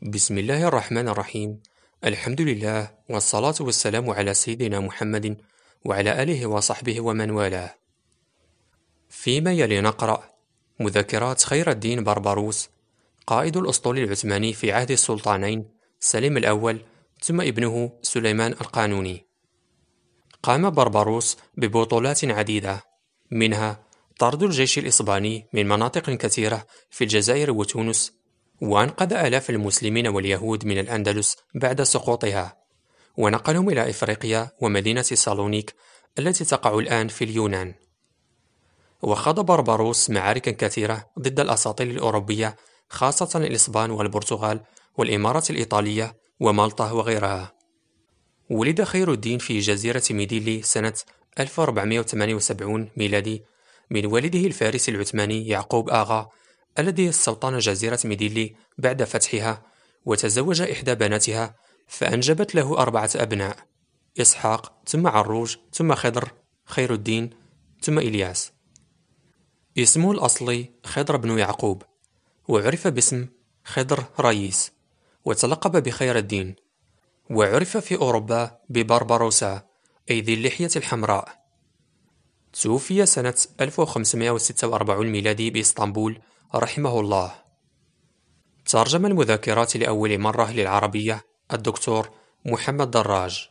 بسم الله الرحمن الرحيم. الحمد لله والصلاة والسلام على سيدنا محمد وعلى آله وصحبه ومن والاه. فيما يلي نقرأ مذكرات خير الدين بربروس، قائد الأسطول العثماني في عهد السلطانين سليم الأول ثم ابنه سليمان القانوني. قام بربروس ببطولات عديدة، منها طرد الجيش الإسباني من مناطق كثيرة في الجزائر وتونس، وأنقذ آلاف المسلمين واليهود من الأندلس بعد سقوطها، ونقلهم إلى إفريقيا ومدينة سالونيك التي تقع الآن في اليونان. وخاض بربروس معارك كثيرة ضد الأساطيل الأوروبية، خاصة الإسبان والبرتغال والإمارة الإيطالية ومالطا وغيرها. ولد خير الدين في جزيرة ميديلي سنة 1478 ميلادي من والده الفارسي العثماني يعقوب آغا الذي استوطن جزيرة ميديلي بعد فتحها، وتزوج إحدى بناتها فأنجبت له 4 أبناء: إسحاق ثم عروج ثم خضر خير الدين ثم إلياس. اسمه الأصلي خضر بن يعقوب، وعرف باسم خضر رئيس، وتلقب بخير الدين، وعرف في أوروبا ببربروسا أي ذي اللحية الحمراء. توفي سنة 1546 ميلادي بإسطنبول رحمه الله. ترجم المذكرات لأول مرة للعربية الدكتور محمد دراج.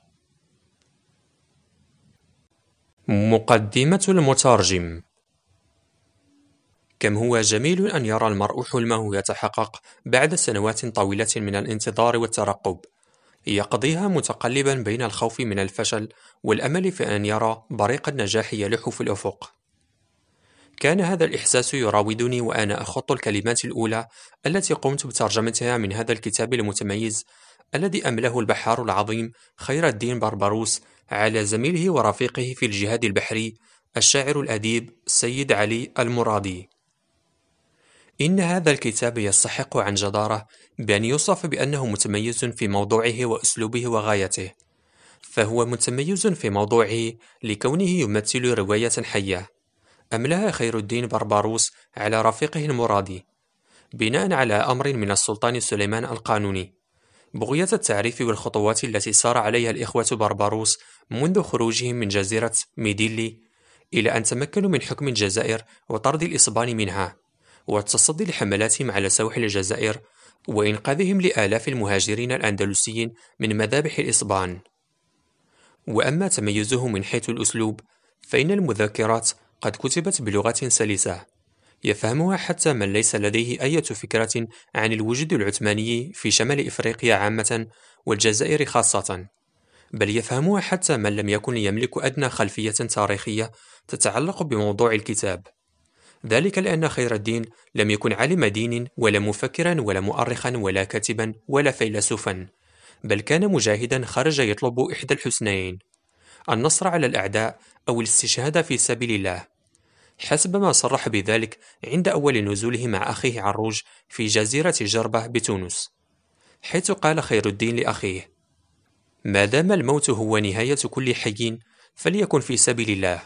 مقدمة المترجم. كم هو جميل أن يرى المرء حلمه يتحقق بعد سنوات طويلة من الانتظار والترقب، يقضيها متقلبا بين الخوف من الفشل والأمل في أن يرى بريق النجاح يلوح في الأفق. كان هذا الإحساس يراودني وأنا أخط الكلمات الأولى التي قمت بترجمتها من هذا الكتاب المتميز الذي أمله البحار العظيم خير الدين بربروس على زميله ورفيقه في الجهاد البحري الشاعر الأديب سيد علي المرادي. إن هذا الكتاب يستحق عن جدارة بأن يوصف بأنه متميز في موضوعه وأسلوبه وغايته، فهو متميز في موضوعه لكونه يمثل رواية حية أملها خير الدين بربروس على رفيقه المرادي بناء على أمر من السلطان سليمان القانوني، بغية التعريف والخطوات التي سار عليها الإخوة بربروس منذ خروجهم من جزيرة ميديلي إلى أن تمكنوا من حكم الجزائر وطرد الإسبان منها، والتصدي لحملاتهم على سواحل الجزائر وإنقاذهم لآلاف المهاجرين الأندلسيين من مذابح الإسبان. وأما تميزه من حيث الأسلوب، فإن المذكرات قد كتبت بلغة سلسة يفهمها حتى من ليس لديه أي فكرة عن الوجود العثماني في شمال إفريقيا عامة والجزائر خاصة، بل يفهمها حتى من لم يكن يملك أدنى خلفية تاريخية تتعلق بموضوع الكتاب. ذلك لأن خير الدين لم يكن عالم دين ولا مفكرا ولا مؤرخا ولا كاتبا ولا فيلسوفا، بل كان مجاهدا خرج يطلب إحدى الحسنيين: النصر على الأعداء أو الاستشهاد في سبيل الله، حسب ما صرح بذلك عند أول نزوله مع أخيه عروج في جزيرة جربة بتونس، حيث قال خير الدين لأخيه: ما دام الموت هو نهاية كل حي فليكن في سبيل الله.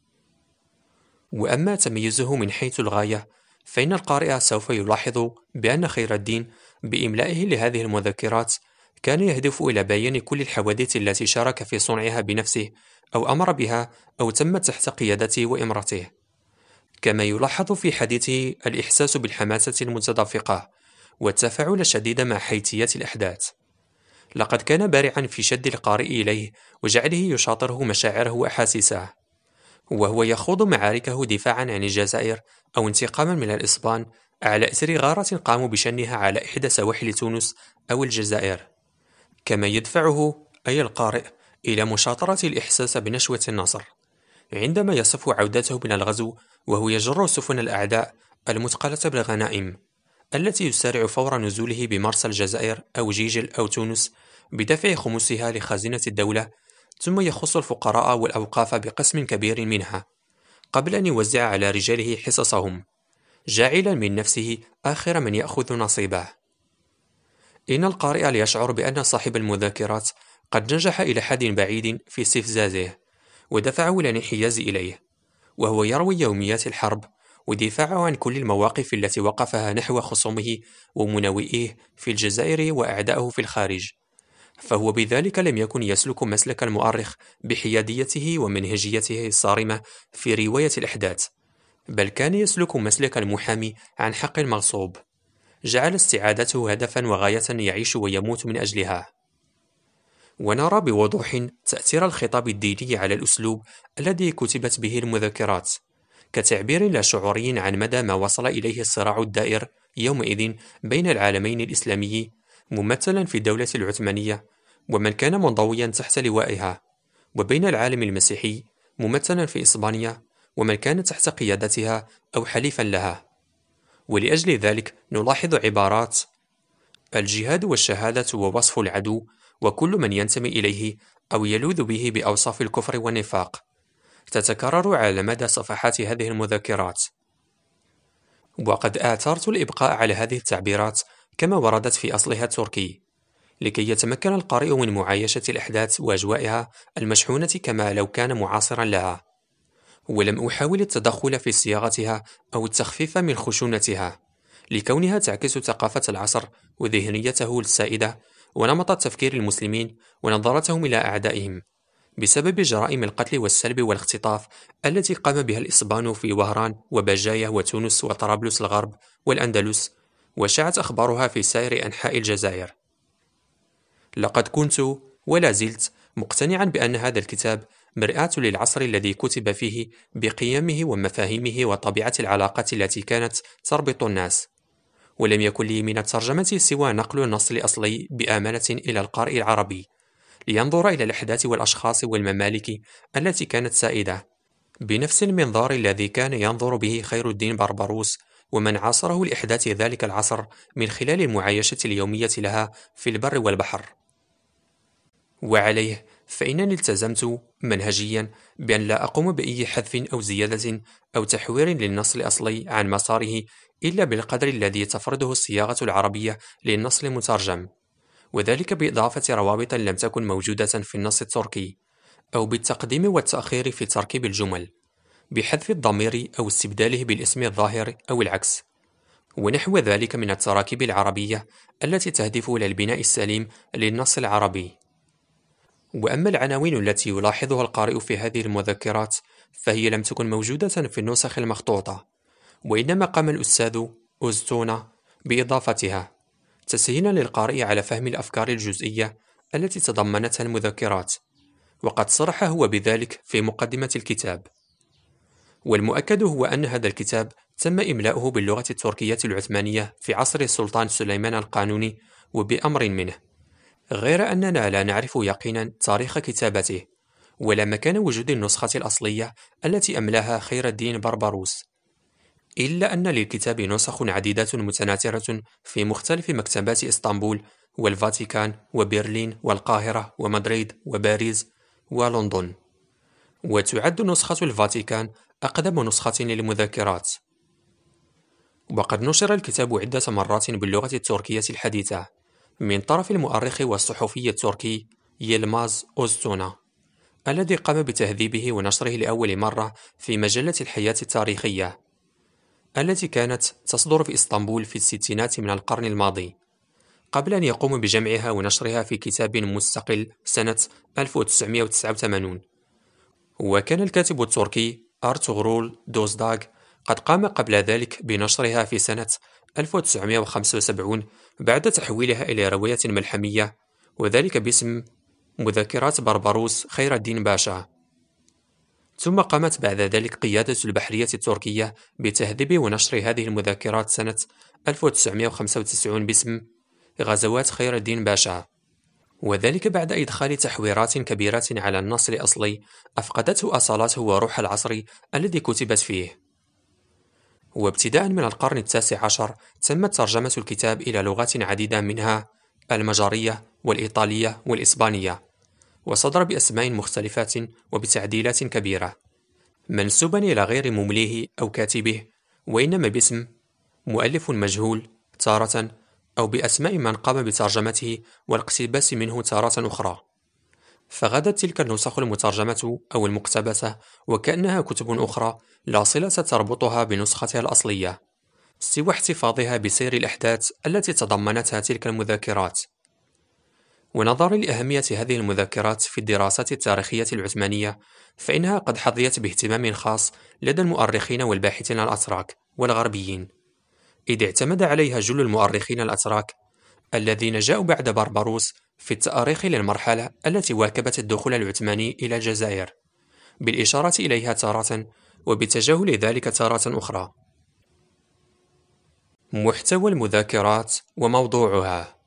وأما تميزه من حيث الغاية، فإن القارئ سوف يلاحظ بأن خير الدين بإملائه لهذه المذكرات كان يهدف إلى بيان كل الحوادث التي شارك في صنعها بنفسه أو أمر بها أو تمت تحت قيادته وإمرته، كما يلاحظ في حديثه الإحساس بالحماسة المتدفقة والتفاعل الشديد مع حيثيات الأحداث. لقد كان بارعا في شد القارئ إليه وجعله يشاطره مشاعره وأحاسيسه، وهو يخوض معاركه دفاعا عن الجزائر أو انتقاما من الإسبان على إثر غارة قاموا بشنها على إحدى سواحل تونس أو الجزائر، كما يدفعه أي القارئ إلى مشاطرة الإحساس بنشوة النصر عندما يصف عودته من الغزو وهو يجر سفن الأعداء المثقلة بالغنائم التي يسارع فور نزوله بمرسى الجزائر أو جيجل أو تونس بدفع خمسها لخزينة الدولة، ثم يخص الفقراء والأوقاف بقسم كبير منها قبل أن يوزع على رجاله حصصهم، جاعلا من نفسه آخر من يأخذ نصيبه. إن القارئ ليشعر بأن صاحب المذكرات قد نجح إلى حد بعيد في استفزازه ودفعه إلى الانحياز إليه، وهو يروي يوميات الحرب ودفاعه عن كل المواقف التي وقفها نحو خصومه ومناوئيه في الجزائر وأعدائه في الخارج، فهو بذلك لم يكن يسلك مسلك المؤرخ بحياديته ومنهجيته الصارمة في رواية الأحداث، بل كان يسلك مسلك المحامي عن حق المغصوب، جعل استعادته هدفا وغاية يعيش ويموت من أجلها. ونرى بوضوح تأثير الخطاب الديني على الأسلوب الذي كتبت به المذكرات، كتعبير لا شعوري عن مدى ما وصل إليه الصراع الدائر يومئذ بين العالمين الإسلامي ممثلا في الدولة العثمانية ومن كان منضويا تحت لوائها، وبين العالم المسيحي ممثلا في إسبانيا ومن كان تحت قيادتها أو حليفا لها. ولأجل ذلك نلاحظ عبارات الجهاد والشهادة ووصف العدو وكل من ينتمي إليه أو يلوذ به بأوصاف الكفر والنفاق تتكرر على مدى صفحات هذه المذكرات. وقد آثرت الإبقاء على هذه التعبيرات كما وردت في أصلها التركي، لكي يتمكن القارئ من معايشة الأحداث وأجوائها المشحونة كما لو كان معاصرا لها، ولم أحاول التدخل في صياغتها أو التخفيف من خشونتها، لكونها تعكس ثقافة العصر وذهنيته السائدة ونمط التفكير المسلمين ونظرتهم إلى أعدائهم، بسبب جرائم القتل والسلب والاختطاف التي قام بها الإسبان في وهران وبجاية وتونس وطرابلس الغرب والأندلس، وشاعت أخبارها في سائر أنحاء الجزائر. لقد كنت ولا زلت مقتنعا بأن هذا الكتاب مرآة للعصر الذي كتب فيه بقيمه ومفاهيمه وطبيعة العلاقات التي كانت تربط الناس، ولم يكن لي من الترجمة سوى نقل النص الأصلي بآمنة إلى القارئ العربي لينظر إلى الأحداث والأشخاص والممالك التي كانت سائدة بنفس المنظار الذي كان ينظر به خير الدين بربروس ومن عاصره لإحداث ذلك العصر من خلال المعايشة اليومية لها في البر والبحر. وعليه فإنني التزمت منهجيا بأن لا أقوم بأي حذف أو زيادة أو تحوير للنص الأصلي عن مساره إلا بالقدر الذي تفرضه الصياغة العربية للنص المترجم، وذلك بإضافة روابط لم تكن موجودة في النص التركي، أو بالتقديم والتأخير في تركيب الجمل، بحذف الضمير أو استبداله بالاسم الظاهر أو العكس، ونحو ذلك من التراكيب العربية التي تهدف إلى البناء السليم للنص العربي. وأما العناوين التي يلاحظها القارئ في هذه المذكرات فهي لم تكن موجودة في النسخ المخطوطة، وإنما قام الأستاذ أوزتونا بإضافتها تسهيلا للقارئ على فهم الأفكار الجزئية التي تضمنتها المذكرات، وقد صرح هو بذلك في مقدمة الكتاب. والمؤكد هو أن هذا الكتاب تم إملاؤه باللغة التركية العثمانية في عصر السلطان سليمان القانوني وبأمر منه، غير أننا لا نعرف يقينا تاريخ كتابته ولا مكان وجود النسخة الأصلية التي أملاها خير الدين بربروس، إلا أن للكتاب نسخ عديدة متناثرة في مختلف مكتبات إسطنبول والفاتيكان وبرلين والقاهرة ومدريد وباريس ولندن، وتعد نسخة الفاتيكان أقدم نسخة للمذكرات. وقد نشر الكتاب عدة مرات باللغة التركية الحديثة من طرف المؤرخ والصحفي التركي يلماز أوزتونا، الذي قام بتهذيبه ونشره لأول مرة في مجلة الحياة التاريخية التي كانت تصدر في إسطنبول في الستينات من القرن الماضي، قبل أن يقوم بجمعها ونشرها في كتاب مستقل سنة 1989. وكان الكاتب التركي أرطغرول دوزداغ قد قام قبل ذلك بنشرها في سنة 1975 بعد تحويلها إلى رواية ملحمية، وذلك باسم مذكرات بربروس خير الدين باشا. ثم قامت بعد ذلك قيادة البحرية التركية بتهذيب ونشر هذه المذكرات سنة 1995 باسم غزوات خير الدين باشا، وذلك بعد إدخال تحويرات كبيرة على النص الأصلي أفقدته أصالته وروح العصر الذي كتبت فيه. وابتداء من القرن التاسع عشر تمت ترجمة الكتاب إلى لغات عديدة منها المجرية والإيطالية والإسبانية، وصدر بأسماء مختلفات وبتعديلات كبيرة منسوبا إلى غير ممليه أو كاتبه، وإنما باسم مؤلف مجهول تارة، أو بأسماء من قام بترجمته والاقتباس منه تارة أخرى. فغدت تلك النسخ المترجمة أو المقتبسة وكأنها كتب أخرى لا صلة تربطها بنسختها الأصلية، سوى احتفاظها بسير الأحداث التي تضمنتها تلك المذكرات. ونظرا لأهمية هذه المذكرات في الدراسات التاريخية العثمانية، فإنها قد حظيت باهتمام خاص لدى المؤرخين والباحثين الأتراك والغربيين، إذ اعتمد عليها جل المؤرخين الأتراك الذين جاءوا بعد بربروس في التأريخ للمرحلة التي واكبت الدخول العثماني إلى الجزائر، بالإشارة إليها تارة وبتجاهل ذلك تارة أخرى. محتوى المذاكرات وموضوعها.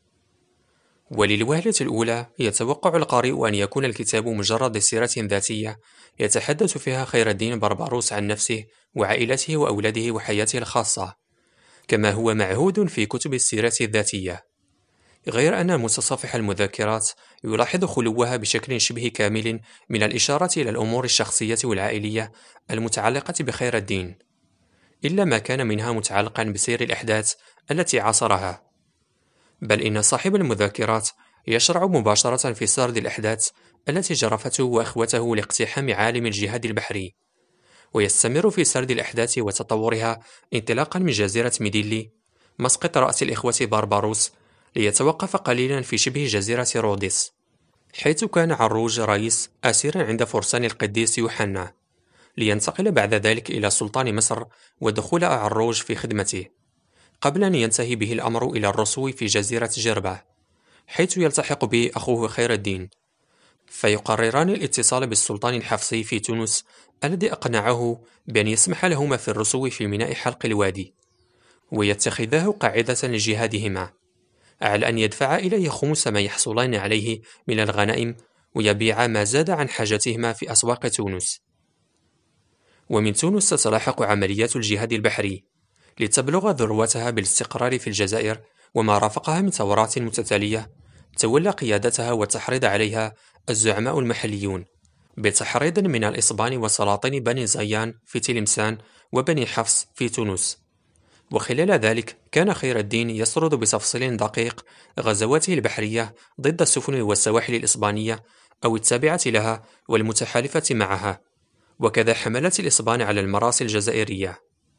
وللوهلة الأولى يتوقع القارئ أن يكون الكتاب مجرد سيرة ذاتية يتحدث فيها خير الدين بربروس عن نفسه وعائلته وأولاده وحياته الخاصة، كما هو معهود في كتب السيرة الذاتية، غير أن متصفح المذكرات يلاحظ خلوها بشكل شبه كامل من الإشارة إلى الأمور الشخصية والعائلية المتعلقة بخير الدين، إلا ما كان منها متعلقا بسير الأحداث التي عاصرها، بل إن صاحب المذكرات يشرع مباشرة في سرد الأحداث التي جرفته وأخوته لاقتحام عالم الجهاد البحري، ويستمر في سرد الأحداث وتطورها انطلاقا من جزيرة ميديلي، مسقط رأس الإخوة بارباروس، ليتوقف قليلا في شبه جزيرة روديس، حيث كان عروج رئيس أسيرا عند فرسان القديس يوحنا، لينتقل بعد ذلك إلى سلطان مصر ودخول عروج في خدمته، قبل أن ينتهي به الأمر إلى الرسو في جزيرة جربة، حيث يلتحق به أخوه خير الدين، فيقرران الاتصال بالسلطان الحفصي في تونس الذي أقنعه بأن يسمح لهما في الرسو في ميناء حلق الوادي، ويتخذاه قاعدة لجهادهما، على أن يدفع إليه خمس ما يحصلان عليه من الغنائم ويبيع ما زاد عن حاجتهما في أسواق تونس. ومن تونس تتلاحق عمليات الجهاد البحري لتبلغ ذروتها بالاستقرار في الجزائر، وما رافقها من ثورات متتالية تولى قيادتها والتحريض عليها الزعماء المحليون، بتحريض من الإصبان وسلاطين بني زيان في تلمسان وبني حفص في تونس. وخلال ذلك كان خير الدين يسرد بتفصيل دقيق غزواته البحرية ضد السفن والسواحل الإسبانية أو التابعة لها والمتحالفة معها، وكذا حملات الإسبان على المراسي الجزائرية.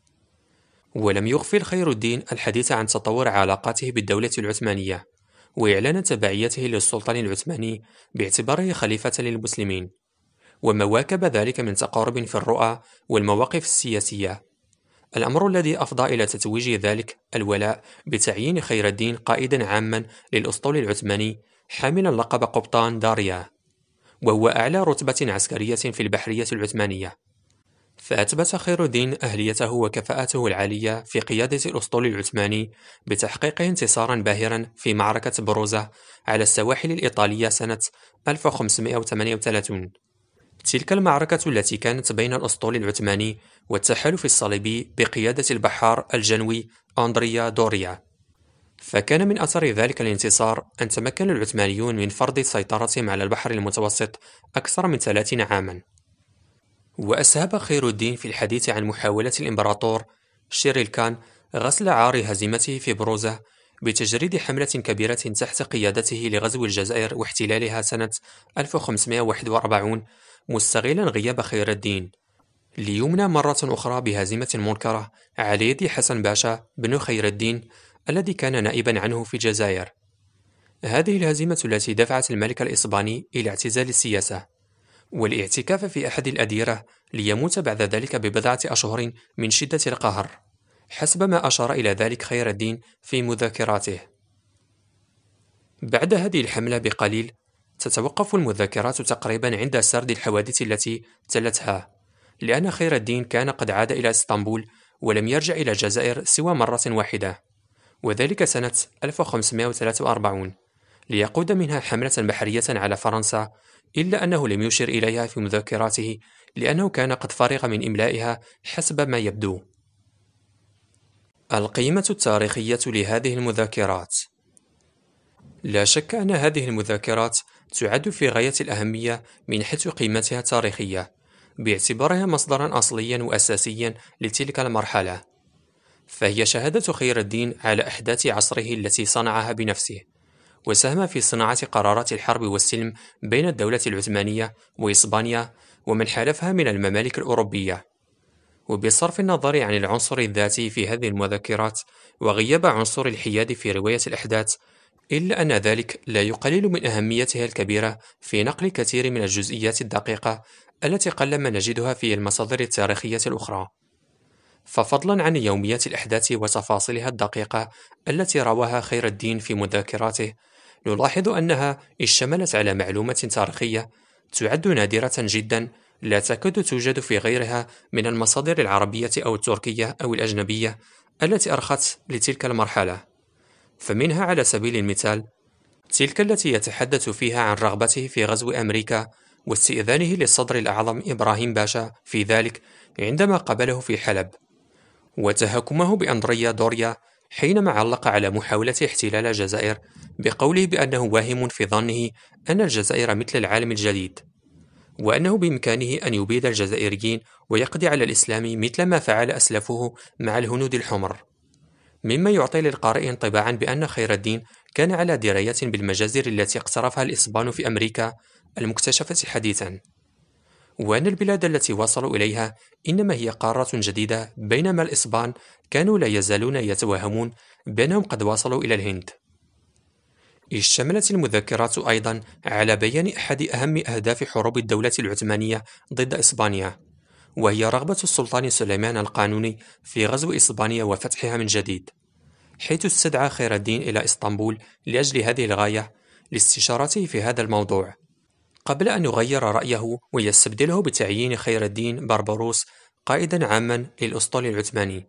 ولم يغفل خير الدين الحديث عن تطور علاقاته بالدولة العثمانية وإعلان تبعيته للسلطان العثماني باعتباره خليفة للمسلمين، وما واكب ذلك من تقارب في الرؤى والمواقف السياسية، الأمر الذي أفضى إلى تتويج ذلك الولاء بتعيين خير الدين قائدا عاما للأسطول العثماني حاملا لقب قبطان داريا، وهو أعلى رتبة عسكرية في البحرية العثمانية. فأثبت خير الدين أهليته وكفاءته العالية في قيادة الأسطول العثماني بتحقيق انتصارا باهرا في معركة بروزة على السواحل الإيطالية سنة 1538. تلك المعركة التي كانت بين الأسطول العثماني والتحالف الصليبي بقيادة البحار الجنوي أندريا دوريا. فكان من أثر ذلك الانتصار أن تمكن العثمانيون من فرض سيطرتهم على البحر المتوسط أكثر من 30 عاما. وأسهب خير الدين في الحديث عن محاولة الإمبراطور شيريلكان غسل عار هزيمته في بروزة بتجريد حملة كبيرة تحت قيادته لغزو الجزائر واحتلالها سنة 1541، مستغلا غياب خير الدين ليمنى مرة أخرى بهزيمة منكرة على يد حسن باشا بن خير الدين الذي كان نائبا عنه في الجزائر. هذه الهزيمة التي دفعت الملك الإسباني إلى اعتزال السياسة والاعتكاف في أحد الأديرة ليموت بعد ذلك ببضعة أشهر من شدة القهر، حسب ما أشار إلى ذلك خير الدين في مذكراته. بعد هذه الحملة بقليل تتوقف المذكرات تقريبا عند سرد الحوادث التي تلتها، لأن خير الدين كان قد عاد إلى اسطنبول ولم يرجع إلى الجزائر سوى مرة واحدة، وذلك سنة 1543 ليقود منها حملة بحرية على فرنسا، إلا أنه لم يشر إليها في مذكراته لأنه كان قد فرغ من إملائها حسب ما يبدو. القيمة التاريخية لهذه المذكرات. لا شك أن هذه المذكرات تعد في غاية الأهمية من حيث قيمتها التاريخية، باعتبارها مصدرا أصليا وأساسيا لتلك المرحلة، فهي شهادة خير الدين على أحداث عصره التي صنعها بنفسه، وساهم في صناعة قرارات الحرب والسلم بين الدولة العثمانية وإسبانيا ومن حالفها من الممالك الأوروبية. وبصرف النظر عن العنصر الذاتي في هذه المذكرات وغياب عنصر الحياد في رواية الأحداث، إلا أن ذلك لا يقلل من أهميتها الكبيرة في نقل كثير من الجزئيات الدقيقة التي قلما نجدها في المصادر التاريخية الأخرى. ففضلا عن يوميات الأحداث وتفاصيلها الدقيقة التي رواها خير الدين في مذكراته، نلاحظ أنها اشتملت على معلومات تاريخية تعد نادرة جدا لا تكاد توجد في غيرها من المصادر العربية أو التركية أو الأجنبية التي أرخت لتلك المرحلة. فمنها على سبيل المثال تلك التي يتحدث فيها عن رغبته في غزو أمريكا واستئذانه للصدر الأعظم إبراهيم باشا في ذلك عندما قابله في حلب، وتهكمه بأندريا دوريا حينما علق على محاولة احتلال الجزائر بقوله بأنه واهم في ظنه أن الجزائر مثل العالم الجديد، وأنه بإمكانه أن يبيد الجزائريين ويقضي على الإسلام مثل ما فعل أسلافه مع الهنود الحمر، مما يعطي للقارئ انطباعا بأن خير الدين كان على دراية بالمجازر التي اقترفها الإسبان في أمريكا المكتشفة حديثا، وأن البلاد التي وصلوا إليها إنما هي قارة جديدة، بينما الإسبان كانوا لا يزالون يتوهمون بأنهم قد وصلوا إلى الهند. اشتملت المذكرات أيضا على بيان أحد أهم أهداف حروب الدولة العثمانية ضد إسبانيا، وهي رغبة السلطان سليمان القانوني في غزو إسبانيا وفتحها من جديد، حيث استدعى خير الدين إلى إسطنبول لأجل هذه الغاية لاستشارته في هذا الموضوع، قبل أن يغير رأيه ويستبدله بتعيين خير الدين بربروس قائدا عاما للأسطول العثماني.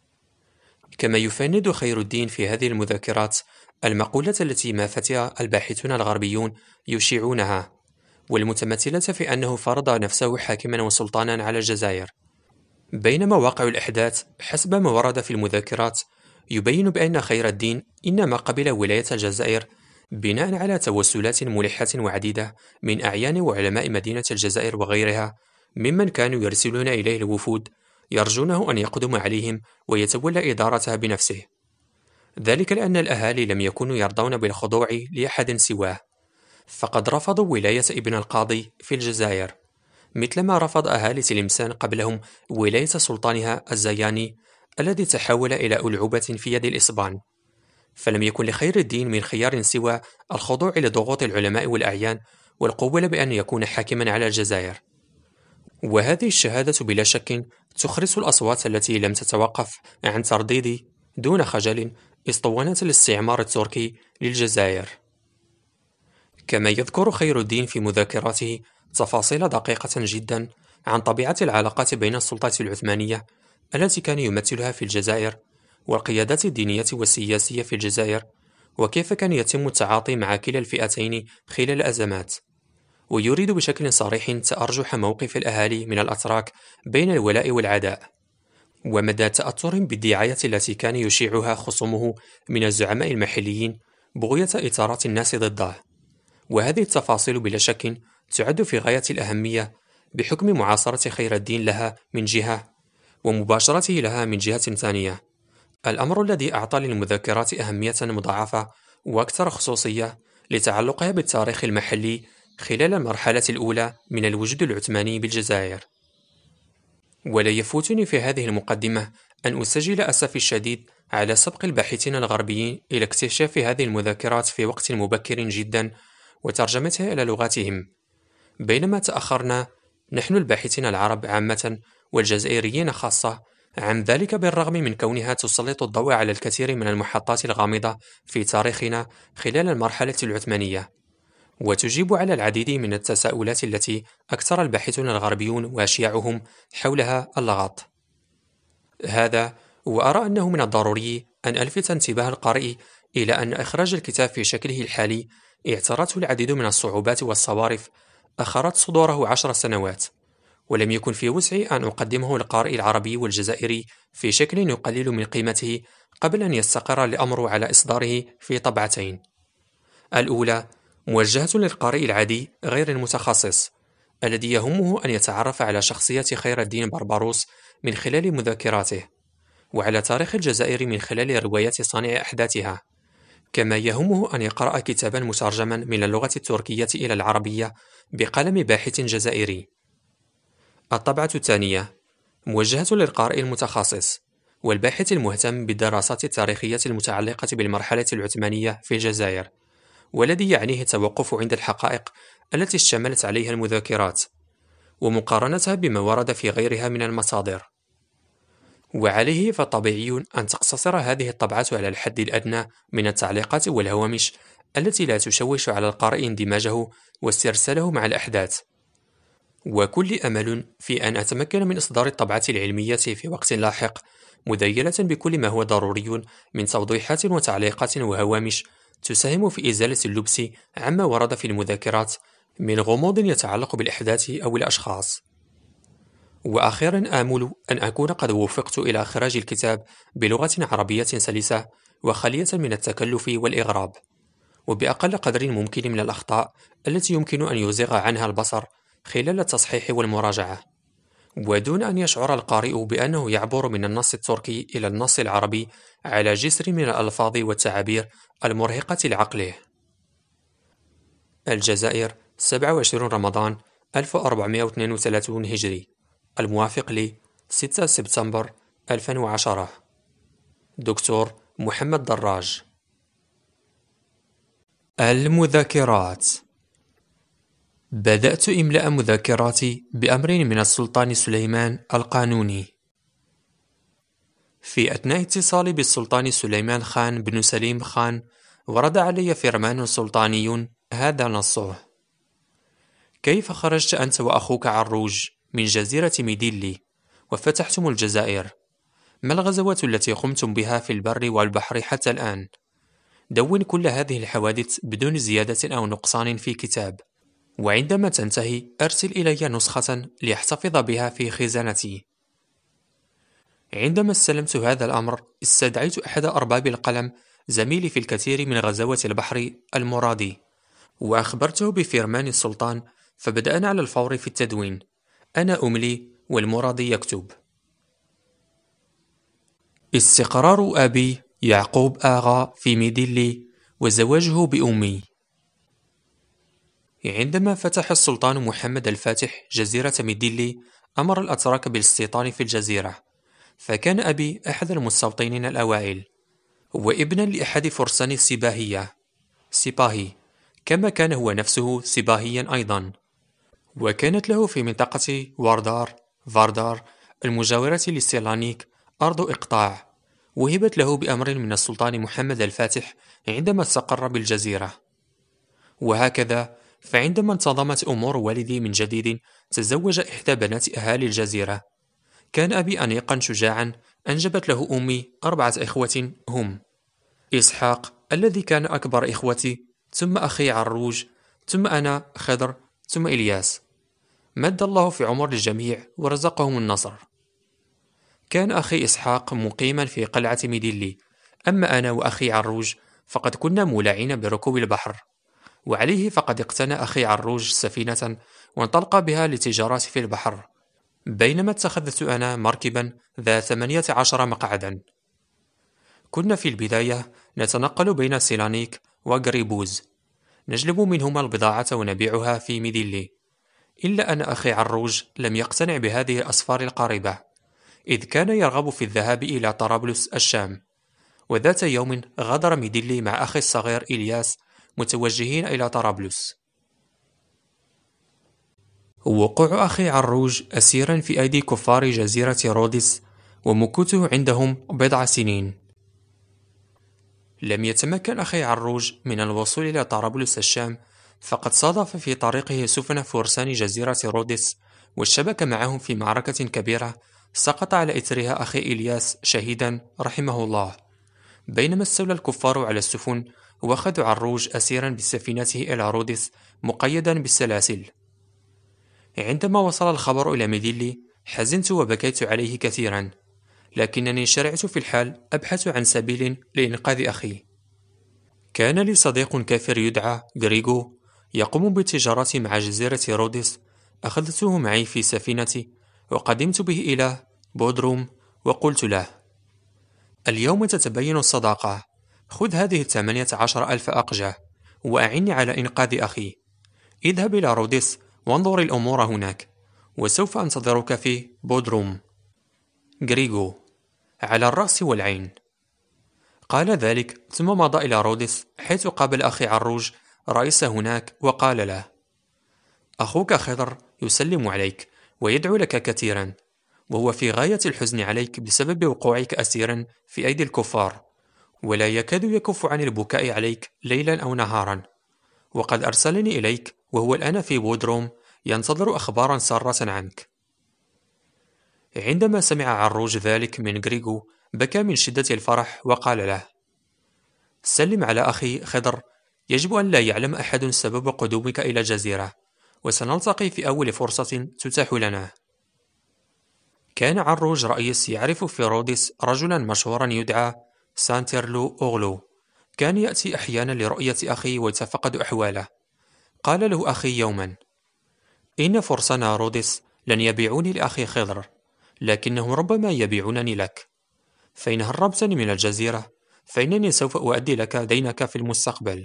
كما يفند خير الدين في هذه المذكرات المقولة التي ما فتح الباحثون الغربيون يشيعونها، والمتمثلة في أنه فرض نفسه حاكما وسلطانا على الجزائر، بينما واقع الأحداث حسب ما ورد في المذكرات يبين بأن خير الدين إنما قبل ولاية الجزائر بناء على توسلات ملحة وعديدة من أعيان وعلماء مدينة الجزائر وغيرها ممن كانوا يرسلون إليه الوفود يرجونه أن يقدم عليهم ويتولى إدارتها بنفسه، ذلك لأن الأهالي لم يكونوا يرضون بالخضوع لأحد سواه، فقد رفضوا ولاية ابن القاضي في الجزائر مثلما رفض أهالي تلمسان قبلهم ولاية سلطانها الزياني الذي تحول إلى ألعوبة في يد الإسبان. فلم يكن لخير الدين من خيار سوى الخضوع لضغوط العلماء والأعيان والقبول بأن يكون حاكما على الجزائر. وهذه الشهادة بلا شك تخرس الأصوات التي لم تتوقف عن ترديد دون خجل اسطوانات الاستعمار التركي للجزائر. كما يذكر خير الدين في مذكراته تفاصيل دقيقة جدا عن طبيعة العلاقات بين السلطات العثمانية التي كان يمثلها في الجزائر والقيادات الدينية والسياسية في الجزائر، وكيف كان يتم التعاطي مع كلا الفئتين خلال الأزمات، ويريد بشكل صريح تأرجح موقف الأهالي من الأتراك بين الولاء والعداء، ومدى تأثرهم بالدعاية التي كان يشيعها خصومه من الزعماء المحليين بغية إثارة الناس ضده. وهذه التفاصيل بلا شك تعد في غاية الأهمية بحكم معاصرة خير الدين لها من جهة ومباشرته لها من جهة ثانية، الأمر الذي أعطى للمذكرات أهمية مضاعفة وأكثر خصوصية لتعلقها بالتاريخ المحلي خلال المرحلة الأولى من الوجود العثماني بالجزائر. ولا يفوتني في هذه المقدمة أن أسجل أسفي الشديد على سبق الباحثين الغربيين إلى اكتشاف هذه المذكرات في وقت مبكر جدا وترجمتها إلى لغاتهم، بينما تأخرنا نحن الباحثين العرب عامة والجزائريين خاصة عن ذلك، بالرغم من كونها تسلط الضوء على الكثير من المحطات الغامضة في تاريخنا خلال المرحلة العثمانية، وتجيب على العديد من التساؤلات التي أكثر الباحثون الغربيون وأشياعهم حولها اللغط. هذا وأرى أنه من الضروري أن ألفت انتباه القارئ إلى أن إخراج الكتاب في شكله الحالي اعترته العديد من الصعوبات والصوارف أخرت صدوره 10 سنوات، ولم يكن في وسعي أن أقدمه للقارئ العربي والجزائري في شكل يقلل من قيمته قبل أن يستقر الأمر على إصداره في طبعتين. الأولى موجهة للقارئ العادي غير المتخصص الذي يهمه أن يتعرف على شخصية خير الدين بربروس من خلال مذكراته، وعلى تاريخ الجزائر من خلال روايات صانع أحداثها، كما يهمه أن يقرأ كتابا مترجما من اللغة التركية إلى العربية بقلم باحث جزائري. الطبعة الثانية موجهة للقارئ المتخصص والباحث المهتم بالدراسات التاريخية المتعلقة بالمرحلة العثمانية في الجزائر، والذي يعنيه التوقف عند الحقائق التي اشتملت عليها المذكرات ومقارنتها بما ورد في غيرها من المصادر. وعليه فطبيعي أن تقتصر هذه الطبعة على الحد الأدنى من التعليقات والهوامش التي لا تشوش على القارئ اندماجه واسترساله مع الأحداث. وكل أمل في أن أتمكن من إصدار الطبعة العلمية في وقت لاحق مذيلة بكل ما هو ضروري من توضيحات وتعليقات وهوامش تساهم في إزالة اللبس عما ورد في المذكرات من غموض يتعلق بالأحداث أو الأشخاص. وأخيرا آمل أن أكون قد وفقت إلى إخراج الكتاب بلغة عربية سلسة وخالية من التكلف والإغراب، وبأقل قدر ممكن من الأخطاء التي يمكن أن يزيغ عنها البصر خلال التصحيح والمراجعة، ودون أن يشعر القارئ بأنه يعبر من النص التركي إلى النص العربي على جسر من الألفاظ والتعابير المرهقة لعقله. الجزائر 27 رمضان 1432 هجري، الموافق ل 6 سبتمبر 2010. دكتور محمد دراج. المذكرات. بدأت إملاء مذكراتي بأمر من السلطان سليمان القانوني. في أثناء اتصالي بالسلطان سليمان خان بن سليم خان ورد علي فرمان سلطاني هذا نصه: كيف خرجت أنت وأخوك عروج من جزيرة ميديلي وفتحتم الجزائر؟ ما الغزوات التي قمتم بها في البر والبحر حتى الآن؟ دون كل هذه الحوادث بدون زيادة أو نقصان في كتاب، وعندما تنتهي أرسل إلي نسخة لأحتفظ بها في خزانتي. عندما استلمت هذا الأمر استدعيت أحد أرباب القلم زميلي في الكثير من غزوات البحر المرادي، وأخبرته بفرمان السلطان، فبدأنا على الفور في التدوين، أنا أملي والمرادي يكتب. استقرار أبي يعقوب آغا في ميديلي وزواجه بأمي. عندما فتح السلطان محمد الفاتح جزيرة ميديلي أمر الأتراك بالاستيطان في الجزيرة، فكان أبي أحد المستوطنين الأوائل وابنا لأحد فرسان السباهية سيباهي، كما كان هو نفسه سباهيا أيضا، وكانت له في منطقة فاردار المجاورة لسيلانيك أرض إقطاع، وهبت له بأمر من السلطان محمد الفاتح عندما استقر بالجزيرة. وهكذا فعندما انتظمت أمور والدي من جديد تزوج إحدى بنات أهالي الجزيرة. كان أبي أنيقا شجاعا، أنجبت له أمي 4 إخوة هم: إسحاق الذي كان أكبر إخوتي، ثم أخي عروج، ثم أنا خضر، ثم إلياس. مد الله في عمر الجميع ورزقهم النصر. كان أخي إسحاق مقيما في قلعة ميديلي، أما أنا وأخي عروج فقد كنا مولعين بركوب البحر، وعليه فقد اقتنى أخي عروج سفينة وانطلق بها للتجارات في البحر، بينما اتخذت أنا مركبا ذا 18 مقعدا. كنا في البداية نتنقل بين سيلانيك وغريبوز، نجلب منهما البضاعة ونبيعها في ميديلي، إلا أن أخي عروج لم يقتنع بهذه الأسفار القاربة، إذ كان يرغب في الذهاب إلى طرابلس الشام. وذات يوم غادر ميديلي مع أخي الصغير إلياس متوجهين إلى طرابلس. وقوع أخي عروج أسيرا في أيدي كفار جزيرة رودس ومكوثه عندهم 10 سنين. لم يتمكن أخي عروج من الوصول إلى طرابلس الشام، فقد صادف في طريقه سفن فرسان جزيرة رودس واشتبك معهم في معركة كبيرة سقط على إثرها أخي إلياس شهيدا رحمه الله، بينما استولى الكفار على السفن وأخذوا عروج أسيرا بسفينته إلى رودس مقيدا بالسلاسل. عندما وصل الخبر إلى ميديلي حزنت وبكيت عليه كثيرا، لكنني شرعت في الحال أبحث عن سبيل لإنقاذ أخي. كان لي صديق كافر يدعى غريغو يقوم بالتجارة مع جزيرة رودس، أخذته معي في سفينتي وقدمت به إلى بودروم وقلت له: اليوم تتبين الصداقة، خذ هذه 18,000 أقجة وأعني على إنقاذ أخي. اذهب إلى روديس وانظر الأمور هناك، وسوف أنتظرك في بودروم. غريغو: على الرأس والعين. قال ذلك ثم مضى إلى روديس، حيث قابل أخي عروج رئيس هناك وقال له: أخوك خضر يسلم عليك ويدعو لك كثيرا، وهو في غاية الحزن عليك بسبب وقوعك أسيرا في أيدي الكفار، ولا يكاد يكف عن البكاء عليك ليلا أو نهارا، وقد أرسلني إليك وهو الآن في بودروم ينتظر أخبارا سارة عنك. عندما سمع عروج ذلك من غريغو بكى من شدة الفرح وقال له: سلم على أخي خضر، يجب أن لا يعلم أحد سبب قدومك إلى الجزيرة، وسنلتقي في أول فرصة تتاح لنا. كان عروج رئيس يعرف في روديس رجلا مشهورا يدعى سانتيرلو أوغلو، كان يأتي أحيانا لرؤية أخي ويتفقد أحواله. قال له أخي يوما: إن فرسان روديس لن يبيعوني لأخي خضر، لكنهم ربما يبيعونني لك، فإن هربتني من الجزيرة فإنني سوف أؤدي لك دينك في المستقبل.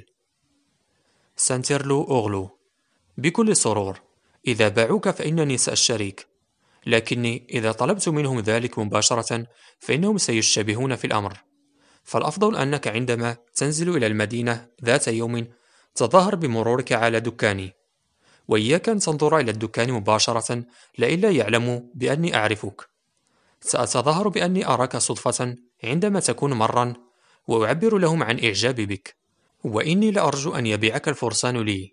سانتيرلو أوغلو: بكل سرور، إذا باعوك فإنني سأشتريك، لكني إذا طلبت منهم ذلك مباشرة فإنهم سيشتبهون في الأمر، فالأفضل أنك عندما تنزل إلى المدينة ذات يوم تظاهر بمرورك على دكاني، وإياك أن تنظر إلى الدكان مباشرة لئلا يعلموا بأني أعرفك. سأتظاهر بأني أراك صدفة عندما تكون مرا، وأعبر لهم عن إعجابي بك، وإني لأرجو أن يبيعك الفرسان لي.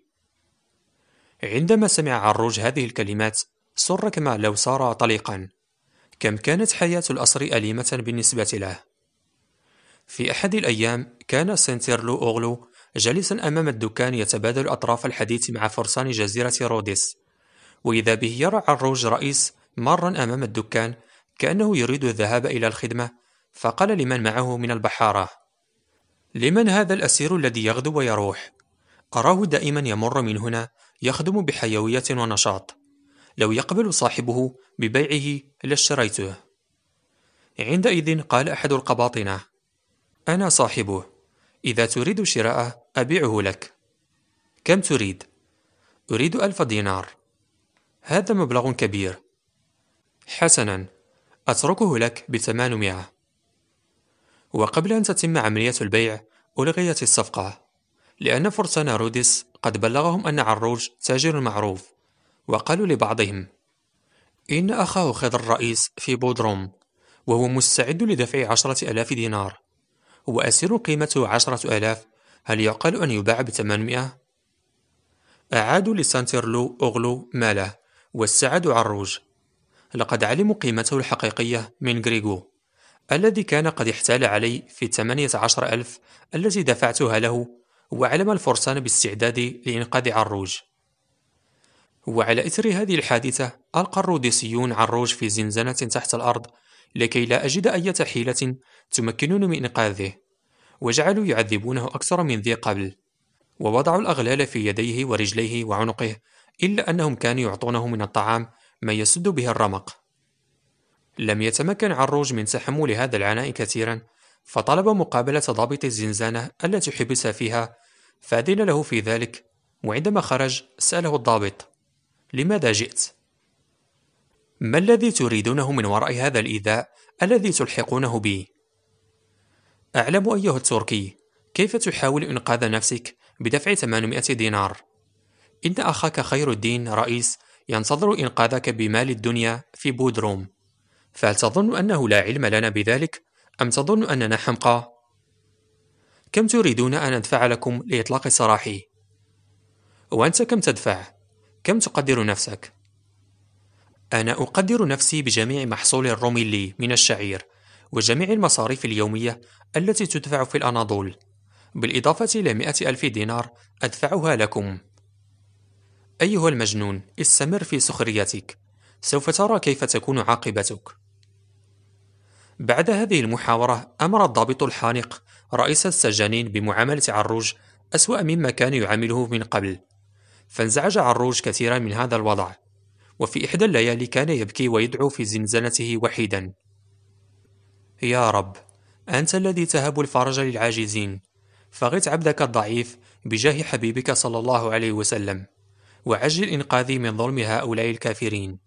عندما سمع عروج هذه الكلمات سر كما لو صار طليقا. كم كانت حياة الأسر أليمة بالنسبة له. في أحد الأيام كان سانتيرلو أوغلو جالسا أمام الدكان يتبادل أطراف الحديث مع فرسان جزيرة روديس، وإذا به يرى عروج رئيس مارا أمام الدكان كأنه يريد الذهاب إلى الخدمة، فقال لمن معه من البحارة: لمن هذا الأسير الذي يغدو ويروح؟ أراه دائما يمر من هنا يخدم بحيوية ونشاط، لو يقبل صاحبه ببيعه لاشتريته. عندئذ قال أحد القباطنة: أنا صاحبه، إذا تريد شراءه أبيعه لك. كم تريد؟ أريد 1000 دينار. هذا مبلغ كبير. حسنا، أتركه لك ب800. وقبل أن تتم عملية البيع ألغيت الصفقة، لأن فرسان روديس قد بلغهم أن عروج تاجر معروف، وقالوا لبعضهم: إن أخاه خضر الرئيس في بودروم، وهو مستعد لدفع 10,000 دينار، وأسير قيمته 10,000، هل يعقل أن يباع ب800؟ أعادوا لسانتيرلو أوغلو ماله واستعادوا عروج. لقد علموا قيمته الحقيقية من غريغو الذي كان قد احتال علي في 18,000 التي دفعتها له، وعلم الفرسان باستعدادي لإنقاذ عروج. وعلى إثر هذه الحادثة ألقى الروديسيون عروج في زنزانة تحت الأرض لكي لا أجد أي حيلة تمكنني من إنقاذه، وجعلوا يعذبونه أكثر من ذي قبل، ووضعوا الأغلال في يديه ورجليه وعنقه، إلا أنهم كانوا يعطونه من الطعام ما يسد به الرمق. لم يتمكن عروج من تحمل هذا العناء كثيرا، فطلب مقابلة ضابط الزنزانة التي حبس فيها، فأذن له في ذلك، وعندما خرج سأله الضابط: لماذا جئت؟ ما الذي تريدونه من وراء هذا الإيذاء الذي تلحقونه بي؟ أعلم أيها التركي كيف تحاول إنقاذ نفسك بدفع 800 دينار. إن أخاك خير الدين رئيس ينتظر إنقاذك بمال الدنيا في بودروم، فهل تظن أنه لا علم لنا بذلك، أم تظن أننا حمقى؟ كم تريدون أن أدفع لكم لإطلاق سراحي؟ وأنت كم تدفع؟ كم تقدر نفسك؟ أنا أقدر نفسي بجميع محصول الرومي لي من الشعير، وجميع المصاريف اليومية التي تدفع في الأناضول، بالإضافة إلى 100,000 دينار أدفعها لكم. أيها المجنون، استمر في سخريتك، سوف ترى كيف تكون عاقبتك. بعد هذه المحاورة أمر الضابط الحانق رئيس السجانين بمعاملة عروج أسوأ مما كان يعامله من قبل، فانزعج عروج كثيرا من هذا الوضع، وفي إحدى الليالي كان يبكي ويدعو في زنزانته وحيدا: يا رب، أنت الذي تهب الفرج للعاجزين، فغث عبدك الضعيف بجاه حبيبك صلى الله عليه وسلم، وعجل إنقاذي من ظلم هؤلاء الكافرين.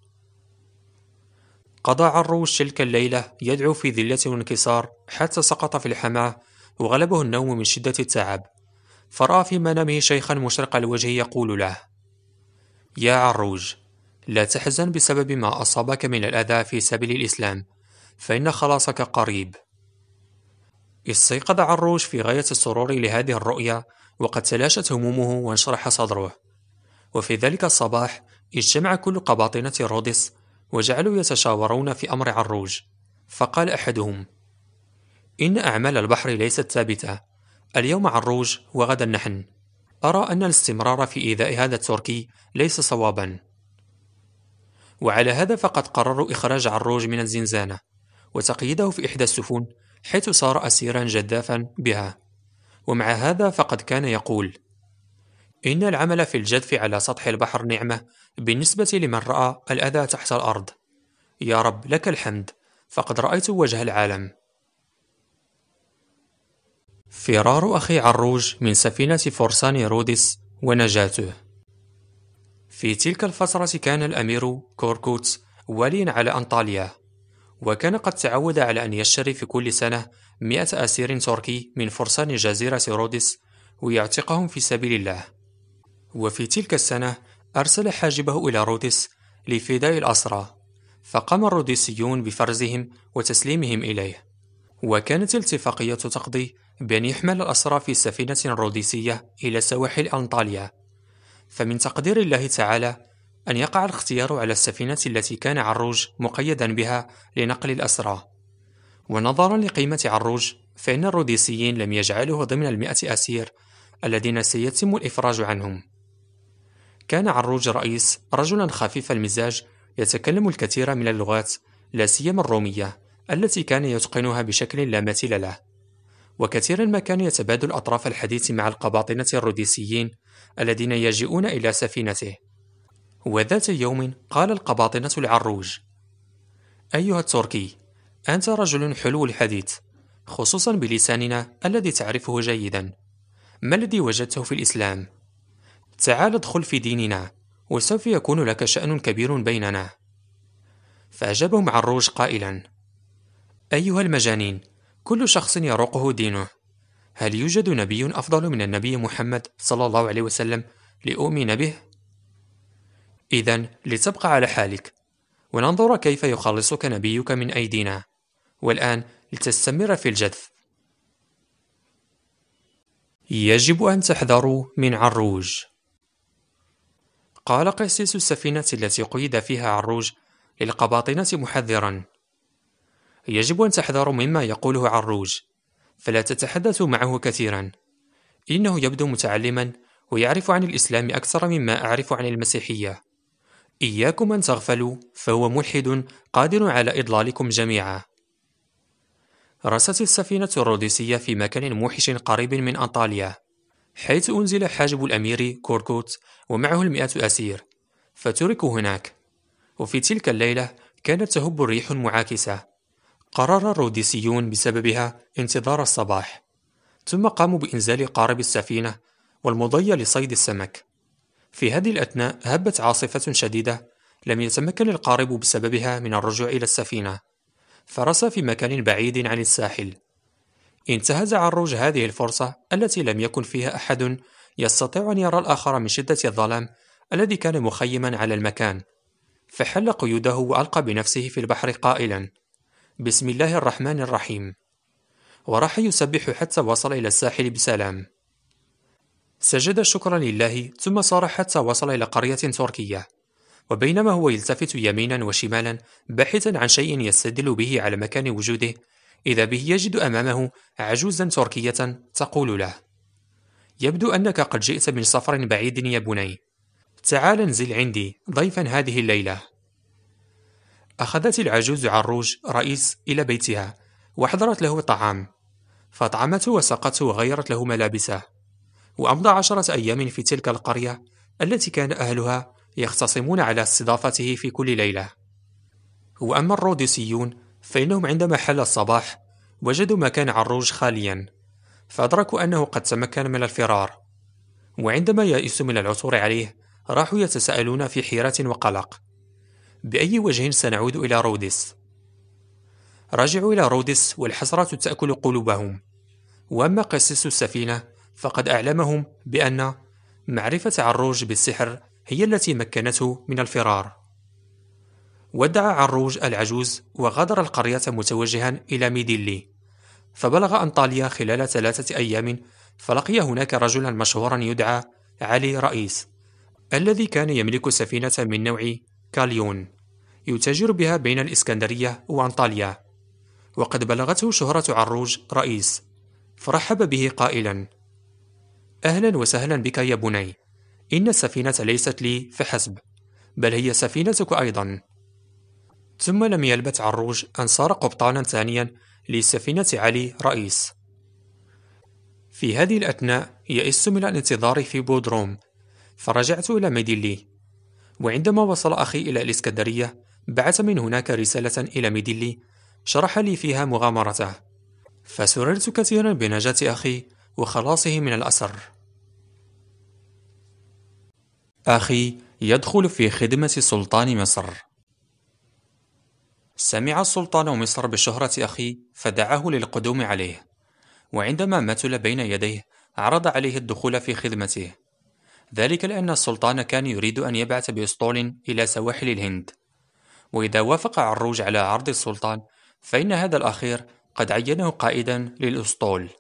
قضى عروش تلك الليلة يدعو في ذلة وانكسار حتى سقط في الحماة وغلبه النوم من شدة التعب، فرأى في منامه شيخا مشرق الوجه يقول له: يا عروج، لا تحزن بسبب ما أصابك من الأذى في سبيل الإسلام، فإن خلاصك قريب. استيقظ عروج في غاية السرور لهذه الرؤيا، وقد تلاشت همومه وانشرح صدره. وفي ذلك الصباح اجتمع كل قباطنة رودس وجعلوا يتشاورون في أمر عروج، فقال أحدهم: إن أعمال البحر ليست ثابتة، اليوم عروج وغدا نحن. أرى أن الاستمرار في إيذاء هذا التركي ليس صوابا. وعلى هذا فقد قرروا إخراج عروج من الزنزانة وتقييده في إحدى السفن، حيث صار أسيرا جدافا بها. ومع هذا فقد كان يقول: إن العمل في الجدف على سطح البحر نعمة بالنسبة لمن رأى الأذى تحت الأرض. يا رب لك الحمد، فقد رأيت وجه العالم. فرار أخي عروج من سفينة فرسان رودس ونجاته. في تلك الفترة كان الأمير كوركوت واليا على أنطاليا، وكان قد تعود على أن يشتري في كل سنة 100 أسير تركي من فرسان جزيرة رودس ويعتقهم في سبيل الله. وفي تلك السنة أرسل حاجبه إلى رودس لفداء الأسرى، فقام الروديسيون بفرزهم وتسليمهم إليه. وكانت الاتفاقية تقضي بأن يحمل الأسرى في سفينة روديسية إلى سواحل أنطاليا، فمن تقدير الله تعالى أن يقع الاختيار على السفينة التي كان عروج مقيدا بها لنقل الأسرى. ونظرا لقيمة عروج فإن الروديسيين لم يجعلوه ضمن 100 أسير الذين سيتم الإفراج عنهم. كان عروج رئيس رجلا خفيف المزاج يتكلم الكثير من اللغات، لا سيما الرومية التي كان يتقنها بشكل لا مثيل له، وكثيرا ما كان يتبادل أطراف الحديث مع القباطنة الروديسيين الذين يجيئون إلى سفينته. وذات يوم قال القباطنة لعروج: أيها التركي، أنت رجل حلو الحديث، خصوصا بلساننا الذي تعرفه جيدا. ما الذي وجدته في الإسلام؟ تعال ادخل في ديننا، وسوف يكون لك شأن كبير بيننا. فأجابهم عروج قائلا: أيها المجانين، كل شخص يروقه دينه. هل يوجد نبي أفضل من النبي محمد صلى الله عليه وسلم لأؤمن به؟ إذن لتبقى على حالك، وننظر كيف يخلصك نبيك من أيدينا. والآن لتستمر في الجدف. يجب أن تحذروا من عروج. قال قسيس السفينة التي قيد فيها عروج للقباطنة محذرا: يجب أن تحذروا مما يقوله عروج، فلا تتحدثوا معه كثيرا، إنه يبدو متعلما ويعرف عن الإسلام أكثر مما أعرف عن المسيحية. إياكم أن تغفلوا، فهو ملحد قادر على إضلالكم جميعا. رست السفينة الروديسية في مكان موحش قريب من أنطاليا، حيث أنزل حاجب الأمير كوركوت ومعه 100 أسير، فتركوا هناك. وفي تلك الليلة كانت تهب ريح معاكسة، قرر الروديسيون بسببها انتظار الصباح، ثم قاموا بإنزال قارب السفينة والمضي لصيد السمك. في هذه الأثناء هبت عاصفة شديدة لم يتمكن القارب بسببها من الرجوع إلى السفينة، فرسى في مكان بعيد عن الساحل. انتهز عروج هذه الفرصة التي لم يكن فيها أحد يستطيع أن يرى الآخر من شدة الظلام الذي كان مخيما على المكان، فحل قيوده وألقى بنفسه في البحر قائلا: بسم الله الرحمن الرحيم، وراح يسبح حتى وصل إلى الساحل بسلام. سجد شكرا لله، ثم صار حتى وصل إلى قرية تركية، وبينما هو يلتفت يمينا وشمالا باحثا عن شيء يستدل به على مكان وجوده، إذا به يجد أمامه عجوزا تركية تقول له: يبدو أنك قد جئت من سفر بعيد يا بني، تعال انزل عندي ضيفا هذه الليلة. أخذت العجوز عروج رئيس إلى بيتها وحضرت له طعام، فأطعمته وسقته وغيرت له ملابسه، وأمضى 10 أيام في تلك القرية التي كان أهلها يختصمون على استضافته في كل ليلة. وأما الروديسيون فإنهم عندما حل الصباح وجدوا مكان عروج خاليا، فأدركوا أنه قد تمكن من الفرار. وعندما يئسوا من العثور عليه، راحوا يتساءلون في حيرة وقلق: بأي وجه سنعود إلى رودس؟ رجعوا إلى رودس والحسرة تأكل قلوبهم. وأما قسيس السفينة فقد أعلمهم بأن معرفة عروج بالسحر هي التي مكنته من الفرار. ودع عروج العجوز وغادر القرية متوجها إلى ميديلي، فبلغ أنطاليا خلال 3 أيام، فلقي هناك رجلا مشهورا يدعى علي رئيس، الذي كان يملك سفينة من نوع كاليون يتاجر بها بين الإسكندرية وأنطاليا. وقد بلغته شهرة عروج رئيس، فرحب به قائلا: أهلا وسهلا بك يا بني، إن السفينة ليست لي فحسب، بل هي سفينتك أيضا. ثم لم يلبث عروج أن صار قبطانا ثانيا لسفينة علي رئيس. في هذه الأثناء يئست من الانتظار في بودروم، فرجعت إلى ميديلي. وعندما وصل أخي إلى الإسكندرية بعث من هناك رسالة إلى ميديلي شرح لي فيها مغامرته، فسررت كثيرا بنجاة أخي وخلاصه من الأسر. أخي يدخل في خدمة سلطان مصر. سمع السلطان مصر بشهرة أخي فدعاه للقدوم عليه، وعندما مثل بين يديه عرض عليه الدخول في خدمته، ذلك لأن السلطان كان يريد أن يبعث بأسطول إلى سواحل الهند. وإذا وافق عروج على عرض السلطان فإن هذا الأخير قد عينه قائدا للأسطول.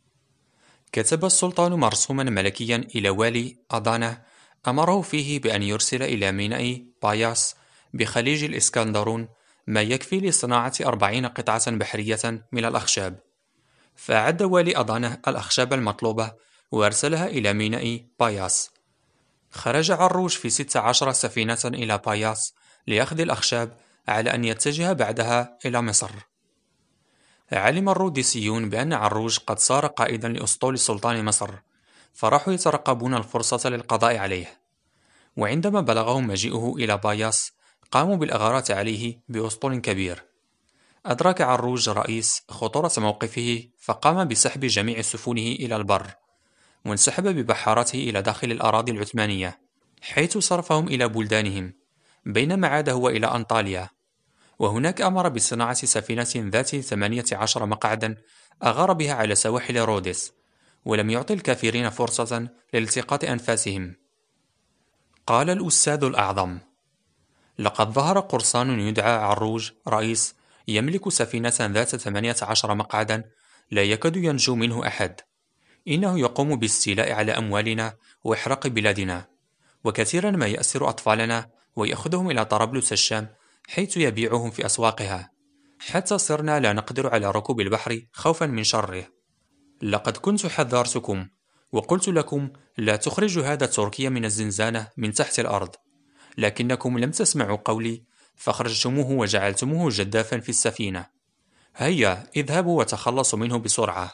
كتب السلطان مرسوما ملكيا إلى والي أضانة، أمره فيه بأن يرسل إلى ميناء باياس بخليج الإسكندرون ما يكفي لصناعة 40 قطعة بحرية من الأخشاب. فأعد والي أضانة الأخشاب المطلوبة وأرسلها إلى ميناء باياس. خرج عروج في 16 سفينة إلى باياس لأخذ الأخشاب، على أن يتجه بعدها إلى مصر. علم الروديسيون بأن عروج قد صار قائدا لأسطول سلطان مصر، فراحوا يترقبون الفرصة للقضاء عليه. وعندما بلغهم مجيئه إلى باياس قاموا بالإغارة عليه بأسطول كبير. أدرك عروج رئيس خطورة موقفه، فقام بسحب جميع سفنه إلى البر، وانسحب ببحارته إلى داخل الأراضي العثمانية، حيث صرفهم إلى بلدانهم، بينما عاد هو إلى أنطاليا. وهناك أمر بصناعة سفينة ذات 18 مقعدا أغار بها على سواحل رودس، ولم يعطي الكثيرين فرصة لالتقاط أنفاسهم. قال الأستاذ الأعظم: لقد ظهر قرصان يدعى عروج رئيس يملك سفينة ذات 18 مقعدا لا يكاد ينجو منه أحد. إنه يقوم بالاستيلاء على أموالنا وإحراق بلادنا، وكثيرا ما يأسر أطفالنا ويأخذهم إلى طرابلس الشام، حيث يبيعهم في أسواقها، حتى صرنا لا نقدر على ركوب البحر خوفا من شره. لقد كنت حذرتكم وقلت لكم لا تخرجوا هذا التركي من الزنزانة من تحت الأرض، لكنكم لم تسمعوا قولي، فخرجتموه وجعلتموه جدافا في السفينة. هيا اذهبوا وتخلصوا منه بسرعة.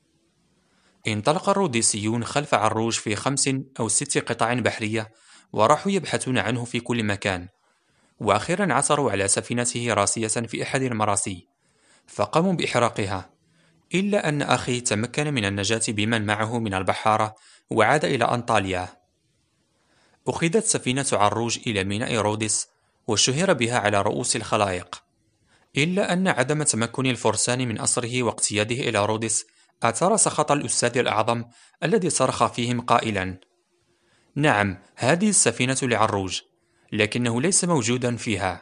انطلق الروديسيون خلف عروج في 5 أو 6 قطع بحرية، وراحوا يبحثون عنه في كل مكان. وأخيرا عثروا على سفينته راسية في أحد المراسي، فقاموا بإحراقها، إلا أن أخي تمكن من النجاة بمن معه من البحارة وعاد إلى أنطاليا. أخذت سفينة عروج إلى ميناء رودس، وشهر بها على رؤوس الخلائق، إلا أن عدم تمكن الفرسان من أسره واقتياده إلى رودس أثار سخط الأستاذ الأعظم، الذي صرخ فيهم قائلا: نعم، هذه السفينة لعروج، لكنه ليس موجودا فيها.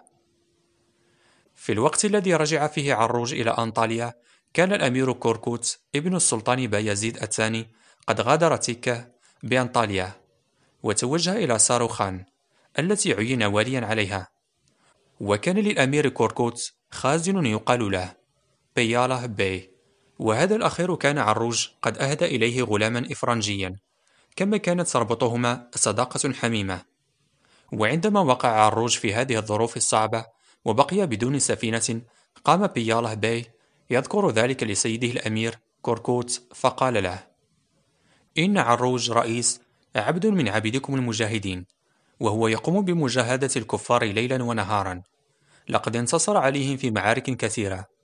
في الوقت الذي رجع فيه عروج إلى أنطاليا، كان الأمير كوركوت ابن السلطان بايزيد الثاني قد غادر تيكا بأنطاليا، وتوجه إلى ساروخان التي عين واليا عليها. وكان للأمير كوركوت خازن يقال له بياله باي، وهذا الأخير كان عروج قد أهدى إليه غلاما إفرنجيا، كما كانت تربطهما صداقة حميمة. وعندما وقع عروج في هذه الظروف الصعبة وبقي بدون سفينة، قام بياله باي يذكر ذلك لسيده الأمير كوركوت، فقال له: إن عروج رئيس عبد من عبيدكم المجاهدين، وهو يقوم بمجاهدة الكفار ليلا ونهارا. لقد انتصر عليهم في معارك كثيرة،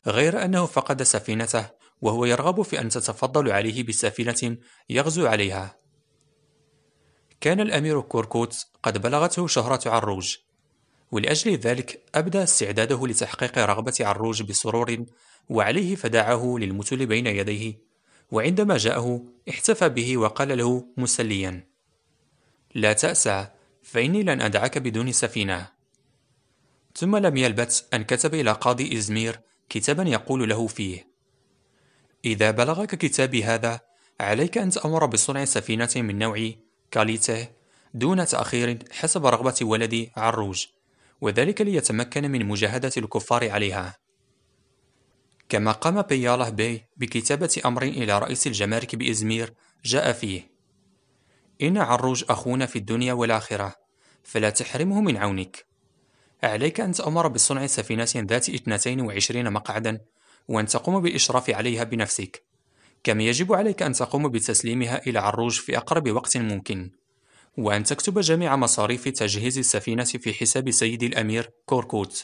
غير أنه فقد سفينته وهو يرغب في أن تتفضل عليه بسفينة يغزو عليها. كان الأمير كوركوت قد بلغته شهرة عروج، ولأجل ذلك أبدى استعداده لتحقيق رغبة عروج بسرور، وعليه فدعاه للمثل بين يديه، وعندما جاءه احتفى به وقال له مسليا: لا تأسى، فإني لن أدعك بدون سفينة. ثم لم يلبث أن كتب إلى قاضي إزمير كتابا يقول له فيه: إذا بلغك كتابي هذا عليك أن تأمر بصنع سفينة من نوع كاليته دون تأخير حسب رغبة ولدي عروج، وذلك ليتمكن من مجاهدة الكفار عليها. كما قام بياله بي بكتابة أمر إلى رئيس الجمارك بإزمير جاء فيه: إن عروج أخونا في الدنيا والآخرة، فلا تحرمه من عونك. عليك أن تأمر بصنع سفينة ذات 22 مقعدا، وأن تقوم بالإشراف عليها بنفسك، كما يجب عليك أن تقوم بتسليمها إلى عروج في أقرب وقت ممكن، وأن تكتب جميع مصاريف تجهيز السفينة في حساب سيدي الأمير كوركوت.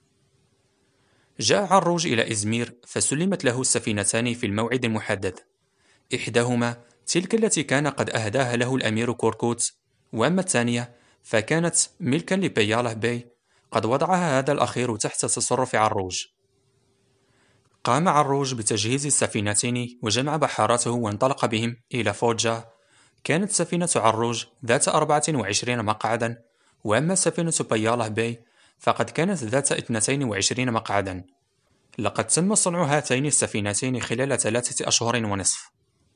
جاء عروج إلى إزمير فسلمت له السفينتان في الموعد المحدد، إحداهما تلك التي كان قد أهداها له الأمير كوركوت، وأما الثانية فكانت ملكا لبياله بي، قد وضعها هذا الأخير تحت تصرف عروج. قام عروج بتجهيز السفينتين وجمع بحاراته وانطلق بهم إلى فوجا. كانت سفينة عروج ذات 24 مقعدا، وأما سفينة بياله بي فقد كانت ذات 22 مقعدا. لقد تم صنع هاتين السفينتين خلال 3 أشهر ونصف.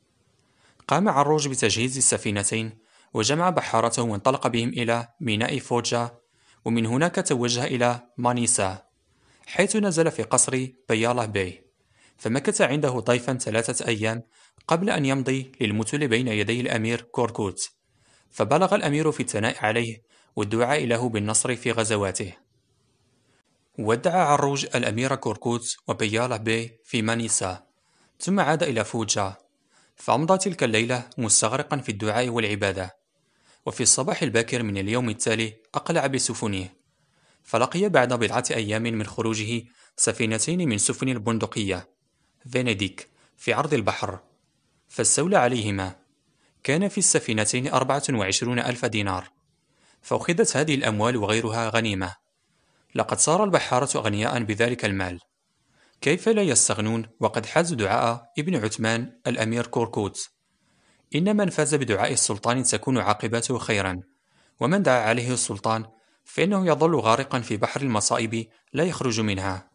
قام عروج بتجهيز السفينتين وجمع بحارته وانطلق بهم إلى ميناء فوجا، ومن هناك توجه إلى مانيسا، حيث نزل في قصر بياله بي، فمكث عنده ضيفا 3 أيام قبل أن يمضي للمثل بين يدي الأمير كوركوت. فبلغ الأمير في الثناء عليه والدعاء له بالنصر في غزواته. ودع عروج الأمير كوركوت وبياله بي في مانيسا، ثم عاد إلى فوجا، فأمضى تلك الليلة مستغرقا في الدعاء والعبادة. وفي الصباح الباكر من اليوم التالي أقلع بسفنه، فلقي بعد 4 أيام من خروجه سفينتين من سفن البندقية فينيديك في عرض البحر، فاستولى عليهما. كان في السفينتين 24,000 دينار، فأخذت هذه الأموال وغيرها غنيمة. لقد صار البحارة أغنياء بذلك المال، كيف لا يستغنون وقد حازوا دعاء ابن عثمان الأمير كوركوت: إن من فاز بدعاء السلطان تكون عاقبته خيرا، ومن دعا عليه السلطان فإنه يظل غارقا في بحر المصائب لا يخرج منها.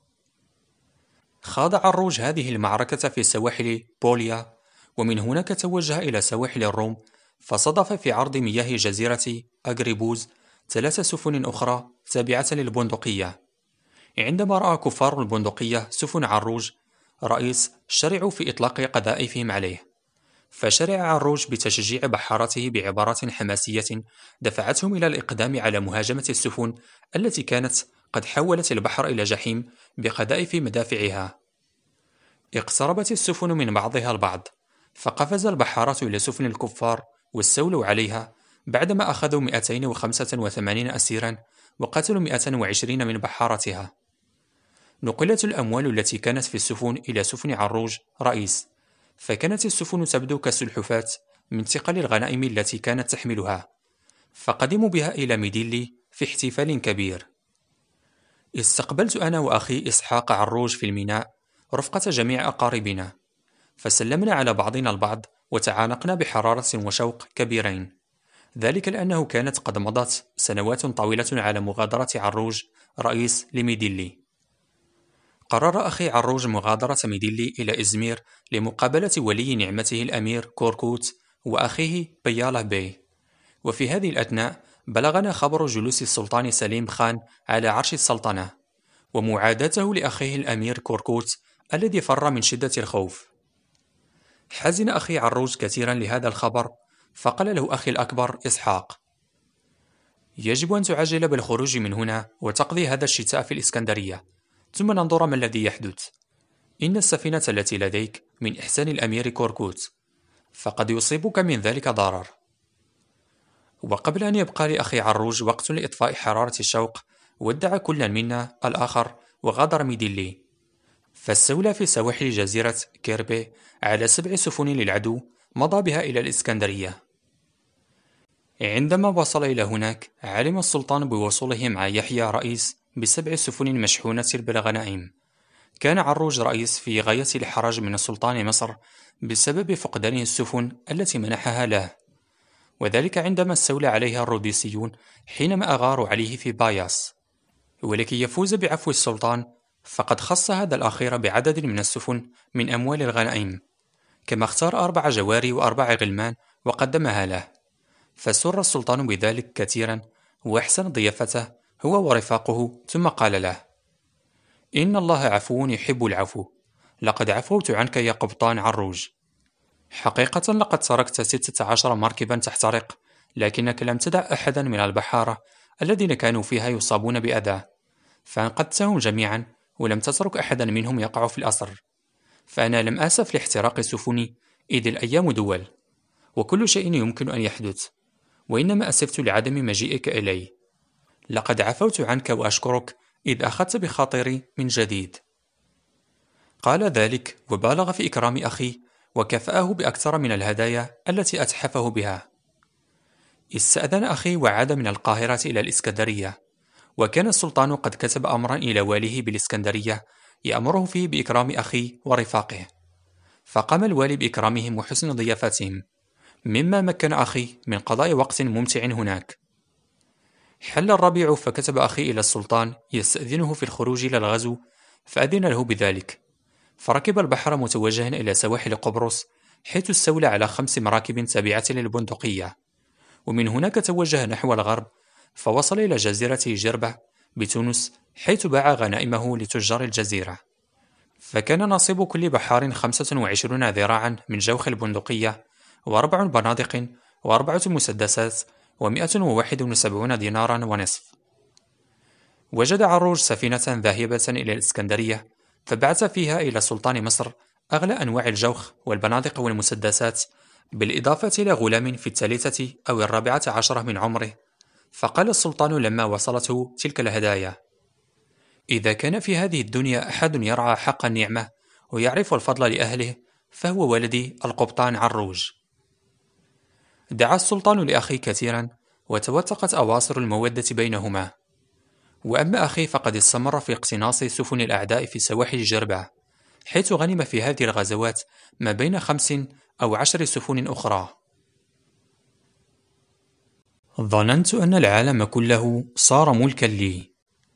خاض عروج هذه المعركة في سواحل بوليا، ومن هناك توجه إلى سواحل الروم، فصادف في عرض مياه جزيرة أغريبوز 3 سفن أخرى تابعة للبندقية. عندما رأى كفار البندقية سفن عروج رئيس شرعوا في إطلاق قذائفهم عليه، فشرع عروج بتشجيع بحارته بعبارات حماسية دفعتهم إلى الإقدام على مهاجمة السفن التي كانت قد حولت البحر إلى جحيم بقذائف مدافعها. اقتربت السفن من بعضها البعض، فقفز البحارة إلى سفن الكفار واستولوا عليها، بعدما أخذوا 285 أسيرا وقتلوا 120 من بحارتها. نقلت الأموال التي كانت في السفن إلى سفن عروج رئيس، فكانت السفن تبدو كالسلحفاة من ثقل الغنائم التي كانت تحملها، فقدموا بها إلى ميديلي في احتفال كبير. استقبلت أنا وأخي إسحاق عروج في الميناء رفقة جميع أقاربنا، فسلمنا على بعضنا البعض وتعانقنا بحرارة وشوق كبيرين، ذلك لأنه كانت قد مضت سنوات طويلة على مغادرة عروج رئيس لميديلي. قرر أخي عروج مغادرة ميديلي إلى إزمير لمقابلة ولي نعمته الأمير كوركوت وأخيه بياله بي. وفي هذه الأثناء بلغنا خبر جلوس السلطان سليم خان على عرش السلطنة، ومعاداته لأخيه الأمير كوركوت الذي فر من شدة الخوف. حزن أخي عروج كثيرا لهذا الخبر، فقال له أخي الأكبر إسحاق: يجب أن تعجل بالخروج من هنا وتقضي هذا الشتاء في الإسكندرية، ثم ننظر ما الذي يحدث. إن السفينة التي لديك من إحسان الأمير كوركوت، فقد يصيبك من ذلك ضرر. وقبل أن يبقى لأخي عروج وقت لإطفاء حرارة الشوق، ودع كل منا الآخر وغادر ميديلي. فاستولى في سواحل جزيرة كيربي على 7 سفن للعدو مضى بها إلى الإسكندرية. عندما وصل إلى هناك علم السلطان بوصوله مع يحيى رئيس ب7 سفن مشحونة بالغنائم. كان عروج رئيس في غاية الإحراج من السلطان مصر بسبب فقدانه السفن التي منحها له، وذلك عندما استولى عليها الروديسيون حينما أغاروا عليه في باياس. ولكي يفوز بعفو السلطان فقد خص هذا الأخير بعدد من السفن من أموال الغنائم، كما اختار 4 جواري و4 غلمان وقدمها له، فسر السلطان بذلك كثيرا وأحسن ضيافته هو ورفاقه، ثم قال له: إن الله عفو يحب العفو، لقد عفوت عنك يا قبطان عروج. حقيقة لقد تركت 16 مركبا تحترق، لكنك لم تدع أحدا من البحارة الذين كانوا فيها يصابون بأذى، فأنقذتهم جميعا ولم تترك أحدا منهم يقع في الأسر. فأنا لم آسف لاحتراق سفني، إذ الأيام دول وكل شيء يمكن أن يحدث، وإنما أسفت لعدم مجيئك إلي. لقد عفوت عنك وأشكرك إذ أخذت بخاطري من جديد. قال ذلك وبالغ في إكرام أخي وكافأه بأكثر من الهدايا التي أتحفه بها. استأذن أخي وعاد من القاهرة إلى الإسكندرية، وكان السلطان قد كتب أمرا إلى واليه بالإسكندرية يأمره فيه بإكرام أخي ورفاقه، فقام الوالي بإكرامهم وحسن ضيافتهم، مما مكن أخي من قضاء وقت ممتع هناك. حل الربيع فكتب أخي إلى السلطان يستأذنه في الخروج إلى الغزو، فأذن له بذلك، فركب البحر متوجها إلى سواحل قبرص، حيث استولى على 5 مراكب تابعة للبندقية، ومن هناك توجه نحو الغرب فوصل إلى جزيرة جربة بتونس، حيث باع غنائمه لتجار الجزيرة. فكان نصيب كل بحار 25 ذراعا من جوخ البندقية، و4 بنادق، و4 مسدسات، و171 دينارا ونصف. وجد عروج سفينة ذاهبة إلى الإسكندرية، فبعث فيها إلى سلطان مصر أغلى أنواع الجوخ والبنادق والمسدسات، بالإضافة إلى غلام في 13 أو 14 من عمره. فقال السلطان لما وصلته تلك الهدايا: إذا كان في هذه الدنيا أحد يرعى حق النعمة ويعرف الفضل لأهله فهو ولدي القبطان عروج. دعا السلطان لأخي كثيرا وتوثقت أواصر المودة بينهما. وأما أخي فقد استمر في اقتناص سفن الأعداء في سواحل جربة، حيث غنم في هذه الغزوات ما بين 5 أو 10 سفن أخرى. ظننت أن العالم كله صار ملكا لي.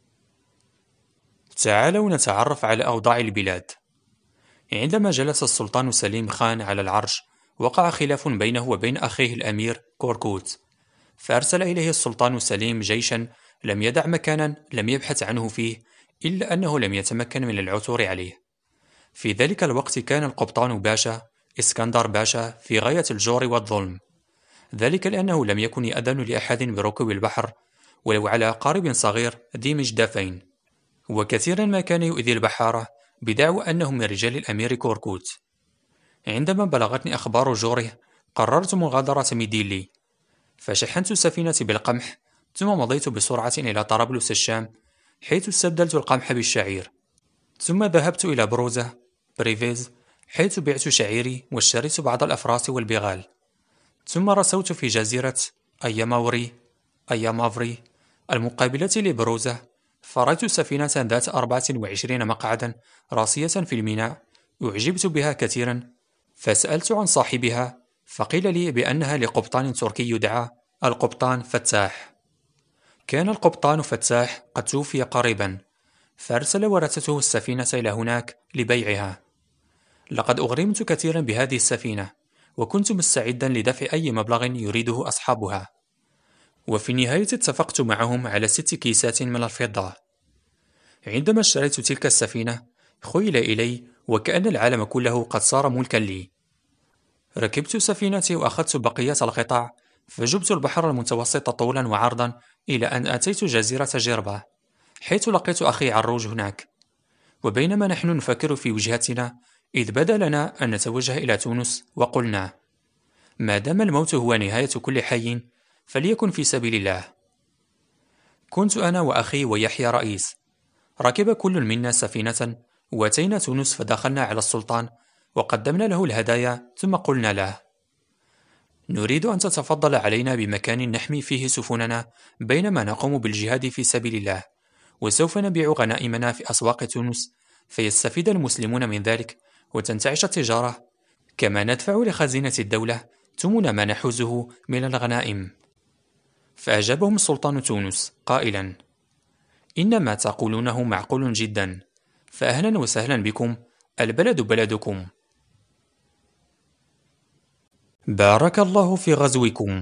تعالوا نتعرف على أوضاع البلاد. عندما جلس السلطان سليم خان على العرش وقع خلاف بينه وبين أخيه الأمير كوركوت، فأرسل إليه السلطان سليم جيشا لم يدع مكانا لم يبحث عنه فيه، إلا أنه لم يتمكن من العثور عليه. في ذلك الوقت كان القبطان باشا إسكندر باشا في غاية الجور والظلم، ذلك لأنه لم يكن يأذن لأحد بركوب البحر ولو على قارب صغير ذي مجدافين، وكثيرا ما كان يؤذي البحارة بدعوى أنهم من رجال الأمير كوركوت. عندما بلغتني أخبار جوره قررت مغادرة ميديلي، فشحنت سفينتي بالقمح، ثم مضيت بسرعة إلى طرابلس الشام، حيث استبدلت القمح بالشعير، ثم ذهبت إلى بروزة بريفيز، حيث بعت شعيري واشتريت بعض الأفراس والبغال، ثم رسوت في جزيرة أيامافري المقابلة لبروزة، فرأيت سفينة ذات 24 مقعدا راسية في الميناء، أعجبت بها كثيرا، فسألت عن صاحبها فقيل لي بأنها لقبطان تركي يدعى القبطان فتاح. كان القبطان فتاح قد توفي قريبا، فأرسل ورثته السفينة إلى هناك لبيعها. لقد أغرمت كثيرا بهذه السفينة، وكنت مستعدا لدفع أي مبلغ يريده أصحابها، وفي النهاية اتفقت معهم على 6 كيسات من الفضة. عندما اشتريت تلك السفينة خيل إلي وكأن العالم كله قد صار ملكا لي. ركبت سفينتي وأخذت بقية القطع، فجبت البحر المتوسط طولا وعرضا إلى أن أتيت جزيرة جربة، حيث لقيت أخي عروج هناك. وبينما نحن نفكر في وجهتنا إذ بدا لنا أن نتوجه إلى تونس، وقلنا: ما دام الموت هو نهاية كل حي فليكن في سبيل الله. كنت أنا وأخي ويحيى رئيس، ركب كل منا سفينة وأتينا تونس فدخلنا على السلطان وقدمنا له الهدايا، ثم قلنا له: نريد أن تتفضل علينا بمكان نحمي فيه سفننا بينما نقوم بالجهاد في سبيل الله، وسوف نبيع غنائمنا في أسواق تونس فيستفيد المسلمون من ذلك وتنتعش التجارة، كما ندفع لخزينة الدولة ثمن ما نحوزه من الغنائم. فأجابهم سلطان تونس قائلا: إن ما تقولونه معقول جدا، فأهلا وسهلا بكم، البلد بلدكم. بارك الله في غزوكم.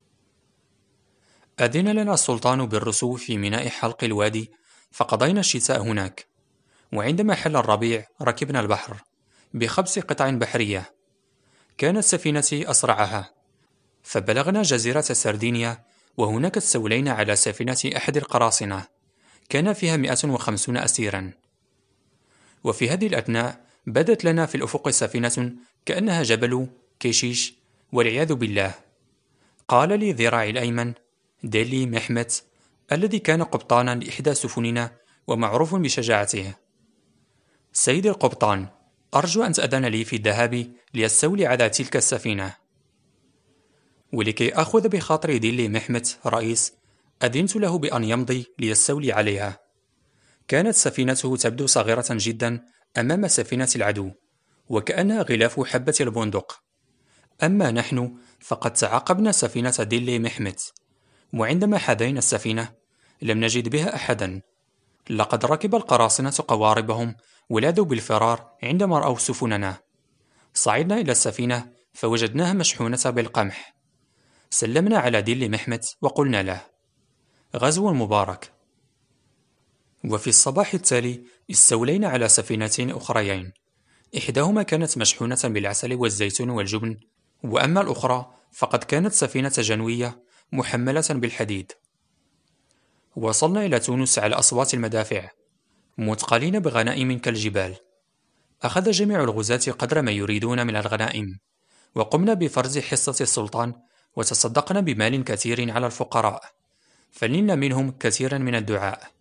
أذن لنا السلطان بالرسو في ميناء حلق الوادي، فقضينا الشتاء هناك، وعندما حل الربيع ركبنا البحر بخبز قطع بحرية. كانت سفينتي أسرعها، فبلغنا جزيرة سردينيا، وهناك استولينا على سفينة أحد القراصنة، كان فيها 150 أسيرا. وفي هذه الأثناء بدت لنا في الأفق سفينة كأنها جبل كيشيش، والعياذ بالله. قال لي ذراعي الأيمن ديلي محمت، الذي كان قبطانا لإحدى سفننا ومعروف بشجاعته: سيدي القبطان، أرجو أن تأذن لي في الذهاب ليستولي على تلك السفينة. ولكي أخذ بخاطر ديلي محمت رئيس، أذنت له بأن يمضي ليستولي عليها. كانت سفينته تبدو صغيرة جدا أمام سفينة العدو، وكأنها غلاف حبة البندق. أما نحن فقد تعاقبنا سفينة ديلي محمت، وعندما حذينا السفينة لم نجد بها أحدا. لقد ركب القراصنة قواربهم ولاذوا بالفرار عندما رأوا سفننا. صعدنا إلى السفينة فوجدناها مشحونة بالقمح. سلمنا على ديلي محمت وقلنا له: غزو مبارك. وفي الصباح التالي استولينا على سفينتين أخريين، إحداهما كانت مشحونة بالعسل والزيتون والجبن، وأما الأخرى فقد كانت سفينة جنوية محملة بالحديد. وصلنا إلى تونس على أصوات المدافع، مثقلين بغنائم كالجبال. أخذ جميع الغزاة قدر ما يريدون من الغنائم، وقمنا بفرز حصة السلطان، وتصدقنا بمال كثير على الفقراء، فنلنا منهم كثيرا من الدعاء.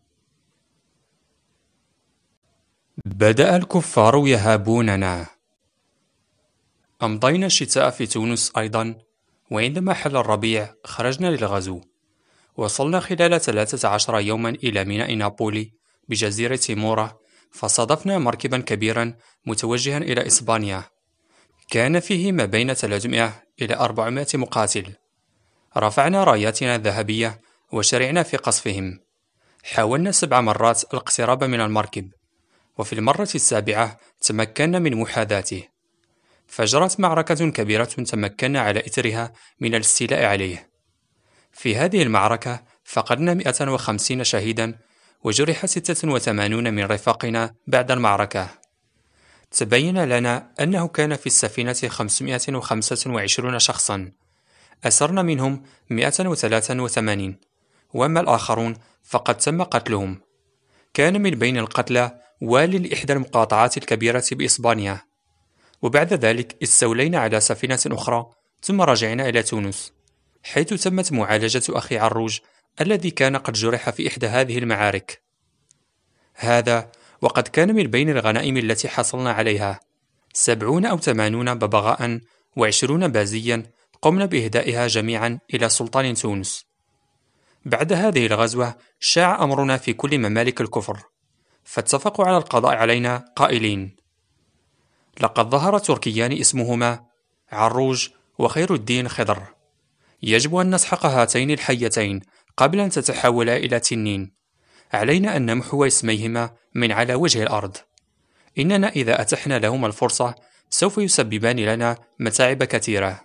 بدأ الكفار يهابوننا. أمضينا الشتاء في تونس أيضا، وعندما حل الربيع خرجنا للغزو. وصلنا خلال 13 يوما إلى ميناء نابولي بجزيرة مورا، فصادفنا مركبا كبيرا متوجها إلى إسبانيا، كان فيه ما بين 300 إلى 400 مقاتل. رفعنا راياتنا الذهبية وشرعنا في قصفهم. حاولنا 7 مرات الاقتراب من المركب، وفي المرة السابعة تمكنا من محاذاته، فجرت معركة كبيرة تمكنا على إثرها من الاستيلاء عليه. في هذه المعركة فقدنا 150 شهيدا، وجرح 86 من رفاقنا بعد المعركة. تبين لنا أنه كان في السفينة 525 شخصا، أسرنا منهم 183، وأما الآخرون فقد تم قتلهم. كان من بين القتلى والي لإحدى المقاطعات الكبيرة بإسبانيا. وبعد ذلك استولينا على سفينة أخرى، ثم رجعنا إلى تونس، حيث تمت معالجة أخي عروج الذي كان قد جرح في إحدى هذه المعارك. هذا وقد كان من بين الغنائم التي حصلنا عليها 70 أو 80 ببغاء و20 بازيا، قمنا بإهدائها جميعا إلى سلطان تونس. بعد هذه الغزوة شاع أمرنا في كل ممالك الكفر، فاتفقوا على القضاء علينا قائلين: لقد ظهر تركيان اسمهما عروج وخير الدين خضر، يجب أن نسحق هاتين الحيتين قبل أن تتحولا إلى تنين. علينا أن نمحو اسميهما من على وجه الأرض. إننا إذا أتحنا لهما الفرصة سوف يسببان لنا متاعب كثيرة.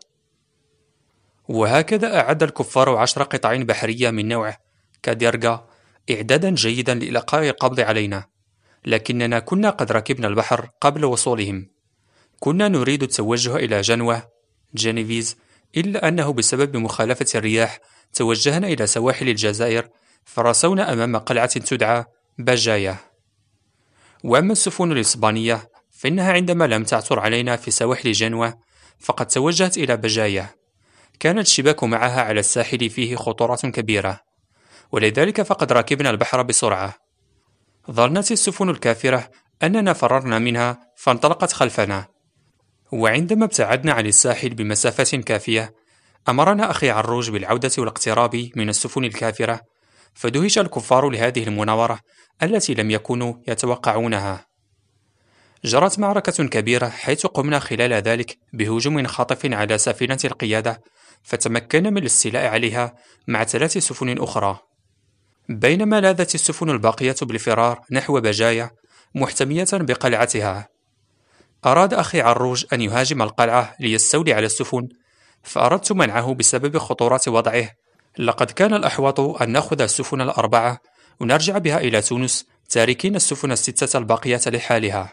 وهكذا أعد الكفار 10 قطع بحرية من نوع كاديرغا إعدادا جيدا لإلقاء القبض علينا، لكننا كنا قد ركبنا البحر قبل وصولهم. كنا نريد التوجه إلى جنوة جينيفيز، إلا أنه بسبب مخالفة الرياح توجهنا إلى سواحل الجزائر، فرسونا أمام قلعة تدعى بجاية. وأما السفن الإسبانية فإنها عندما لم تعثر علينا في سواحل جنوة فقد توجهت إلى بجاية. كانت الشباك معها على الساحل فيه خطورة كبيرة، ولذلك فقد ركبنا البحر بسرعة. ظنت السفن الكافرة أننا فررنا منها فانطلقت خلفنا. وعندما ابتعدنا عن الساحل بمسافة كافية، أمرنا أخي عروج بالعودة والاقتراب من السفن الكافرة، فدهش الكفار لهذه المناورة التي لم يكونوا يتوقعونها. جرت معركة كبيرة حيث قمنا خلال ذلك بهجوم خاطف على سفينة القيادة، فتمكنا من الاستيلاء عليها مع 3 سفن أخرى. بينما لاذت السفن الباقية بالفرار نحو بجاية محتمية بقلعتها، أراد أخي عروج أن يهاجم القلعة ليستولي على السفن، فأردت منعه بسبب خطورة وضعه. لقد كان الأحوط أن نأخذ السفن ال4 ونرجع بها إلى تونس، تاركين السفن ال6 الباقية لحالها.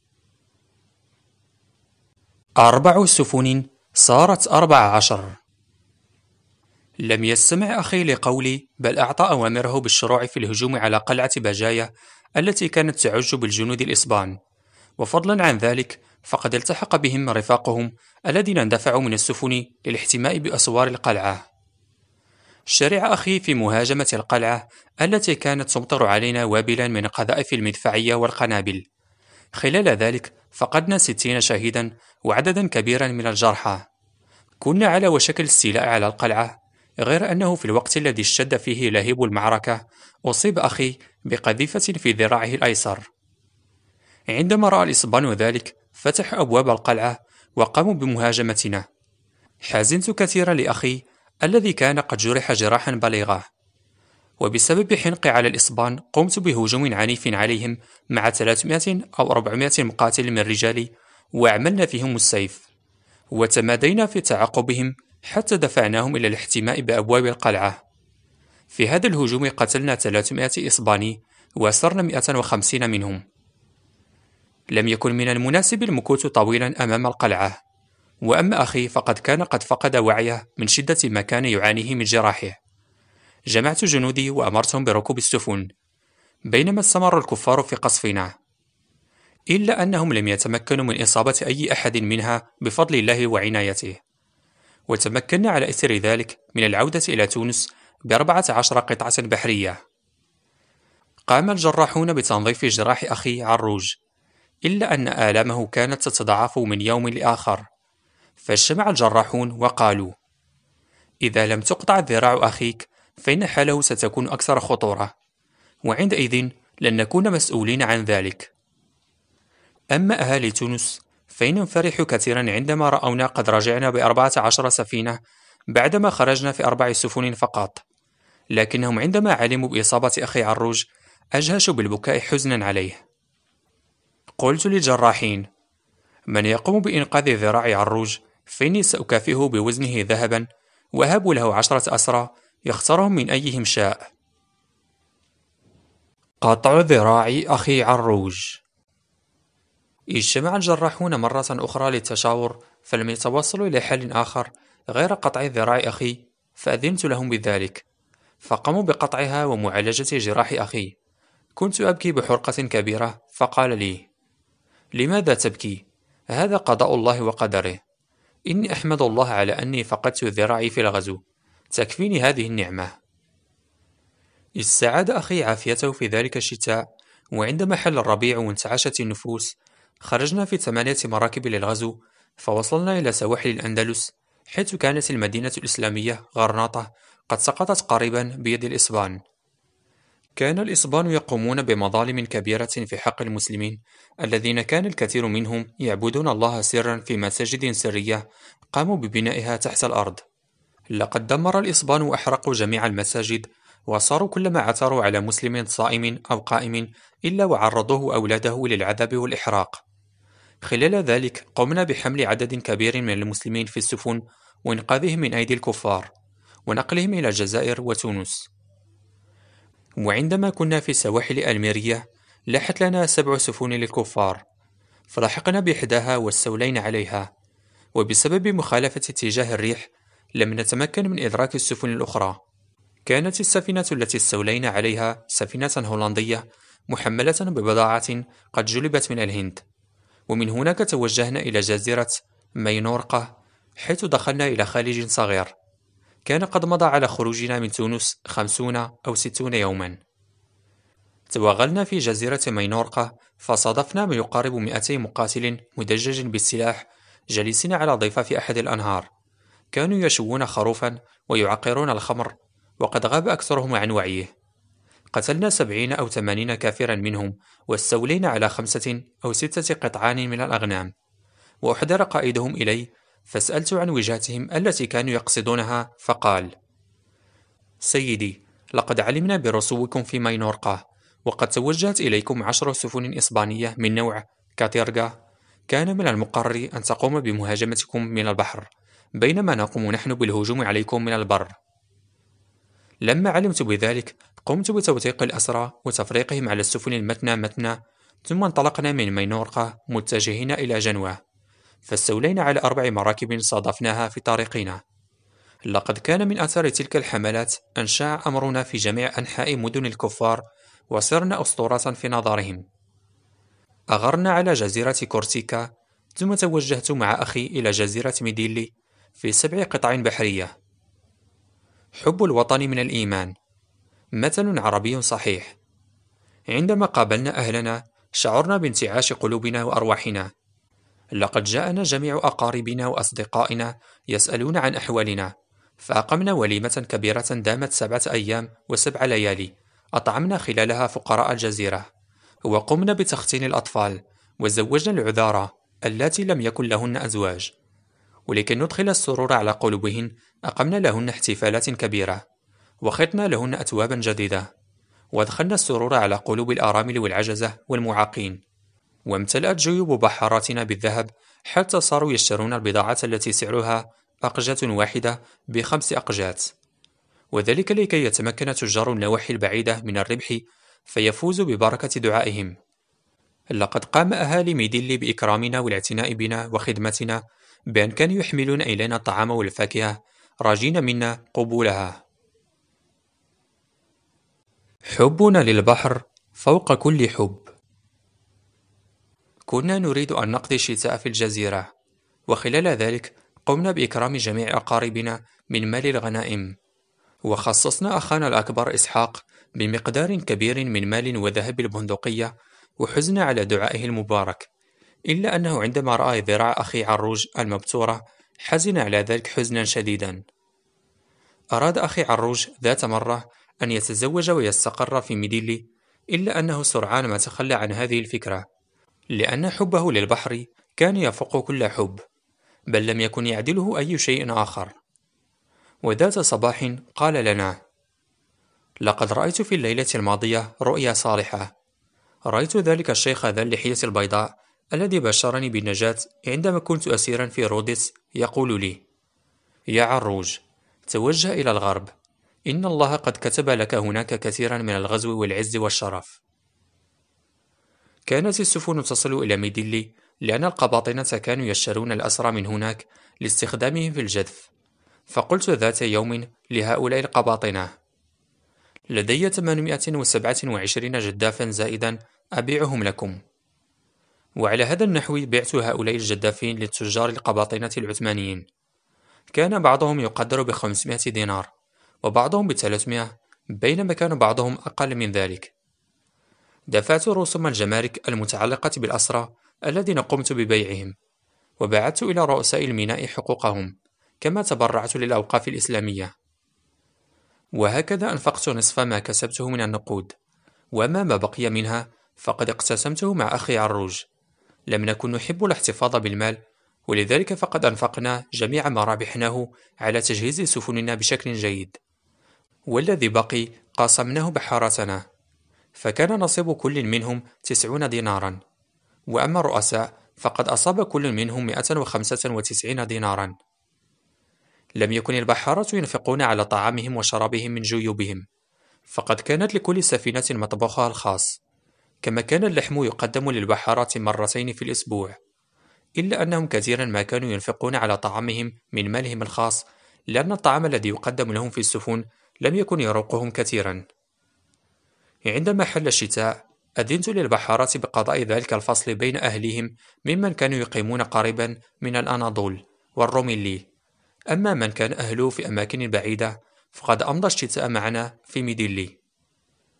4 سفن صارت 14. لم يستمع أخي لقولي، بل أعطى أوامره بالشروع في الهجوم على قلعة بجاية التي كانت تعج بالجنود الإسبان. وفضلا عن ذلك فقد التحق بهم رفاقهم الذين اندفعوا من السفن للاحتماء بأسوار القلعة. شرع أخي في مهاجمة القلعة التي كانت تمطر علينا وابلا من القذائف المدفعية والقنابل. خلال ذلك فقدنا 60 شهيدا وعددا كبيرا من الجرحى. كنا على وشك الاستيلاء على القلعة، غير أنه في الوقت الذي اشتد فيه لهيب المعركة أصيب أخي بقذيفة في ذراعه الأيسر. عندما رأى الإسبان ذلك فتحوا أبواب القلعة وقاموا بمهاجمتنا. حزنت كثيرا لأخي الذي كان قد جرح جراحا بليغة، وبسبب حنقي على الإسبان قمت بهجوم عنيف عليهم مع 300 أو 400 مقاتل من رجالي، وأعملنا فيهم السيف، وتمادينا في تعقبهم حتى دفعناهم إلى الاحتماء بأبواب القلعة. في هذا الهجوم قتلنا 300 إسباني وأسرنا 150 منهم. لم يكن من المناسب المكوث طويلا أمام القلعة، وأما أخي فقد كان قد فقد وعيه من شدة ما كان يعانيه من جراحه. جمعت جنودي وأمرتهم بركوب السفن، بينما استمر الكفار في قصفنا، إلا أنهم لم يتمكنوا من إصابة أي أحد منها بفضل الله وعنايته. وتمكنا على إثر ذلك من العودة إلى تونس ب14 قطعة بحرية. قام الجراحون بتنظيف جراح أخي عروج، إلا أن آلامه كانت تتضاعف من يوم لآخر، فاجتمع الجراحون وقالوا: إذا لم تقطع ذراع أخيك فإن حاله ستكون أكثر خطورة، وعندئذ لن نكون مسؤولين عن ذلك. أما أهالي تونس فإنهم فرحوا كثيرا عندما رأونا قد رجعنا ب14 سفينة بعدما خرجنا في 4 سفن فقط، لكنهم عندما علموا بإصابة أخي عروج أجهشوا بالبكاء حزنا عليه. قلت للجراحين: من يقوم بإنقاذ ذراع عروج فإني سأكافئه بوزنه ذهبا، وأهب له 10 أسرى يختارهم من أيهم شاء. قطع ذراع أخي عروج. اجتمع الجراحون مرة أخرى للتشاور، فلم يتوصلوا إلى حل آخر غير قطع ذراع أخي، فأذنت لهم بذلك، فقاموا بقطعها ومعالجة جراح أخي. كنت أبكي بحرقة كبيرة، فقال لي: لماذا تبكي؟ هذا قضاء الله وقدره. إني أحمد الله على أني فقدت ذراعي في الغزو، تكفيني هذه النعمة. استعاد أخي عافيته في ذلك الشتاء، وعندما حل الربيع وانتعشت النفوس خرجنا في 8 مراكب للغزو، فوصلنا إلى سواحل الأندلس، حيث كانت المدينة الإسلامية غرناطة قد سقطت قريبا بيد الإسبان. كان الإسبان يقومون بمظالم كبيرة في حق المسلمين، الذين كان الكثير منهم يعبدون الله سرا في مساجد سرية قاموا ببنائها تحت الأرض. لقد دمر الإسبان وأحرقوا جميع المساجد، وصاروا كلما عثروا على مسلم صائم أو قائم إلا وعرضوه أولاده للعذاب والإحراق. خلال ذلك قمنا بحمل عدد كبير من المسلمين في السفن وإنقاذهم من أيدي الكفار ونقلهم إلى الجزائر وتونس. وعندما كنا في سواحل ألميريا لاحت لنا 7 سفن للكفار، فلحقنا بإحداها واستولينا عليها، وبسبب مخالفة اتجاه الريح لم نتمكن من إدراك السفن الأخرى. كانت السفينة التي استولينا عليها سفينة هولندية محملة ببضاعة قد جلبت من الهند، ومن هناك توجهنا إلى جزيرة ماينورقا، حيث دخلنا إلى خليج صغير. كان قد مضى على خروجنا من تونس 50 أو 60 يوما. توغلنا في جزيرة مينورقة فصادفنا ما يقارب 200 مقاتل مدجج بالسلاح جالسين على ضفاف أحد الأنهار. كانوا يشوون خروفا ويعقرون الخمر، وقد غاب أكثرهم عن وعيه. قتلنا 70 أو 80 كافرا منهم، واستولينا على 5 أو 6 قطعان من الأغنام. وأحضر قائدهم إلي، فسألت عن وجهتهم التي كانوا يقصدونها، فقال: سيدي، لقد علمنا برسوكم في ماينورقا، وقد توجهت إليكم 10 سفن إسبانية من نوع كاتيرغا. كان من المقرر أن تقوم بمهاجمتكم من البحر، بينما نقوم نحن بالهجوم عليكم من البر. لما علمت بذلك قمت بتوثيق الأسرى وتفريقهم على السفن المتنى، ثم انطلقنا من مينورقا متجهين إلى جنوة، فاستولينا على 4 مراكب صادفناها في طريقنا. لقد كان من أثر تلك الحملات أن شاع أمرنا في جميع أنحاء مدن الكفار، وصرنا أسطورة في نظرهم. أغرنا على جزيرة كورسيكا، ثم توجهت مع أخي إلى جزيرة ميديلي في 7 قطع بحرية. حب الوطن من الإيمان، مثل عربي صحيح. عندما قابلنا أهلنا شعرنا بانتعاش قلوبنا وأرواحنا. لقد جاءنا جميع أقاربنا وأصدقائنا يسألون عن أحوالنا، فأقمنا وليمة كبيرة دامت 7 أيام و7 ليالي، أطعمنا خلالها فقراء الجزيرة، وقمنا بتختين الأطفال، وزوجنا العذارى اللاتي لم يكن لهن أزواج. ولكي ندخل السرور على قلوبهن أقمنا لهن احتفالات كبيرة، وخطنا لهن أثوابا جديدة، وادخلنا السرور على قلوب الأرامل والعجزة والمعاقين. وامتلأت جيوب بحاراتنا بالذهب، حتى صاروا يشترون البضاعة التي سعرها أقجاة واحدة ب5 أقجات، وذلك لكي يتمكن تجار النواحي البعيدة من الربح، فيفوزوا ببركة دعائهم. لقد قام أهالي ميديلي بإكرامنا والاعتناء بنا وخدمتنا، بأن كانوا يحملون إلينا الطعام والفاكهة، راجين منا قبولها. حبنا للبحر فوق كل حب. كنا نريد أن نقضي الشتاء في الجزيرة، وخلال ذلك قمنا بإكرام جميع أقاربنا من مال الغنائم، وخصصنا أخانا الأكبر إسحاق بمقدار كبير من مال وذهب البندقية، وحزنا على دعائه المبارك. إلا أنه عندما رأى ذراع أخي عروج المبتورة حزن على ذلك حزنا شديدا. أراد أخي عروج ذات مرة أن يتزوج ويستقر في ميديلي، إلا أنه سرعان ما تخلى عن هذه الفكرة، لأن حبه للبحر كان يفوق كل حب، بل لم يكن يعدله أي شيء آخر. وذات صباح قال لنا: لقد رأيت في الليلة الماضية رؤيا صالحة. رأيت ذلك الشيخ ذا اللحية البيضاء الذي بشرني بالنجاة عندما كنت أسيرا في رودس يقول لي: يا عروج، توجه إلى الغرب، إن الله قد كتب لك هناك كثيرا من الغزو والعز والشرف. كانت السفن تصل إلى ميديلي لأن القباطنة كانوا يشترون الأسرى من هناك لاستخدامهم في الجذف. فقلت ذات يوم لهؤلاء القباطنة: لدي 827 جدافا زائدا أبيعهم لكم. وعلى هذا النحو بعت هؤلاء الجدافين للتجار القباطنة العثمانيين. كان بعضهم يقدر ب500 دينار، وبعضهم ب300، بينما كان بعضهم أقل من ذلك. دفعت رسوم الجمارك المتعلقة بالأسرى الذين قمت ببيعهم، وبعثت إلى رؤساء الميناء حقوقهم، كما تبرعت للأوقاف الإسلامية. وهكذا أنفقت نصف ما كسبته من النقود، وما بقي منها فقد اقتسمته مع أخي عروج. لم نكن نحب الاحتفاظ بالمال، ولذلك فقد أنفقنا جميع ما ربحناه على تجهيز سفننا بشكل جيد، والذي بقي قاسمناه بحارتنا، فكان نصيب كل منهم 90 دينارا، وأما الرؤساء فقد أصاب كل منهم 195 دينارا. لم يكن البحارة ينفقون على طعامهم وشرابهم من جيوبهم، فقد كانت لكل سفينة مطبخها الخاص، كما كان اللحم يقدم للبحارة 2 مرات في الأسبوع. إلا أنهم كثيرا ما كانوا ينفقون على طعامهم من مالهم الخاص، لأن الطعام الذي يقدم لهم في السفن لم يكن يروقهم كثيرا. عندما حل الشتاء أذنت للبحارة بقضاء ذلك الفصل بين أهليهم ممن كانوا يقيمون قريبا من الأناضول والروميلي. أما من كان أهله في أماكن بعيدة فقد أمضى الشتاء معنا في ميديلي.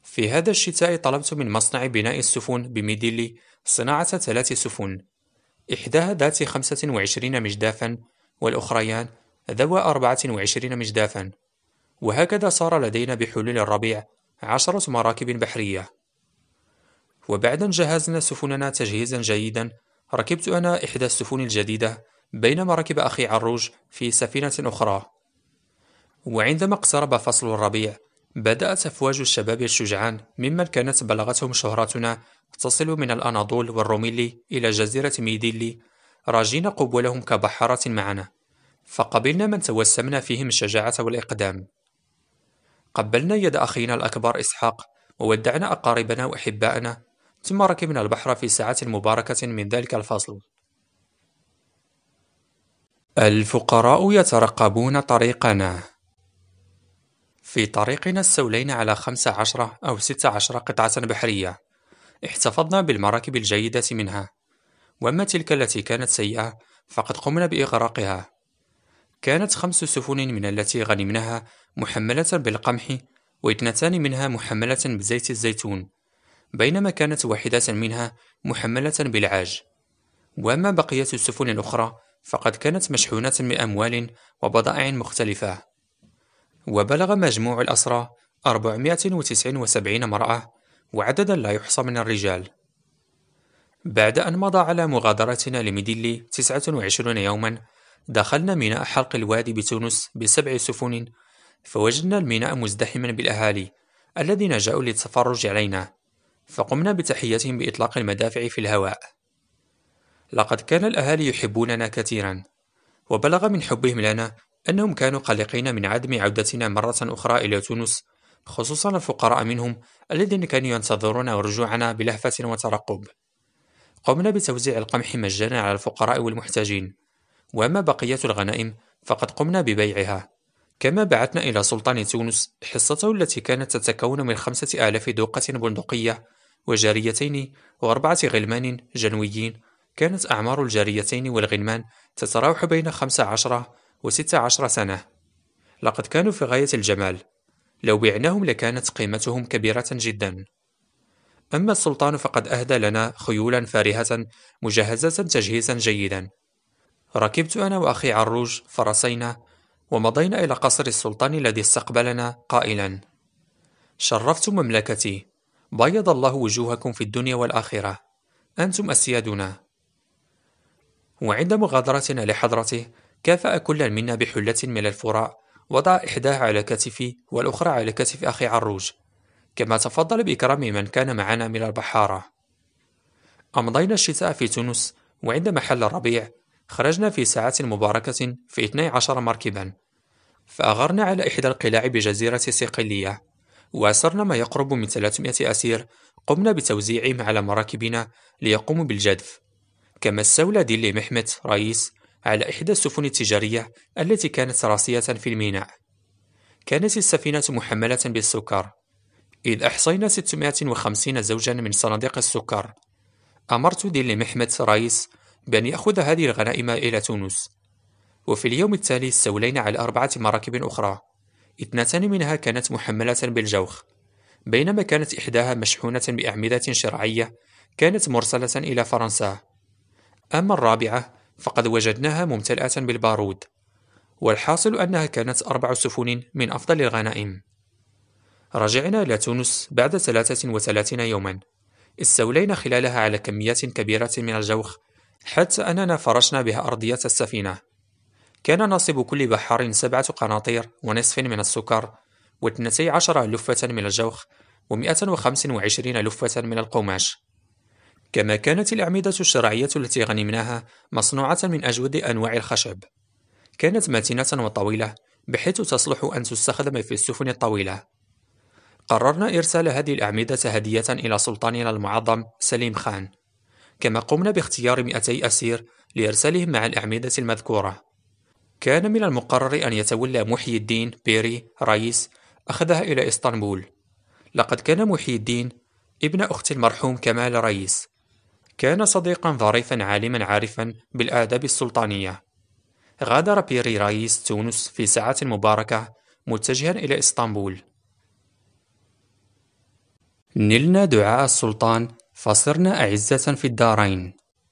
في هذا الشتاء طلبت من مصنع بناء السفن بميديلي صناعة 3 سفن، إحداها ذات 25 مجدافا والأخريان ذوى 24 مجدافا. وهكذا صار لدينا بحلول الربيع 10 مراكب بحرية. وبعد أن جهزنا سفننا تجهيزا جيدا، ركبت أنا إحدى السفن الجديدة بينما ركب أخي عروج في سفينة أخرى. وعندما اقترب فصل الربيع، بدأت أفواج الشباب الشجعان ممن كانت بلغتهم شهرتنا تصل من الأناضول والروميلي إلى جزيرة ميديلي راجين قبولهم كبحارة معنا، فقبلنا من توسمنا فيهم الشجاعة والإقدام. قبلنا يد أخينا الأكبر إسحاق وودعنا أقاربنا وأحبائنا، ثم ركبنا البحر في ساعة مباركة من ذلك الفصل. الفقراء يترقبون طريقنا. في طريقنا استولينا على 15 أو 16 قطعة بحرية، احتفظنا بالمراكب الجيدة منها، وأما تلك التي كانت سيئة فقد قمنا بإغراقها. كانت 5 سفن من التي غنمناها محملة بالقمح، و2 منها محملة بزيت الزيتون، بينما كانت واحدة منها محملة بالعاج. وأما بقية السفن الأخرى فقد كانت مشحونة بأموال وبضائع مختلفة. وبلغ مجموع الأسرى 479 امرأة وعددا لا يحصى من الرجال. بعد أن مضى على مغادرتنا لميديلي 29 يوما، دخلنا ميناء حلق الوادي بتونس ب7 سفن، فوجدنا الميناء مزدحما بالأهالي الذين جاءوا للتفرج علينا، فقمنا بتحيتهم بإطلاق المدافع في الهواء. لقد كان الأهالي يحبوننا كثيرا، وبلغ من حبهم لنا أنهم كانوا قلقين من عدم عودتنا مرة أخرى إلى تونس، خصوصا الفقراء منهم الذين كانوا ينتظرون رجوعنا بلهفة وترقب. قمنا بتوزيع القمح مجانا على الفقراء والمحتاجين، وأما بقية الغنائم فقد قمنا ببيعها، كما بعثنا إلى سلطان تونس حصته التي كانت تتكون من 5000 دوقة بندقية وجاريتين و4 غلمان جنويين. كانت أعمار الجاريتين والغلمان تتراوح بين 15 و16 سنة. لقد كانوا في غاية الجمال، لو بعناهم لكانت قيمتهم كبيرة جدا. أما السلطان فقد أهدى لنا خيولا فارهة مجهزة تجهيزا جيدا. ركبت أنا وأخي عروج فرسينا ومضينا إلى قصر السلطان الذي استقبلنا قائلا: شرفتم مملكتي، بيض الله وجوهكم في الدنيا والآخرة، أنتم أسيادنا. وعند مغادرتنا لحضرته كافأ كل منا بحلة من الفراء، وضع إحداها على كتفي والأخرى على كتف أخي عروج، كما تفضل بإكرام من كان معنا من البحارة. أمضينا الشتاء في تونس، وعندما حل الربيع خرجنا في ساعات مباركة في 12 مركبا، فأغرنا على إحدى القلاع بجزيرة صقلية، وأسرنا ما يقرب من 300 أسير قمنا بتوزيعهم على مراكبنا ليقوموا بالجدف. كما استولى ديلي محمت رئيس على إحدى السفن التجارية التي كانت راسية في الميناء. كانت السفينة محملة بالسكر، إذ أحصينا 650 زوجا من صناديق السكر. أمرت ديلي محمت رئيس بأن يأخذ هذه الغنائم إلى تونس. وفي اليوم التالي استولينا على 4 مراكب أخرى، 2 منها كانت محملة بالجوخ، بينما كانت إحداها مشحونة بأعمدة شرعية كانت مرسلة إلى فرنسا. أما الرابعة فقد وجدناها ممتلئة بالبارود، والحاصل أنها كانت 4 سفن من أفضل الغنائم. رجعنا إلى تونس بعد 33 يوما، استولينا خلالها على كميات كبيرة من الجوخ، حتى أننا فرشنا بها أرضية السفينة. كان نصيب كل بحار 7 قناطير ونصف من السكر، و12 لفة من الجوخ، و125 لفة من القماش. كما كانت الأعمدة الشرعية التي غنمناها مصنوعة من أجود أنواع الخشب، كانت متينة وطويلة بحيث تصلح أن تستخدم في السفن الطويلة. قررنا إرسال هذه الأعمدة هدية إلى سلطاننا المعظم سليم خان، كما قمنا باختيار 200 أسير لإرسالهم مع الأعمدة المذكورة. كان من المقرر أن يتولى محي الدين بيري رئيس أخذها إلى إسطنبول. لقد كان محي الدين ابن أخت المرحوم كمال رئيس، كان صديقا ظريفا عالما عارفا بالآداب السلطانية. غادر بيري رئيس تونس في ساعات مباركة متجها إلى إسطنبول. نلنا دعاء السلطان فصرنا أعزة في الدارين.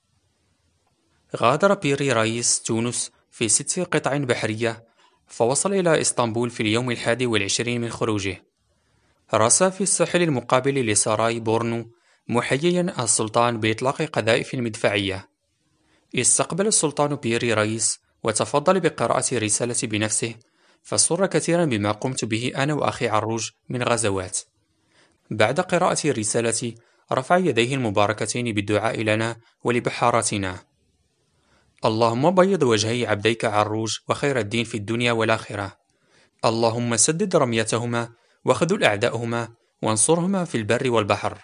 غادر بيري رئيس تونس في 6 قطع بحرية، فوصل إلى إسطنبول في اليوم 21 من خروجه. رسى في الساحل المقابل لسراي بورنو، محييا السلطان بإطلاق قذائف المدفعية. استقبل السلطان بيري رئيس وتفضل بقراءة رسالة بنفسه، فسر كثيرا بما قمت به أنا وأخي عروج من غزوات. بعد قراءة الرسالة رفع يديه المباركتين بالدعاء لنا ولبحارتنا. اللهم بيض وجهي عبديك عروج وخير الدين في الدنيا والآخرة. اللهم سدد رميتهما واخذل أعداءهما وانصرهما في البر والبحر.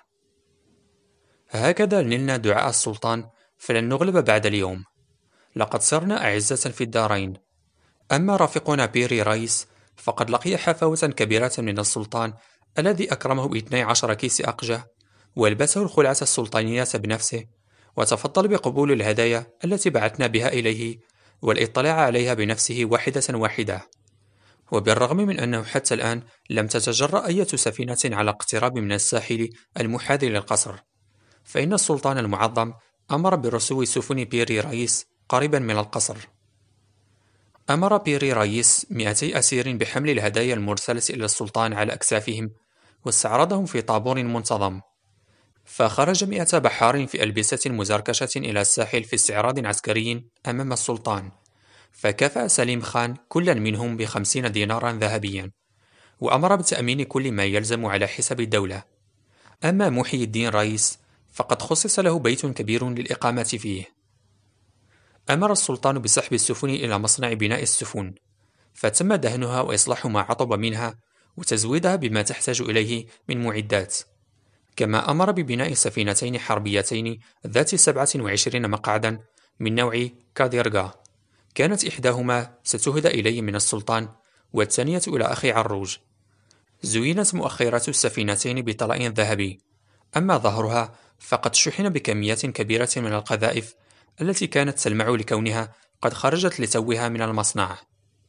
هكذا نلنا دعاء السلطان، فلن نغلب بعد اليوم. لقد صرنا أعزة في الدارين. أما رافقنا بيري رايس فقد لقي حفاوة كبيرة من السلطان الذي أكرمه ب12 كيس أقجة، والبسه الخلعة السلطانية بنفسه، وتفضل بقبول الهدايا التي بعثنا بها إليه والاطلاع عليها بنفسه واحدة واحدة. وبالرغم من أنه حتى الآن لم تتجرأ أي سفينة على اقتراب من الساحل المحاذي للقصر، فإن السلطان المعظم أمر برسو سفن بيري رايس قريبا من القصر. أمر بيري رايس 200 أسير بحمل الهدايا المرسلة إلى السلطان على أكتافهم، واستعرضهم في طابور منتظم. فخرج 100 بحار في ألبسة مزركشة إلى الساحل في استعراض عسكري أمام السلطان، فكافأ سليم خان كلا منهم ب50 دينارا ذهبيا، وأمر بتأمين كل ما يلزم على حسب الدولة. أما محي الدين رايس فقد خصص له بيت كبير للإقامة فيه. أمر السلطان بسحب السفن إلى مصنع بناء السفن، فتم دهنها وإصلاح ما عطب منها وتزويدها بما تحتاج إليه من معدات. كما أمر ببناء سفينتين حربيتين ذات 27 مقعدا من نوع كاديرغا، كانت إحداهما ستهدى إلي من السلطان والثانية إلى أخي عروج. زينت مؤخرات السفينتين بطلاء ذهبي، أما ظهرها فقد شحن بكميات كبيرة من القذائف التي كانت تلمع لكونها قد خرجت لتوها من المصنع.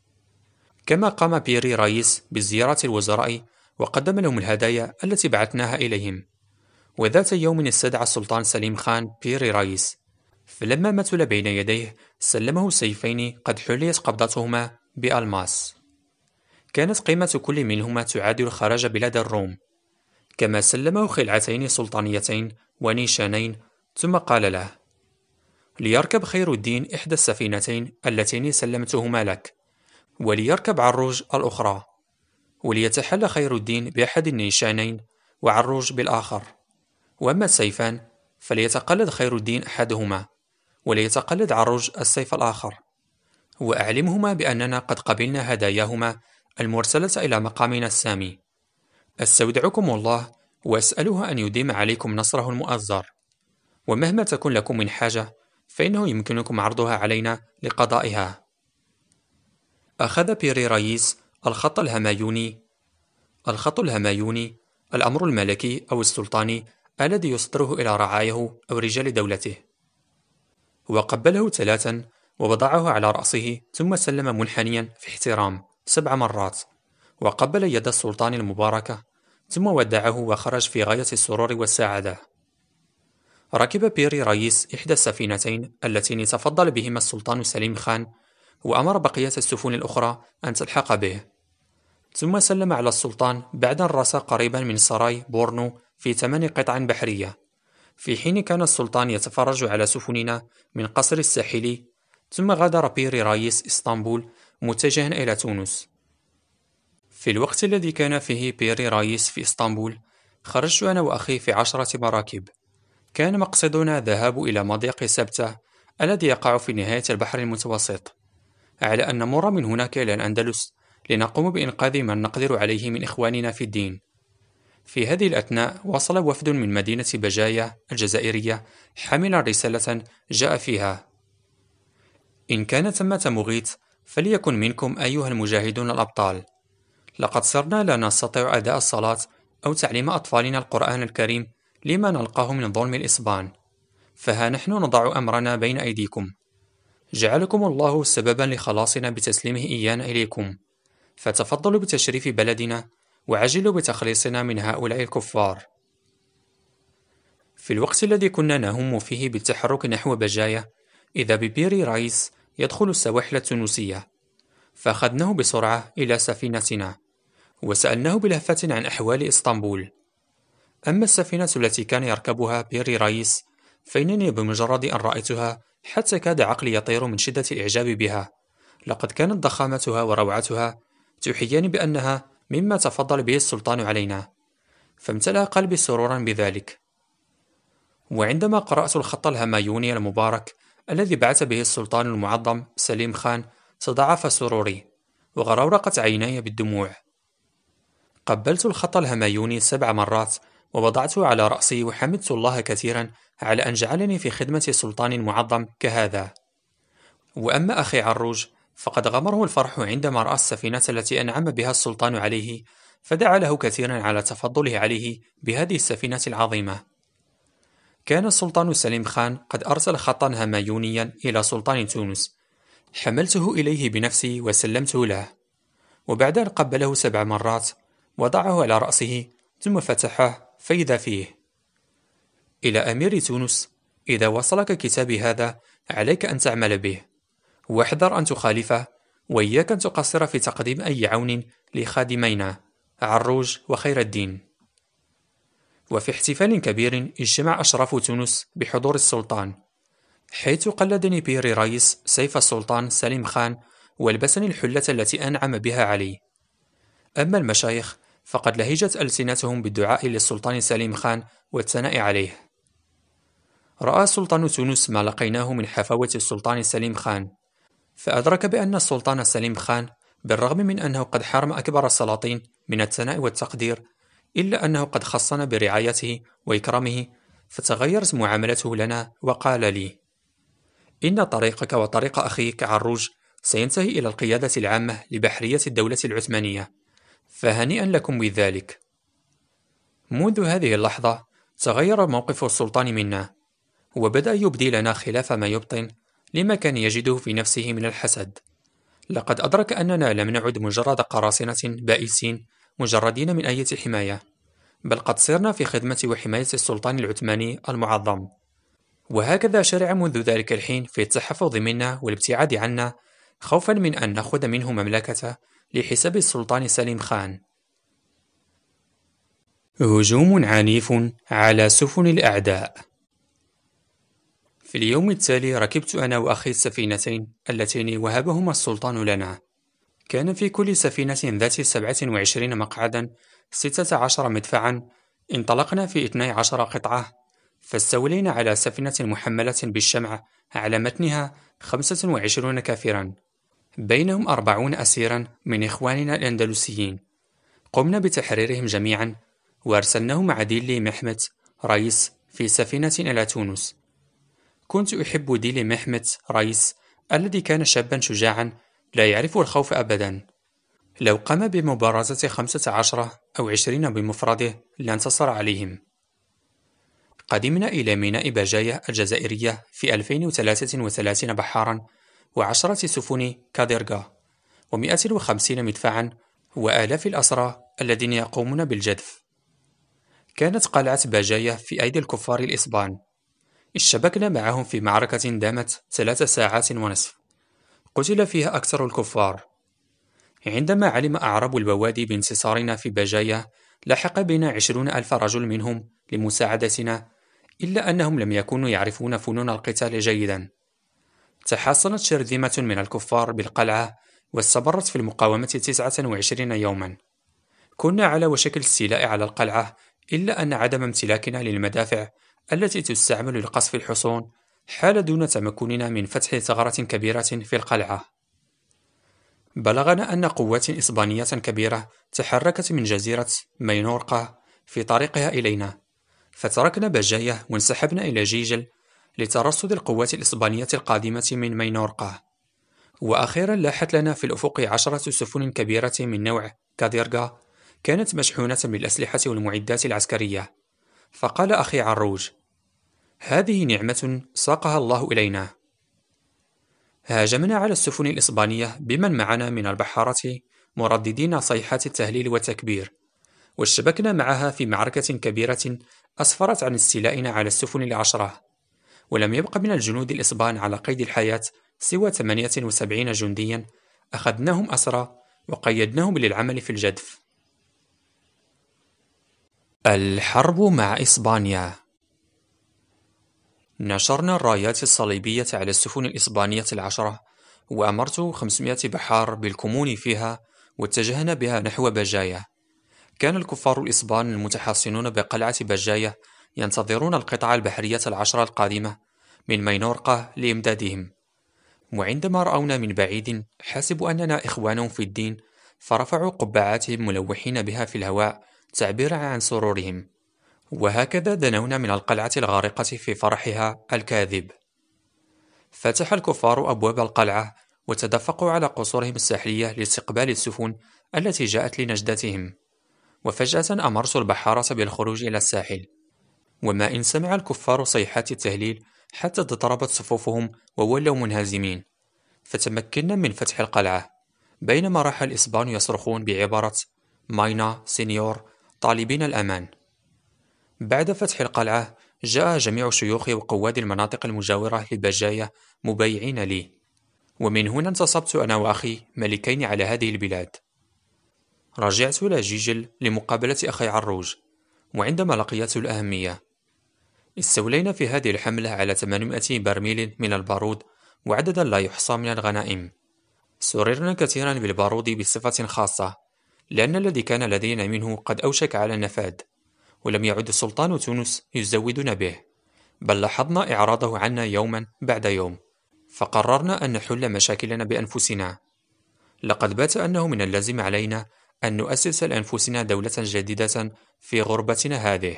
كما قام بيري رايس بزيارة الوزراء وقدم لهم الهدايا التي بعثناها إليهم. وذات يوم استدعى السلطان سليم خان بيري رايس، فلما مثل بين يديه سلمه سيفين قد حليت قبضتهما بألماس، كانت قيمة كل منهما تعادل خراج بلاد الروم. كما سلمه خلعتين سلطانيتين ونيشانين، ثم قال له: ليركب خير الدين إحدى السفينتين اللتين سلمتهما لك، وليركب عروج الأخرى، وليتحلى خير الدين بأحد النيشانين وعروج بالآخر. وأما السيفان فليتقلد خير الدين أحدهما، وليتقلد عروج السيف الآخر، وأعلمهما بأننا قد قبلنا هداياهما المرسلة إلى مقامنا السامي. أستودعكم الله، وأسأله أن يديم عليكم نصره المؤزر، ومهما تكن لكم من حاجة فإنه يمكنكم عرضها علينا لقضائها. أخذ بيري رايس الخط الهمايوني، الأمر الملكي أو السلطاني الذي يصدره إلى رعايه أو رجال دولته، وقبله 3 ووضعه على رأسه، ثم سلم منحنيا في احترام 7 مرات، وقبل يد السلطان المباركة، ثم ودعه وخرج في غاية السرور والسعادة. ركب بيري رايس إحدى السفينتين اللتين تفضل بهما السلطان سليم خان، وأمر بقية السفن الأخرى أن تلحق به. ثم سلم على السلطان بعد أن رسى قريبا من سراي بورنو في 8 قطع بحرية، في حين كان السلطان يتفرج على سفننا من قصر الساحلي. ثم غادر بيري رايس إسطنبول متجها إلى تونس. في الوقت الذي كان فيه بيري رايس في إسطنبول، خرجت أنا وأخي في 10 مراكب. كان مقصدنا الذهاب إلى مضيق سبتة الذي يقع في نهاية البحر المتوسط، على أن نمر من هناك إلى الأندلس لنقوم بإنقاذ من نقدر عليه من إخواننا في الدين. في هذه الأثناء وصل وفد من مدينة بجاية الجزائرية حاملا رسالة جاء فيها: إن كان ثمة مغيث فليكن منكم أيها المجاهدون الأبطال، لقد صرنا لا نستطيع أداء الصلاة أو تعليم أطفالنا القرآن الكريم لما نلقاه من ظلم الإصبان، فها نحن نضع أمرنا بين أيديكم. جعلكم الله سببا لخلاصنا بتسليمه إيانا إليكم، فتفضلوا بتشريف بلدنا وعجلوا بتخليصنا من هؤلاء الكفار. في الوقت الذي كنا نهم فيه بالتحرك نحو بجاية، إذا ببيري رايس يدخل السواحل التونسية، فأخذناه بسرعة إلى سفينتنا، وسألناه بلهفة عن أحوال إسطنبول. أما السفينة التي كان يركبها بيري رايس، فإنني بمجرد أن رأيتها حتى كاد عقلي يطير من شدة الإعجاب بها. لقد كانت ضخامتها وروعتها توحيان بأنها مما تفضل به السلطان علينا، فامتلأ قلبي سرورا بذلك. وعندما قرأت الخط الهمايوني المبارك الذي بعث به السلطان المعظم سليم خان، تضاعف سروري، وغرورقت عيناي بالدموع. قبلت الخط الهمايوني 7 مرات، ووضعته على رأسي، وحمدت الله كثيرا على أن جعلني في خدمة سلطان معظم كهذا. وأما أخي عروج، فقد غمره الفرح عندما رأى السفينة التي أنعم بها السلطان عليه، فدعا له كثيرا على تفضله عليه بهذه السفينة العظيمة. كان السلطان سليم خان قد أرسل خطا همايونيا إلى سلطان تونس، حملته إليه بنفسي وسلمته له، وبعد أن قبله 7 مرات وضعه على رأسه ثم فتحه فإذا فيه: إلى أمير تونس: إذا وصلك كتابي هذا عليك أن تعمل به، واحذر أن تخالفه، وإياك أن تقصر في تقديم أي عون لخادمينا عروج وخير الدين. وفي احتفال كبير اجتمع أشراف تونس بحضور السلطان، حيث قلدني بيري رايس سيف السلطان سليم خان، والبسني الحلة التي أنعم بها علي. أما المشايخ فقد لهجت ألسنتهم بالدعاء للسلطان سليم خان والثناء عليه. رأى سلطان تونس ما لقيناه من حفاوة السلطان سليم خان، فأدرك بأن السلطان سليم خان بالرغم من أنه قد حرم أكبر السلاطين من الثناء والتقدير، إلا أنه قد خصنا برعايته وإكرامه، فتغيرت معاملته لنا وقال لي: إن طريقك وطريق أخيك عروج سينتهي إلى القيادة العامة لبحرية الدولة العثمانية، فهنيئا لكم بذلك. منذ هذه اللحظة تغير موقف السلطان منا، وبدأ يبدي لنا خلاف ما يبطن لما كان يجده في نفسه من الحسد. لقد أدرك أننا لم نعد مجرد قراصنة بائسين مجردين من أي حماية، بل قد صرنا في خدمة وحماية السلطان العثماني المعظم. وهكذا شرع منذ ذلك الحين في التحفظ منا والابتعاد عنا، خوفا من أن نأخذ منه مملكته لحساب السلطان سليم خان. هجوم عنيف على سفن الأعداء. في اليوم التالي ركبت أنا وأخي السفينتين اللتين وهبهما السلطان لنا. كان في كل سفينة ذات 27 مقعدا 16 مدفعا. انطلقنا في 12 قطعة، فاستولينا على سفينة محملة بالشمع على متنها 25 كافرا، بينهم 40 أسيرا من إخواننا الأندلسيين. قمنا بتحريرهم جميعا، وأرسلناهم مع ديلي محمت رايس في سفينة إلى تونس. كنت أحب ديلي محمت رايس الذي كان شابا شجاعا لا يعرف الخوف أبدا. لو قام بمبارزة 15 أو 20 بمفرده لانتصر عليهم. قدمنا إلى ميناء بجاية الجزائرية في 2033 بحارا، و10 سفن كاديرغا، و150 مدفعا، وآلاف الأسرى الذين يقومون بالجدف. كانت قلعة بجاية في أيدي الكفار الإسبان. اشتبكنا معهم في معركة دامت 3 ساعات ونصف، قتل فيها أكثر الكفار. عندما علم أعراب البوادي بانتصارنا في بجاية، لحق بنا 20,000 رجل منهم لمساعدتنا، إلا أنهم لم يكونوا يعرفون فنون القتال جيدا. تحصنت شرذمة من الكفار بالقلعة، واستمرت في المقاومة 29 يوما. كنا على وشك الاستيلاء على القلعة، إلا أن عدم امتلاكنا للمدافع التي تستعمل لقصف الحصون حال دون تمكننا من فتح ثغرة كبيرة في القلعة. بلغنا أن قوات إسبانية كبيرة تحركت من جزيرة ماينورقا في طريقها إلينا، فتركنا بجاية وانسحبنا إلى جيجل لترصد القوات الإسبانية القادمة من ماينورقا. وأخيرا لاحت لنا في الأفق 10 سفن كبيرة من نوع كاديرغا، كانت مشحونة بالأسلحة والمعدات العسكرية. فقال أخي عروج: هذه نعمة ساقها الله إلينا. هاجمنا على السفن الإسبانية بمن معنا من البحارة، مرددين صيحات التهليل والتكبير، واشتبكنا معها في معركة كبيرة أسفرت عن استيلائنا على السفن العشرة، ولم يبق من الجنود الإسبان على قيد الحياة سوى 78 جنديا أخذناهم أسرى وقيدناهم للعمل في الجدف. الحرب مع إسبانيا. نشرنا الرايات الصليبية على السفن الإسبانية العشرة، وأمرت 500 بحار بالكمون فيها، واتجهنا بها نحو بجاية. كان الكفار الإسبان المتحصنون بقلعة بجاية ينتظرون القطع البحرية العشرة القادمة من مينورقة لإمدادهم، وعندما رأونا من بعيد حسبوا أننا إخوانهم في الدين، فرفعوا قبعاتهم ملوحين بها في الهواء تعبيرا عن سرورهم، وهكذا دنونا من القلعة الغارقة في فرحها الكاذب. فتح الكفار أبواب القلعة وتدفقوا على قصورهم الساحلية لاستقبال السفن التي جاءت لنجدتهم، وفجأة أمرت البحارة بالخروج إلى الساحل، وما إن سمع الكفار صيحات التهليل حتى اضطربت صفوفهم وولوا منهزمين، فتمكنا من فتح القلعة، بينما راح الإسبان يصرخون بعبارة ماينا سينيور طالبين الأمان. بعد فتح القلعة جاء جميع شيوخ وقواد المناطق المجاورة لبجاية مبايعين لي، ومن هنا انتصبت أنا وأخي ملكين على هذه البلاد. رجعت إلى جيجل لمقابلة أخي عروج، وعندما لقيته الأهمية استولينا في هذه الحملة على 800 برميل من البارود وعددا لا يحصى من الغنائم. سررنا كثيرا بالبارود بصفة خاصة، لأن الذي كان لدينا منه قد أوشك على النفاد، ولم يعد سلطان تونس يزودنا به، بل لاحظنا إعراضه عنا يوما بعد يوم، فقررنا أن نحل مشاكلنا بأنفسنا. لقد بات أنه من اللازم علينا أن نؤسس لأنفسنا دولة جديدة في غربتنا هذه.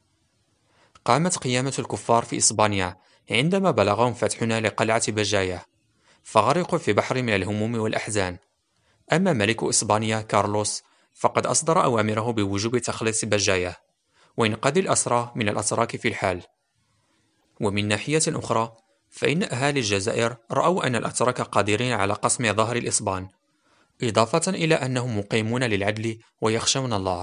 قامت قيامة الكفار في إسبانيا عندما بلغهم فتحنا لقلعة بجاية، فغرقوا في بحر من الهموم والأحزان. أما ملك إسبانيا كارلوس فقد أصدر أوامره بوجوب تخليص بجاية وإنقاذ الأسرى من الأتراك في الحال. ومن ناحية أخرى فإن أهالي الجزائر رأوا أن الأتراك قادرين على قسم ظهر الإسبان، إضافة إلى أنهم مقيمون للعدل ويخشون الله.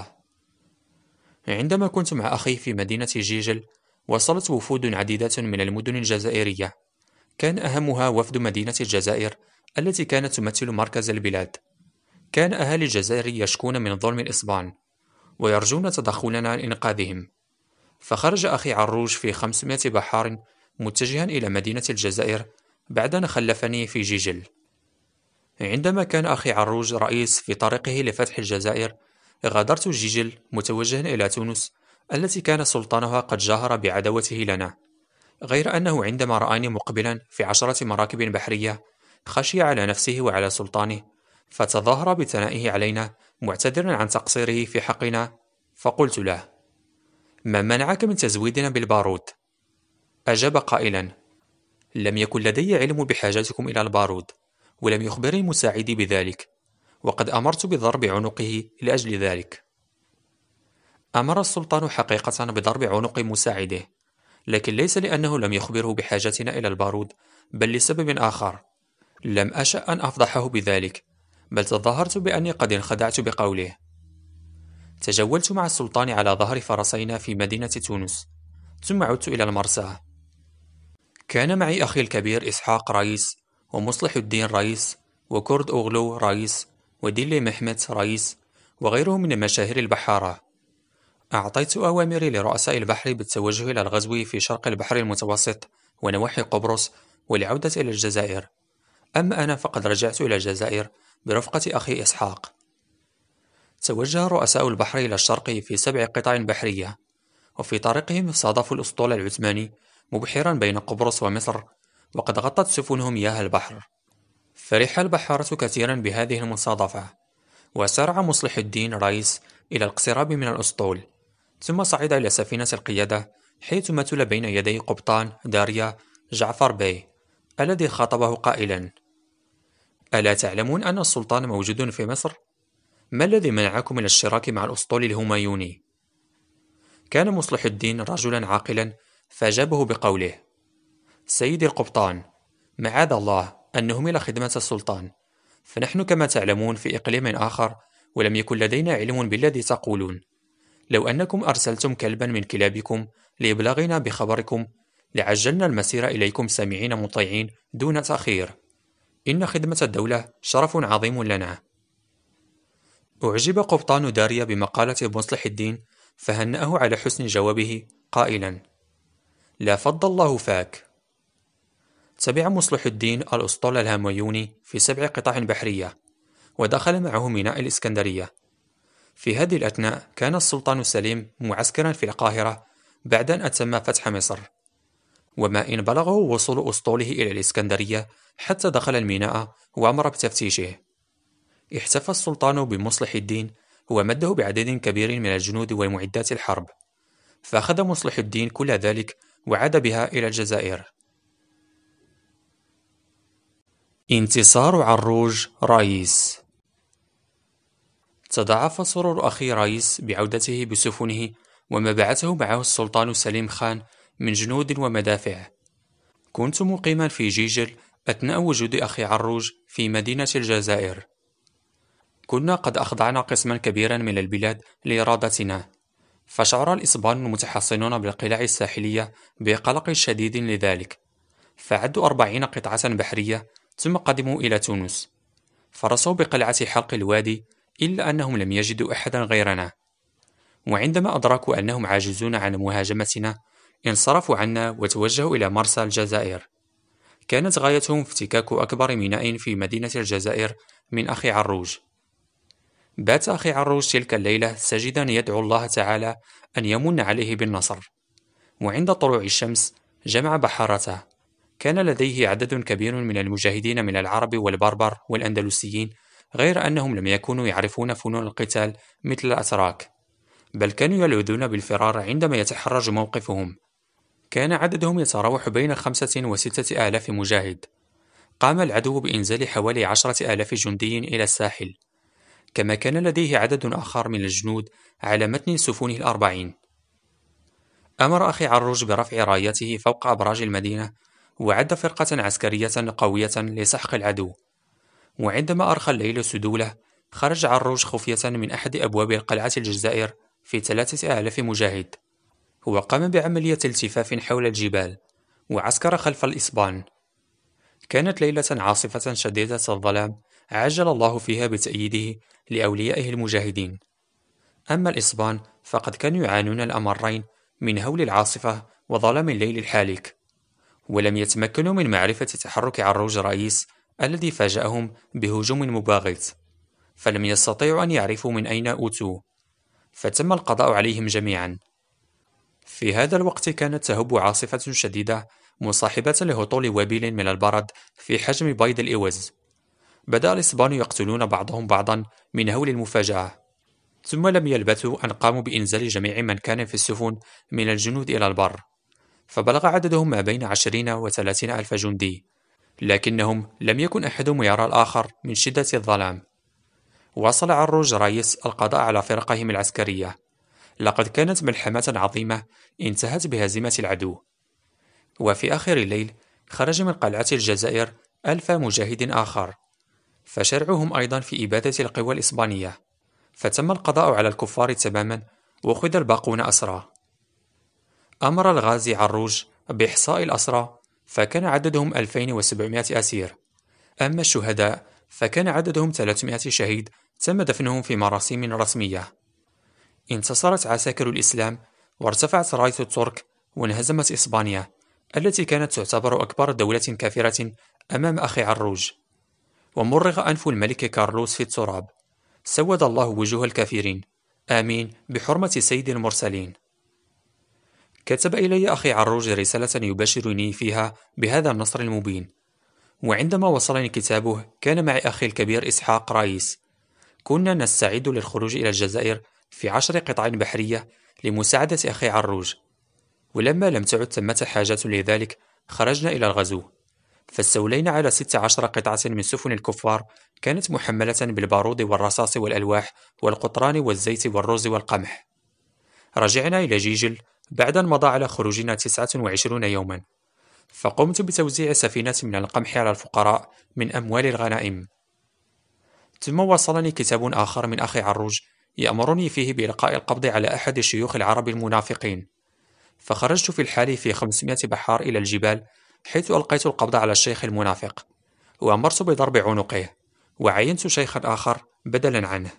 عندما كنت مع أخي في مدينة جيجل وصلت وفود عديدة من المدن الجزائرية، كان أهمها وفد مدينة الجزائر التي كانت تمثل مركز البلاد. كان أهالي الجزائر يشكون من ظلم الإسبان ويرجون تدخلنا لإنقاذهم، فخرج أخي عروج في 500 بحار متجها إلى مدينة الجزائر بعد أن خلفني في جيجل. عندما كان أخي عروج رئيس في طريقه لفتح الجزائر، غادرت جيجل متوجها إلى تونس التي كان سلطانها قد جاهر بعداوته لنا، غير أنه عندما رآني مقبلا في 10 مراكب بحرية خشي على نفسه وعلى سلطانه، فتظاهر بثنائه علينا معتذرا عن تقصيره في حقنا. فقلت له: ما منعك من تزويدنا بالبارود؟ أجاب قائلا: لم يكن لدي علم بحاجتكم إلى البارود، ولم يخبرني مساعدي بذلك، وقد أمرت بضرب عنقه لأجل ذلك. أمر السلطان حقيقة بضرب عنق مساعده، لكن ليس لأنه لم يخبره بحاجتنا إلى البارود، بل لسبب آخر. لم أشأ أن أفضحه بذلك، بل تظاهرت بأني قد انخدعت بقوله. تجولت مع السلطان على ظهر فرسينا في مدينة تونس، ثم عدت إلى المرسى. كان معي أخي الكبير إسحاق رئيس، ومصلح الدين رئيس، وكرد أغلو رئيس، وديلي محمد رئيس، وغيرهم من مشاهير البحارة. أعطيت أوامري لرؤساء البحر بالتوجه إلى الغزو في شرق البحر المتوسط ونواحي قبرص والعودة إلى الجزائر، أما أنا فقد رجعت إلى الجزائر برفقة أخي إسحاق. توجه رؤساء البحر إلى الشرق في 7 قطع بحرية، وفي طريقهم صادفوا الأسطول العثماني مبحرا بين قبرص ومصر، وقد غطت سفنهم مياه البحر. فرح البحارة كثيرا بهذه المصادفة، وسارع مصلح الدين رئيس إلى الاقتراب من الأسطول، ثم صعد إلى سفينة القيادة، حيث مثل بين يدي قبطان داريا جعفر بي الذي خاطبه قائلا: ألا تعلمون أن السلطان موجود في مصر؟ ما الذي منعكم من الاشتراك مع الأسطول الهميوني؟ كان مصلح الدين رجلا عاقلا، فأجابه بقوله: سيدي القبطان، معاذ الله أن نهمل خدمة السلطان، فنحن كما تعلمون في إقليم آخر، ولم يكن لدينا علم بالذي تقولون. لو أنكم أرسلتم كلبا من كلابكم ليبلغنا بخبركم لعجلنا المسير إليكم سامعين مطيعين دون تأخير. إن خدمة الدولة شرف عظيم لنا. أعجب قبطان داريا بمقالة مصلح الدين فهنأه على حسن جوابه قائلا: لا فض الله فاك. تبع مصلح الدين الأسطول الهاميوني في 7 قطع بحرية، ودخل معه ميناء الإسكندرية. في هذه الأثناء كان السلطان سليم معسكرا في القاهرة بعد أن أتم فتح مصر، وما إن بلغه وصول أسطوله إلى الإسكندرية حتى دخل الميناء وأمر بتفتيشه. احتفى السلطان بمصلح الدين ومده بعدد كبير من الجنود ومعدات الحرب، فأخذ مصلح الدين كل ذلك وعاد بها إلى الجزائر. انتصار عروج رايس. تضاعف سرور أخي رايس بعودته بسفنه وما بعثه معه السلطان سليم خان من جنود ومدافع. كنت مقيما في جيجل أثناء وجود أخي عروج في مدينة الجزائر. كنا قد أخضعنا قسما كبيرا من البلاد لإرادتنا، فشعر الإسبان المتحصنون بالقلاع الساحلية بقلق شديد لذلك، فعدوا 40 قطعة بحرية ثم قدموا إلى تونس، فرسوا بقلعة حلق الوادي، إلا أنهم لم يجدوا أحدا غيرنا، وعندما أدركوا أنهم عاجزون عن مهاجمتنا انصرفوا عنا وتوجهوا إلى مرسى الجزائر. كانت غايتهم افتكاك أكبر ميناء في مدينة الجزائر من أخي عروج. بات أخي عروج تلك الليلة ساجدا يدعو الله تعالى أن يمن عليه بالنصر، وعند طلوع الشمس جمع بحارته. كان لديه عدد كبير من المجاهدين من العرب والبربر والأندلسيين، غير أنهم لم يكونوا يعرفون فنون القتال مثل الأتراك، بل كانوا يلوذون بالفرار عندما يتحرج موقفهم. كان عددهم يتراوح بين 5 و6 آلاف مجاهد. قام العدو بإنزال حوالي 10,000 جندي إلى الساحل، كما كان لديه عدد آخر من الجنود على متن سفنه ال40. أمر أخي عروج برفع رايته فوق أبراج المدينة، وعد فرقة عسكرية قوية لسحق العدو. وعندما أرخى الليل سدوله، خرج عروج خفية من أحد أبواب القلعة الجزائر في 3,000 مجاهد، وقام بعملية التفاف حول الجبال، وعسكر خلف الإسبان. كانت ليلة عاصفة شديدة الظلام عجل الله فيها بتأييده لأوليائه المجاهدين. أما الإسبان فقد كانوا يعانون الأمرين من هول العاصفة وظلام الليل الحالك، ولم يتمكنوا من معرفة تحرك عروج رايس الذي فاجأهم بهجوم مباغت، فلم يستطيعوا أن يعرفوا من أين أوتوا، فتم القضاء عليهم جميعا. في هذا الوقت كانت تهب عاصفة شديدة مصاحبة لهطول وابل من البرد في حجم بيض الإوز. بدأ الإسبان يقتلون بعضهم بعضا من هول المفاجأة، ثم لم يلبثوا أن قاموا بإنزال جميع من كان في السفن من الجنود إلى البر، فبلغ عددهم ما بين 20 و30 ألف جندي، لكنهم لم يكن أحدهم يرى الآخر من شدة الظلام. واصل عروج رايس القضاء على فرقهم العسكرية. لقد كانت ملحمة عظيمة انتهت بهزيمة العدو. وفي آخر الليل خرج من قلعة الجزائر 1000 مجاهد آخر، فشرعهم أيضا في إبادة القوى الإسبانية، فتم القضاء على الكفار تماما، وأخذ الباقون أسرى. أمر الغازي عروج بإحصاء الأسرى، فكان عددهم 2700 أسير. أما الشهداء فكان عددهم 300 شهيد تم دفنهم في مراسيم رسمية. انتصرت عساكر الإسلام، وارتفعت راية الترك، وانهزمت إسبانيا التي كانت تعتبر أكبر دولة كافرة أمام أخي عروج. ومرغ أنف الملك كارلوس في التراب. سود الله وجوه الكافرين، آمين بحرمة سيد المرسلين. كتب إلي أخي عروج رسالة يبشرني فيها بهذا النصر المبين، وعندما وصلني كتابه كان معي أخي الكبير إسحاق رايس. كنا نستعد للخروج إلى الجزائر في 10 قطع بحرية لمساعدة أخي عروج، ولما لم تعد ثمة حاجة لذلك خرجنا إلى الغزو، فاستولينا على 16 قطعة من سفن الكفار كانت محملة بالبارود والرصاص والألواح والقطران والزيت والرز والقمح. رجعنا إلى جيجل بعد أن مضى على خروجنا 29 يوما، فقمت بتوزيع سفينة من القمح على الفقراء من أموال الغنائم. ثم وصلني كتاب آخر من أخي عروج يأمرني فيه بإلقاء القبض على أحد شيوخ العرب المنافقين، فخرجت في الحال في 500 بحار إلى الجبال، حيث ألقيت القبض على الشيخ المنافق، وأمرت بضرب عنقه، وعينت شيخا آخر بدلا عنه.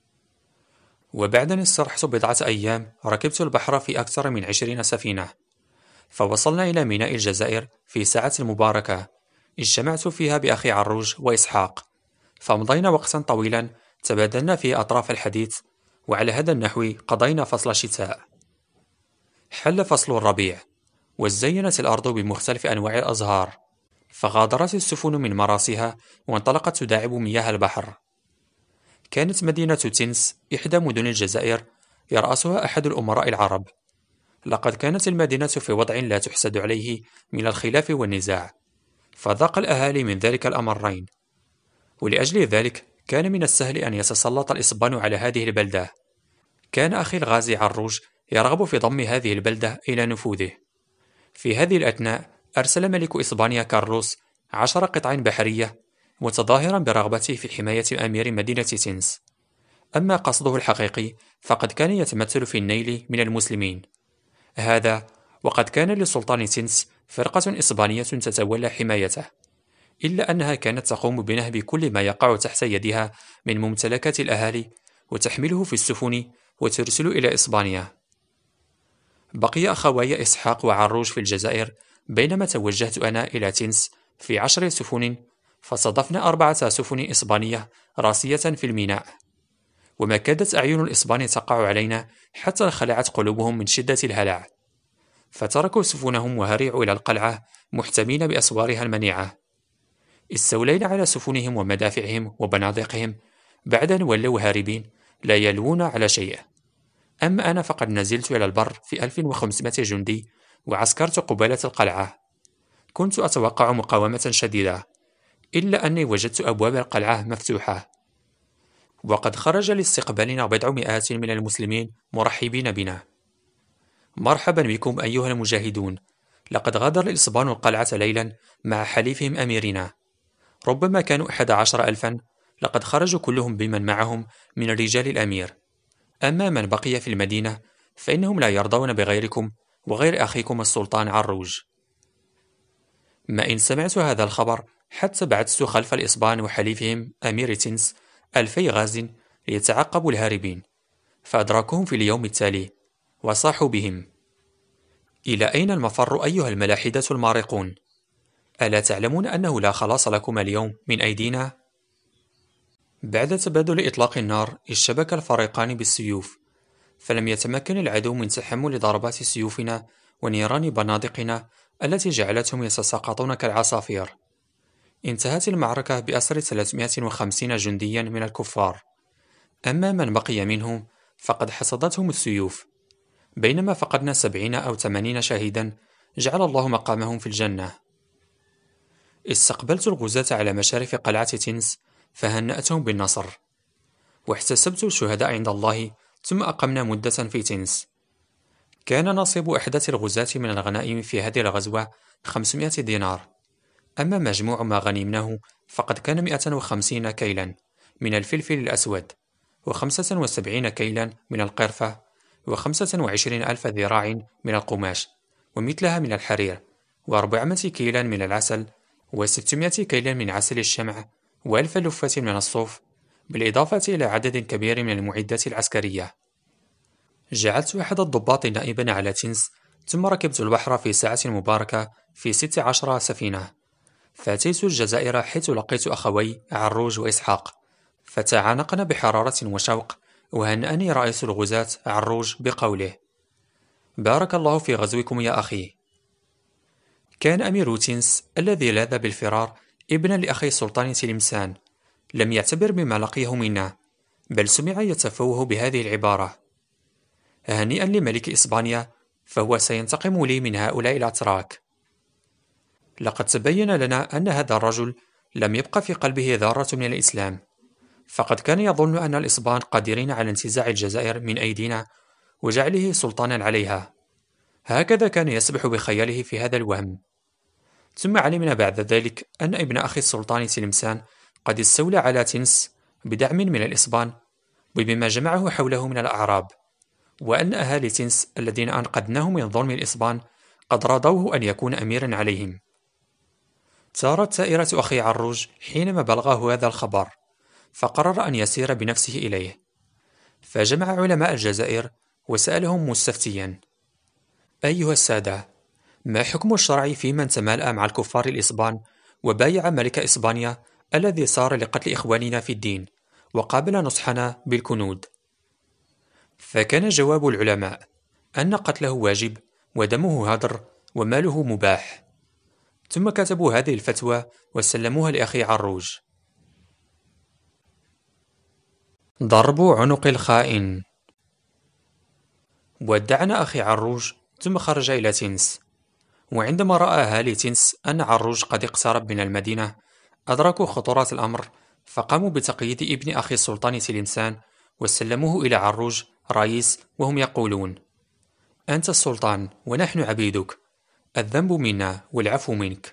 وبعد أن استرحت بضعة أيام ركبت البحر في أكثر من 20 سفينة، فوصلنا إلى ميناء الجزائر في ساعة المباركة اجتمعت فيها بأخي عروج وإسحاق، فأمضينا وقتا طويلا تبادلنا فيه أطراف الحديث، وعلى هذا النحو قضينا فصل الشتاء. حل فصل الربيع، وزينت الأرض بمختلف أنواع الأزهار، فغادرت السفن من مراسيها وانطلقت تداعب مياه البحر. كانت مدينة تنس إحدى مدن الجزائر يرأسها أحد الأمراء العرب. لقد كانت المدينة في وضع لا تحسد عليه من الخلاف والنزاع، فذاق الأهالي من ذلك الأمرين، ولأجل ذلك كان من السهل أن يتسلط الإسبان على هذه البلدة. كان أخي الغازي عروج يرغب في ضم هذه البلدة إلى نفوذه. في هذه الأثناء أرسل ملك إسبانيا كارلوس 10 قطع بحرية متظاهرا برغبته في حماية أمير مدينة تنس. أما قصده الحقيقي فقد كان يتمثل في النيل من المسلمين، هذا وقد كان لسلطان تنس فرقة إسبانية تتولى حمايته، إلا أنها كانت تقوم بنهب كل ما يقع تحت يدها من ممتلكات الأهالي وتحمله في السفن وترسل إلى إسبانيا. بقي أخواي إسحاق وعروج في الجزائر، بينما توجهت أنا إلى تنس في 10 سفن، فصادفنا 4 سفن إسبانية راسية في الميناء، وما كادت أعين الإسبان تقع علينا حتى خلعت قلوبهم من شدة الهلع، فتركوا سفنهم وهرعوا إلى القلعة محتمين بأسوارها المنيعة. استولينا على سفنهم ومدافعهم وبنادقهم بعد أن ولوا هاربين لا يلوون على شيء. أما أنا فقد نزلت إلى البر في 1500 جندي وعسكرت قبالة القلعة. كنت أتوقع مقاومة شديدة، إلا أني وجدت أبواب القلعة مفتوحة، وقد خرج لاستقبالنا 400 من المسلمين مرحبين بنا. مرحبا بكم أيها المجاهدون، لقد غادر الإسبان القلعة ليلا مع حليفهم أميرنا، ربما كانوا 11,000، لقد خرجوا كلهم بمن معهم من رجال الأمير. أما من بقي في المدينة فإنهم لا يرضون بغيركم وغير أخيكم السلطان عروج. ما إن سمعت هذا الخبر حتى بعثت خلف الإسبان وحليفهم أمير تنس 2000 غاز ليتعقبوا الهاربين، فأدركوهم في اليوم التالي وصاحوا بهم: إلى أين المفر أيها الملاحدة المارقون؟ ألا تعلمون أنه لا خلاص لكم اليوم من أيدينا؟ بعد تبادل إطلاق النار اشتبك الفريقان بالسيوف، فلم يتمكن العدو من تحمل ضربات سيوفنا ونيران بنادقنا التي جعلتهم يتساقطون كالعصافير. انتهت المعركة بأسر 350 جنديا من الكفار، أما من بقي منهم فقد حصدتهم السيوف، بينما فقدنا 70 أو 80 شهيدا جعل الله مقامهم في الجنة. استقبلت الغزاة على مشارف قلعة تنس فهنأتهم بالنصر، واحتسبت الشهداء عند الله، ثم أقمنا مدة في تنس. كان نصيب أحدث الغزاة من الغنائم في هذه الغزوة 500 دينار، أما مجموع ما غنمناه فقد كان 150 كيلا من الفلفل الأسود، و75 كيلا من القرفة، و25,000 ذراع من القماش ومثلها من الحرير، و400 كيلا من العسل، و600 كيلا من عسل الشمع، و1000 لفة من الصوف، بالإضافة إلى عدد كبير من المعدات العسكرية. جعلت أحد الضباط نائبا على تنس، ثم ركبت البحر في ساعة مباركة في 16 سفينة، فأتيت الجزائر حيث لقيت أخوي عروج وإسحاق، فتعانقنا بحرارة وشوق، وهنأني رئيس الغزاة عروج بقوله: بارك الله في غزوكم يا أخي. كان أمير تنس الذي لاذ بالفرار ابنا لأخي سلطان تلمسان، لم يعتبر بما لقيه منا، بل سمع يتفوه بهذه العبارة: هنيئا لملك إسبانيا، فهو سينتقم لي من هؤلاء الأتراك. لقد تبين لنا أن هذا الرجل لم يبق في قلبه ذرة من الإسلام، فقد كان يظن أن الإسبان قادرين على انتزاع الجزائر من أيدينا وجعله سلطانا عليها، هكذا كان يسبح بخياله في هذا الوهم. ثم علمنا بعد ذلك أن ابن أخي السلطان تلمسان قد استولى على تنس بدعم من الإسبان، وبما جمعه حوله من الأعراب، وأن أهالي تنس الذين أنقذناه من ظلم الإسبان قد رضوه أن يكون أميرا عليهم. ثارت ثائرة أخي عروج حينما بلغه هذا الخبر، فقرر أن يسير بنفسه إليه، فجمع علماء الجزائر وسألهم مستفتيا: أيها السادة، ما حكم الشرع في من تمالأ مع الكفار الإسبان وبايع ملك إسبانيا الذي صار لقتل إخواننا في الدين وقابل نصحنا بالكنود؟ فكان جواب العلماء أن قتله واجب ودمه هدر وماله مباح. ثم كتبوا هذه الفتوى وسلموها لأخي عروج. ضرب عنق الخائن. ودعنا أخي عروج ثم خرج إلى تنس، وعندما رأى أهالي تنس أن عروج قد اقترب من المدينة أدركوا خطورة الأمر، فقاموا بتقييد ابن أخي السلطان تلمسان وسلموه إلى عروج رايس وهم يقولون: أنت السلطان ونحن عبيدك، الذنب منا والعفو منك.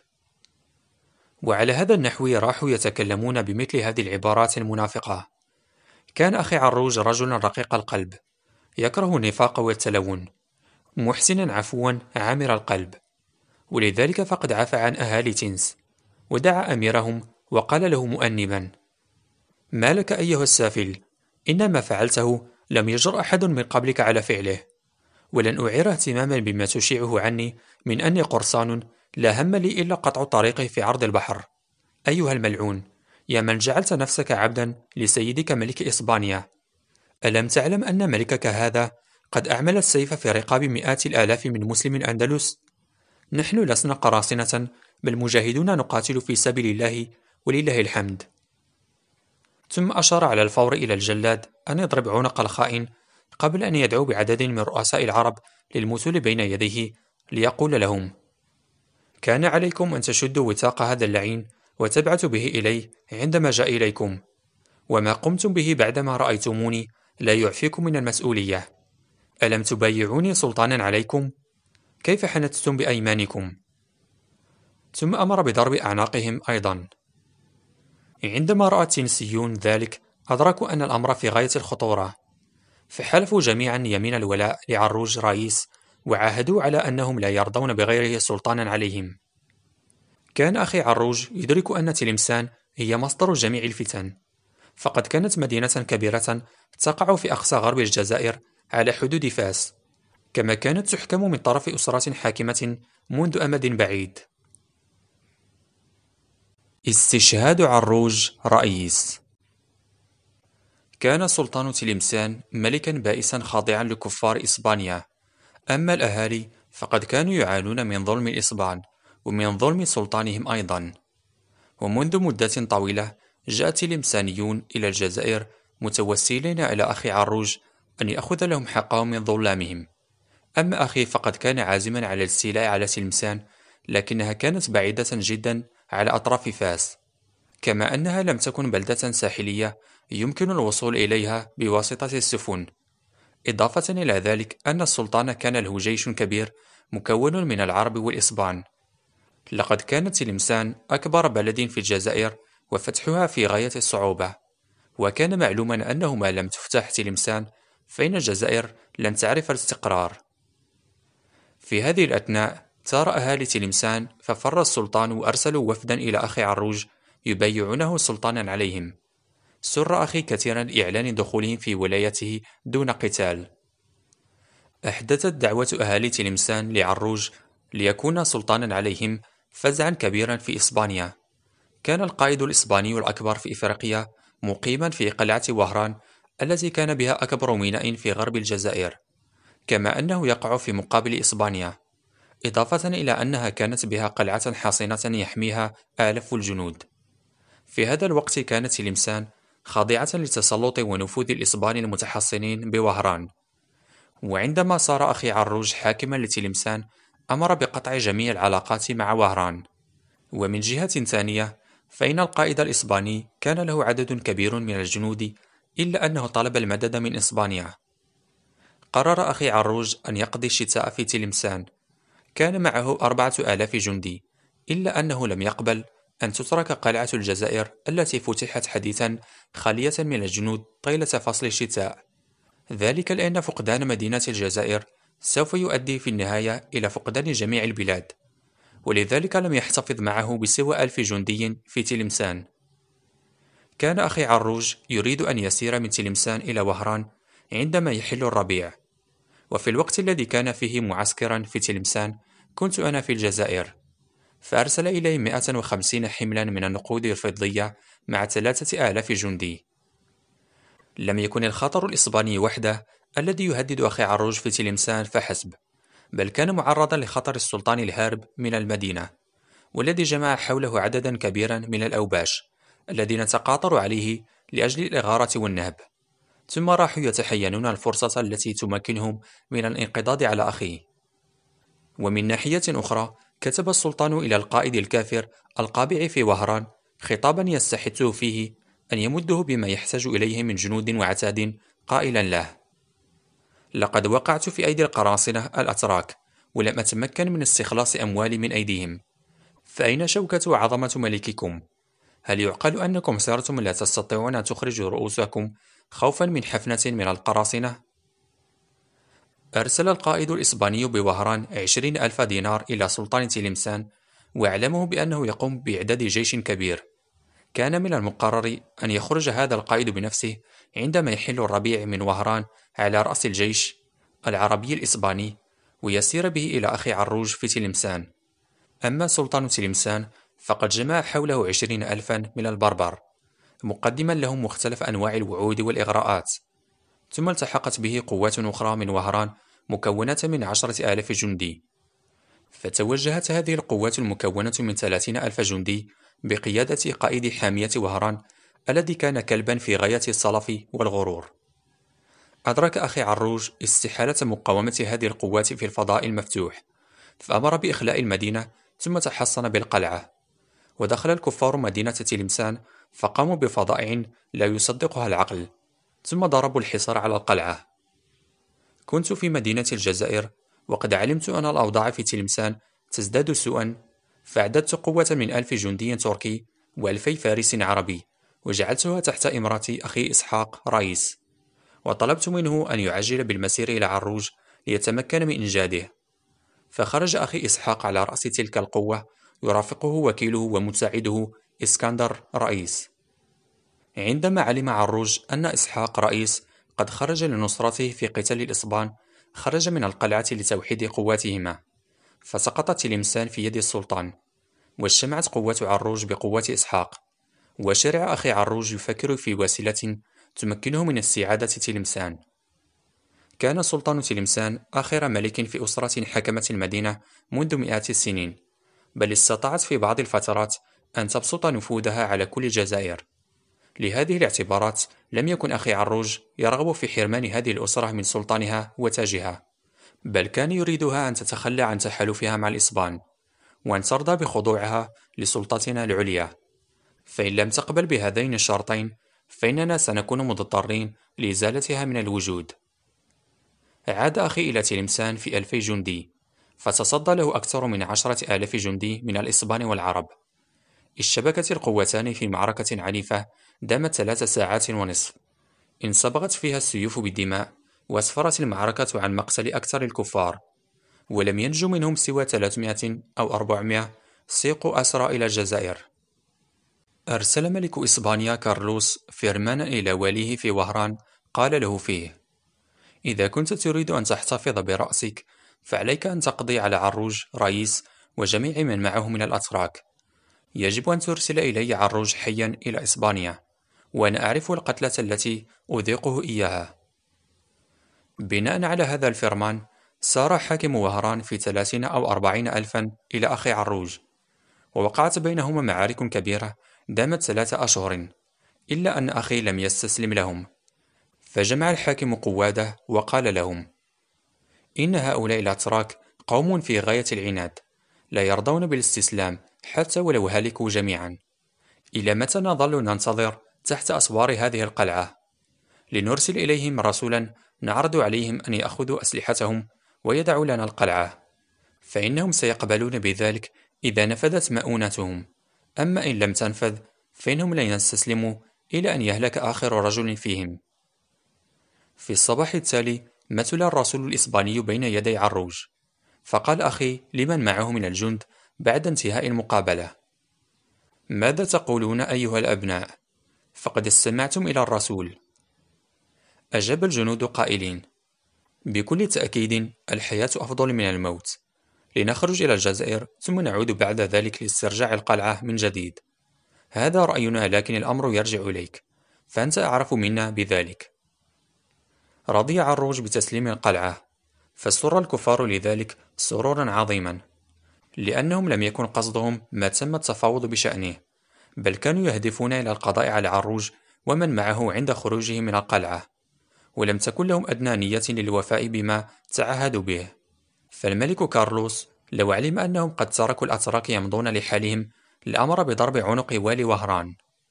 وعلى هذا النحو راحوا يتكلمون بمثل هذه العبارات المنافقة. كان أخي عروج رجلا رقيق القلب، يكره النفاق والتلون، محسنا عفوا عامر القلب، ولذلك فقد عفى عن أهالي تنس، ودعا أميرهم وقال له مؤنبا: ما لك أيها السافل، إن ما فعلته لم يجر أحد من قبلك على فعله، ولن أعير اهتماما بما تشيعه عني من أني قرصان لا هم لي إلا قطع طريقي في عرض البحر. أيها الملعون، يا من جعلت نفسك عبدا لسيدك ملك إسبانيا، ألم تعلم أن ملكك هذا قد أعمل السيف في رقاب مئات الآلاف من مسلم الأندلس؟ نحن لسنا قراصنة، بل مجاهدون نقاتل في سبيل الله ولله الحمد. ثم أشار على الفور إلى الجلاد أن يضرب عنق الخائن قبل أن يدعو بعدد من رؤساء العرب للمثول بين يديه ليقول لهم: كان عليكم أن تشدوا وثاق هذا اللعين وتبعثوا به إليه عندما جاء إليكم، وما قمتم به بعدما رأيتموني لا يعفيكم من المسؤولية. ألم تبايعوني سلطانا عليكم؟ كيف حنتم بأيمانكم؟ ثم أمر بضرب أعناقهم أيضا. عندما رأى التنسيون ذلك أدركوا أن الأمر في غاية الخطورة، فحلفوا جميعا يمين الولاء لعروج رايس، وعاهدوا على أنهم لا يرضون بغيره سلطانا عليهم. كان أخي عروج يدرك أن تلمسان هي مصدر جميع الفتن، فقد كانت مدينة كبيرة تقع في أقصى غرب الجزائر على حدود فاس، كما كانت تحكم من طرف أسرة حاكمة منذ أمد بعيد. استشهاد عروج رئيس. كان السلطان تلمسان ملكا بائسا خاضعا لكفار إسبانيا، أما الأهالي فقد كانوا يعانون من ظلم الإسبان ومن ظلم سلطانهم أيضا. ومنذ مدة طويلة جاء التلمسانيون إلى الجزائر متوسلين إلى أخي عروج أن يأخذ لهم حقهم من ظلامهم. أما أخي فقد كان عازما على الاستيلاء على تلمسان، لكنها كانت بعيدة جدا على أطراف فاس، كما أنها لم تكن بلدة ساحلية يمكن الوصول إليها بواسطة السفن. إضافة إلى ذلك أن السلطان كان له جيش كبير مكون من العرب والإسبان. لقد كانت تلمسان أكبر بلد في الجزائر، وفتحها في غاية الصعوبة، وكان معلوما أنه ما لم تفتح تلمسان فإن الجزائر لن تعرف الاستقرار. في هذه الأثناء ثار أهالي تلمسان، ففر السلطان وأرسلوا وفدا إلى أخي عروج يبايعونه سلطانا عليهم. سر أخي كثيرا إعلان دخولهم في ولايته دون قتال. أحدثت دعوة أهالي تلمسان لعروج ليكون سلطانا عليهم فزعا كبيرا في إسبانيا. كان القائد الإسباني الأكبر في إفريقيا مقيما في قلعة وهران التي كان بها أكبر ميناء في غرب الجزائر، كما أنه يقع في مقابل إسبانيا، إضافة إلى أنها كانت بها قلعة حصينة يحميها آلاف الجنود. في هذا الوقت كانت تلمسان خاضعة لتسلط ونفوذ الإسبان المتحصنين بوهران. وعندما صار أخي عروج حاكما لتلمسان أمر بقطع جميع العلاقات مع وهران. ومن جهة ثانية فإن القائد الإسباني كان له عدد كبير من الجنود، إلا أنه طلب المدد من إسبانيا. قرر أخي عروج أن يقضي الشتاء في تلمسان. كان معه 4000 جندي، إلا أنه لم يقبل أن تترك قلعة الجزائر التي فتحت حديثا خالية من الجنود طيلة فصل الشتاء، ذلك لأن فقدان مدينة الجزائر سوف يؤدي في النهاية إلى فقدان جميع البلاد، ولذلك لم يحتفظ معه بسوى 1000 جندي في تلمسان. كان أخي عروج يريد أن يسير من تلمسان إلى وهران عندما يحل الربيع، وفي الوقت الذي كان فيه معسكرا في تلمسان كنت أنا في الجزائر، فأرسل إلي 150 حملا من النقود الفضية مع 3000 جندي. لم يكن الخطر الإسباني وحده الذي يهدد أخي عروج في تلمسان فحسب، بل كان معرضا لخطر السلطان الهارب من المدينة، والذي جمع حوله عددا كبيرا من الأوباش الذين تقاطروا عليه لأجل الإغارة والنهب، ثم راحوا يتحينون الفرصة التي تمكنهم من الانقضاض على أخيه. ومن ناحية أخرى كتب السلطان إلى القائد الكافر القابع في وهران خطابا يستحثه فيه أن يمده بما يحتاج إليه من جنود وعتاد، قائلا له: لقد وقعت في أيدي القراصنة الأتراك ولم أتمكن من استخلاص أموالي من أيديهم، فأين شوكة وعظمة ملككم؟ هل يعقل أنكم صرتم لا تستطيعون أن تخرجوا رؤوسكم خوفا من حفنة من القراصنة؟ أرسل القائد الإسباني بوهران 20,000 دينار إلى سلطان تلمسان، وأعلمه بأنه يقوم بإعداد جيش كبير. كان من المقرر أن يخرج هذا القائد بنفسه عندما يحل الربيع من وهران على رأس الجيش العربي الإسباني، ويسير به إلى أخي عروج في تلمسان. أما سلطان تلمسان فقد جمع حوله 20,000 من البربر، مقدما لهم مختلف أنواع الوعود والإغراءات. ثم التحقت به قوات أخرى من وهران مكونة من 10,000 جندي، فتوجهت هذه القوات المكونة من 30,000 جندي بقيادة قائد حامية وهران الذي كان كلبا في غاية الصلف والغرور. أدرك أخي عروج استحالة مقاومة هذه القوات في الفضاء المفتوح، فأمر بإخلاء المدينة ثم تحصن بالقلعة. ودخل الكفار مدينة تلمسان فقاموا بفضائع لا يصدقها العقل، ثم ضربوا الحصار على القلعة. كنت في مدينة الجزائر وقد علمت أن الأوضاع في تلمسان تزداد سوءا، فأعددت قوة من 1000 جندي تركي و2000 فارس عربي، وجعلتها تحت إمرة أخي إسحاق رئيس، وطلبت منه أن يعجل بالمسير إلى عروج ليتمكن من إنجاده. فخرج أخي إسحاق على رأس تلك القوة، يرافقه وكيله ومساعده إسكندر رئيس. عندما علم عروج أن إسحاق رئيس قد خرج لنصرته في قتال الإسبان، خرج من القلعة لتوحيد قواتهما، فسقطت تلمسان في يد السلطان، واجتمعت قوة عروج بقوة إسحاق، وشرع أخي عروج يفكر في وسيلة تمكنه من استعادة تلمسان. كان سلطان تلمسان آخر ملك في أسرة حكمت المدينة منذ مئات السنين، بل استطاعت في بعض الفترات أن تبسط نفوذها على كل الجزائر. لهذه الاعتبارات لم يكن أخي عروج يرغب في حرمان هذه الأسرة من سلطانها وتاجها، بل كان يريدها أن تتخلى عن تحالفها مع الإسبان، وأن ترضى بخضوعها لسلطتنا العليا. فإن لم تقبل بهذين الشرطين فإننا سنكون مضطرين لإزالتها من الوجود. عاد أخي إلى تلمسان في 2000 جندي، فتصدى له أكثر من 10,000 جندي من الإسبان والعرب. اشتبكت القوتان في معركة عنيفة دامت 3 ساعات ونصف، انصبغت فيها السيوف بالدماء، واسفرت المعركة عن مقتل أكثر الكفار، ولم ينجو منهم سوى 300 أو 400 سيقوا أسرى إلى الجزائر. أرسل ملك إسبانيا كارلوس فرمانا إلى واليه في وهران، قال له فيه: إذا كنت تريد أن تحتفظ برأسك فعليك أن تقضي على عروج رئيس وجميع من معه من الأتراك. يجب أن ترسل إلي عروج حيا إلى إسبانيا، وأنا أعرف القتلة التي أذيقه إياها. بناء على هذا الفرمان سار حاكم وهران في 30 أو 40 ألفا إلى أخي عروج، ووقعت بينهما معارك كبيرة دامت 3 أشهر، إلا أن أخي لم يستسلم لهم. فجمع الحاكم قواده وقال لهم: إن هؤلاء الأتراك قوم في غاية العناد، لا يرضون بالاستسلام حتى ولو هلكوا جميعا. إلى متى نظل ننتظر تحت أسوار هذه القلعة؟ لنرسل إليهم رسولا نعرض عليهم أن يأخذوا أسلحتهم ويدعوا لنا القلعة، فإنهم سيقبلون بذلك إذا نفذت مؤونتهم. أما إن لم تنفذ فإنهم لن يستسلموا إلى أن يهلك آخر رجل فيهم. في الصباح التالي مثل الرسول الإسباني بين يدي عروج، فقال أخي لمن معه من الجند بعد انتهاء المقابلة: ماذا تقولون أيها الأبناء؟ فقد استمعتم إلى الرسول. أجاب الجنود قائلين: بكل تأكيد الحياة أفضل من الموت، لنخرج إلى الجزائر ثم نعود بعد ذلك لاسترجاع القلعة من جديد. هذا رأينا، لكن الأمر يرجع إليك، فأنت أعرف منا بذلك. رضي عروج بتسليم القلعة، فسر الكفار لذلك سرورا عظيما، لأنهم لم يكن قصدهم ما تم التفاوض بشأنه، بل كانوا يهدفون إلى القضاء على عروج ومن معه عند خروجه من القلعة، ولم تكن لهم أدنى نية للوفاء بما تعهدوا به. فالملك كارلوس لو علم أنهم قد تركوا الأتراك يمضون لحالهم لأمر بضرب عنق والي وهران.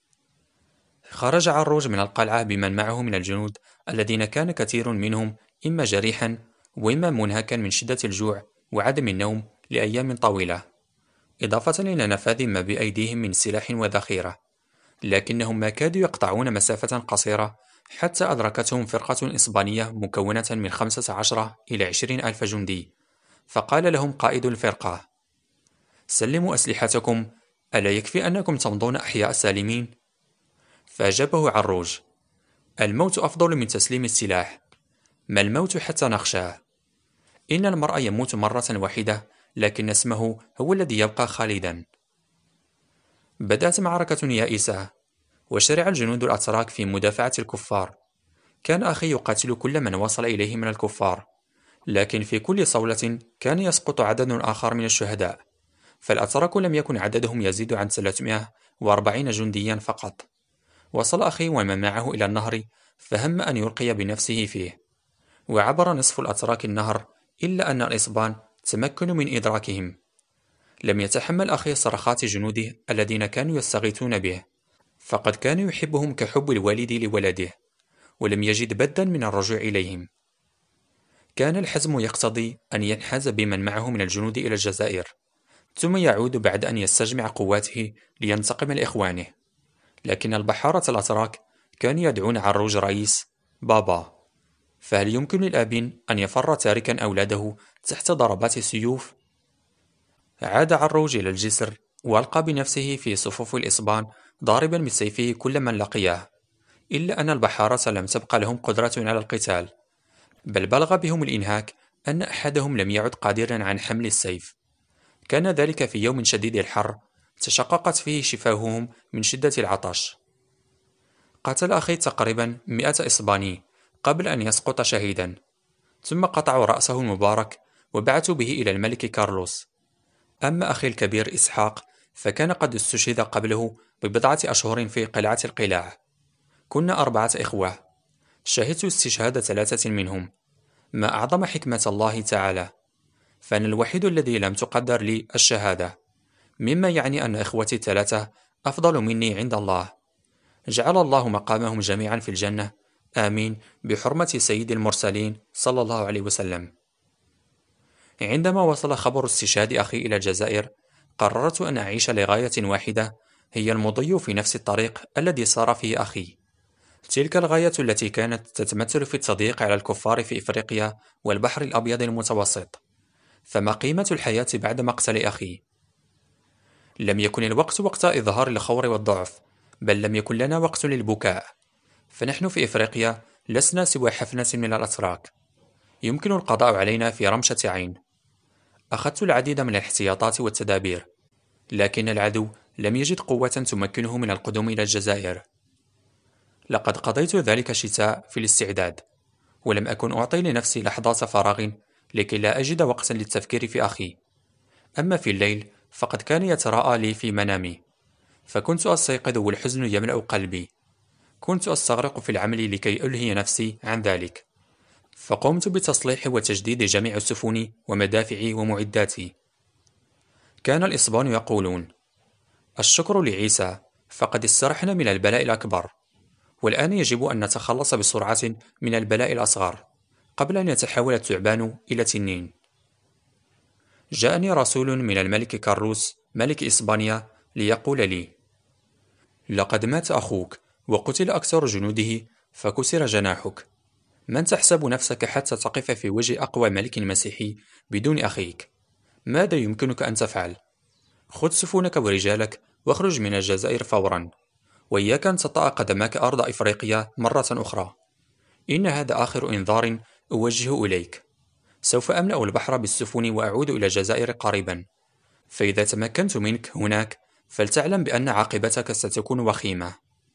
خرج عروج من القلعة بمن معه من الجنود الذين كان كثير منهم إما جريحا وإما منهكا من شدة الجوع وعدم النوم لأيام طويلة، إضافة إلى نفاذ ما بأيديهم من سلاح وذخيرة، لكنهم ما كادوا يقطعون مسافة قصيرة حتى أدركتهم فرقة إسبانية مكونة من 15 إلى 20 ألف جندي، فقال لهم قائد الفرقة: سلموا أسلحتكم، ألا يكفي أنكم تمضون أحياء سالمين؟ فأجابه عروج: الموت أفضل من تسليم السلاح، ما الموت حتى نخشاه. إن المرء يموت مرة واحدة، لكن اسمه هو الذي يبقى خالدا. بدأت معركة يائسة، وشرع الجنود الأتراك في مدافعة الكفار. كان أخي يقاتل كل من وصل إليه من الكفار، لكن في كل صولة كان يسقط عدد آخر من الشهداء، فالأتراك لم يكن عددهم يزيد عن 340 جنديا فقط. وصل أخي ومن معه إلى النهر، فهم أن يلقي بنفسه فيه، وعبر نصف الأتراك النهر، إلا أن الإسبان تمكنوا من إدراكهم. لم يتحمل أخي صرخات جنوده الذين كانوا يستغيثون به، فقد كان يحبهم كحب الوالد لولده، ولم يجد بدا من الرجوع إليهم. كان الحزم يقتضي أن ينحاز بمن معه من الجنود إلى الجزائر، ثم يعود بعد أن يستجمع قواته لينتقم لإخوانه. لكن البحارة الأتراك كانوا يدعون عروج رئيس بابا، فهل يمكن للأب أن يفر تاركا أولاده تحت ضربات السيوف؟ عاد عروج إلى الجسر وألقى بنفسه في صفوف الإسبان ضاربا بسيفه كل من لقياه، إلا أن البحارة لم تبقى لهم قدرة على القتال، بل بلغ بهم الإنهاك أن أحدهم لم يعد قادرا عن حمل السيف. كان ذلك في يوم شديد الحر تشققت فيه شفاههم من شدة العطش. قتل أخي تقريبا 100 إسباني قبل أن يسقط شهيدا، ثم قطعوا رأسه المبارك وبعثوا به إلى الملك كارلوس. أما أخي الكبير إسحاق فكان قد استشهد قبله ببضعة أشهر في قلعة القلاع. كنا 4 إخوة، شهدت استشهاد 3 منهم. ما أعظم حكمة الله تعالى، فأنا الوحيد الذي لم تقدر لي الشهادة، مما يعني أن إخوتي 3 أفضل مني عند الله. جعل الله مقامهم جميعا في الجنة، آمين، بحرمة سيد المرسلين صلى الله عليه وسلم. عندما وصل خبر استشهاد أخي إلى الجزائر، قررت أن أعيش لغاية واحدة، هي المضي في نفس الطريق الذي سار فيه أخي. تلك الغاية التي كانت تتمثل في التضييق على الكفار في إفريقيا والبحر الأبيض المتوسط. فما قيمة الحياة بعد مقتل أخي؟ لم يكن الوقت وقت إظهار الخور والضعف، بل لم يكن لنا وقت للبكاء، فنحن في إفريقيا لسنا سوى حفنة من الأتراك، يمكن القضاء علينا في رمشة عين. أخذت العديد من الاحتياطات والتدابير، لكن العدو لم يجد قوة تمكنه من القدوم إلى الجزائر. لقد قضيت ذلك الشتاء في الاستعداد، ولم أكن أعطي لنفسي لحظات فراغ لكي لا أجد وقتا للتفكير في أخي. أما في الليل فقد كان يتراءى لي في منامي، فكنت أستيقظ والحزن يملأ قلبي. كنت أستغرق في العمل لكي ألهي نفسي عن ذلك، فقمت بتصليح وتجديد جميع السفن ومدافعي ومعداتي. كان الإسبان يقولون: الشكر لعيسى، فقد استرحنا من البلاء الأكبر، والآن يجب أن نتخلص بسرعة من البلاء الأصغر قبل أن يتحول الثعبان إلى تنين. جاءني رسول من الملك كاروس ملك إسبانيا ليقول لي: لقد مات أخوك وقتل أكثر جنوده فكسر جناحك. من تحسب نفسك حتى تقف في وجه أقوى ملك مسيحي بدون أخيك؟ ماذا يمكنك أن تفعل؟ خذ سفنك ورجالك واخرج من الجزائر فورا، وإياك أن تطأ قدمك أرض إفريقيا مرة أخرى. إن هذا آخر إنذار أوجهه إليك. سوف أملأ البحر بالسفن وأعود إلى الجزائر قريبا، فإذا تمكنت منك هناك فلتعلم بأن عاقبتك ستكون وخيمة.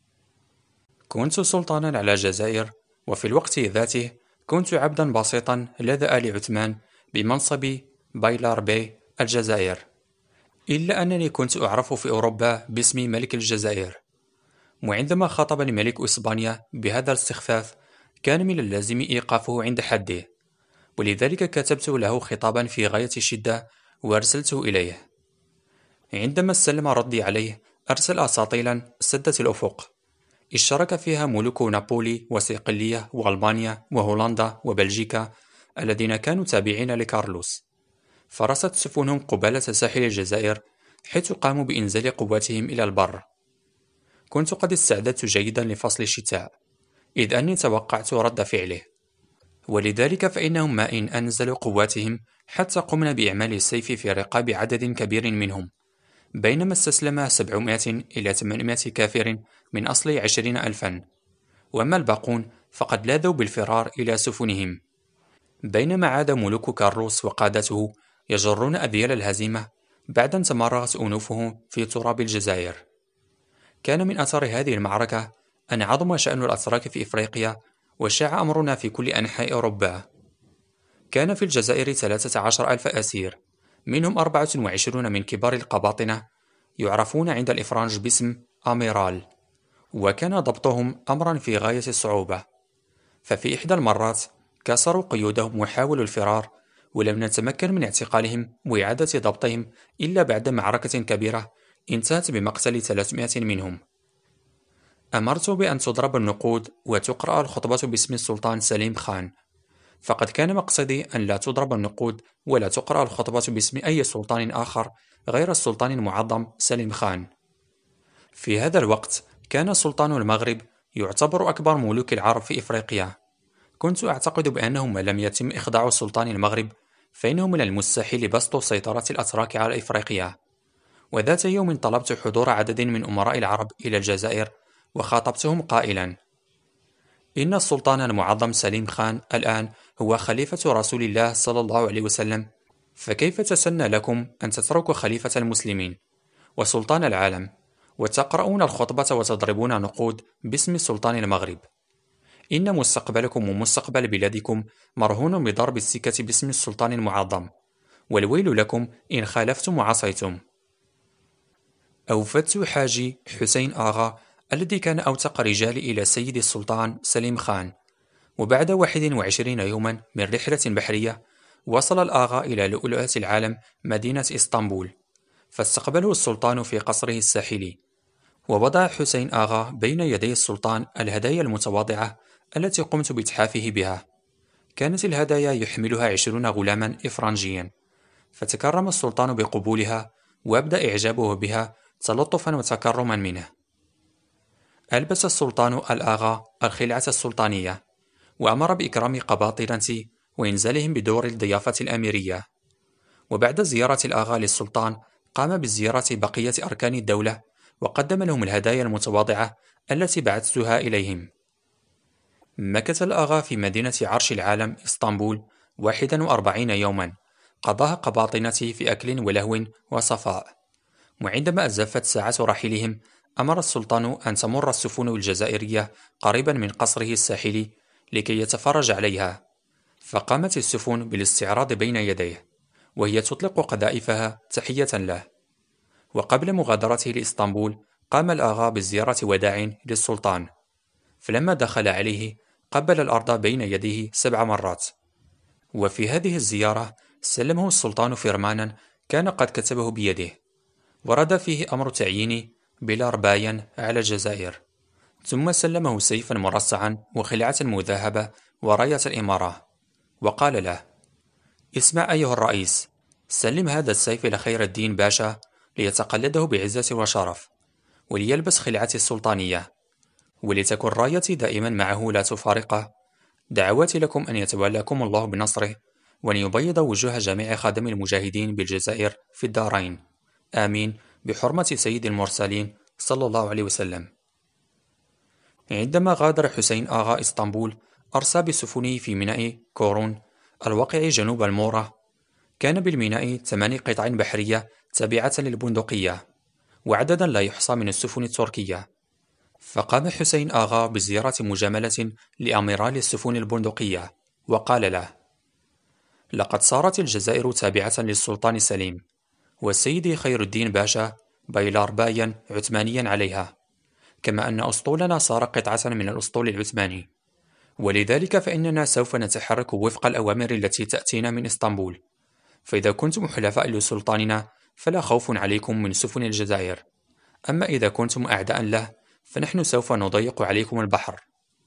كنت سلطانا على الجزائر، وفي الوقت ذاته كنت عبدا بسيطا لدى آل عثمان بمنصب بايلار بي الجزائر، إلا أنني كنت أعرف في أوروبا باسم ملك الجزائر. وعندما خاطبني ملك إسبانيا بهذا الاستخفاف كان من اللازم إيقافه عند حده، ولذلك كتبت له خطابا في غاية الشدة وأرسلته إليه. عندما استلم ردي عليه أرسل أساطيلا سدت الأفق، اشترك فيها ملوك نابولي وصقلية وألمانيا وهولندا وبلجيكا الذين كانوا تابعين لكارلوس، فرست سفنهم قبالة ساحل الجزائر، حيث قاموا بإنزال قواتهم إلى البر. كنت قد استعددت جيدا لفصل الشتاء، إذ أني توقعت رد فعله، ولذلك فإنهم ما إن أنزلوا قواتهم حتى قمنا بإعمال السيف في رقاب عدد كبير منهم، بينما استسلم 700 إلى 800 كافر من أصل 20,000، وأما الباقون فقد لاذوا بالفرار إلى سفنهم، بينما عاد ملوك كارلوس وقادته يجرون أذيال الهزيمة بعد أن تمرغت أنوفهم في تراب الجزائر. كان من أثر هذه المعركة أن عظم شأن الأتراك في إفريقيا، وشاع أمرنا في كل أنحاء أوروبا. كان في الجزائر 13,000 أسير، منهم 24 من كبار القباطنة يعرفون عند الإفرنج باسم أميرال، وكان ضبطهم أمرا في غاية الصعوبة. ففي إحدى المرات كسروا قيودهم وحاولوا الفرار، ولم نتمكن من اعتقالهم وإعادة ضبطهم إلا بعد معركة كبيرة انتهت بمقتل 300 منهم. أمرت بأن تضرب النقود وتقرأ الخطبة باسم السلطان سليم خان، فقد كان مقصدي أن لا تضرب النقود ولا تقرأ الخطبة باسم أي سلطان آخر غير السلطان المعظم سليم خان. في هذا الوقت كان سلطان المغرب يعتبر أكبر ملوك العرب في إفريقيا. كنت أعتقد بأنه ما لم يتم إخضاع سلطان المغرب فإنه من المستحيل بسط سيطرة الأتراك على إفريقيا. وذات يوم طلبت حضور عدد من أمراء العرب إلى الجزائر، وخاطبتهم قائلا: إن السلطان المعظم سليم خان الآن هو خليفة رسول الله صلى الله عليه وسلم، فكيف تسنى لكم أن تتركوا خليفة المسلمين وسلطان العالم وتقرؤون الخطبة وتضربون نقود باسم سلطان المغرب؟ إن مستقبلكم ومستقبل بلادكم مرهون بضرب السكة باسم السلطان المعظم، والويل لكم إن خالفتم وعصيتم. أوفدت حاجي حسين آغا الذي كان أوثق رجال إلى سيد السلطان سليم خان، وبعد 21 يوما من رحلة بحرية وصل الآغا إلى لؤلؤة العالم مدينة إسطنبول، فاستقبله السلطان في قصره الساحلي، ووضع حسين آغا بين يدي السلطان الهدايا المتواضعة التي قمت بإتحافه بها. كانت الهدايا يحملها 20 غلاما إفرنجيا، فتكرم السلطان بقبولها وأبدأ إعجابه بها تلطفا وتكرما منه. ألبس السلطان الآغا الخلعة السلطانية، وأمر بإكرام قباطنة وإنزالهم بدور الضيافة الأميرية. وبعد زيارة الآغا للسلطان قام بزيارة بقية أركان الدولة، وقدم لهم الهدايا المتواضعة التي بعثتها إليهم. مكث الآغا في مدينة عرش العالم إسطنبول 41 يوما، قضاها قباطنته في أكل ولهو وصفاء. وعندما أزفت ساعة رحيلهم أمر السلطان أن تمر السفن الجزائرية قريبا من قصره الساحلي لكي يتفرج عليها، فقامت السفن بالاستعراض بين يديه وهي تطلق قذائفها تحية له. وقبل مغادرته لإسطنبول قام الآغا بزيارة وداع للسلطان، فلما دخل عليه قبل الأرض بين يديه 7 مرات. وفي هذه الزيارة سلمه السلطان فرمانا كان قد كتبه بيده، ورد فيه أمر تعيين بلار باين على الجزائر، ثم سلمه سيفا مرصعا وخلعة مذهبة وراية الإمارة، وقال له: اسمع أيها الرئيس، سلم هذا السيف لخير الدين باشا ليتقلده بعزة وشرف، وليلبس خلعتي السلطانية، ولتكن رايتي دائما معه لا تفارقه. دعواتي لكم أن يتولاكم الله بنصره، وأن يبيض وجوه جميع خادم المجاهدين بالجزائر في الدارين. آمين، بحرمة سيد المرسلين صلى الله عليه وسلم. عندما غادر حسين آغا إسطنبول، أرسى بسفنه في ميناء كورون الواقع جنوب المورة. كان بالميناء 8 قطع بحرية تابعة للبندقية، وعددا لا يحصى من السفن التركية. فقام حسين آغا بزيارة مجاملة لأميرال السفن البندقية، وقال له: لقد صارت الجزائر تابعة للسلطان سليم، والسيد خير الدين باشا بايلاربايا عثمانيا عليها، كما أن أسطولنا صار قطعة من الأسطول العثماني، ولذلك فإننا سوف نتحرك وفق الأوامر التي تأتينا من إسطنبول. فإذا كنتم حلفاء لسلطاننا فلا خوف عليكم من سفن الجزائر، أما إذا كنتم أعداء له فنحن سوف نضيق عليكم البحر.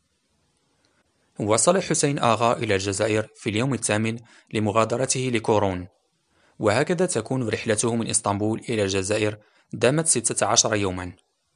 وصل حسين آغا إلى الجزائر في اليوم الثامن لمغادرته لكورون، وهكذا تكون رحلته من إسطنبول إلى الجزائر. دامت 16 يوما.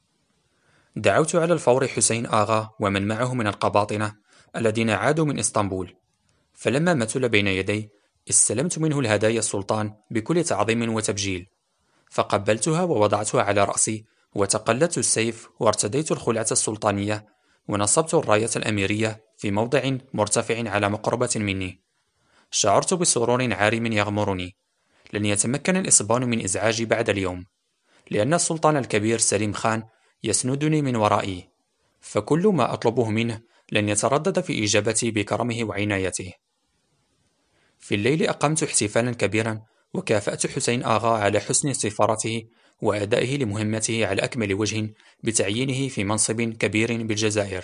دعوت على الفور حسين آغا ومن معه من القباطنة الذين عادوا من إسطنبول، فلما مثل بين يدي استلمت منه الهدايا السلطان بكل تعظيم وتبجيل، فقبلتها ووضعتها على رأسي، وتقلدت السيف وارتديت الخلعة السلطانية، ونصبت الراية الأميرية في موضع مرتفع على مقربة مني. شعرت بسرور عارم يغمرني. لن يتمكن الإصبان من إزعاجي بعد اليوم، لأن السلطان الكبير سليم خان يسندني من ورائي، فكل ما أطلبه منه لن يتردد في إجابتي بكرمه وعنايته. في الليل أقمت احتفالا كبيرا، وكافأت حسين آغا على حسن استثارته وأدائه لمهمته على أكمل وجه بتعيينه في منصب كبير بالجزائر.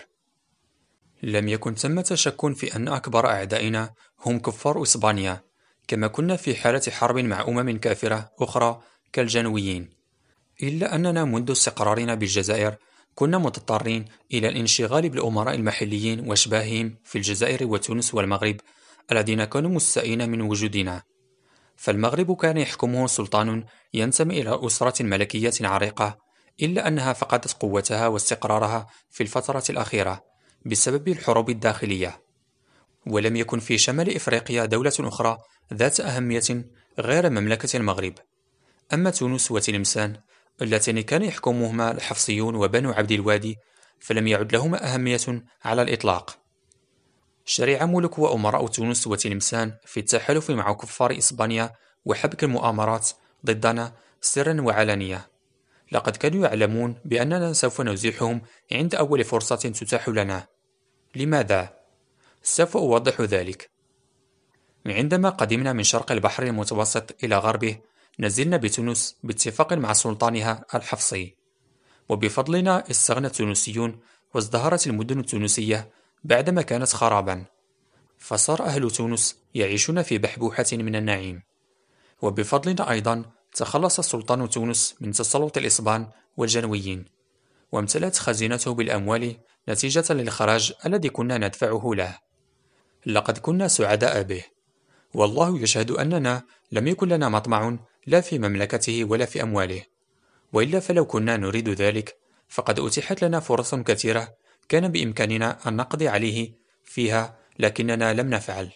لم يكن ثمة شك في أن أكبر أعدائنا هم كفار إسبانيا، كما كنا في حالة حرب مع كافرة أخرى كالجنويين، إلا أننا منذ استقرارنا بالجزائر كنا مضطرين إلى الانشغال بالأمراء المحليين وأشباههم في الجزائر وتونس والمغرب الذين كانوا مستائين من وجودنا. فالمغرب كان يحكمه سلطان ينتمي إلى أسرة ملكية عريقة، إلا أنها فقدت قوتها واستقرارها في الفترة الأخيرة بسبب الحروب الداخلية، ولم يكن في شمال إفريقيا دولة أخرى ذات أهمية غير مملكة المغرب. أما تونس وتلمسان اللتين كان يحكمهما الحفصيون وبنو عبد الوادي فلم يعد لهما أهمية على الإطلاق. شرع ملك وأمراء تونس وتلمسان في التحالف مع كفار إسبانيا وحبك المؤامرات ضدنا سرا وعلانية. لقد كانوا يعلمون بأننا سوف نزيحهم عند أول فرصة تتاح لنا. لماذا؟ سوف أوضح ذلك. عندما قدمنا من شرق البحر المتوسط إلى غربه نزلنا بتونس باتفاق مع سلطانها الحفصي، وبفضلنا استغنى التونسيون وازدهرت المدن التونسية بعدما كانت خرابا، فصار أهل تونس يعيشون في بحبوحة من النعيم. وبفضلنا أيضا تخلص سلطان تونس من تسلط الإسبان والجنويين، وامتلأت خزينته بالأموال نتيجة للخراج الذي كنا ندفعه له. لقد كنا سعداء به، والله يشهد أننا لم يكن لنا مطمع لا في مملكته ولا في أمواله، وإلا فلو كنا نريد ذلك فقد أتيحت لنا فرص كثيرة كان بإمكاننا أن نقضي عليه فيها، لكننا لم نفعل.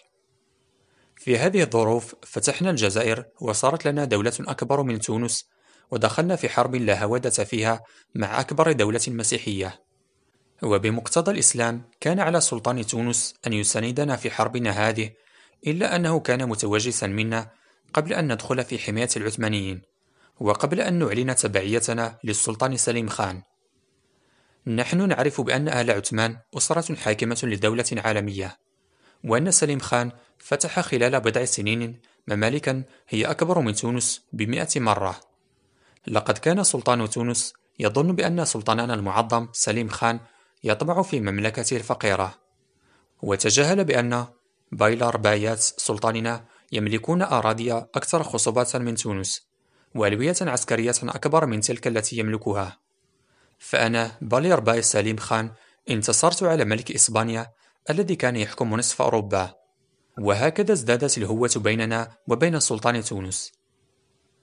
في هذه الظروف فتحنا الجزائر وصارت لنا دولة أكبر من تونس، ودخلنا في حرب لا هوادة فيها مع أكبر دولة مسيحية. وبمقتضى الإسلام كان على سلطان تونس أن يساندنا في حربنا هذه، إلا أنه كان متوجسا منا قبل أن ندخل في حماية العثمانيين، وقبل أن نعلن تبعيتنا للسلطان سليم خان. نحن نعرف بأن آل عثمان أسرة حاكمة لدولة عالمية، وأن سليم خان فتح خلال بضع سنين ممالكا هي أكبر من تونس ب100 مرة. لقد كان سلطان تونس يظن بأن سلطاننا المعظم سليم خان يطمع في مملكته الفقيرة، وتجاهل بأن بايلاربايات سلطاننا يملكون أراضي أكثر خصوبة من تونس وألوية عسكرية أكبر من تلك التي يملكها. فأنا بايلارباي سليم خان انتصرت على ملك إسبانيا الذي كان يحكم نصف أوروبا، وهكذا ازدادت الهوة بيننا وبين سلطان تونس.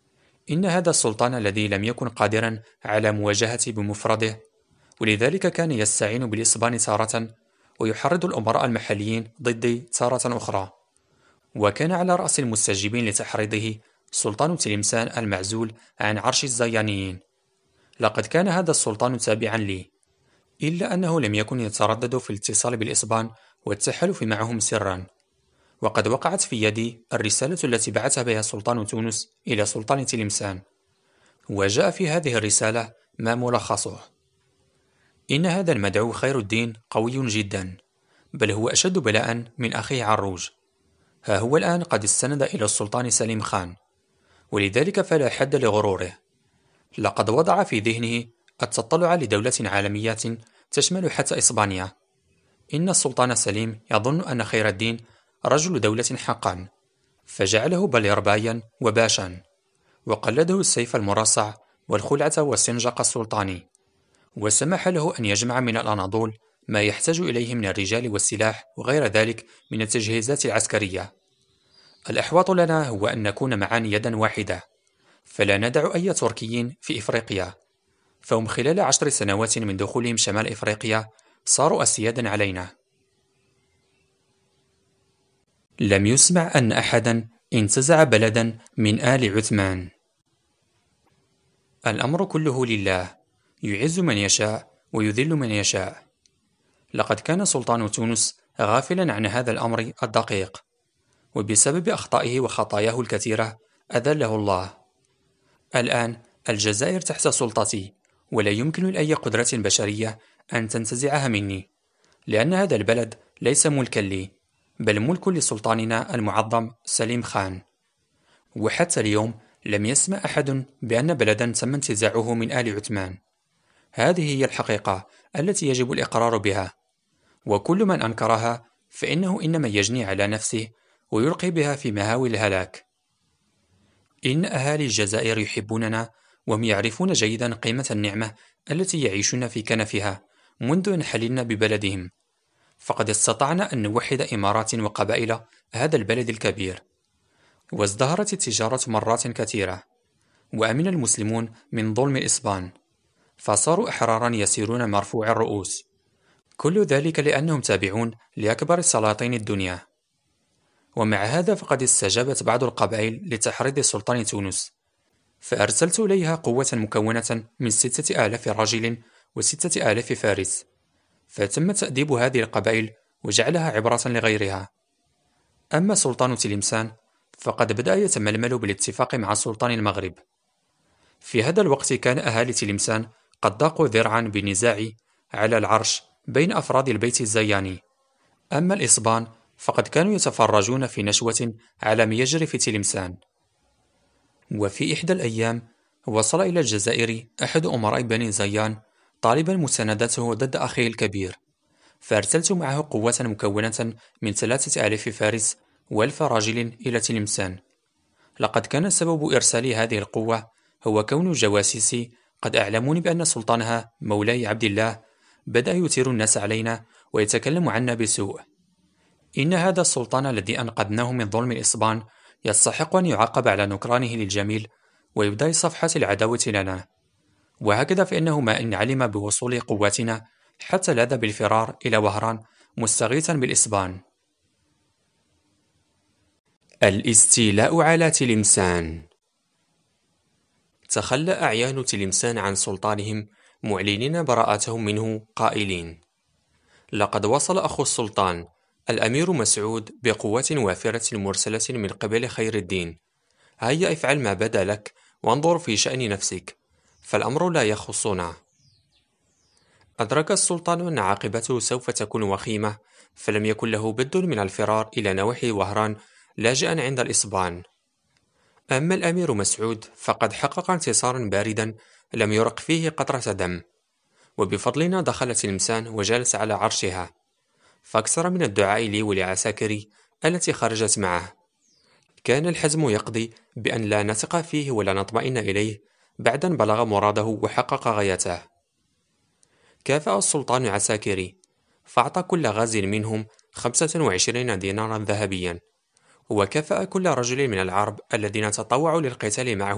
إن هذا السلطان الذي لم يكن قادرا على مواجهة بمفرده، ولذلك كان يستعين بالإسبان تارة ويحرض الأمراء المحليين ضده تارة أخرى. وكان على رأس المستجيبين لتحريضه سلطان تلمسان المعزول عن عرش الزيانيين. لقد كان هذا السلطان تابعا لي، إلا أنه لم يكن يتردد في الاتصال بالإسبان والتحالف معهم سرا. وقد وقعت في يدي الرسالة التي بعث بها سلطان تونس إلى سلطان تلمسان، وجاء في هذه الرسالة ما ملخصه: إن هذا المدعو خير الدين قوي جدا، بل هو أشد بلاء من أخيه عروج. ها هو الآن قد استند إلى السلطان سليم خان، ولذلك فلا حد لغروره. لقد وضع في ذهنه التطلع لدولة عالمية تشمل حتى إسبانيا. إن السلطان سليم يظن أن خير الدين رجل دولة حقا، فجعله بليربايا وباشا، وقلده السيف المرصع والخلعة والسنجق السلطاني، وسمح له أن يجمع من الأناضول ما يحتاج إليه من الرجال والسلاح وغير ذلك من التجهيزات العسكرية. الأحوط لنا هو أن نكون معا يدا واحدة، فلا ندع أي تركي في إفريقيا، فهم خلال 10 سنوات من دخولهم شمال إفريقيا صاروا أسيادا علينا. لم يسمع أن أحدا انتزع بلدا من آل عثمان. الأمر كله لله، يعز من يشاء ويذل من يشاء. لقد كان سلطان تونس غافلا عن هذا الأمر الدقيق، وبسبب أخطائه وخطاياه الكثيرة أذله الله. الآن الجزائر تحت سلطتي، ولا يمكن لأي قدرة بشرية أن تنتزعها مني، لأن هذا البلد ليس ملكا لي، بل ملك لسلطاننا المعظم سليم خان. وحتى اليوم لم يسمع أحد بأن بلدا تم انتزاعه من آل عثمان. هذه هي الحقيقة التي يجب الإقرار بها، وكل من أنكرها فإنه إنما يجني على نفسه ويلقي بها في مهاوي الهلاك. إن أهالي الجزائر يحبوننا، وهم يعرفون جيدا قيمة النعمة التي يعيشون في كنفها منذ أن حللنا ببلدهم. فقد استطعنا أن نوحد إمارات وقبائل هذا البلد الكبير، وازدهرت التجارة مرات كثيرة، وأمن المسلمون من ظلم الإسبان، فصاروا أحرارا يسيرون مرفوع الرؤوس. كل ذلك لأنهم تابعون لأكبر سلاطين الدنيا. ومع هذا فقد استجابت بعض القبائل لتحريض سلطان تونس، فأرسلت إليها قوة مكونة من 6000 راجل و6000 فارس، فتم تأديب هذه القبائل وجعلها عبرة لغيرها. أما سلطان تلمسان فقد بدأ يتململ بالاتفاق مع سلطان المغرب. في هذا الوقت كان أهالي تلمسان قد ضاقوا ذرعا بالنزاع على العرش بين أفراد البيت الزياني. أما الإسبان فقد كانوا يتفرجون في نشوة على ما يجري في تلمسان. وفي إحدى الأيام وصل إلى الجزائر أحد أمراء بني زيان طالبا مساندته ضد أخيه الكبير، فأرسلت معه قوة مكونة من 3000 فارس و1000 راجل إلى تلمسان. لقد كان سبب إرسال هذه القوة هو كون الجواسيس قد أعلموني بأن سلطانها مولاي عبد الله بدأ يثير الناس علينا ويتكلم عنا بسوء. إن هذا السلطان الذي أنقذناه من ظلم الإسبان يستحق أن يعاقب على نكرانه للجميل وإبداء صفحة العداوة لنا. وهكذا فإنه ما إن علم بوصول قواتنا حتى لاذ بالفرار إلى وهران مستغيثا بالإسبان. الاستيلاء على تلمسان. تخلى أعيان تلمسان عن سلطانهم معلنين براءتهم منه قائلين: لقد وصل أخو السلطان الأمير مسعود بقوة وافرة مرسلة من قبل خير الدين، هيا افعل ما بدا لك وانظر في شأن نفسك، فالأمر لا يخصنا. أدرك السلطان أن عاقبته سوف تكون وخيمة، فلم يكن له بد من الفرار إلى نواحي وهران لاجئا عند الإسبان. أما الأمير مسعود فقد حقق انتصارا باردا لم يرق فيه قطرة دم، وبفضلنا دخل تلمسان وجلس على عرشها، فأكثر من الدعاء لي ولعساكري التي خرجت معه. كان الحزم يقضي بأن لا نثق فيه ولا نطمئن إليه بعد أن بلغ مراده وحقق غايته. كافأ السلطان عساكري، فأعطى كل غازي منهم 25 دينارا ذهبيا، وكافأ كل رجل من العرب الذين تطوعوا للقتال معه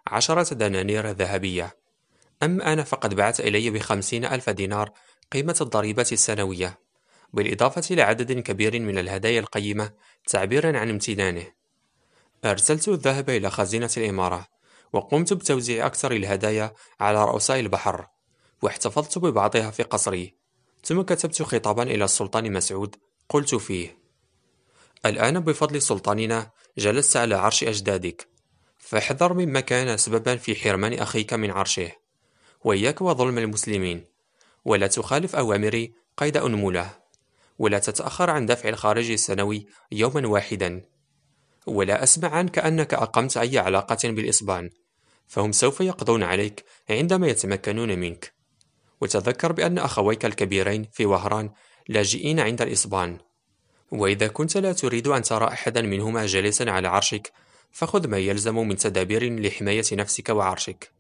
10 دنانير ذهبية. أما أنا فقد بعث إلي ب50,000 دينار قيمة الضريبة السنوية، بالإضافة إلى عدد كبير من الهدايا القيمة تعبيرا عن امتنانه. أرسلت الذهب إلى خزينة الإمارة، وقمت بتوزيع أكثر الهدايا على رؤساء البحر، واحتفظت ببعضها في قصري. ثم كتبت خطابا إلى السلطان مسعود، قلت فيه: الآن بفضل سلطاننا جلست على عرش أجدادك، فاحذر مما كان سببا في حرمان أخيك من عرشه، وإياك وظلم المسلمين، ولا تخالف أوامري قيد أنملة، ولا تتأخر عن دفع الخارج السنوي يوما واحدا، ولا أسمع عنك أنك أقمت أي علاقة بالإسبان، فهم سوف يقضون عليك عندما يتمكنون منك. وتذكر بأن أخويك الكبيرين في وهران لاجئين عند الإسبان، وإذا كنت لا تريد أن ترى أحدا منهما جالسا على عرشك، فخذ ما يلزم من تدابير لحماية نفسك وعرشك.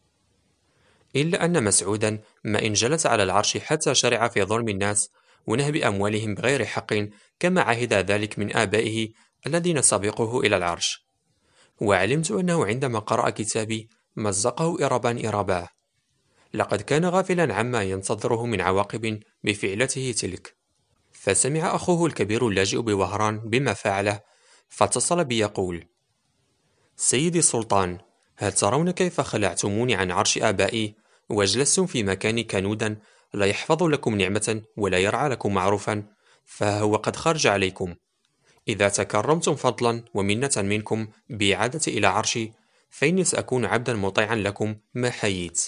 إلا أن مسعودا ما إن جلس على العرش حتى شرع في ظلم الناس ونهب أموالهم بغير حق، كما عهد ذلك من آبائه الذين سبقوه إلى العرش. وعلمت أنه عندما قرأ كتابي مزقه إربا إربا، لقد كان غافلا عما ينتظره من عواقب بفعلته تلك. فسمع أخوه الكبير اللاجئ بوهران بما فعله، فاتصل بي يقول: سيدي السلطان، هل ترون كيف خلعتموني عن عرش آبائي وأجلستم في مكاني كنودا لا يحفظ لكم نعمة ولا يرعى لكم معروفا؟ فهو قد خرج عليكم. إذا تكرمتم فضلا ومنة منكم بإعادتي إلى عرشي، فإني سأكون عبدا مطيعا لكم ما حييت.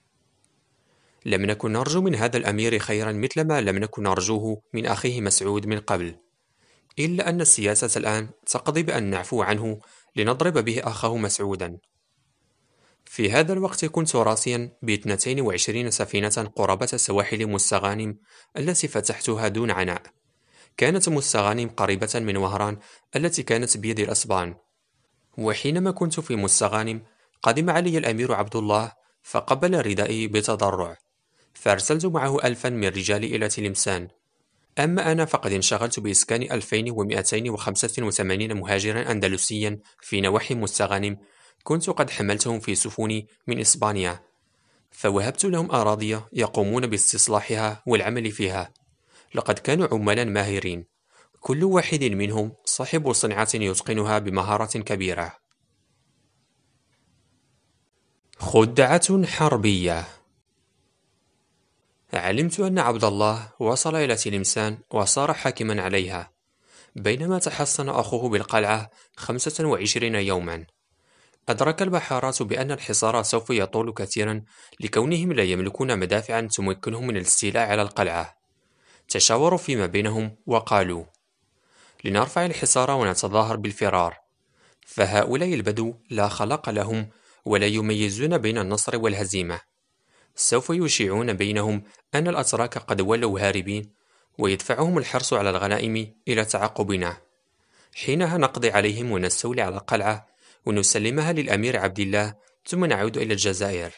لم نكن نرجو من هذا الأمير خيرا مثل ما لم نكن نرجوه من أخيه مسعود من قبل، إلا أن السياسة الآن تقضي بأن نعفو عنه لنضرب به أخاه مسعودا. في هذا الوقت كنت راسيا ب22 سفينة قرابة سواحل مستغانم التي فتحتها دون عناء. كانت مستغانم قريبة من وهران التي كانت بيد الأسبان. وحينما كنت في مستغانم قدم علي الأمير عبد الله، فقبل ردائي بتضرع، فأرسلت معه 1000 من رجالي إلى تلمسان. أما أنا فقد انشغلت بإسكان 2285 مهاجرا أندلسيا في نواحي مستغانم، كنت قد حملتهم في سفني من إسبانيا، فوهبت لهم أراضي يقومون باستصلاحها والعمل فيها. لقد كانوا عمالا ماهرين، كل واحد منهم صاحب صنعة يتقنها بمهارة كبيرة. خدعة حربية. علمت أن عبد الله وصل إلى تلمسان وصار حاكما عليها، بينما تحصن أخوه بالقلعة 25 يوما. أدرك البحارات بأن الحصار سوف يطول كثيرا لكونهم لا يملكون مدافعا تمكنهم من الاستيلاء على القلعة. تشاوروا فيما بينهم وقالوا: لنرفع الحصار ونتظاهر بالفرار، فهؤلاء البدو لا خلق لهم ولا يميزون بين النصر والهزيمة. سوف يشيعون بينهم أن الأتراك قد ولوا هاربين، ويدفعهم الحرص على الغنائم إلى تعقبنا. حينها نقضي عليهم ونستولي على القلعة ونسلمها للأمير عبد الله، ثم نعود إلى الجزائر.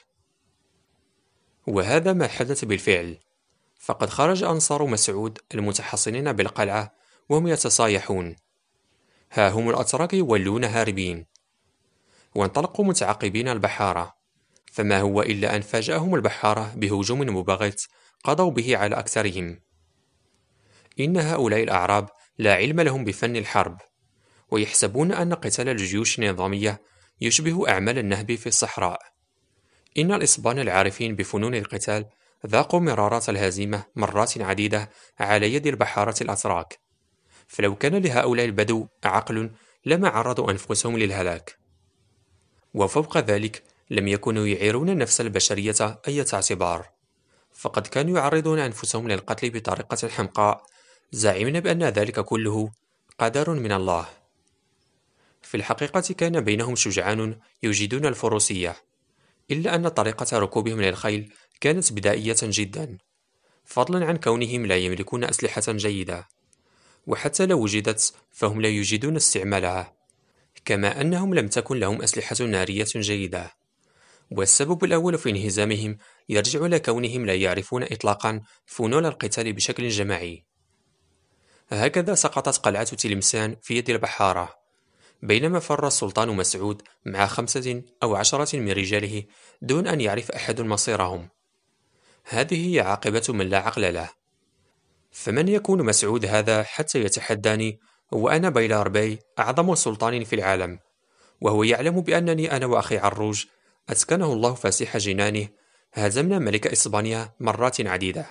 وهذا ما حدث بالفعل، فقد خرج أنصار مسعود المتحصنين بالقلعة وهم يتصايحون: ها هم الأتراك يولون هاربين. وانطلقوا متعقبين البحارة، فما هو إلا أن فاجأهم البحارة بهجوم مباغت قضوا به على أكثرهم. إن هؤلاء الأعراب لا علم لهم بفن الحرب، ويحسبون أن قتال الجيوش النظامية يشبه أعمال النهب في الصحراء. إن الإسبان العارفين بفنون القتال ذاقوا مرارات الهزيمة مرات عديدة على يد البحارة الأتراك، فلو كان لهؤلاء البدو عقل لما عرضوا أنفسهم للهلاك. وفوق ذلك لم يكونوا يعيرون نفس البشرية أي اعتبار، فقد كانوا يعرضون أنفسهم للقتل بطريقة حمقاء، زاعمين بأن ذلك كله قدر من الله. في الحقيقة كان بينهم شجعان يجيدون الفروسية، إلا أن طريقة ركوبهم للخيل كانت بدائية جدا، فضلا عن كونهم لا يملكون أسلحة جيدة، وحتى لو وجدت فهم لا يجيدون استعمالها، كما أنهم لم تكن لهم أسلحة نارية جيدة. والسبب الأول في انهزامهم يرجع إلى كونهم لا يعرفون إطلاقا فنون القتال بشكل جماعي. هكذا سقطت قلعة تلمسان في يد البحارة، بينما فر السلطان مسعود مع 5 أو 10 من رجاله دون أن يعرف أحد مصيرهم. هذه هي عاقبة من لا عقل له. فمن يكون مسعود هذا حتى يتحداني وأنا بيلار بي أعظم سلطان في العالم، وهو يعلم بأنني أنا وأخي عروج أسكنه الله فسيح جنانه هزمنا ملك إسبانيا مرات عديدة.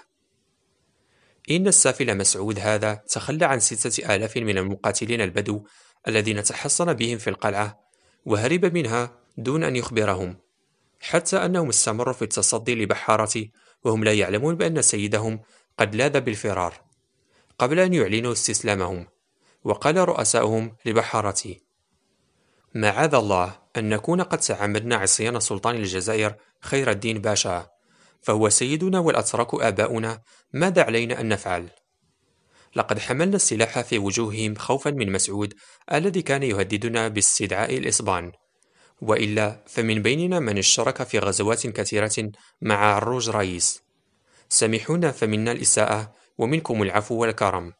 إن السافل مسعود هذا تخلى عن 6,000 من المقاتلين البدو الذين تحصن بهم في القلعة وهرب منها دون أن يخبرهم، حتى أنهم استمروا في التصدي لبحارة وهم لا يعلمون بأن سيدهم قد لاذ بالفرار قبل أن يعلنوا استسلامهم. وقال رؤساؤهم لبحارة: معاذ الله أن نكون قد تعمدنا عصيان سلطان الجزائر خير الدين باشا، فهو سيدنا والأتراك آباؤنا، ماذا علينا أن نفعل؟ لقد حملنا السلاح في وجوههم خوفا من مسعود الذي كان يهددنا باستدعاء الإسبان، وإلا فمن بيننا من اشترك في غزوات كثيرة مع عروج رئيس. سامحونا فمنا الإساءة ومنكم العفو والكرم.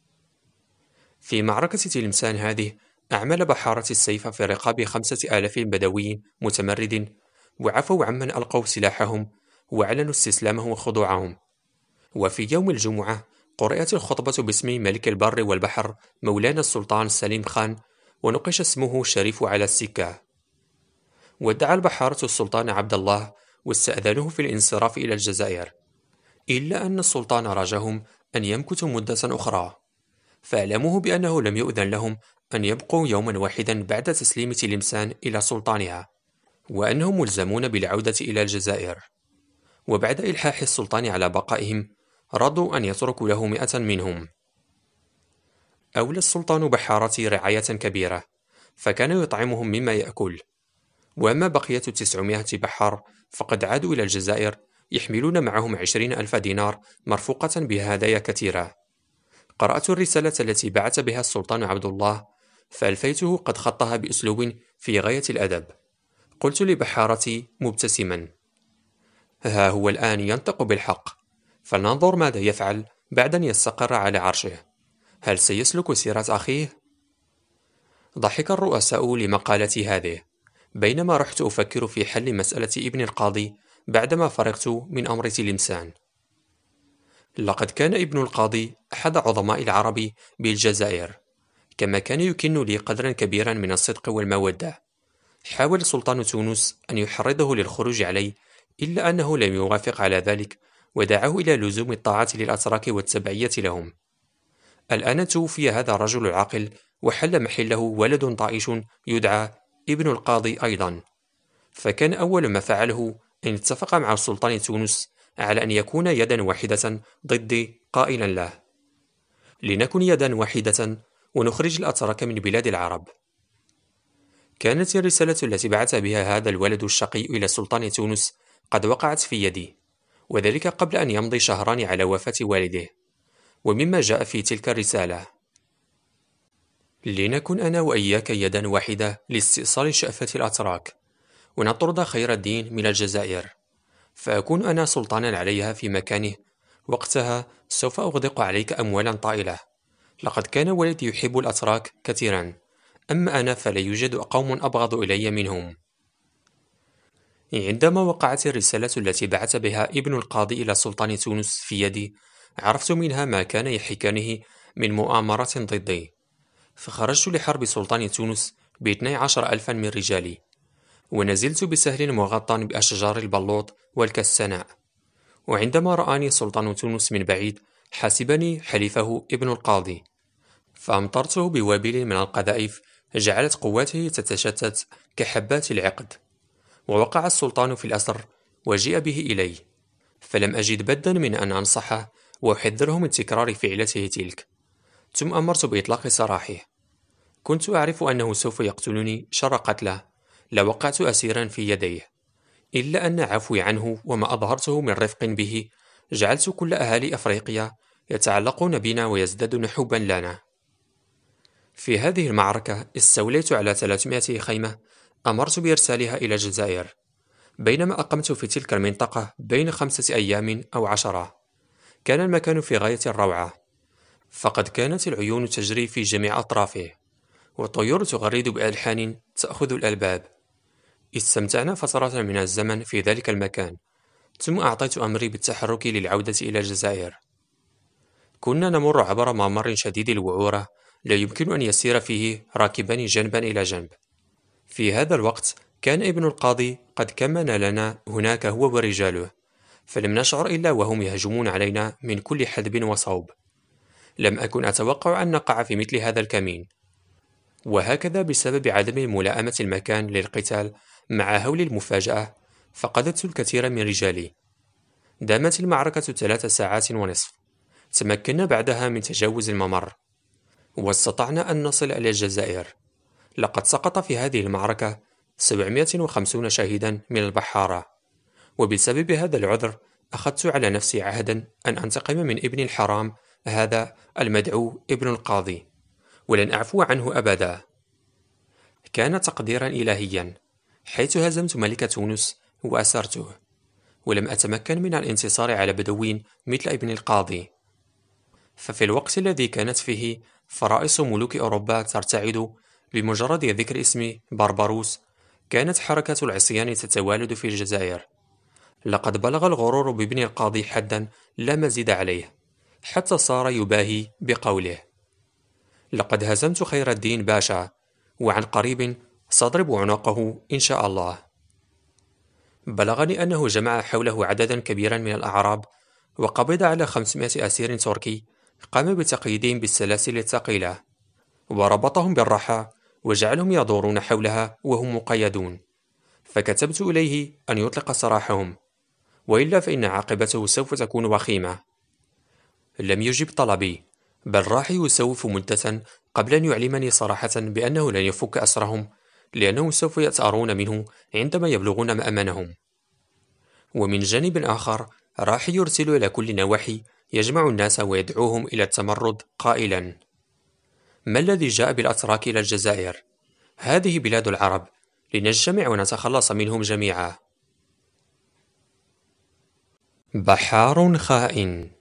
في معركة تلمسان هذه أعمل بحارة السيف في رقاب 5,000 بدوي متمرد، وعفوا عمن ألقوا سلاحهم وأعلنوا استسلامهم وخضوعهم. وفي يوم الجمعة قرأت الخطبة باسم ملك البر والبحر مولانا السلطان سليم خان، ونقش اسمه الشريف على السكة. ودعا البحارة السلطان عبد الله واستأذنوه في الانصراف إلى الجزائر، إلا أن السلطان رجاهم أن يمكثوا مدة أخرى، فاعلموه بأنه لم يؤذن لهم أن يبقوا يوما واحدا بعد تسليم تلمسان إلى سلطانها، وأنهم ملزمون بالعودة إلى الجزائر. وبعد إلحاح السلطان على بقائهم رضوا أن يتركوا له 100 منهم. أولى السلطان بحارة رعاية كبيرة، فكان يطعمهم مما يأكل. وأما بقية 900 بحار فقد عادوا إلى الجزائر يحملون معهم 20,000 دينار مرفوقة بهدايا كثيرة. قرأت الرسالة التي بعث بها السلطان عبد الله، فألفيته قد خطها بأسلوب في غاية الأدب. قلت لبحارتي مبتسما: ها هو الآن ينطق بالحق، فلننظر ماذا يفعل بعد أن يستقر على عرشه. هل سيسلك سيرة أخيه؟ ضحك الرؤساء لمقالتي هذه، بينما رحت أفكر في حل مسألة ابن القاضي بعدما فرغت من أمر تلمسان. لقد كان ابن القاضي أحد عظماء العرب بالجزائر، كما كان يكن لي قدرا كبيرا من الصدق والمودة. حاول سلطان تونس أن يحرضه للخروج عليه، إلا أنه لم يوافق على ذلك، ودعاه إلى لزوم الطاعة للأتراك والتبعية لهم. الآن توفي هذا الرجل العاقل، وحل محله ولد طائش يدعى ابن القاضي أيضا، فكان أول ما فعله أن اتفق مع سلطان تونس على أن يكون يدا واحدة ضدي، قائلا له: لنكن يدا واحدة ونخرج الأتراك من بلاد العرب. كانت الرسالة التي بعث بها هذا الولد الشقي إلى سلطان تونس قد وقعت في يدي، وذلك قبل أن يمضي شهران على وفاة والده. ومما جاء في تلك الرسالة: لنكن أنا وإياك يدا واحدة لاستئصال شأفة الأتراك، ونطرد خير الدين من الجزائر، فأكون أنا سلطانا عليها في مكانه. وقتها سوف أغدق عليك أموالا طائلة. لقد كان والدي يحب الأتراك كثيرا، أما أنا فلا يوجد قوم أبغض إلي منهم. عندما وقعت الرسالة التي بعث بها ابن القاضي إلى سلطان تونس في يدي، عرفت منها ما كان يحكانه من مؤامرة ضدي، فخرجت لحرب سلطان تونس ب12,000 من رجالي، ونزلت بسهل مغطى بأشجار البلوط والكسناء. وعندما رآني سلطان تونس من بعيد حسبني حليفه ابن القاضي، فأمطرته بوابل من القذائف جعلت قواته تتشتت كحبات العقد. ووقع السلطان في الأسر وجيء به إلي، فلم أجد بدا من أن أنصحه وأحذره من تكرار فعلته تلك، ثم أمرت بإطلاق سراحه. كنت أعرف أنه سوف يقتلني شر قتله لوقعت أسيرا في يديه، إلا أن عفوي عنه وما أظهرته من رفق به جعلت كل أهالي أفريقيا يتعلقون بنا ويزدادون حبا لنا. في هذه المعركة استوليت على 300 خيمة أمرت بإرسالها إلى الجزائر، بينما أقمت في تلك المنطقة بين 5 أيام أو 10. كان المكان في غاية الروعة، فقد كانت العيون تجري في جميع أطرافه، والطيور تغرد بألحان تأخذ الألباب. استمتعنا فترة من الزمن في ذلك المكان، ثم أعطيت أمري بالتحرك للعودة إلى الجزائر. كنا نمر عبر ممر شديد الوعورة لا يمكن أن يسير فيه راكبان جنبا إلى جنب. في هذا الوقت كان ابن القاضي قد كمن لنا هناك هو ورجاله، فلم نشعر إلا وهم يهجمون علينا من كل حدب وصوب. لم أكن أتوقع أن نقع في مثل هذا الكمين، وهكذا بسبب عدم ملائمة المكان للقتال مع هول المفاجأة فقدت الكثير من رجالي. دامت المعركة 3 ساعات ونصف. تمكنا بعدها من تجاوز الممر، واستطعنا أن نصل إلى الجزائر. لقد سقط في هذه المعركة 750 شهيدا من البحارة، وبسبب هذا العذر أخذت على نفسي عهدا أن أنتقم من ابن الحرام هذا المدعو ابن القاضي، ولن أعفو عنه أبدا. كان تقديرا إلهيا، حيث هزمت ملك تونس وأسرته، ولم أتمكن من الانتصار على بدوي مثل ابن القاضي. ففي الوقت الذي كانت فيه فرائص ملوك أوروبا ترتعد بمجرد ذكر اسم بربروس، كانت حركة العصيان تتوالد في الجزائر. لقد بلغ الغرور بابن القاضي حدا لا مزيد عليه، حتى صار يباهي بقوله: لقد هزمت خير الدين باشا، وعن قريب سأضرب عنقه إن شاء الله. بلغني أنه جمع حوله عددا كبيرا من الأعراب، وقبض على 500 أسير تركي قام بتقييدهم بالسلاسل الثقيلة، وربطهم بالرحى وجعلهم يدورون حولها وهم مقيدون. فكتبت إليه أن يطلق سراحهم، وإلا فإن عاقبته سوف تكون وخيمة. لم يجب طلبي، بل راح يسوف مدة قبل أن يعلمني صراحة بأنه لن يفك أسرهم، لأنهم سوف يتأرون منه عندما يبلغون مأمنهم. ومن جانب آخر راح يرسل إلى كل نواحي يجمع الناس ويدعوهم إلى التمرد قائلا: ما الذي جاء بالأتراك إلى الجزائر؟ هذه بلاد العرب، لنجتمع ونتخلص منهم جميعا. بحار خائن.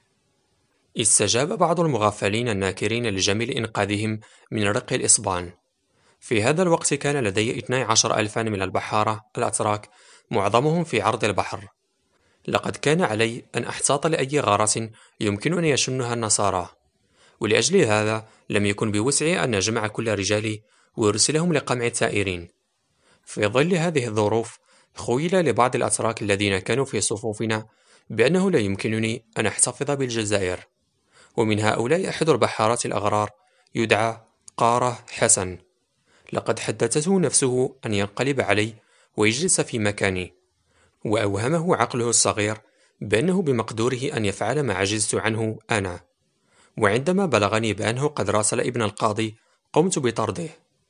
استجاب بعض المغفلين الناكرين لجميل إنقاذهم من رق الإصبان. في هذا الوقت كان لدي 12,000 من البحارة الأتراك، معظمهم في عرض البحر. لقد كان علي أن أحتاط لأي غارة يمكن أن يشنها النصارى، ولأجل هذا لم يكن بوسعي أن نجمع كل رجالي ويرسلهم لقمع الثائرين. في ظل هذه الظروف خيل لبعض الأتراك الذين كانوا في صفوفنا بأنه لا يمكنني أن أحتفظ بالجزائر، ومن هؤلاء أحد البحارات الأغرار يدعى قارة حسن. لقد حدثته نفسه أن ينقلب علي ويجلس في مكاني، وأوهمه عقله الصغير بأنه بمقدوره أن يفعل ما عجزت عنه أنا. وعندما بلغني بأنه قد راسل ابن القاضي قمت بطرده.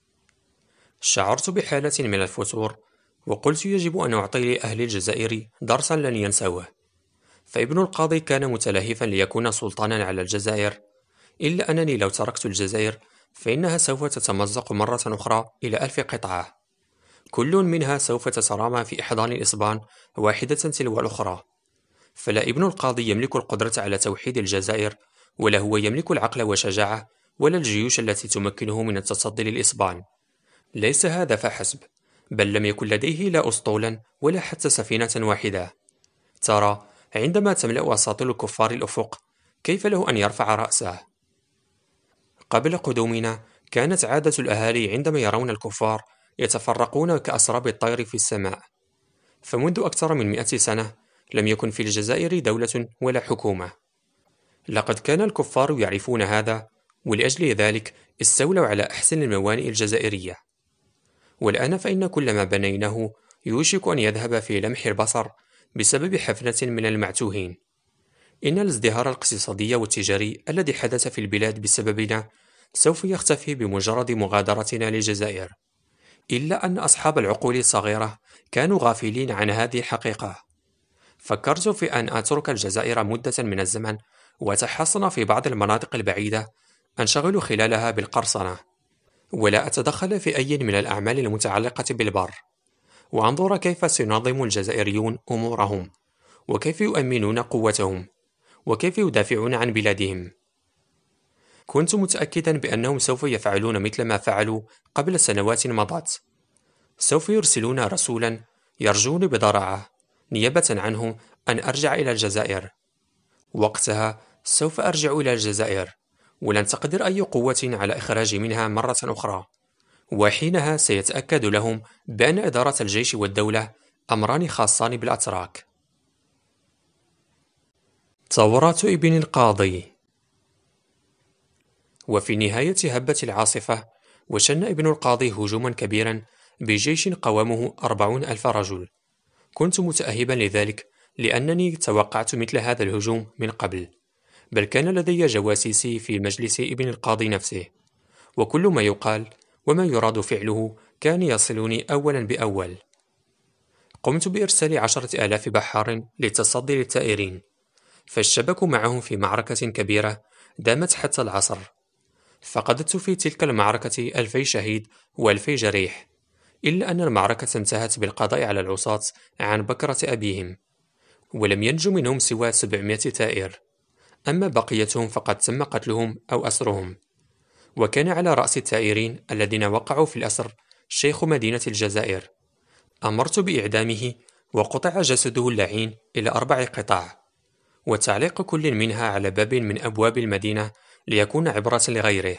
شعرت بحالة من الفتور، وقلت يجب أن أعطي لأهل الجزائر درسا لن ينسوه. فابن القاضي كان متلهفا ليكون سلطانا على الجزائر، إلا أنني لو تركت الجزائر فإنها سوف تتمزق مرة أخرى إلى 1000 قطعة، كل منها سوف تترامى في إحضان الإصبان واحدة تلو الأخرى. فلا ابن القاضي يملك القدرة على توحيد الجزائر، ولا هو يملك العقل والشجاعة، ولا الجيوش التي تمكنه من التصدي للإصبان. ليس هذا فحسب، بل لم يكن لديه لا أسطولا ولا حتى سفينة واحدة. ترى، عندما تملأ أساطيل الكفار الأفق، كيف له أن يرفع رأسه؟ قبل قدومنا كانت عادة الأهالي عندما يرون الكفار يتفرقون كأسراب الطير في السماء. فمنذ أكثر من 100 سنة لم يكن في الجزائر دولة ولا حكومة. لقد كان الكفار يعرفون هذا، ولأجل ذلك استولوا على أحسن الموانئ الجزائرية. والآن فإن كل ما بنيناه يوشك أن يذهب في لمح البصر بسبب حفنة من المعتوهين. إن الازدهار الاقتصادي والتجاري الذي حدث في البلاد بسببنا سوف يختفي بمجرد مغادرتنا للجزائر. إلا أن أصحاب العقول الصغيرة كانوا غافلين عن هذه الحقيقة. فكرت في أن أترك الجزائر مدة من الزمن وأتحصن في بعض المناطق البعيدة أنشغل خلالها بالقرصنة، ولا أتدخل في أي من الأعمال المتعلقة بالبر، وأنظر كيف سينظم الجزائريون أمورهم، وكيف يؤمنون قوتهم، وكيف يدافعون عن بلادهم. كنت متأكدا بأنهم سوف يفعلون مثل ما فعلوا قبل سنوات مضت. سوف يرسلون رسولا يرجون بضراعة نيابة عنه أن أرجع إلى الجزائر. وقتها سوف أرجع إلى الجزائر، ولن تقدر أي قوة على إخراجي منها مرة أخرى. وحينها سيتأكد لهم بأن إدارة الجيش والدولة أمران خاصان بالأتراك. ثورات ابن القاضي. وفي نهاية هبة العاصفة، وشن ابن القاضي هجوما كبيرا بجيش قوامه 40,000 رجل. كنت متأهبا لذلك، لأنني توقعت مثل هذا الهجوم من قبل، بل كان لدي جواسيسي في مجلس ابن القاضي نفسه، وكل ما يقال وما يراد فعله كان يصلني أولا بأول. قمت بإرسال 10,000 بحار للتصدي للثائرين، فاشتبكوا معهم في معركة كبيرة دامت حتى العصر. فقدت في تلك المعركة 2000 شهيد و2000 جريح، إلا أن المعركة انتهت بالقضاء على العصاة عن بكرة أبيهم، ولم ينج منهم سوى 700 ثائر. أما بقيتهم فقد تم قتلهم أو أسرهم. وكان على رأس الثائرين الذين وقعوا في الأسر شيخ مدينة الجزائر. أمرت بإعدامه، وقطع جسده اللعين إلى 4 قطع، وتعليق كل منها على باب من أبواب المدينة ليكون عبرة لغيره.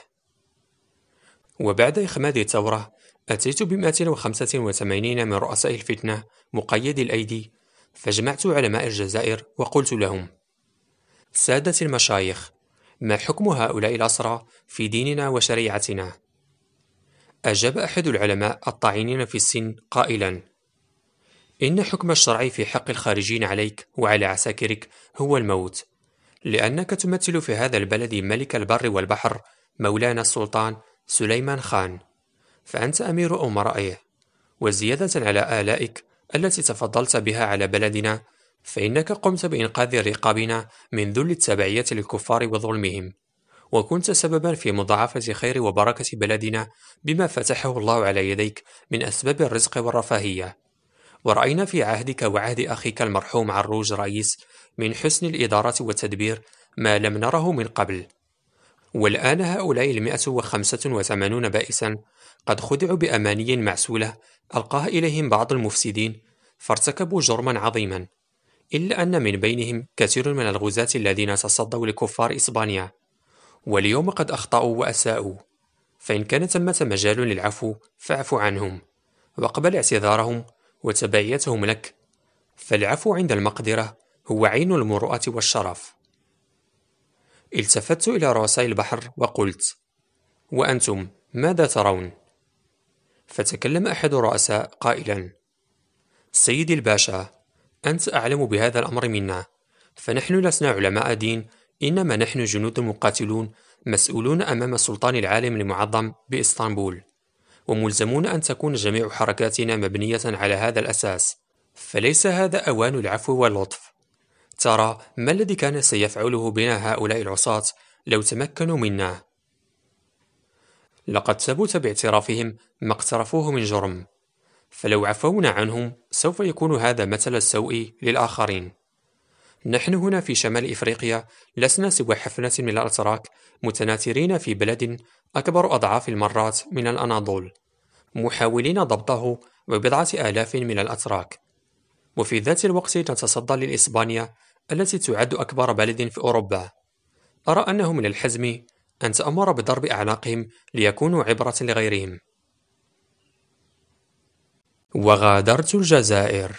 وبعد إخماد الثورة أتيت ب285 من رؤساء الفتنة مقيد الأيدي، فجمعت علماء الجزائر وقلت لهم: سادة المشايخ، ما حكم هؤلاء الأسرى في ديننا وشريعتنا؟ أجاب أحد العلماء الطاعنين في السن قائلا: إن حكم الشرع في حق الخارجين عليك وعلى عساكرك هو الموت، لأنك تمثل في هذا البلد ملك البر والبحر مولانا السلطان سليمان خان، فأنت أمير أمرائه. وزيادة على آلائك التي تفضلت بها على بلدنا، فإنك قمت بإنقاذ رقابنا من ذل التبعية للكفار وظلمهم، وكنت سببا في مضاعفة خير وبركة بلدنا بما فتحه الله على يديك من أسباب الرزق والرفاهية. ورأينا في عهدك وعهد أخيك المرحوم عروج رئيس من حسن الإدارة والتدبير ما لم نره من قبل. والآن هؤلاء 185 بائسا قد خدعوا بأماني معسولة ألقاها إليهم بعض المفسدين، فارتكبوا جرما عظيما، إلا أن من بينهم كثير من الغزاة الذين تصدوا لكفار إسبانيا، واليوم قد أخطأوا وأساءوا. فإن كان ثمة مجال للعفو فاعف عنهم، واقبل اعتذارهم وتبعيتهم لك، فالعفو عند المقدرة هو عين المروءة والشرف. التفت إلى رؤساء البحر وقلت: وأنتم ماذا ترون؟ فتكلم أحد الرؤساء قائلا: سيدي الباشا، أنت أعلم بهذا الأمر منا، فنحن لسنا علماء دين، إنما نحن جنود مقاتلون مسؤولون أمام السلطان العالم المعظم بإسطنبول، وملزمون أن تكون جميع حركاتنا مبنية على هذا الأساس، فليس هذا أوان العفو واللطف. ترى ما الذي كان سيفعله بنا هؤلاء العصاة لو تمكنوا منا؟ لقد ثبت باعترافهم ما اقترفوه من جرم، فلو عفونا عنهم سوف يكون هذا مثل السوء للآخرين. نحن هنا في شمال إفريقيا لسنا سوى حفنة من الأتراك متناثرين في بلد أكبر أضعاف المرات من الأناضول، محاولين ضبطه ببضعة آلاف من الأتراك، وفي ذات الوقت نتصدى لإسبانيا التي تعد أكبر بلد في أوروبا. أرى أنه من الحزم أن تأمر بضرب أعناقهم ليكونوا عبرة لغيرهم. وغادرت الجزائر.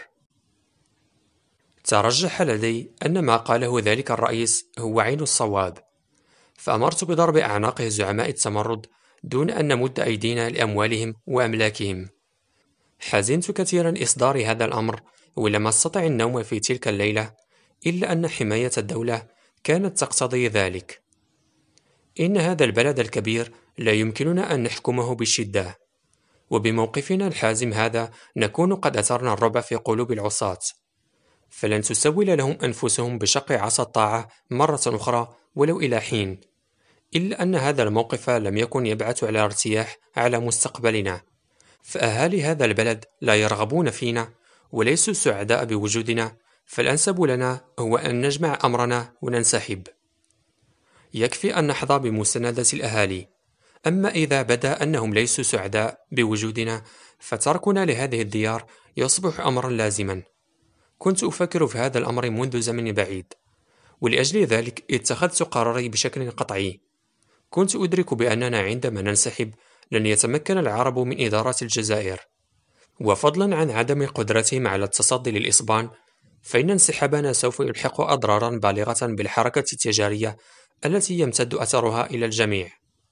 ترجح لدي أن ما قاله ذلك الرئيس هو عين الصواب، فأمرت بضرب أعناق زعماء التمرد دون أن نمد أيدينا لأموالهم وأملاكهم. حزنت كثيرا إصدار هذا الأمر، ولم أستطع النوم في تلك الليلة، إلا أن حماية الدولة كانت تقتضي ذلك. إن هذا البلد الكبير لا يمكننا أن نحكمه بالشدة، وبموقفنا الحازم هذا نكون قد أثرنا الرعب في قلوب العصاة، فلن تسول لهم أنفسهم بشق عصا الطاعة مرة أخرى ولو إلى حين. إلا أن هذا الموقف لم يكن يبعث على ارتياح على مستقبلنا، فأهالي هذا البلد لا يرغبون فينا وليسوا سعداء بوجودنا، فالأنسب لنا هو أن نجمع أمرنا وننسحب. يكفي أن نحظى بمساندة الأهالي. أما إذا بدا أنهم ليسوا سعداء بوجودنا، فتركنا لهذه الديار يصبح أمرا لازما. كنت أفكر في هذا الأمر منذ زمن بعيد، ولأجل ذلك اتخذت قراري بشكل قطعي. كنت أدرك بأننا عندما ننسحب لن يتمكن العرب من إدارة الجزائر، وفضلا عن عدم قدرتهم على التصدي للإسبان، فإن انسحابنا سوف يلحق أضرارا بالغة بالحركة التجارية التي يمتد أثرها إلى الجميع.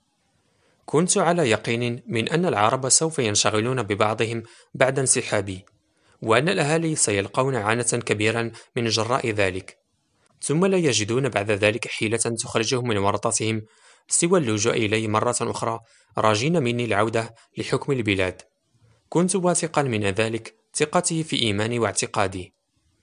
كنت على يقين من أن العرب سوف ينشغلون ببعضهم بعد انسحابي، وأن الأهالي سيلقون عانة كبيرا من جراء ذلك، ثم لا يجدون بعد ذلك حيلة تخرجهم من ورطتهم سوى اللجوء إلي مرة أخرى، راجين مني العودة لحكم البلاد. كنت واثقا من ذلك ثقتي في إيماني واعتقادي.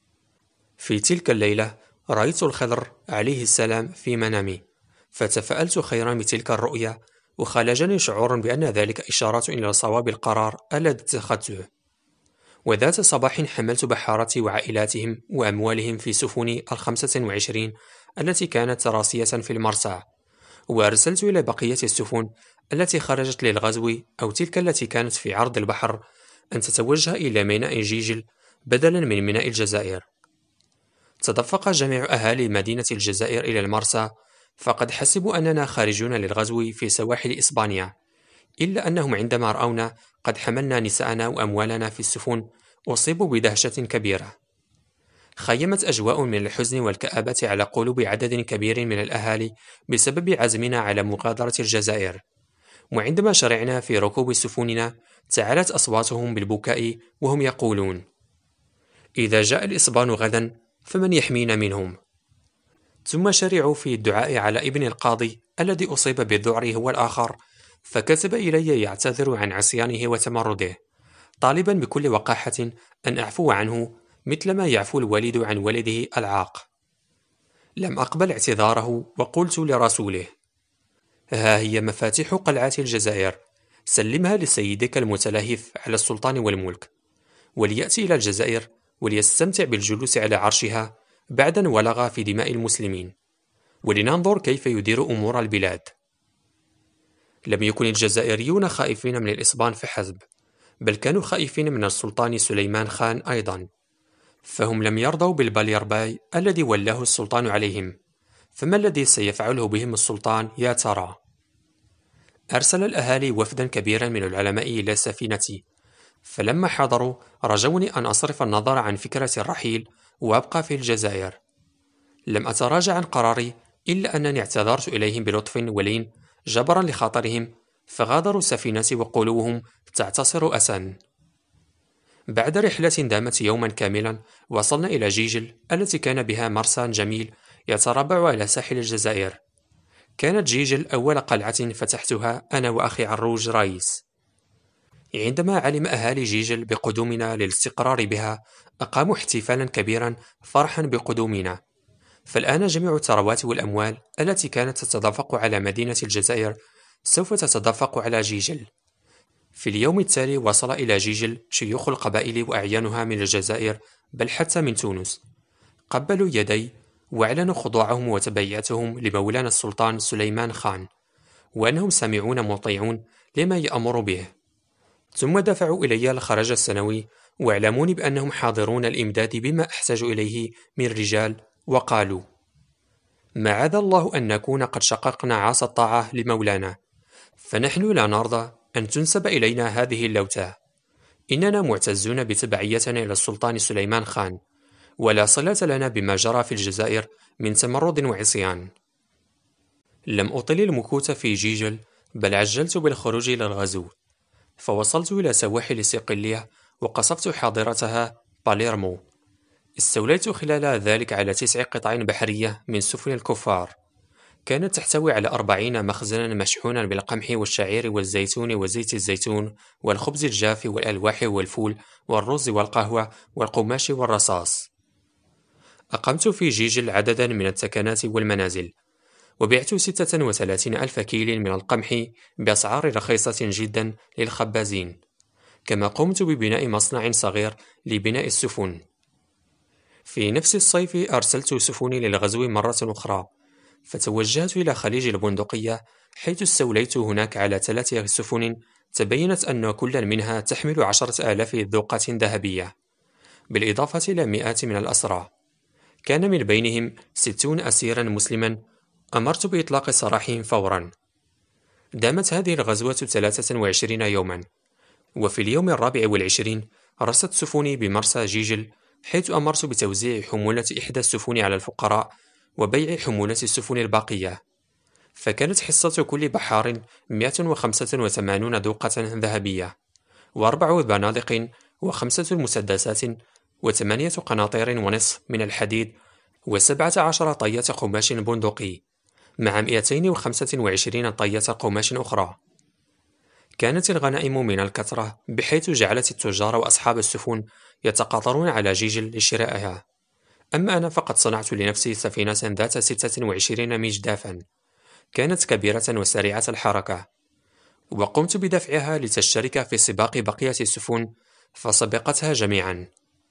في تلك الليلة رأيت الخضر عليه السلام في منامي، فتفاءلت خيرا بتلك الرؤيا، وخالجني شعور بأن ذلك إشارات إلى صواب القرار الذي اتخذته. وذات صباح حملت بحارتي وعائلاتهم وأموالهم في سفن 25 التي كانت راسية في المرسى، وأرسلت إلى بقية السفن التي خرجت للغزو أو تلك التي كانت في عرض البحر أن تتوجه إلى ميناء جيجل بدلا من ميناء الجزائر. تدفق جميع أهالي مدينة الجزائر إلى المرسى، فقد حسبوا أننا خارجون للغزو في سواحل إسبانيا، إلا أنهم عندما رأونا قد حملنا نساءنا وأموالنا في السفن أصيبوا بدهشة كبيرة. خيمت أجواء من الحزن والكآبة على قلوب عدد كبير من الأهالي بسبب عزمنا على مغادرة الجزائر، وعندما شرعنا في ركوب سفننا تعالت أصواتهم بالبكاء وهم يقولون: إذا جاء الإسبان غدا فمن يحمينا منهم؟ ثم شرعوا في الدعاء على ابن القاضي الذي أصيب بالذعر هو الآخر، فكتب إلي يعتذر عن عصيانه وتمرده، طالبا بكل وقاحة أن أعفو عنه مثلما يعفو الوالد عن ولده العاق. لم أقبل اعتذاره، وقلت لرسوله: ها هي مفاتيح قلعة الجزائر، سلمها لسيدك المتلهف على السلطان والملك، وليأتي إلى الجزائر وليستمتع بالجلوس على عرشها بعد أن ولغ في دماء المسلمين، ولننظر كيف يدير أمور البلاد. لم يكن الجزائريون خائفين من الإسبان فحسب، بل كانوا خائفين من السلطان سليمان خان أيضا، فهم لم يرضوا بالباليرباي الذي ولاه السلطان عليهم. فما الذي سيفعله بهم السلطان يا ترى؟ أرسل الأهالي وفدا كبيرا من العلماء إلى سفينتي، فلما حضروا رجوني أن أصرف النظر عن فكرة الرحيل وأبقى في الجزائر. لم أتراجع عن قراري، إلا أنني اعتذرت إليهم بلطف ولين جبرا لخاطرهم، فغادروا سفينتي وقلوبهم تعتصر أسا. بعد رحلة دامت يوما كاملا وصلنا إلى جيجل التي كان بها مرسى جميل يتربع على ساحل الجزائر. كانت جيجل أول قلعة فتحتها أنا وأخي عروج رايس. عندما علم أهالي جيجل بقدومنا للاستقرار بها أقاموا احتفالا كبيرا فرحا بقدومنا، فالآن جميع الثروات والأموال التي كانت تتدفق على مدينة الجزائر سوف تتدفق على جيجل. في اليوم التالي وصل إلى جيجل شيوخ القبائل وأعيانها من الجزائر، بل حتى من تونس، قبلوا يدي وأعلنوا خضوعهم وتبعيتهم لمولانا السلطان سليمان خان، وأنهم سامعون مطيعون لما يأمر به. ثم دفعوا إلي الخرج السنوي واعلموني بأنهم حاضرون الإمداد بما أحتاج إليه من رجال، وقالوا: معاذ الله أن نكون قد شققنا عصا الطاعة لمولانا، فنحن لا نرضى أن تنسب إلينا هذه اللوتة. إننا معتزون بتبعيتنا إلى السلطان سليمان خان، ولا صلة لنا بما جرى في الجزائر من تمرد وعصيان. لم أطل المكوث في جيجل، بل عجلت بالخروج إلى الغزو، فوصلت إلى سواحل صقلية وقصفت حاضرتها باليرمو. استوليت خلال ذلك على 9 قطع بحرية من سفن الكفار، كانت تحتوي على 40 مخزنا مشحونا بالقمح والشعير والزيتون وزيت الزيتون والخبز الجاف والألواح والفول والرز والقهوة والقماش والرصاص. أقمت في جيجل عددا من التكنات والمنازل، وبعت 36,000 كيل من القمح بأسعار رخيصة جدا للخبازين، كما قمت ببناء مصنع صغير لبناء السفن. في نفس الصيف أرسلت سفني للغزو مرة أخرى، فتوجهت إلى خليج البندقية، حيث استوليت هناك على 3 سفن تبينت أن كل منها تحمل 10,000 ذوقة ذهبية، بالإضافة إلى مئات من الأسرى. كان من بينهم 60 أسيرا مسلما أمرت بإطلاق سراحهم فورا. دامت هذه الغزوة 23 يوما، وفي اليوم 24 رست سفني بمرسى جيجل، حيث أمرت بتوزيع حمولة إحدى السفن على الفقراء وبيع حمولة السفن الباقية، فكانت حصة كل بحار 185 ذوقة ذهبية، و4 بنادق، و5 مسدسات، و8 قناطير ونصف من الحديد، و17 طية قماش بندقي، مع 225 طية قماش أخرى. كانت الغنائم من الكثرة، بحيث جعلت التجار وأصحاب السفن يتقاطرون على جيجل لشرائها. أما أنا فقد صنعت لنفسي سفينة ذات 26 مجدافا، كانت كبيرة وسريعة الحركة، وقمت بدفعها لتشترك في سباق بقية السفن، فسبقتها جميعا.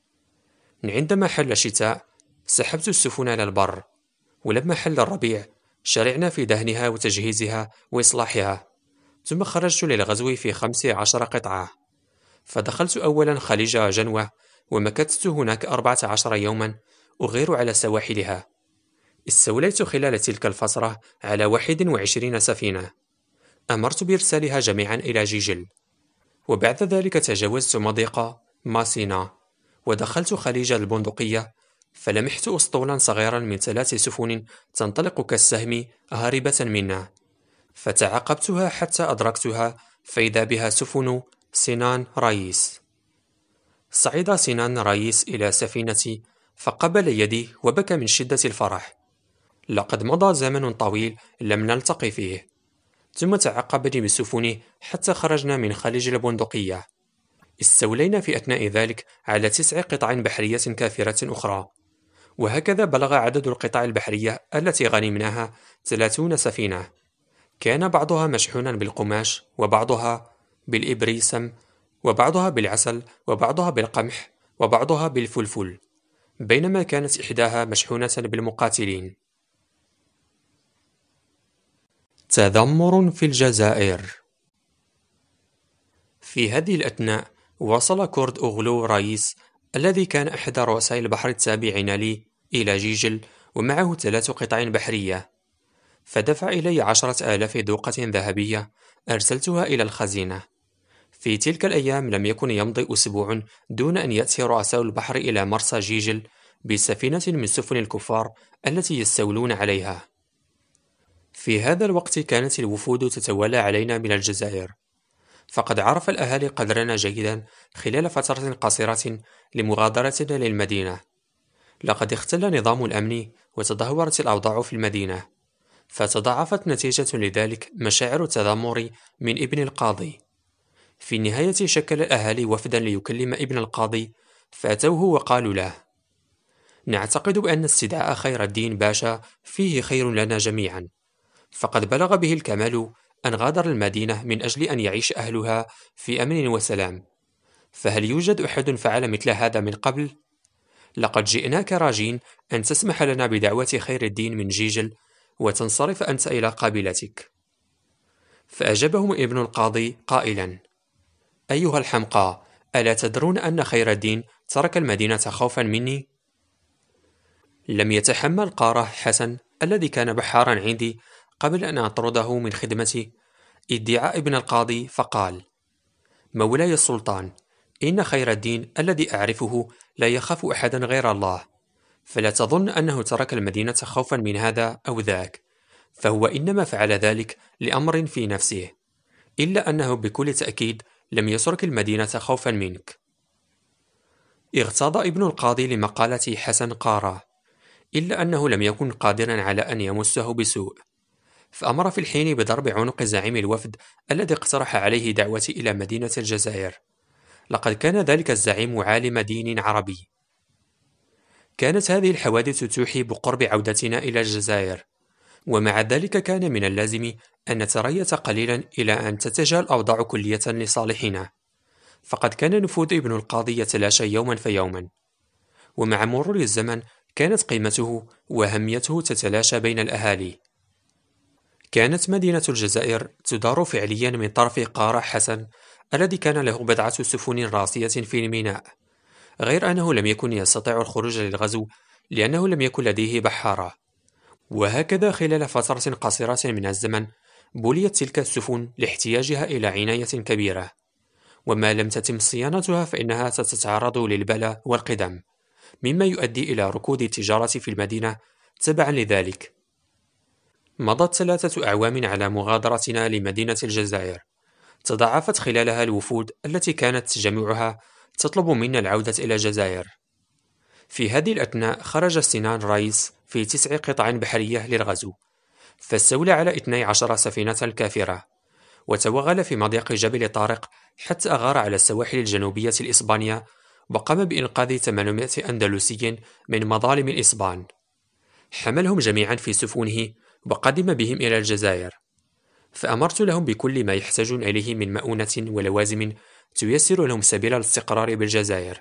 عندما حل الشتاء سحبت السفن إلى البر، ولما حل الربيع شرعنا في دهنها وتجهيزها وإصلاحها، ثم خرجت للغزو في 15 قطعة. فدخلت أولا خليج جنوة، ومكثت هناك 14 يوما أغير على سواحلها. استوليت خلال تلك الفترة على 21 سفينة، أمرت بإرسالها جميعا إلى جيجل، وبعد ذلك تجاوزت مضيق ماسينا ودخلت خليج البندقية، فلمحت أسطولا صغيرا من 3 سفن تنطلق كالسهم هاربة منا، فتعقبتها حتى أدركتها، فإذا بها سفن سنان رايس. صعد سنان رايس إلى سفينتي فقبل يدي وبكى من شدة الفرح. لقد مضى زمن طويل لم نلتقي فيه. ثم تعقبني بسفنه حتى خرجنا من خليج البندقية. استولينا في أثناء ذلك على 9 قطع بحرية كافرة أخرى، وهكذا بلغ عدد القطع البحرية التي غنمناها 30 سفينة. كان بعضها مشحونا بالقماش، وبعضها بالإبريسم، وبعضها بالعسل، وبعضها بالقمح، وبعضها بالفلفل، بينما كانت إحداها مشحونة بالمقاتلين. تذمر في الجزائر. في هذه الأثناء وصل كورد أوغلو رايس، الذي كان أحد رؤساء البحر التابعين لي، إلى جيجل، ومعه 3 قطع بحرية، فدفع إلي 10,000 ذوقة ذهبية أرسلتها إلى الخزينة. في تلك الأيام لم يكن يمضي أسبوع دون أن يأتي رؤساء البحر إلى مرسى جيجل بسفينة من سفن الكفار التي يستولون عليها. في هذا الوقت كانت الوفود تتوالى علينا من الجزائر، فقد عرف الأهالي قدرنا جيدا خلال فترة قصيرة لمغادرتنا للمدينة. لقد اختل نظام الأمن وتدهورت الأوضاع في المدينة، فتضاعفت نتيجة لذلك مشاعر التذمر من ابن القاضي. في النهاية شكل الأهالي وفدا ليكلم ابن القاضي، فأتوه وقالوا له: نعتقد بأن استدعاء خير الدين باشا فيه خير لنا جميعا، فقد بلغ به الكمال أن غادر المدينة من أجل أن يعيش أهلها في أمن وسلام، فهل يوجد أحد فعل مثل هذا من قبل؟ لقد جئناك راجين أن تسمح لنا بدعوة خير الدين من جيجل وتنصرف أنت إلى قابلتك. فأجابهم ابن القاضي قائلا: أيها الحمقى، ألا تدرون أن خير الدين ترك المدينة خوفا مني؟ لم يتحمل قارة حسن الذي كان بحارا عندي قبل أن أطرده من خدمتي ادعاء ابن القاضي، فقال: مولاي السلطان، إن خير الدين الذي أعرفه لا يخاف أحدا غير الله، فلا تظن أنه ترك المدينة خوفا من هذا أو ذاك، فهو إنما فعل ذلك لأمر في نفسه، إلا أنه بكل تأكيد لم يترك المدينة خوفا منك. اغتاظ ابن القاضي لمقالة حسن قارة، إلا أنه لم يكن قادرا على أن يمسه بسوء، فأمر في الحين بضرب عنق زعيم الوفد الذي اقترح عليه دعوتي إلى مدينة الجزائر. لقد كان ذلك الزعيم عالم دين عربي. كانت هذه الحوادث توحي بقرب عودتنا إلى الجزائر، ومع ذلك كان من اللازم أن نتريث قليلا إلى أن تتجه الأوضاع كلية لصالحنا، فقد كان نفوذ ابن القاضي يتلاشى يوما فيوما، ومع مرور الزمن كانت قيمته وأهميته تتلاشى بين الأهالي. كانت مدينة الجزائر تدار فعليا من طرف قارة حسن الذي كان له بضعة سفن راسية في الميناء، غير أنه لم يكن يستطيع الخروج للغزو لأنه لم يكن لديه بحارة. وهكذا خلال فترة قصيرة من الزمن بُليت تلك السفن لاحتياجها إلى عناية كبيرة، وما لم تتم صيانتها فإنها ستتعرض للبلاء والقدم، مما يؤدي إلى ركود التجارة في المدينة تبعا لذلك. مضت 3 أعوام على مغادرتنا لمدينة الجزائر، تضاعفت خلالها الوفود التي كانت جميعها تطلب منا العودة إلى الجزائر. في هذه الأثناء خرج سنان رايس في 9 قطع بحرية للغزو، فاستولى على 12 سفينة كافرة، وتوغل في مضيق جبل طارق حتى أغار على السواحل الجنوبية الإسبانية، وقام بإنقاذ 800 أندلسي من مظالم الإسبان. حملهم جميعا في سفنه وقدم بهم إلى الجزائر، فأمرت لهم بكل ما يحتاجون إليه من مؤونة ولوازم تيسر لهم سبيل الاستقرار بالجزائر.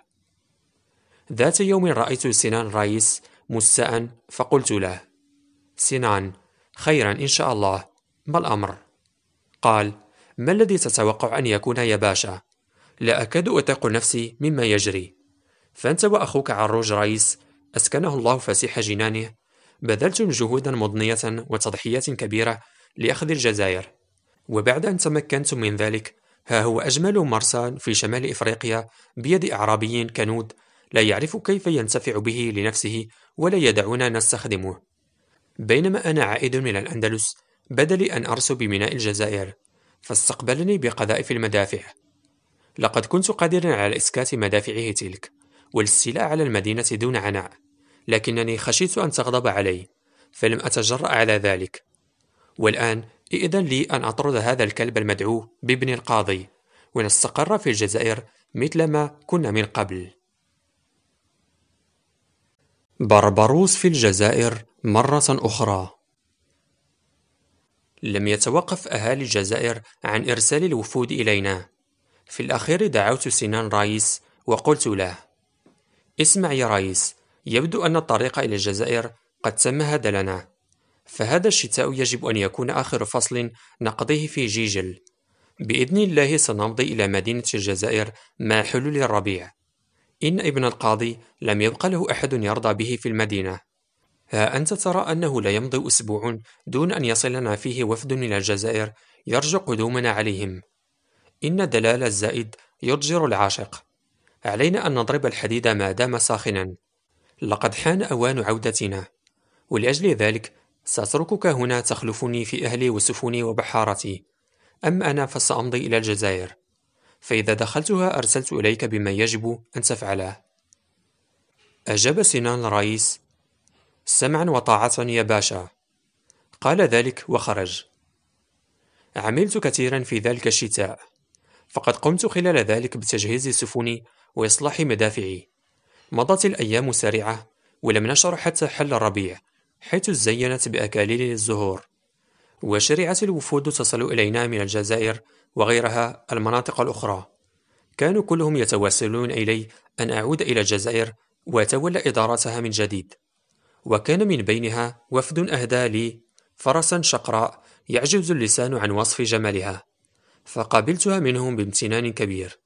ذات يوم رأيت سنان رايس مستاء، فقلت له: سنان، خيرا إن شاء الله، ما الأمر؟ قال: ما الذي تتوقع أن يكون يا باشا؟ لا أكاد أطيق نفسي مما يجري. فأنت وأخوك عروج رايس أسكنه الله فسيح جنانه بذلتم جهودا مضنية وتضحيات كبيرة لأخذ الجزائر، وبعد أن تمكنتم من ذلك ها هو أجمل مرسى في شمال إفريقيا بيد أعرابي كنود لا يعرف كيف ينتفع به لنفسه ولا يدعنا نستخدمه. بينما أنا عائد من الأندلس بدا لي أن أرسو بميناء الجزائر، فاستقبلني بقذائف المدافع. لقد كنت قادرا على إسكات مدافعه تلك والاستيلاء على المدينة دون عناء، لكنني خشيت أن تغضب علي فلم أتجرأ على ذلك. والآن إذن لي أن أطرد هذا الكلب المدعو بابن القاضي ونستقر في الجزائر مثلما كنا من قبل. بربروس في الجزائر مرة أخرى. لم يتوقف أهالي الجزائر عن إرسال الوفود إلينا. في الأخير دعوت سنان رايس وقلت له: اسمع يا رايس، يبدو أن الطريق إلى الجزائر قد تمهد لنا، فهذا الشتاء يجب أن يكون آخر فصل نقضيه في جيجل. بإذن الله سنمضي إلى مدينة الجزائر مع حلول الربيع. إن ابن القاضي لم يبق له أحد يرضى به في المدينة. ها أنت ترى أنه لا يمضي أسبوع دون أن يصلنا فيه وفد إلى الجزائر يرجى قدومنا عليهم. إن دلال الزائد يضجر العاشق. علينا أن نضرب الحديد ما دام ساخنا. لقد حان أوان عودتنا، ولأجل ذلك سأتركك هنا تخلفني في أهلي وسفني وبحارتي، أما أنا فسأمضي إلى الجزائر، فإذا دخلتها أرسلت إليك بما يجب أن تفعله. أجاب سنان رايس: سمعا وطاعة يا باشا. قال ذلك وخرج. عملت كثيرا في ذلك الشتاء، فقد قمت خلال ذلك بتجهيز سفني وإصلاح مدافعي. مضت الأيام سريعة ولم نشعر حتى حل الربيع، حيث زينت بأكاليل الزهور، وشرعت الوفود تصل إلينا من الجزائر وغيرها المناطق الأخرى. كانوا كلهم يتوسلون إلي أن أعود إلى الجزائر وأتولى إدارتها من جديد، وكان من بينها وفد أهدى لي فرسا شقراء يعجز اللسان عن وصف جمالها، فقابلتها منهم بامتنان كبير.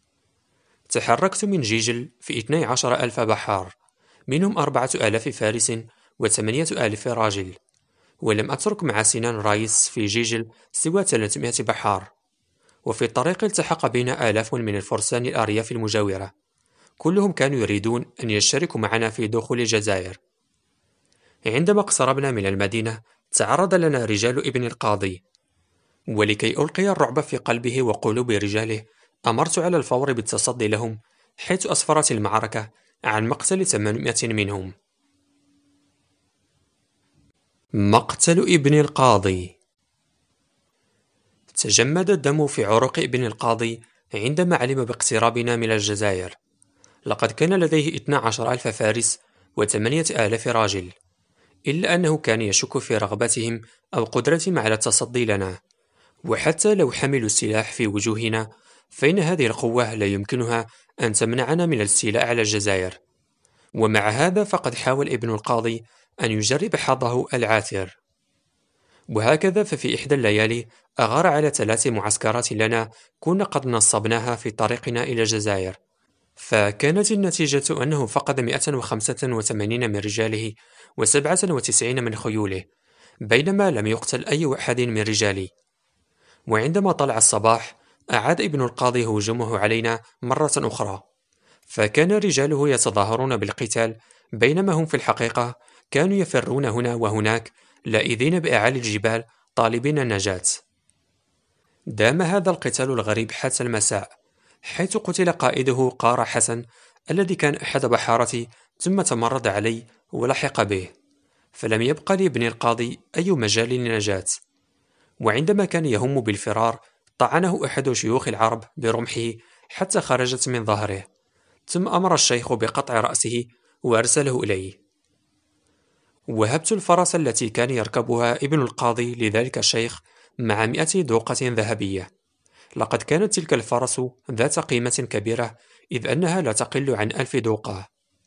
تحركت من جيجل في 12,000 بحار، منهم 4,000 فارس و8,000 راجل، ولم أترك مع سنان رايس في جيجل سوى 300 بحار. وفي الطريق التحق بنا آلاف من الفرسان الأرياف المجاورة، كلهم كانوا يريدون أن يشتركوا معنا في دخول الجزائر. عندما اقتربنا من المدينة تعرض لنا رجال ابن القاضي، ولكي ألقي الرعب في قلبه وقلوب رجاله أمرت على الفور بالتصدي لهم، حيث أسفرت المعركة عن مقتل 800 منهم. مقتل ابن القاضي. تجمد الدم في عروق ابن القاضي عندما علم باقترابنا من الجزائر. لقد كان لديه 12,000 فارس و8,000 راجل، إلا أنه كان يشك في رغبتهم أو قدرتهم على التصدي لنا، وحتى لو حملوا السلاح في وجوهنا فإن هذه القوة لا يمكنها أن تمنعنا من الاستيلاء على الجزائر. ومع هذا فقد حاول ابن القاضي أن يجرب حظه العاثر. وهكذا ففي إحدى الليالي أغار على 3 معسكرات لنا كنا قد نصبناها في طريقنا إلى الجزائر، فكانت النتيجة أنه فقد 185 من رجاله و97 من خيوله، بينما لم يقتل أي أحد من رجالي. وعندما طلع الصباح أعاد ابن القاضي هجومه علينا مرة أخرى، فكان رجاله يتظاهرون بالقتال، بينما هم في الحقيقة كانوا يفرون هنا وهناك لائذين بأعالي الجبال طالبين النجاة. دام هذا القتال الغريب حتى المساء، حيث قتل قائده قارة حسن الذي كان أحد بحارتي، ثم تمرد علي ولحق به، فلم يبق لابن القاضي أي مجال للنجاة. وعندما كان يهم بالفرار طعنه أحد شيوخ العرب برمحه حتى خرجت من ظهره، ثم أمر الشيخ بقطع رأسه وأرسله إليه. وهبت الفرس التي كان يركبها ابن القاضي لذلك الشيخ مع 100 دوقة ذهبية. لقد كانت تلك الفرس ذات قيمة كبيرة، إذ أنها لا تقل عن 1000 دوقة.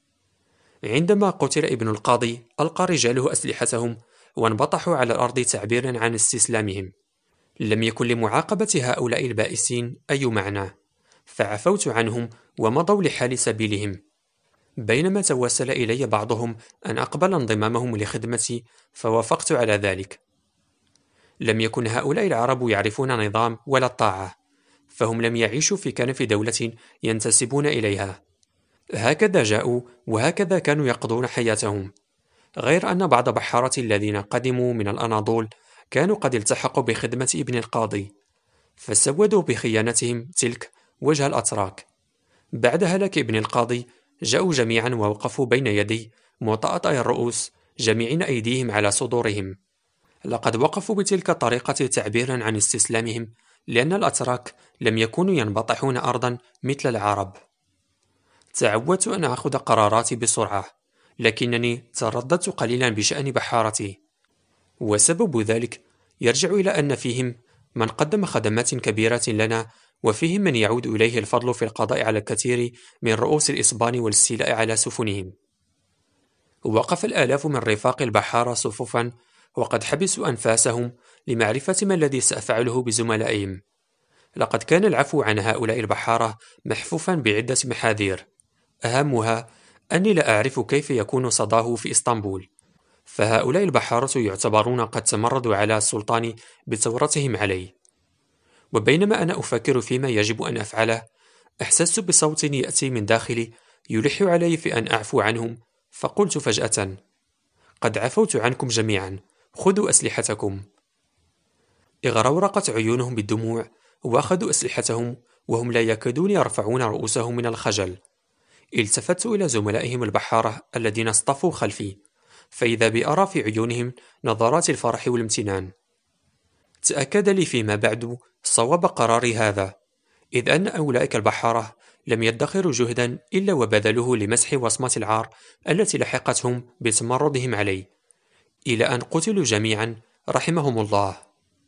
عندما قتل ابن القاضي ألقى رجاله أسلحتهم وانبطحوا على الأرض تعبيرا عن استسلامهم. لم يكن لمعاقبة هؤلاء البائسين أي معنى، فعفوت عنهم ومضوا لحال سبيلهم، بينما توسل إلي بعضهم أن أقبل انضمامهم لخدمتي، فوافقت على ذلك. لم يكن هؤلاء العرب يعرفون نظام ولا الطاعة، فهم لم يعيشوا في كنف دولة ينتسبون إليها. هكذا جاءوا وهكذا كانوا يقضون حياتهم، غير أن بعض بحارة الذين قدموا من الأناضول كانوا قد التحقوا بخدمة ابن القاضي، فسودوا بخيانتهم تلك وجه الأتراك. بعد هلاك ابن القاضي جاءوا جميعا ووقفوا بين يدي مطأطئي الرؤوس، جميعين أيديهم على صدورهم. لقد وقفوا بتلك الطريقة تعبيرا عن استسلامهم، لأن الأتراك لم يكونوا ينبطحون أرضا مثل العرب. تعودت أن أخذ قراراتي بسرعة، لكنني ترددت قليلا بشأن بحارتي، وسبب ذلك يرجع إلى أن فيهم من قدم خدمات كبيرة لنا، وفيهم من يعود إليه الفضل في القضاء على الكثير من رؤوس الإصبان والاستيلاء على سفنهم. وقف الآلاف من رفاق البحارة صفوفا وقد حبسوا أنفاسهم لمعرفة ما الذي سأفعله بزملائهم. لقد كان العفو عن هؤلاء البحارة محفوفا بعدة محاذير، أهمها أني لا أعرف كيف يكون صداه في إسطنبول، فهؤلاء البحارة يعتبرون قد تمردوا على السلطان بثورتهم عليه. وبينما أنا أفكر فيما يجب أن أفعله، أحسست بصوت يأتي من داخلي يلح علي في أن أعفو عنهم، فقلت فجأة: قد عفوت عنكم جميعا، خذوا أسلحتكم. اغرورقت عيونهم بالدموع وأخذوا أسلحتهم وهم لا يكادون يرفعون رؤوسهم من الخجل. التفت إلى زملائهم البحارة الذين اصطفوا خلفي، فإذا بأرى في عيونهم نظرات الفرح والامتنان. تأكد لي فيما بعد صواب قراري هذا، إذ أن أولئك البحارة لم يدخروا جهدا إلا وبذلوه لمسح وصمة العار التي لحقتهم بتمردهم علي، إلى أن قتلوا جميعا رحمهم الله.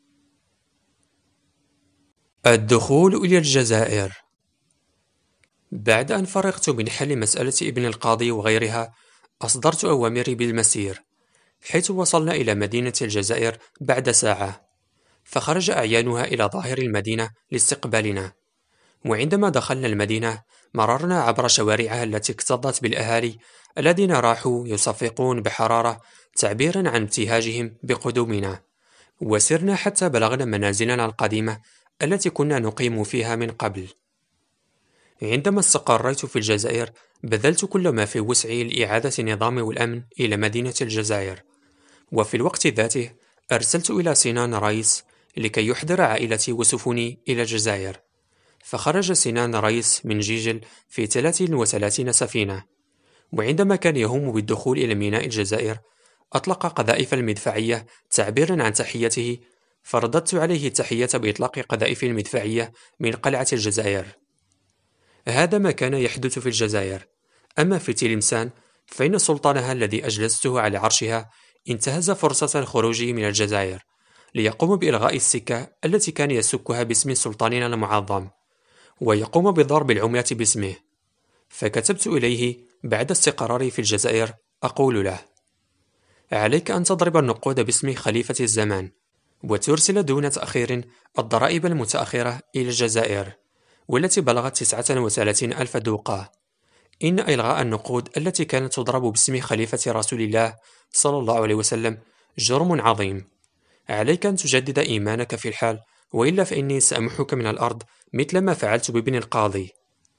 الدخول إلى الجزائر. بعد أن فرغت من حل مسألة ابن القاضي وغيرها، أصدرت أوامري بالمسير، حيث وصلنا إلى مدينة الجزائر بعد ساعة، فخرج أعيانها إلى ظاهر المدينة لاستقبالنا. وعندما دخلنا المدينة مررنا عبر شوارعها التي اكتظت بالأهالي الذين راحوا يصفقون بحرارة تعبيرا عن ابتهاجهم بقدومنا، وسرنا حتى بلغنا منازلنا القديمة التي كنا نقيم فيها من قبل. عندما استقريت في الجزائر بذلت كل ما في وسعي لإعادة النظام والأمن إلى مدينة الجزائر، وفي الوقت ذاته أرسلت إلى سنان رئيس لكي يحضر عائلتي وسفني إلى الجزائر، فخرج سنان رئيس من جيجل في 33 سفينة. وعندما كان يهم بالدخول إلى ميناء الجزائر أطلق قذائف المدفعية تعبيرا عن تحيته، فرددت عليه التحية بإطلاق قذائف المدفعية من قلعة الجزائر. هذا ما كان يحدث في الجزائر. أما في تلمسان فإن سلطانها الذي أجلسته على عرشها انتهز فرصة الخروج من الجزائر ليقوم بإلغاء السكة التي كان يسكها باسم سلطاننا المعظم، ويقوم بضرب العملة باسمه، فكتبت إليه بعد استقراري في الجزائر أقول له: عليك أن تضرب النقود باسم خليفة الزمان، وترسل دون تأخير الضرائب المتأخرة إلى الجزائر، والتي بلغت 39 ألف دوقة. إن إلغاء النقود التي كانت تضرب باسم خليفة رسول الله صلى الله عليه وسلم جرم عظيم. عليك أن تجدد إيمانك في الحال، وإلا فإني سأمحك من الأرض مثل ما فعلت بابن القاضي.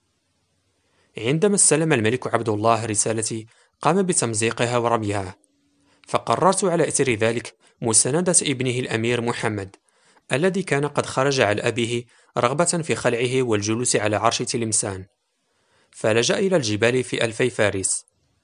عندما استلم الملك عبد الله رسالتي قام بتمزيقها ورميها، فقررت على إثر ذلك مساندة ابنه الأمير محمد، الذي كان قد خرج عن أبيه رغبة في خلعه والجلوس على عرش تلمسان، فلجأ إلى الجبال في 2000 فارس.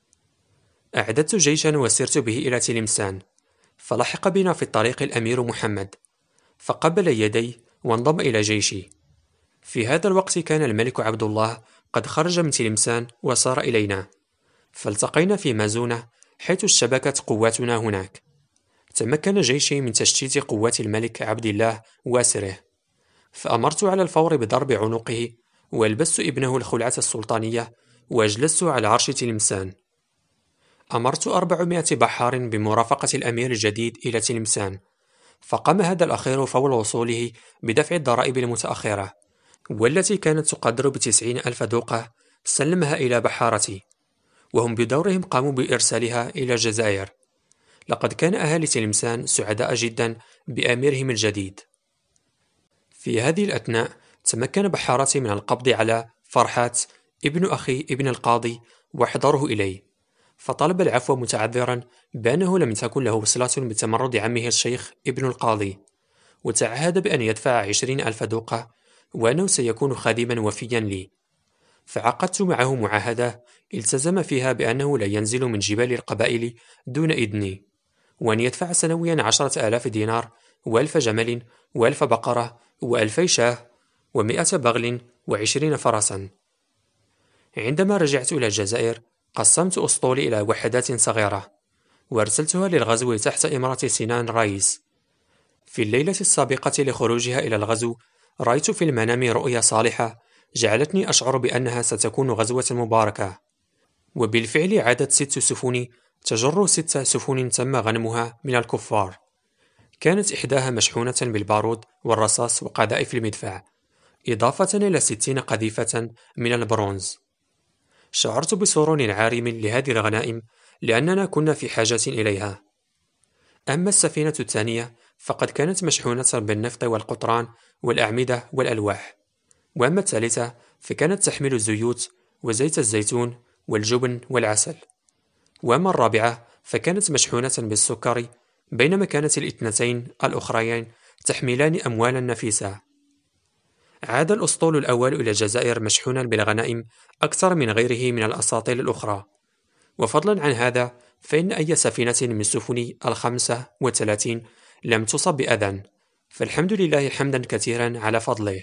أعددت جيشا وسرت به إلى تلمسان، فلحق بنا في الطريق الأمير محمد، فقبل يدي وانضم إلى جيشي. في هذا الوقت كان الملك عبد الله قد خرج من تلمسان وصار إلينا، فالتقينا في مازونة حيث اشتبكت قواتنا هناك. تمكن جيشي من تشتيت قوات الملك عبد الله واسره، فأمرت على الفور بضرب عنقه، والبست ابنه الخلعة السلطانية، واجلست على عرش تلمسان. أمرت 400 بحار بمرافقة الأمير الجديد إلى تلمسان، فقام هذا الأخير فور وصوله بدفع الضرائب المتأخرة، والتي كانت تقدر ب90 ألف دوقة، سلمها إلى بحارتي، وهم بدورهم قاموا بإرسالها إلى الجزائر. لقد كان أهالي تلمسان سعداء جدا بأميرهم الجديد. في هذه الأثناء تمكن بحارتي من القبض على فرحات ابن أخي ابن القاضي واحضره إلي، فطلب العفو متعذرا بأنه لم تكن له صلة بتمرد عمه الشيخ ابن القاضي، وتعهد بأن يدفع 20 ألف دوقة، وأنه سيكون خادما وفيا لي. فعقدت معه معاهدة التزم فيها بأنه لا ينزل من جبال القبائل دون إذني، وأن يدفع سنويا 10,000 دينار، و1000 جمل، و1000 بقرة، و2000 شاه، و100 بغل، و20 فرسا. عندما رجعت إلى الجزائر قسمت أسطولي إلى وحدات صغيرة، وأرسلتها للغزو تحت إمارة سنان رايس. في الليلة السابقة لخروجها إلى الغزو رأيت في المنام رؤيا صالحة جعلتني أشعر بأنها ستكون غزوة مباركة، وبالفعل عادت 6 سفن تجر 6 سفن تم غنمها من الكفار. كانت إحداها مشحونة بالبارود والرصاص وقذائف المدفع، إضافة إلى 60 قذيفة من البرونز. شعرت بسرور عارم لهذه الغنائم لأننا كنا في حاجة إليها. أما السفينة الثانية فقد كانت مشحونة بالنفط والقطران والأعمدة والألواح، وأما الثالثة فكانت تحمل الزيوت وزيت الزيتون والجبن والعسل، وأما الرابعة فكانت مشحونة بالسكر، بينما كانت الاثنتين الأخريين تحملان أموالا نفيسة. عاد الأسطول الأول إلى الجزائر مشحونا بالغنائم أكثر من غيره من الأساطيل الأخرى، وفضلا عن هذا فإن أي سفينة من سفن 35 لم تصب بأذى، فالحمد لله حمدا كثيرا على فضله.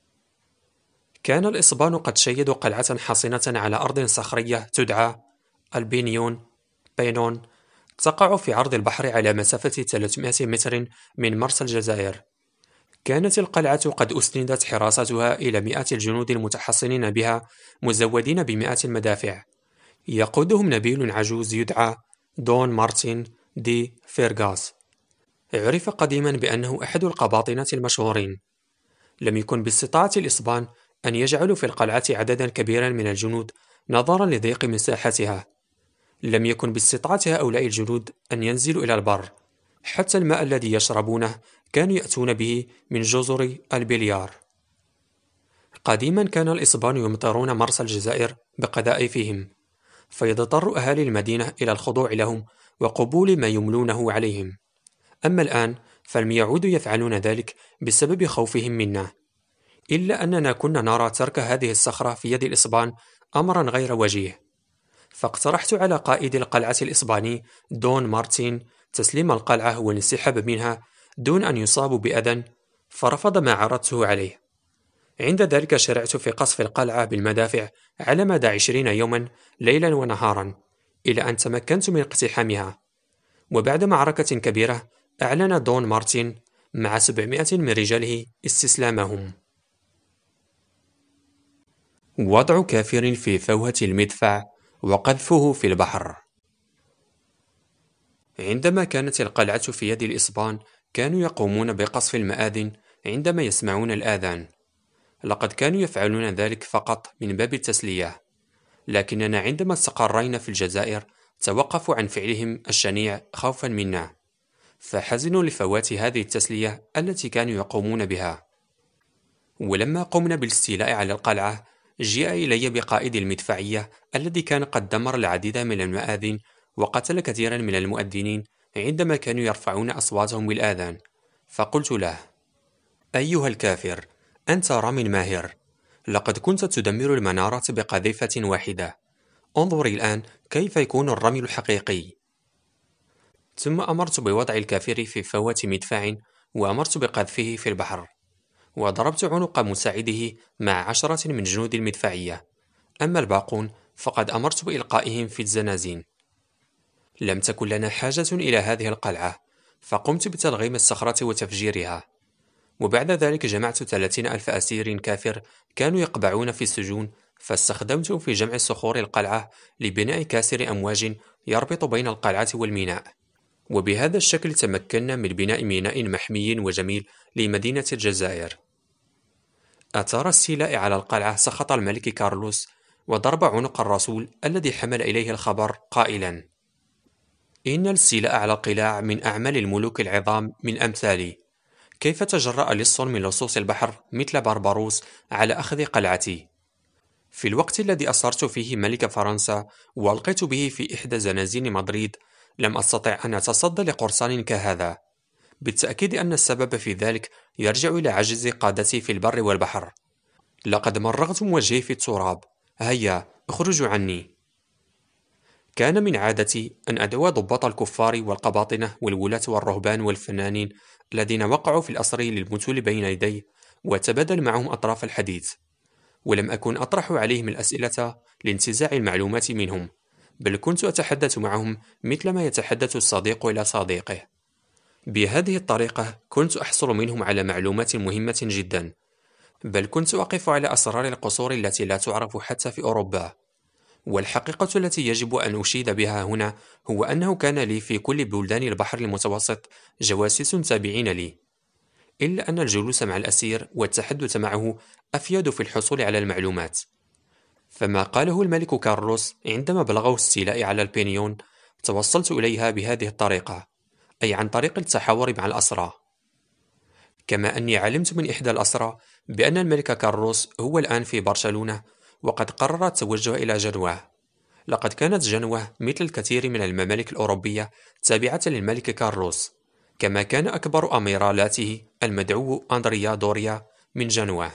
كان الإصبان قد شيدوا قلعة حصينة على أرض صخرية تدعى البينيون بينون، تقع في عرض البحر على مسافة 300 متر من مرسى الجزائر. كانت القلعة قد أسندت حراستها إلى 100 الجنود المتحصنين بها، مزودين ب100 المدافع، يقودهم نبيل عجوز يدعى دون مارتن دي فيرغاس. عرف قديما بأنه أحد القباطنة المشهورين. لم يكن باستطاعة الإصبان أن يجعلوا في القلعة عددا كبيرا من الجنود نظرا لضيق مساحتها. لم يكن باستطاعة هؤلاء الجنود أن ينزلوا إلى البر، حتى الماء الذي يشربونه كانوا يأتون به من جزر البليار. قديما كان الإصبان يمطرون مرسى الجزائر بقذائفهم، فيضطر أهالي المدينة إلى الخضوع لهم وقبول ما يملونه عليهم. أما الآن فلم يعودوا يفعلون ذلك بسبب خوفهم منا، إلا أننا كنا نرى ترك هذه الصخرة في يد الإصبان أمرا غير وجيه. فاقترحت على قائد القلعة الإصباني دون مارتين تسليم القلعة والانسحاب منها دون أن يصابوا بأذى، فرفض ما عرضته عليه. عند ذلك شرعت في قصف القلعة بالمدافع على مدى 20 يوما ليلا ونهارا، إلى أن تمكنت من اقتحامها. وبعد معركة كبيرة أعلن دون مارتين مع 700 من رجاله استسلامهم. وضع كافر في فوهة المدفع وقذفه في البحر. عندما كانت القلعة في يد الإسبان، كانوا يقومون بقصف المآذن عندما يسمعون الآذان. لقد كانوا يفعلون ذلك فقط من باب التسلية، لكننا عندما استقرينا في الجزائر توقفوا عن فعلهم الشنيع خوفا منا، فحزنوا لفوات هذه التسلية التي كانوا يقومون بها. ولما قمنا بالاستيلاء على القلعة، جيء إلي بقائد المدفعية الذي كان قد دمر العديد من المآذن وقتل كثيرا من المؤذنين عندما كانوا يرفعون أصواتهم بالآذان. فقلت له: أيها الكافر، أنت رام ماهر، لقد كنت تدمر المنارات بقذيفة واحدة. انظر الآن كيف يكون الرمي الحقيقي. ثم أمرت بوضع الكافر في فوة مدفع، وأمرت بقذفه في البحر، وضربت عنق مساعده مع 10 من جنود المدفعية. أما الباقون فقد أمرت بإلقائهم في الزنازين. لم تكن لنا حاجة إلى هذه القلعة، فقمت بتلغيم الصخرة وتفجيرها. وبعد ذلك جمعت 30,000 أسير كافر كانوا يقبعون في السجون، فاستخدمتهم في جمع صخور القلعة لبناء كاسر أمواج يربط بين القلعة والميناء. وبهذا الشكل تمكنا من بناء ميناء محمي وجميل لمدينة الجزائر. أثار الاستيلاء على القلعة سخط الملك كارلوس، وضرب عنق الرسول الذي حمل إليه الخبر قائلا: إن الاستيلاء على القلاع من أعمال الملوك العظام من أمثالي. كيف تجرأ لص من لصوص البحر مثل بربروس على أخذ قلعتي؟ في الوقت الذي أسرت فيه ملك فرنسا وألقيت به في إحدى زنازين مدريد، لم أستطع أن أتصدى لقرصان كهذا. بالتأكيد أن السبب في ذلك يرجع إلى عجز قادتي في البر والبحر. لقد مرغتم وجهي في التراب، هيا اخرجوا عني. كان من عادتي أن أدعو ضباط الكفار والقباطنة والولاة والرهبان والفنانين الذين وقعوا في الأسر للمثول بين يدي، وأتبادل معهم أطراف الحديث. ولم أكن أطرح عليهم الأسئلة لانتزاع المعلومات منهم، بل كنت أتحدث معهم مثلما يتحدث الصديق إلى صديقه. بهذه الطريقة كنت أحصل منهم على معلومات مهمة جدا، بل كنت أقف على أسرار القصور التي لا تعرف حتى في أوروبا. والحقيقة التي يجب أن أشيد بها هنا هو أنه كان لي في كل بلدان البحر المتوسط جواسيس تابعين لي، إلا أن الجلوس مع الأسير والتحدث معه أفيد في الحصول على المعلومات. فما قاله الملك كارلوس عندما بلغه الاستيلاء على البينيون توصلت إليها بهذه الطريقة، أي عن طريق التحاور مع الأسرى. كما أني علمت من إحدى الأسرى بأن الملك كارلوس هو الآن في برشلونة، وقد قرر التوجه إلى جنوة. لقد كانت جنوة مثل الكثير من الممالك الأوروبية تابعة للملك كارلوس، كما كان أكبر أميرالاته المدعو أندريا دوريا من جنوة.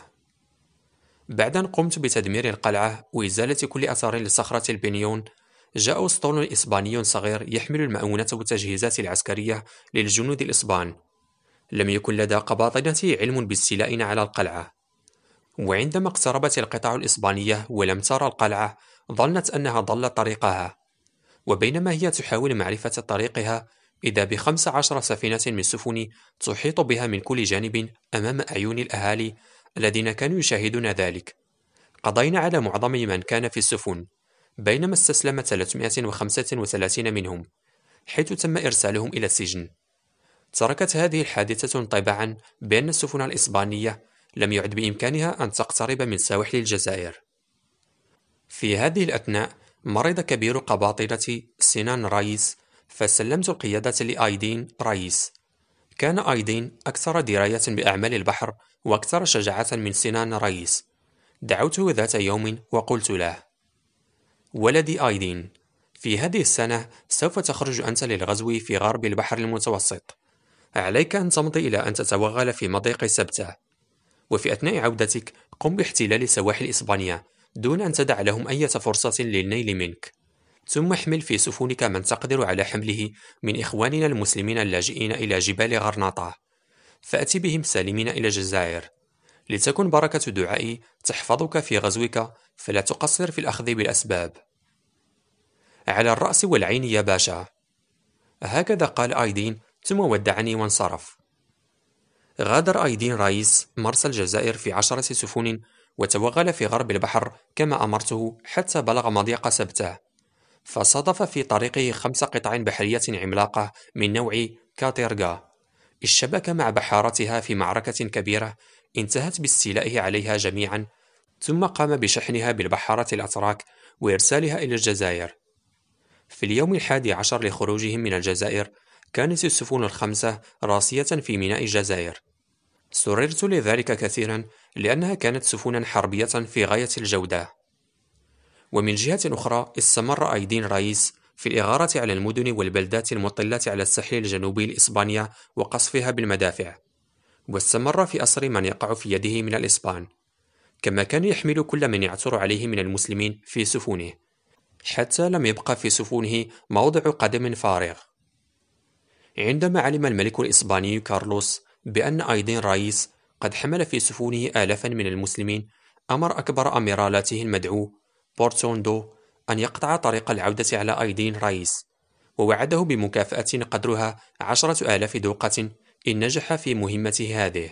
بعد أن قمت بتدمير القلعة وإزالة كل أثار لصخرة البنيون، جاء أسطول إسباني صغير يحمل المؤونة والتجهيزات العسكرية للجنود الإسبان. لم يكن لدى قباطنته علم باستيلائنا على القلعة، وعندما اقتربت القطع الإسبانية ولم ترى القلعة ظنت أنها ضلت طريقها. وبينما هي تحاول معرفة طريقها، إذا ب15 سفينة من السفن تحيط بها من كل جانب أمام أعين الأهالي الذين كانوا يشاهدون ذلك. قضينا على معظم من كان في السفن، بينما استسلم 335 منهم، حيث تم إرسالهم إلى السجن. تركت هذه الحادثة انطباعا بأن السفن الإسبانية لم يعد بإمكانها أن تقترب من سواحل الجزائر. في هذه الأثناء مرض كبير قباطنة سنان رايس، فسلمت القيادة لآيدين رايس. كان آيدين أكثر دراية بأعمال البحر وأكثر شجاعة من سنان رايس. دعوته ذات يوم وقلت له: ولدي آيدين، في هذه السنة سوف تخرج أنت للغزو في غرب البحر المتوسط. عليك أن تمضي إلى أن تتوغل في مضيق سبتة، وفي أثناء عودتك قم باحتلال سواحل إسبانيا دون أن تدع لهم أي فرصة للنيل منك. ثم احمل في سفنك من تقدر على حمله من إخواننا المسلمين اللاجئين إلى جبال غرناطة، فأتي بهم سالمين إلى الجزائر، لتكن بركة دعائي تحفظك في غزوك، فلا تقصر في الأخذ بالأسباب. على الرأس والعين يا باشا. هكذا قال آيدين، ثم ودعني وانصرف. غادر آيدين رايس مرسى الجزائر في 10 سفن، وتوغل في غرب البحر كما أمرته حتى بلغ مضيق سبتة، فصادف في طريقه 5 قطع بحرية عملاقة من نوع كاتيرغا. اشتبك مع بحارتها في معركة كبيرة انتهت باستيلائه عليها جميعا، ثم قام بشحنها بالبحارة الأتراك وإرسالها إلى الجزائر. في اليوم 11 لخروجهم من الجزائر كانت السفن الخمسة راسية في ميناء الجزائر. سررت لذلك كثيرا لأنها كانت سفنا حربية في غاية الجودة. ومن جهة أخرى استمر أيدين رايس في الإغارة على المدن والبلدات المطلة على الساحل الجنوبي لإسبانيا وقصفها بالمدافع، واستمر في أسر من يقع في يده من الإسبان، كما كان يحمل كل من يعثر عليه من المسلمين في سفنه، حتى لم يبقى في سفنه موضع قدم فارغ. عندما علم الملك الإسباني كارلوس بأن أيدين رايس قد حمل في سفنه آلافا من المسلمين، أمر أكبر أميرالاته المدعو بورتوندو أن يقطع طريق العودة على أيدين رايس، ووعده بمكافأة قدرها 10,000 دوقة إن نجح في مهمته هذه.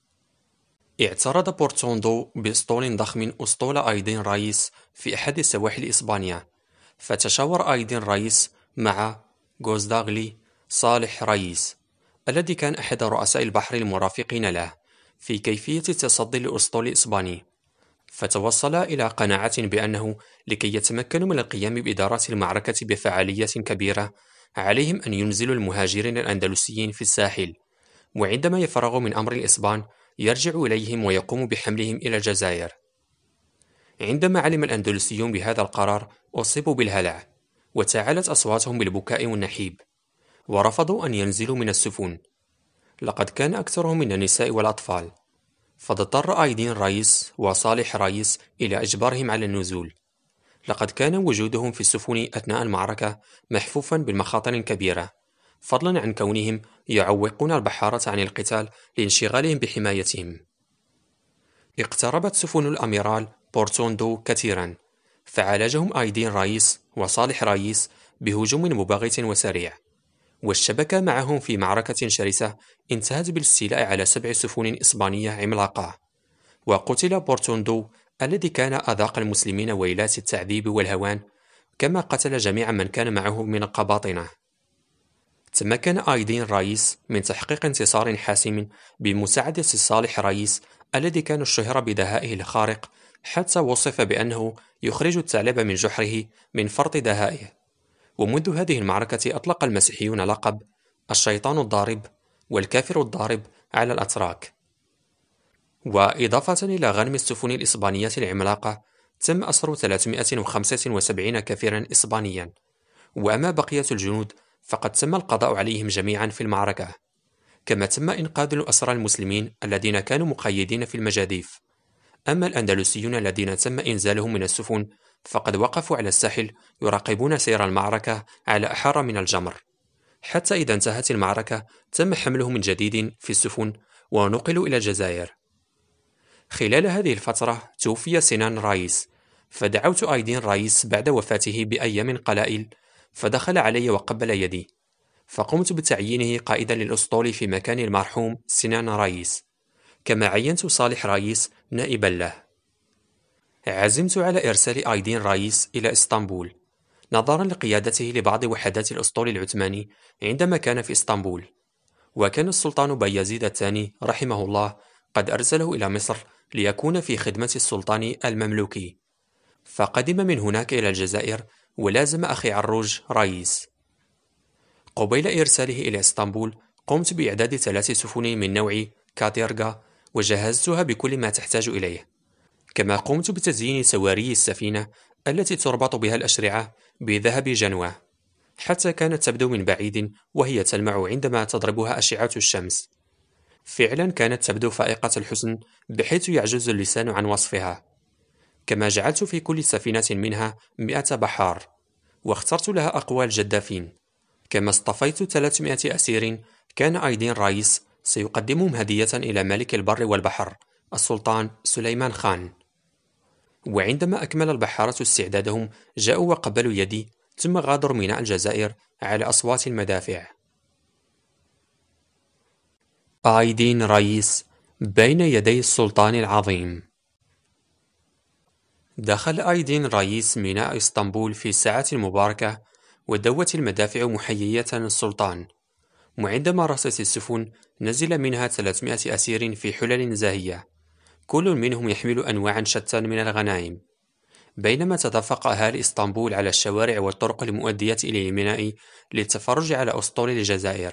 اعترض بورتوندو بأسطول ضخم أسطول أيدين رايس في أحد سواحل إسبانيا، فتشاور أيدين رايس مع غوزداغلي صالح رايس الذي كان أحد رؤساء البحر المرافقين له في كيفية التصدي للأسطول الإسباني، فتوصلا إلى قناعة بأنه لكي يتمكنوا من القيام بإدارة المعركة بفعالية كبيرة عليهم أن ينزلوا المهاجرين الأندلسيين في الساحل، وعندما يفرغوا من أمر الإسبان يرجع إليهم ويقوم بحملهم إلى الجزائر. عندما علم الأندلسيون بهذا القرار أصيبوا بالهلع، وتعالت أصواتهم بالبكاء والنحيب، ورفضوا أن ينزلوا من السفن. لقد كان أكثرهم من النساء والأطفال، فاضطر أيدين رايس وصالح رايس إلى إجبارهم على النزول. لقد كان وجودهم في السفن أثناء المعركة محفوفا بالمخاطر كبيرة، فضلا عن كونهم يعوقون البحارة عن القتال لانشغالهم بحمايتهم. اقتربت سفن الأميرال بورتوندو كثيرا، فعالجهم أيدين رايس وصالح رايس بهجوم مباغت وسريع، واشتبك معهم في معركة شرسة انتهت بالاستيلاء على 7 سفن إسبانية عملاقة، وقتل بورتوندو الذي كان أذاق المسلمين ويلات التعذيب والهوان، كما قتل جميع من كان معه من القباطنة. تمكن أيدين رايس من تحقيق انتصار حاسم بمساعدة صالح رايس الذي كان اشتهر بدهائه الخارق، حتى وصف بأنه يخرج الثعلب من جحره من فرط دهائه. ومنذ هذه المعركة أطلق المسيحيون لقب الشيطان الضارب والكافر الضارب على الأتراك. وإضافة إلى غنم السفن الإسبانية العملاقة، تم أسر 375 كافرا إسبانيا، وأما بقية الجنود فقد تم القضاء عليهم جميعا في المعركة، كما تم إنقاذ الأسرى المسلمين الذين كانوا مقيدين في المجاديف. أما الأندلسيون الذين تم إنزالهم من السفن فقد وقفوا على الساحل يراقبون سير المعركة على أحر من الجمر، حتى إذا انتهت المعركة تم حملهم من جديد في السفن ونقلوا إلى الجزائر. خلال هذه الفترة توفي سنان رايس، فدعوت أيدين رايس بعد وفاته بأيام قلائل، فدخل علي وقبل يدي، فقمت بتعيينه قائدا للأسطول في مكان المرحوم سنان رايس، كما عينت صالح رايس نائبا له. عزمت على إرسال أيدين رايس إلى إسطنبول نظرا لقيادته لبعض وحدات الأسطول العثماني عندما كان في إسطنبول، وكان السلطان بايزيد الثاني رحمه الله قد أرسله إلى مصر ليكون في خدمة السلطان المملوكي، فقدم من هناك إلى الجزائر ولازم أخي عروج رايس. قبيل إرساله إلى إسطنبول قمت بإعداد 3 سفن من نوع كاتيرغا وجهزتها بكل ما تحتاج إليه، كما قمت بتزيين سواري السفينة التي تربط بها الأشرعة بذهب جنوة، حتى كانت تبدو من بعيد وهي تلمع عندما تضربها أشعة الشمس. فعلا كانت تبدو فائقة الحسن بحيث يعجز اللسان عن وصفها. كما جعلت في كل سفينة منها 100 بحار، واخترت لها أقوى الجدافين، كما اصطفيت 300 أسير كان أيدين رايس سيقدمهم هدية إلى ملك البر والبحر السلطان سليمان خان. وعندما أكمل البحارة استعدادهم جاءوا وقبلوا يدي، ثم غادروا ميناء الجزائر على أصوات المدافع. أيدين رايس بين يدي السلطان العظيم. دخل أيدين رئيس ميناء إسطنبول في الساعة المباركة، ودوت المدافع محيية السلطان. وعندما رصت السفن، نزل منها 300 أسير في حلل زاهية، كل منهم يحمل أنواعا شتى من الغنائم. بينما تدفق أهالي إسطنبول على الشوارع والطرق المؤدية إلى الميناء للتفرج على أسطول الجزائر.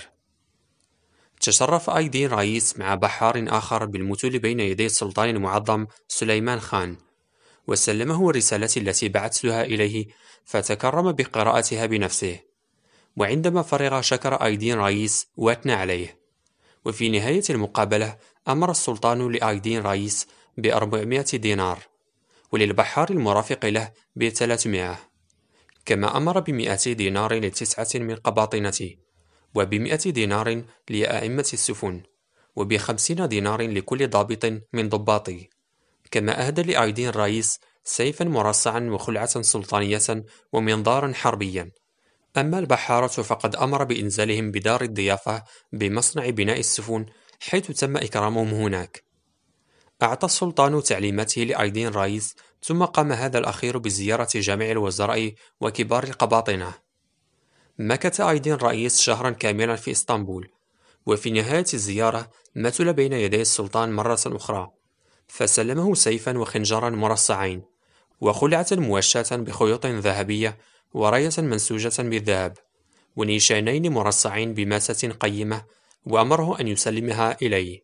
تشرف أيدين رئيس مع بحار آخر بالمثول بين يدي السلطان المعظم سليمان خان، وسلمه الرسالة التي بعثتها إليه، فتكرم بقراءتها بنفسه. وعندما فرغ شكر أيدين رئيس وأثنى عليه. وفي نهاية المقابلة أمر السلطان لأيدين رئيس ب400 دينار، وللبحار المرافق له ب300، كما أمر ب200 دينار لتسعة من قباطنته، وب100 دينار لأئمة السفن، وب50 دينار لكل ضابط من ضباطه. كما أهدى لأيدين رئيس سيفا مرصعا وخلعة سلطانية ومنظارا حربيا. أما البحارة فقد أمر بإنزالهم بدار الضيافة بمصنع بناء السفن، حيث تم إكرامهم هناك. أعطى السلطان تعليماته لأيدين رئيس، ثم قام هذا الأخير بزيارة جميع الوزراء وكبار القباطنة. مكث أيدين رئيس شهرا كاملا في إسطنبول، وفي نهاية الزيارة مثل بين يدي السلطان مرة أخرى، فسلمه سيفا وخنجرا مرصعين، وخلعة موشاة بخيوط ذهبية، وراية منسوجة بالذهب، ونيشانين مرصعين بماسة قيمة، وأمره أن يسلمها إليه.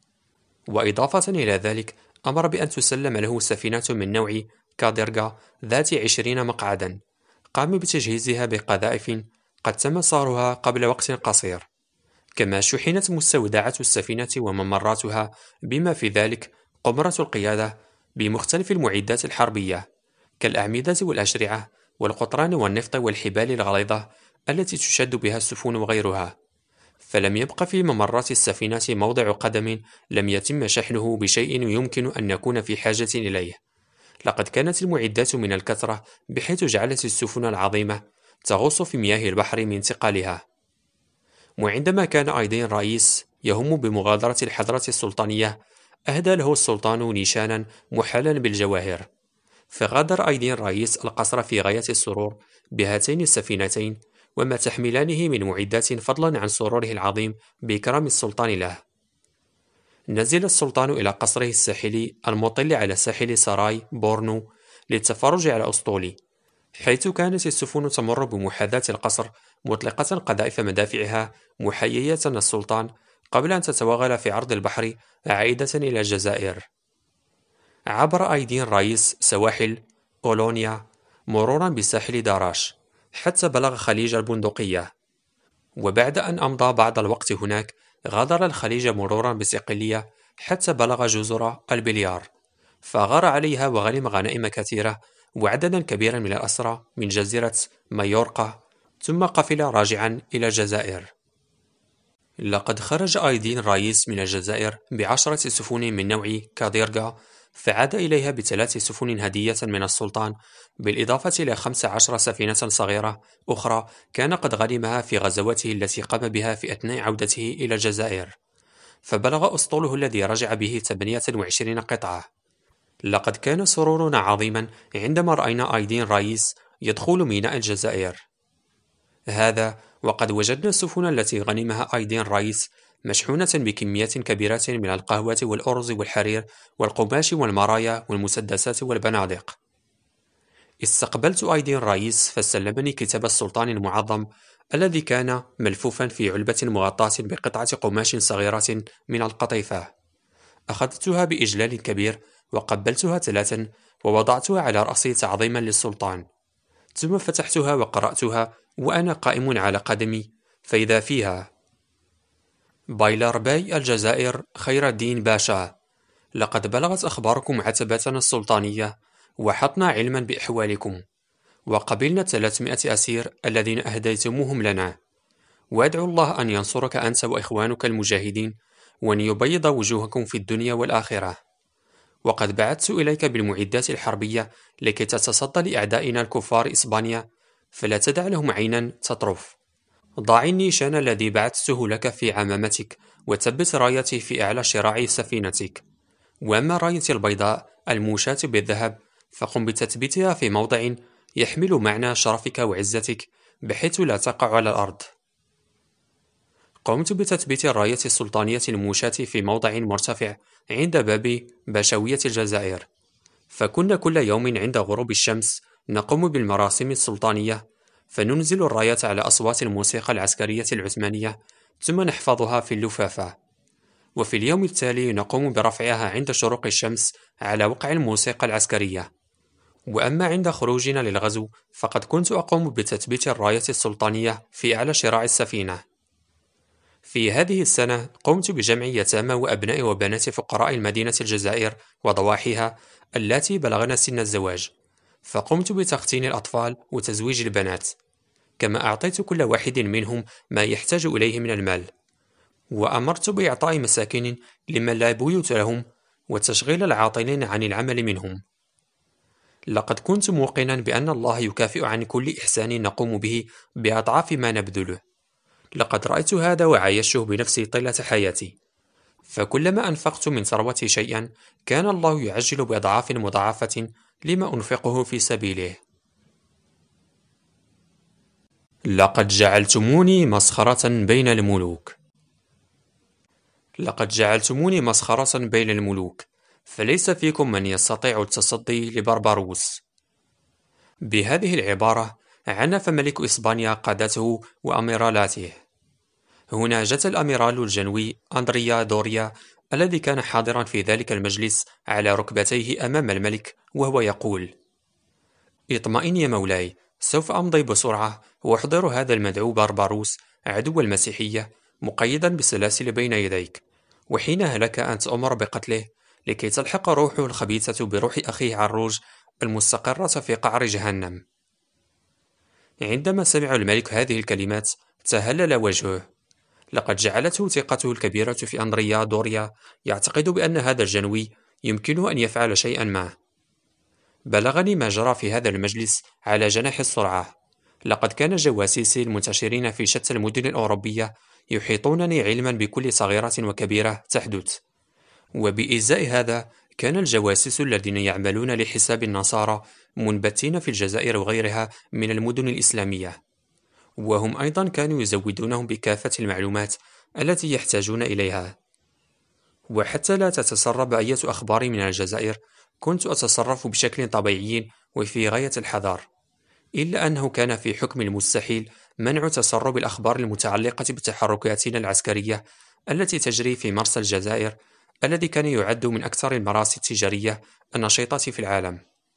وإضافة إلى ذلك أمر بأن تسلم له سفينة من نوع كادرغا ذات 20 مقعدا، قام بتجهيزها بقذائف قد تم صارها قبل وقت قصير. كما شحنت مستودعات السفينة وممراتها، بما في ذلك قمرة القيادة، بمختلف المعدات الحربية كالأعمدة والأشرعة والقطران والنفط والحبال الغليظة التي تشد بها السفن وغيرها. فلم يبق في ممرات السفينة موضع قدم لم يتم شحنه بشيء يمكن أن نكون في حاجة إليه. لقد كانت المعدات من الكثرة، بحيث جعلت السفن العظيمة تغوص في مياه البحر من ثقلها. وعندما كان أيدين رئيس يهم بمغادرة الحضرة السلطانية، أهدى له السلطان نيشانا محلا بالجواهر، فغادر أيدين رئيس القصر في غاية السرور بهاتين السفينتين وما تحملانه من معدات، فضلا عن سروره العظيم بإكرام السلطان له. نزل السلطان إلى قصره الساحلي المطل على ساحل سراي بورنو للتفرج على أسطول، حيث كانت السفن تمر بمحاذاة القصر مطلقة قذائف مدافعها محيية السلطان، قبل أن تتوغل في عرض البحر عائدة إلى الجزائر. عبر أيدين رئيس سواحل أولونيا، مرورا بساحل داراش، حتى بلغ خليج البندقية. وبعد أن أمضى بعض الوقت هناك، غادر الخليج مرورا بصقلية حتى بلغ جزر البليار، فغار عليها وغنم غنائم كثيرة وعددا كبيرا من الأسرى من جزيرة مايورقا، ثم قفل راجعا إلى الجزائر. لقد خرج أيدين رئيس من الجزائر ب10 سفن من نوع كاديرغا، فعاد إليها ب3 سفن هدية من السلطان، بالإضافة إلى 15 سفينة صغيرة أخرى كان قد غنمها في غزواته التي قام بها في أثناء عودته إلى الجزائر، فبلغ أسطوله الذي رجع به 28 قطعة. لقد كان سرورنا عظيما عندما رأينا أيدين رئيس يدخل ميناء الجزائر. هذا وقد وجدنا السفن التي غنمها أيدين رئيس مشحونة بكميات كبيرة من القهوة والأرز والحرير والقماش والمرايا والمسدسات والبنادق. استقبلت أيدين رئيس، فسلمني كتاب السلطان المعظم الذي كان ملفوفا في علبة مغطاة بقطعة قماش صغيرة من القطيفة. أخذتها بإجلال كبير وقبلتها 3، ووضعتها على رأسي تعظيما للسلطان. ثم فتحتها وقرأتها وأنا قائم على قدمي، فإذا فيها: بايلرباي الجزائر خير الدين باشا، لقد بلغت أخباركم عتبتنا السلطانية، وحطنا علما بأحوالكم، وقبلنا 300 أسير الذين أهديتموهم لنا، وأدعو الله أن ينصرك أنت وإخوانك المجاهدين، وأن يبيض وجوهكم في الدنيا والآخرة. وقد بعثت إليك بالمعدات الحربية لكي تتصدى لأعدائنا الكفار إسبانيا، فلا تدع لهم عينا تطرف. ضع النيشان الذي بعثته لك في عمامتك، وثبت رايتي في أعلى شراع سفينتك. وأما رايتي البيضاء الموشاة بالذهب فقم بتثبيتها في موضع يحمل معنى شرفك وعزتك بحيث لا تقع على الأرض. قمت بتثبيت الراية السلطانية الموشاة في موضع مرتفع عند باب باشوية الجزائر، فكنا كل يوم عند غروب الشمس نقوم بالمراسم السلطانية، فننزل الراية على أصوات الموسيقى العسكرية العثمانية ثم نحفظها في اللفافة، وفي اليوم التالي نقوم برفعها عند شروق الشمس على وقع الموسيقى العسكرية. وأما عند خروجنا للغزو فقد كنت أقوم بتثبيت الراية السلطانية في أعلى شراع السفينة. في هذه السنة قمت بجمع يتامى وأبناء وبنات فقراء المدينة الجزائر وضواحيها اللاتي بلغن سن الزواج، فقمت بتختين الأطفال وتزويج البنات، كما أعطيت كل واحد منهم ما يحتاج إليه من المال، وأمرت بإعطاء مساكن لمن لا بيوت لهم وتشغيل العاطلين عن العمل منهم. لقد كنت موقنا بأن الله يكافئ عن كل إحسان نقوم به بأضعاف ما نبذله. لقد رأيت هذا وعايشته بنفسي طيلة حياتي، فكلما أنفقت من ثروتي شيئا كان الله يعجل بأضعاف مضاعفة لما أنفقه في سبيله. لقد جعلتموني مسخرة بين الملوك. لقد جعلتموني مسخرة بين الملوك، فليس فيكم من يستطيع التصدي لبربروس. بهذه العبارة عنف ملك إسبانيا قادته وأميرالاته. هنا جت الأميرال الجنوي أندريا دوريا الذي كان حاضرا في ذلك المجلس على ركبتيه أمام الملك وهو يقول: اطمئن يا مولاي، سوف أمضي بسرعة وأحضر هذا المدعو بربروس عدو المسيحية مقيدا بسلاسل بين يديك، وحينها لك أن تؤمر بقتله لكي تلحق روحه الخبيثة بروح أخيه عروج المستقرة في قعر جهنم. عندما سمع الملك هذه الكلمات تهلل وجهه. لقد جعلته ثقته الكبيرة في أندريا دوريا يعتقد بأن هذا الجنوي يمكنه أن يفعل شيئا ما. بلغني ما جرى في هذا المجلس على جناح السرعة. لقد كان جواسيسي المنتشرين في شتى المدن الأوروبية يحيطونني علما بكل صغيرة وكبيرة تحدث، وبإزاء هذا كان الجواسيس الذين يعملون لحساب النصارى منبتين في الجزائر وغيرها من المدن الإسلامية، وهم أيضا كانوا يزودونهم بكافة المعلومات التي يحتاجون إليها. وحتى لا تتسرب أي أخبار من الجزائر كنت أتصرف بشكل طبيعي وفي غاية الحذر، إلا أنه كان في حكم المستحيل منع تسرب الأخبار المتعلقة بتحركاتنا العسكرية التي تجري في مرسى الجزائر الذي كان يعد من أكثر المراسي التجارية النشيطة في العالم.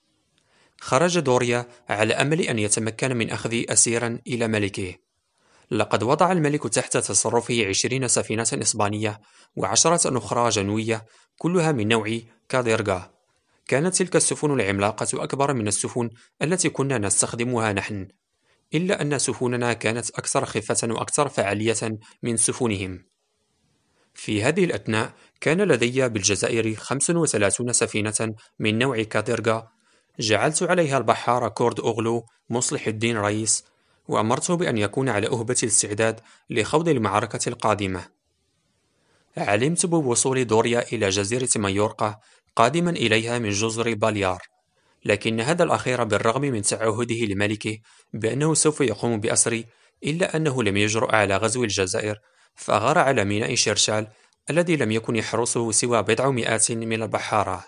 خرج دوريا على أمل أن يتمكن من أخذ أسيرا إلى ملكه. لقد وضع الملك تحت تصرفه 20 سفينة إسبانية و10 أخرى جنوية كلها من نوع كاديرغا. كانت تلك السفن العملاقة أكبر من السفن التي كنا نستخدمها نحن، إلا أن سفننا كانت أكثر خفة وأكثر فعالية من سفنهم. في هذه الأثناء كان لدي بالجزائر 35 سفينة من نوع كاديرغا. جعلت عليها البحار كورد أوغلو مصلح الدين رئيس، وأمرته بأن يكون على أهبة الاستعداد لخوض المعركة القادمة. علمت بوصول دوريا إلى جزيرة مايورقا قادما إليها من جزر باليار، لكن هذا الأخير بالرغم من تعهده لملكه بأنه سوف يقوم بأسري إلا أنه لم يجرؤ على غزو الجزائر، فأغار على ميناء شيرشال الذي لم يكن يحرسه سوى بضع مئات من البحارة.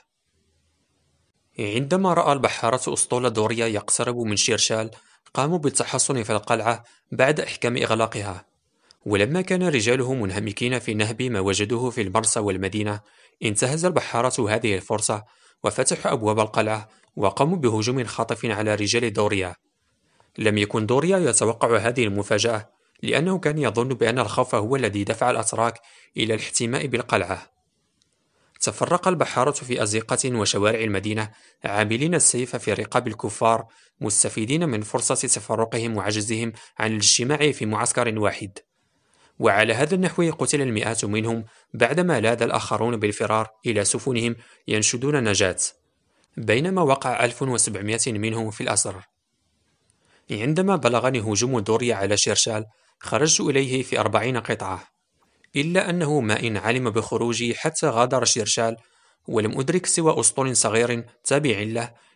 عندما رأى البحارة أسطول دوريا يقترب من شيرشال قاموا بالتحصن في القلعة بعد إحكام إغلاقها، ولما كان رجاله منهمكين في نهب ما وجدوه في المرسى والمدينة انتهز البحارة هذه الفرصة وفتحوا أبواب القلعة وقاموا بهجوم خاطف على رجال دوريا. لم يكن دوريا يتوقع هذه المفاجأة، لأنه كان يظن بأن الخوف هو الذي دفع الأتراك إلى الاحتماء بالقلعة. تفرق البحارة في أزقة وشوارع المدينة عاملين السيف في رقاب الكفار، مستفيدين من فرصة تفرقهم وعجزهم عن الاجتماع في معسكر واحد. وعلى هذا النحو قتل المئات منهم بعدما لاذ الآخرون بالفرار إلى سفنهم ينشدون النجاة، بينما وقع 1700 منهم في الأسر. عندما بلغني هجوم دوريا على شيرشال خرجت إليه في 40 قطعة، إلا أنه ما إن علم بخروجي حتى غادر شيرشال، ولم أدرك سوى أسطول صغير تابع له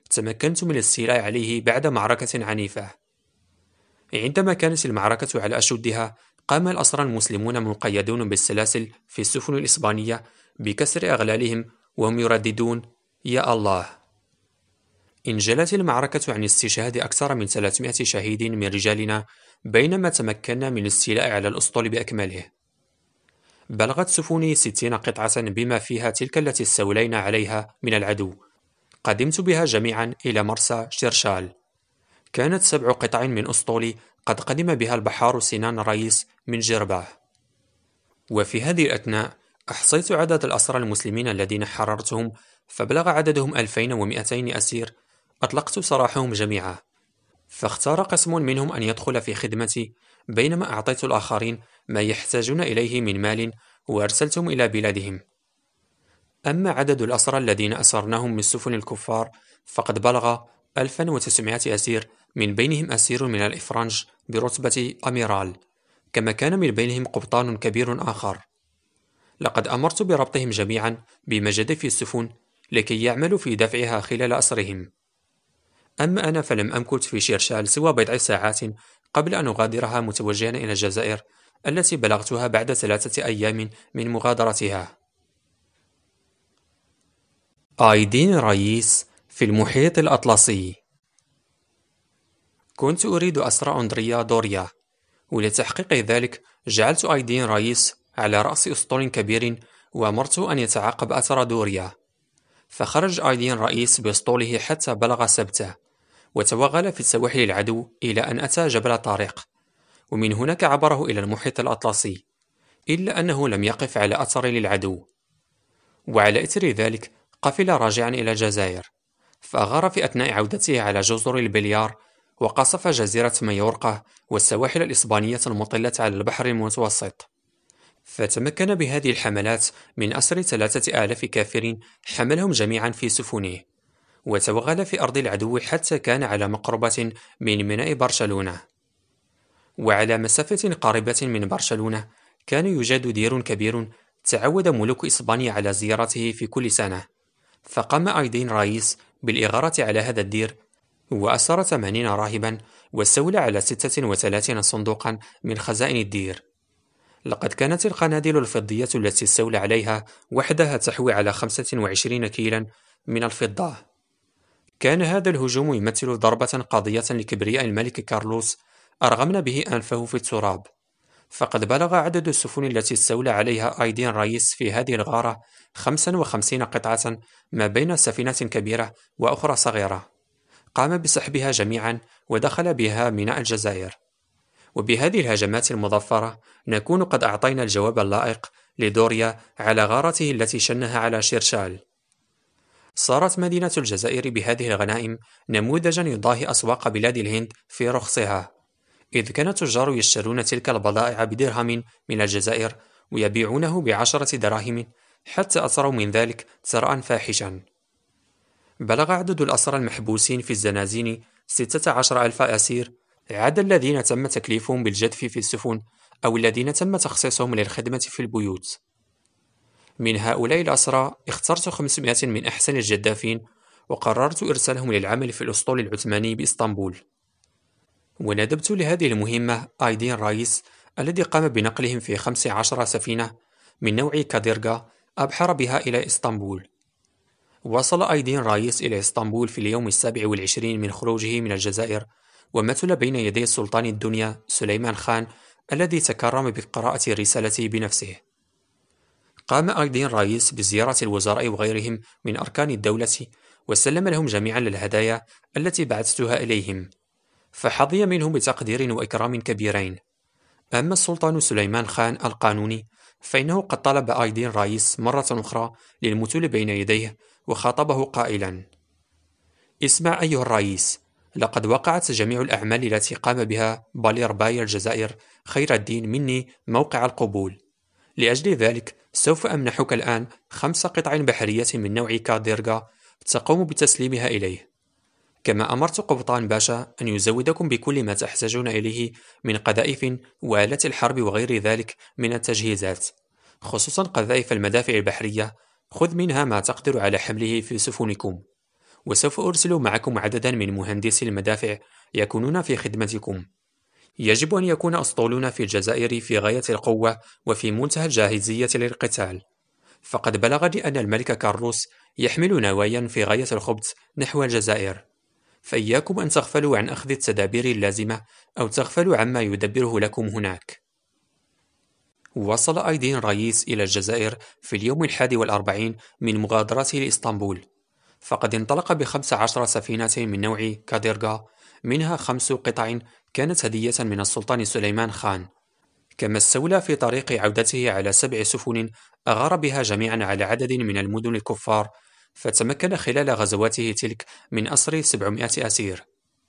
تمكنت من الاستيلاء عليه بعد معركة عنيفة. عندما كانت المعركة على أشدها، قام الأسرى المسلمون مقيدون بالسلاسل في السفن الإسبانية بكسر أغلالهم وهم يرددون: يا الله. انجلت المعركة عن استشهاد أكثر من 300 شهيد من رجالنا، بينما تمكنا من الاستيلاء على الأسطول بأكمله. بلغت سفني 60 قطعة بما فيها تلك التي استولينا عليها من العدو. قدمت بها جميعا إلى مرسى شيرشال. كانت 7 قطع من أسطولي قد قدم بها البحار سنان رئيس من جرباه. وفي هذه الأثناء أحصيت عدد الأسرى المسلمين الذين حررتهم، فبلغ عددهم 2200 أسير أطلقت سراحهم جميعا. فاختار قسم منهم أن يدخل في خدمتي، بينما أعطيت الآخرين ما يحتاجون إليه من مال وأرسلتهم إلى بلادهم. أما عدد الأسرى الذين أسرناهم من سفن الكفار فقد بلغ 1900 أسير، من بينهم أسير من الإفرنج برتبة أميرال، كما كان من بينهم قبطان كبير آخر. لقد أمرت بربطهم جميعا بمجاديف السفن لكي يعملوا في دفعها خلال أسرهم. أما أنا فلم أمكث في شيرشال سوى بضع ساعات قبل أن أغادرها متوجها إلى الجزائر، التي بلغتها بعد 3 أيام من مغادرتها. آيدين رايس في المحيط الأطلسي. كنت أريد أسر أندريا دوريا، ولتحقيق ذلك جعلت آيدين رايس على رأس أسطول كبير وأمرته أن يتعاقب أثر دوريا. فخرج آيدين رايس بأسطوله حتى بلغ سبتة، وتوغل في سواحل العدو إلى أن أتى جبل طارق، ومن هناك عبره إلى المحيط الأطلسي، إلا أنه لم يقف على أثر للعدو. وعلى إثر ذلك قفل راجعا إلى الجزائر، فأغار في أثناء عودته على جزر البليار، وقصف جزيرة مايورقا والسواحل الإسبانية المطلة على البحر المتوسط. فتمكن بهذه الحملات من أسر 3000 كافر حملهم جميعا في سفنه، وتوغل في أرض العدو حتى كان على مقربة من ميناء برشلونة. وعلى مسافة قريبة من برشلونة كان يوجد دير كبير تعود ملوك إسبانيا على زيارته في كل سنة، فقام آيدين رايس بالإغارة على هذا الدير، وأسر 80 راهبا، واستولى على 36 صندوقا من خزائن الدير. لقد كانت القناديل الفضية التي استولى عليها وحدها تحوي على 25 كيلا من الفضة. كان هذا الهجوم يمثل ضربة قاضية لكبرياء الملك كارلوس أرغمنا به أنفه في التراب، فقد بلغ عدد السفن التي استولى عليها آيدين رايس في هذه الغارة 55 قطعة، ما بين سفينة كبيرة وأخرى صغيرة. قام بسحبها جميعا ودخل بها ميناء الجزائر. وبهذه الهجمات المظفرة نكون قد أعطينا الجواب اللائق لدوريا على غارته التي شنها على شيرشال. صارت مدينة الجزائر بهذه الغنائم نموذجا يضاهي أسواق بلاد الهند في رخصها، إذ كان التجار يشترون تلك البضائع بدرهم من الجزائر ويبيعونه ب10 دراهم، حتى أثروا من ذلك ثراء فاحشا. بلغ عدد الأسرى المحبوسين في الزنازين 16,000 أسير، عدا الذين تم تكليفهم بالجدف في السفن أو الذين تم تخصيصهم للخدمة في البيوت. من هؤلاء الأسرى اخترت 500 من أحسن الجدافين، وقررت إرسالهم للعمل في الأسطول العثماني بإسطنبول. وندبت لهذه المهمة آيدين رايس الذي قام بنقلهم في 15 سفينة من نوع كاديرغا أبحر بها إلى إسطنبول. وصل آيدين رايس إلى إسطنبول في اليوم 27 من خروجه من الجزائر، ومثل بين يدي سلطان الدنيا سليمان خان الذي تكرم بقراءة رسالته بنفسه. قام آيدين رايس بزيارة الوزراء وغيرهم من أركان الدولة، وسلم لهم جميعا الهدايا التي بعثتها إليهم، فحظي منهم بتقدير وإكرام كبيرين. أما السلطان سليمان خان القانوني فإنه قد طلب آيدين رايس مرة أخرى للمثول بين يديه، وخاطبه قائلا: اسمع أيها الرئيس، لقد وقعت جميع الأعمال التي قام بها بالير باي الجزائر خير الدين مني موقع القبول. لأجل ذلك سوف أمنحك الآن 5 قطع بحرية من نوع كاديرغا تقوم بتسليمها إليه، كما أمرت قبطان باشا أن يزودكم بكل ما تحتاجون إليه من قذائف وآلات الحرب وغير ذلك من التجهيزات، خصوصا قذائف المدافع البحرية، خذ منها ما تقدر على حمله في سفنكم. وسوف أرسل معكم عددا من مهندسي المدافع يكونون في خدمتكم. يجب أن يكون أسطولنا في الجزائر في غاية القوة وفي منتهى الجاهزية للقتال، فقد بلغني أن الملك كارلوس يحمل نوايا في غاية الخبث نحو الجزائر، فإياكم أن تغفلوا عن أخذ التدابير اللازمة أو تغفلوا عما يدبره لكم هناك. وصل أيدين الرئيس إلى الجزائر في اليوم 41 من مغادرته لإسطنبول، فقد انطلق ب15 سفينة من نوع كاديرغا، منها 5 قطع كانت هدية من السلطان سليمان خان، كما استولى في طريق عودته على 7 سفن أغار بها جميعا على عدد من المدن الكفار، فتمكن خلال غزواته تلك من أسر 700 أسير.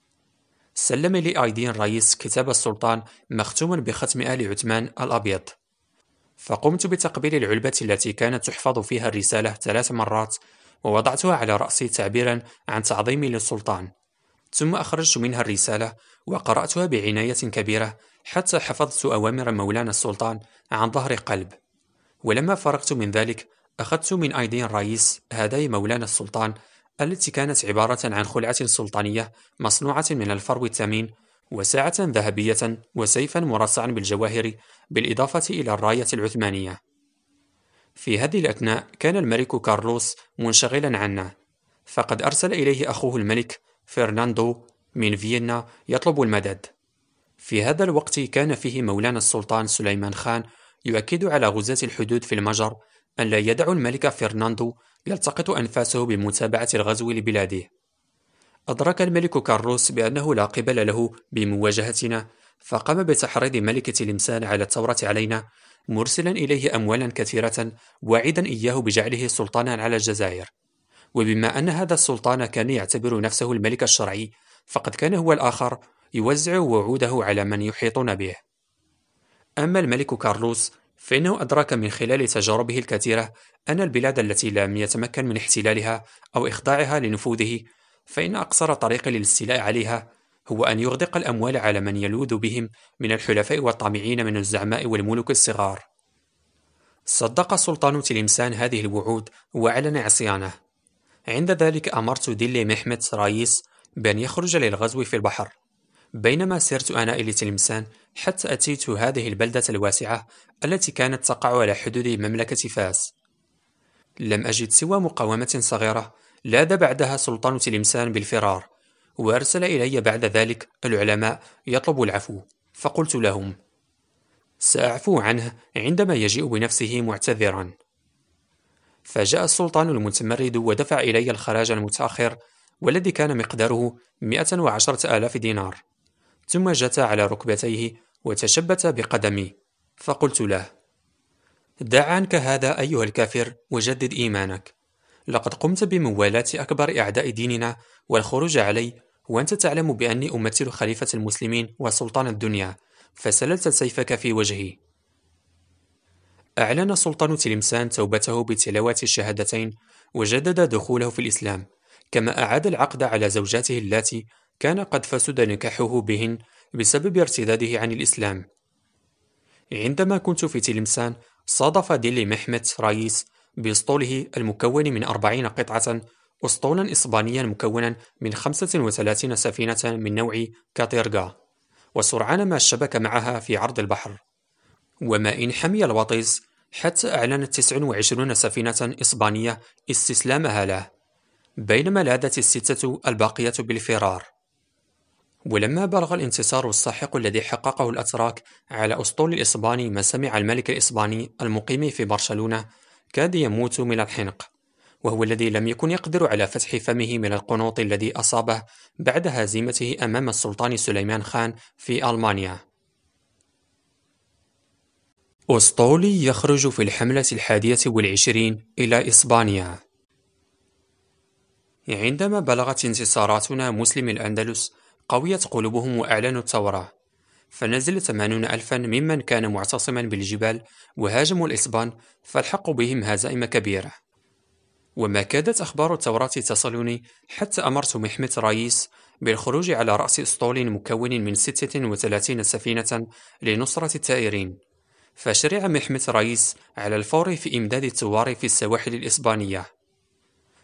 سلم لي أيدين الرئيس كتاب السلطان مختوما بختم آل عثمان الأبيض، فقمت بتقبيل العلبة التي كانت تحفظ فيها الرسالة 3 مرات، ووضعتها على رأسي تعبيرا عن تعظيمي للسلطان، ثم أخرجت منها الرسالة وقرأتها بعناية كبيرة حتى حفظت أوامر مولانا السلطان عن ظهر قلب. ولما فرغت من ذلك أخذت من أيدين الرئيس هدايا مولانا السلطان التي كانت عبارة عن خلعة سلطانية مصنوعة من الفرو الثمين، وساعة ذهبية، وسيفا مرصعا بالجواهر، بالإضافة إلى الراية العثمانية. في هذه الأثناء كان الملك كارلوس منشغلا عنا، فقد أرسل إليه أخوه الملك فرناندو من فيينا يطلب المدد. في هذا الوقت كان فيه مولانا السلطان سليمان خان يؤكد على غزاة الحدود في المجر أن لا يدعوا الملك فرناندو يلتقط أنفاسه بمتابعة الغزو لبلاده. أدرك الملك كارلوس بأنه لا قبل له بمواجهتنا، فقام بتحريض ملك تلمسان على الثورة علينا، مرسلا إليه أموالا كثيرة، واعدا إياه بجعله سلطانا على الجزائر. وبما أن هذا السلطان كان يعتبر نفسه الملك الشرعي، فقد كان هو الآخر يوزع وعوده على من يحيطون به. أما الملك كارلوس فإنه أدرك من خلال تجاربه الكثيرة أن البلاد التي لم يتمكن من احتلالها أو إخضاعها لنفوذه، فإن أقصر طريق للاستيلاء عليها هو أن يغدق الأموال على من يلوذ بهم من الحلفاء والطامعين من الزعماء والملوك الصغار. صدق سلطان تلمسان هذه الوعود وأعلن عصيانه. عند ذلك أمرت ديلي محمد رايس بأن يخرج للغزو في البحر. بينما سرت أنا إلى تلمسان حتى أتيت هذه البلدة الواسعة التي كانت تقع على حدود مملكة فاس، لم أجد سوى مقاومة صغيرة. لاذ بعدها سلطان تلمسان بالفرار، وأرسل إلي بعد ذلك العلماء يطلب العفو، فقلت لهم: سأعفو عنه عندما يجيء بنفسه معتذرا. فجاء السلطان المتمرد ودفع إلي الخراج المتأخر، والذي كان مقداره 110,000 دينار، ثم جثى على ركبتيه وتشبت بقدمي، فقلت له: دع عنك هذا أيها الكافر وجدد إيمانك، لقد قمت بموالاة أكبر أعداء ديننا والخروج علي، وأنت تعلم بأني أمثل خليفة المسلمين وسلطان الدنيا، فسللت سيفك في وجهي. أعلن سلطان تلمسان توبته بتلاوة الشهادتين، وجدد دخوله في الإسلام، كما أعاد العقد على زوجاته اللاتي كان قد فسد نكاحه بهن بسبب ارتداده عن الإسلام. عندما كنت في تلمسان صادف ديلي محمد رايس بأسطوله المكون من 40 قطعة، أسطولا إسبانيا مكونا من 35 سفينة من نوع كاتيرغا، وسرعان ما اشتبك معها في عرض البحر، وما إن حمي الوطيس حتى أعلنت 29 سفينة إسبانية استسلامها له، بينما لاذت الستة الباقية بالفرار. ولما بلغ الانتصار الساحق الذي حققه الأتراك على أسطول الإسباني ما سمع الملك الإسباني المقيم في برشلونة كاد يموت من الحنق، وهو الذي لم يكن يقدر على فتح فمه من القنوط الذي أصابه بعد هزيمته أمام السلطان سليمان خان في ألمانيا. أسطولي يخرج في الحملة 21 إلى إسبانيا. عندما بلغت انتصاراتنا مسلم الأندلس قويت قلوبهم وأعلنوا الثورة، فنزل 80,000 ممن كان معتصما بالجبال وهاجموا الإسبان، فالحقوا بهم هزائم كبيرة. وما كادت أخبار الثورة تصلني حتى أمرت محمد رايس بالخروج على رأس أسطول مكون من 36 سفينة لنصرة الثائرين، فشرع محمد رايس على الفور في إمداد الثوار في السواحل الإسبانية.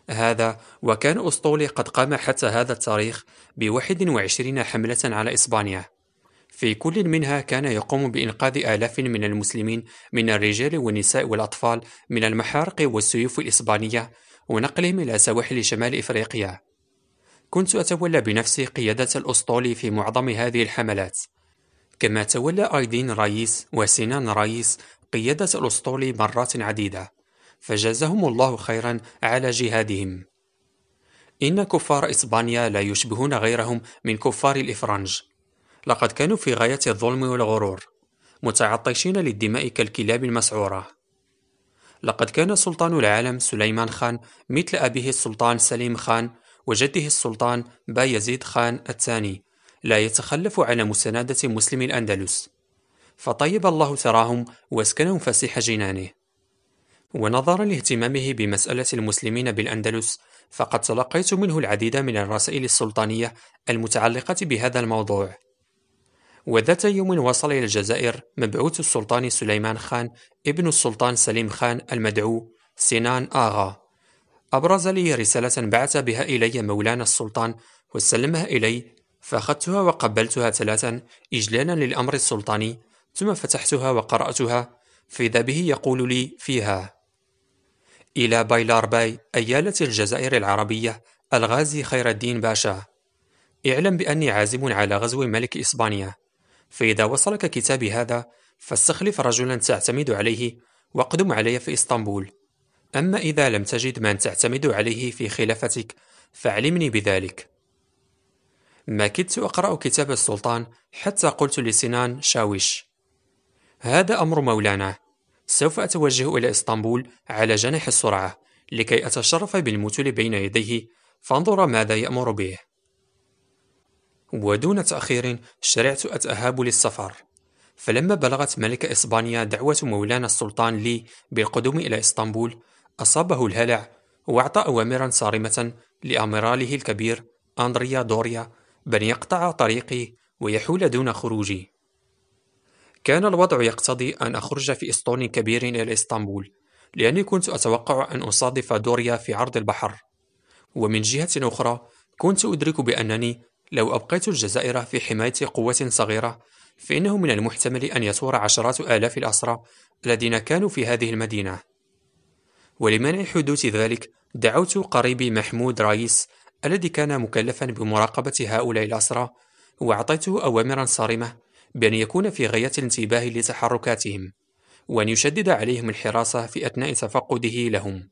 هذا وكان أسطولي قد قام حتى هذا التاريخ ب21 حملة على إسبانيا، في كل منها كان يقوم بإنقاذ آلاف من المسلمين من الرجال والنساء والأطفال من المحارق والسيوف الإسبانية ونقلهم إلى سواحل شمال إفريقيا. كنت أتولى بنفسي قيادة الأسطول في معظم هذه الحملات، كما تولى أيدين رايس وسنان رايس قيادة الأسطول مرات عديدة، فجازهم الله خيرا على جهادهم. إن كفار إسبانيا لا يشبهون غيرهم من كفار الإفرنج، لقد كانوا في غاية الظلم والغرور، متعطشين للدماء كالكلاب المسعورة. لقد كان سلطان العالم سليمان خان مثل أبيه السلطان سليم خان وجده السلطان بايزيد خان الثاني لا يتخلف عن مساندة مسلمي الأندلس، فطيب الله ثراهم واسكنهم فسيح جنانه. ونظرا لاهتمامه بمسألة المسلمين بالأندلس، فقد تلقيت منه العديد من الرسائل السلطانية المتعلقة بهذا الموضوع. وذات يوم وصل إلى الجزائر مبعوث السلطان سليمان خان ابن السلطان سليم خان المدعو سنان آغا، أبرز لي رسالة بعث بها إلي مولانا السلطان وسلمها إلي، فأخذتها وقبلتها 3 إجلالا للأمر السلطاني، ثم فتحتها وقرأتها، فإذا به يقول لي فيها: إلى بايلار باي أيالة الجزائر العربية الغازي خير الدين باشا، اعلم بأني عازم على غزو ملك إسبانيا، فإذا وصلك كتابي هذا فاستخلف رجلا تعتمد عليه واقدم علي في إسطنبول، أما إذا لم تجد من تعتمد عليه في خلافتك فاعلمني بذلك. ما كدت أقرأ كتاب السلطان حتى قلت لسنان شاوش: هذا أمر مولانا، سوف أتوجه إلى إسطنبول على جناح السرعة لكي أتشرف بالمثل بين يديه، فانظر ماذا يأمر به. ودون تأخير شرعت أتأهب للسفر، فلما بلغت ملك إسبانيا دعوة مولانا السلطان لي بالقدوم إلى إسطنبول، أصابه الهلع وأعطى أوامرا صارمة لأميراله الكبير أندريا دوريا بأن يقطع طريقي ويحول دون خروجي. كان الوضع يقتضي أن أخرج في إسطول كبير إلى إسطنبول، لأني كنت أتوقع أن أصادف دوريا في عرض البحر، ومن جهة أخرى كنت أدرك بأنني لو أبقيت الجزائر في حماية قوة صغيرة فإنه من المحتمل أن يثور عشرات آلاف الأسرى الذين كانوا في هذه المدينة. ولمنع حدوث ذلك دعوت قريبي محمود رايس الذي كان مكلفا بمراقبة هؤلاء الأسرى، وأعطيته أوامرا صارمة بأن يكون في غاية الانتباه لتحركاتهم، وأن يشدد عليهم الحراسة في أثناء تفقده لهم.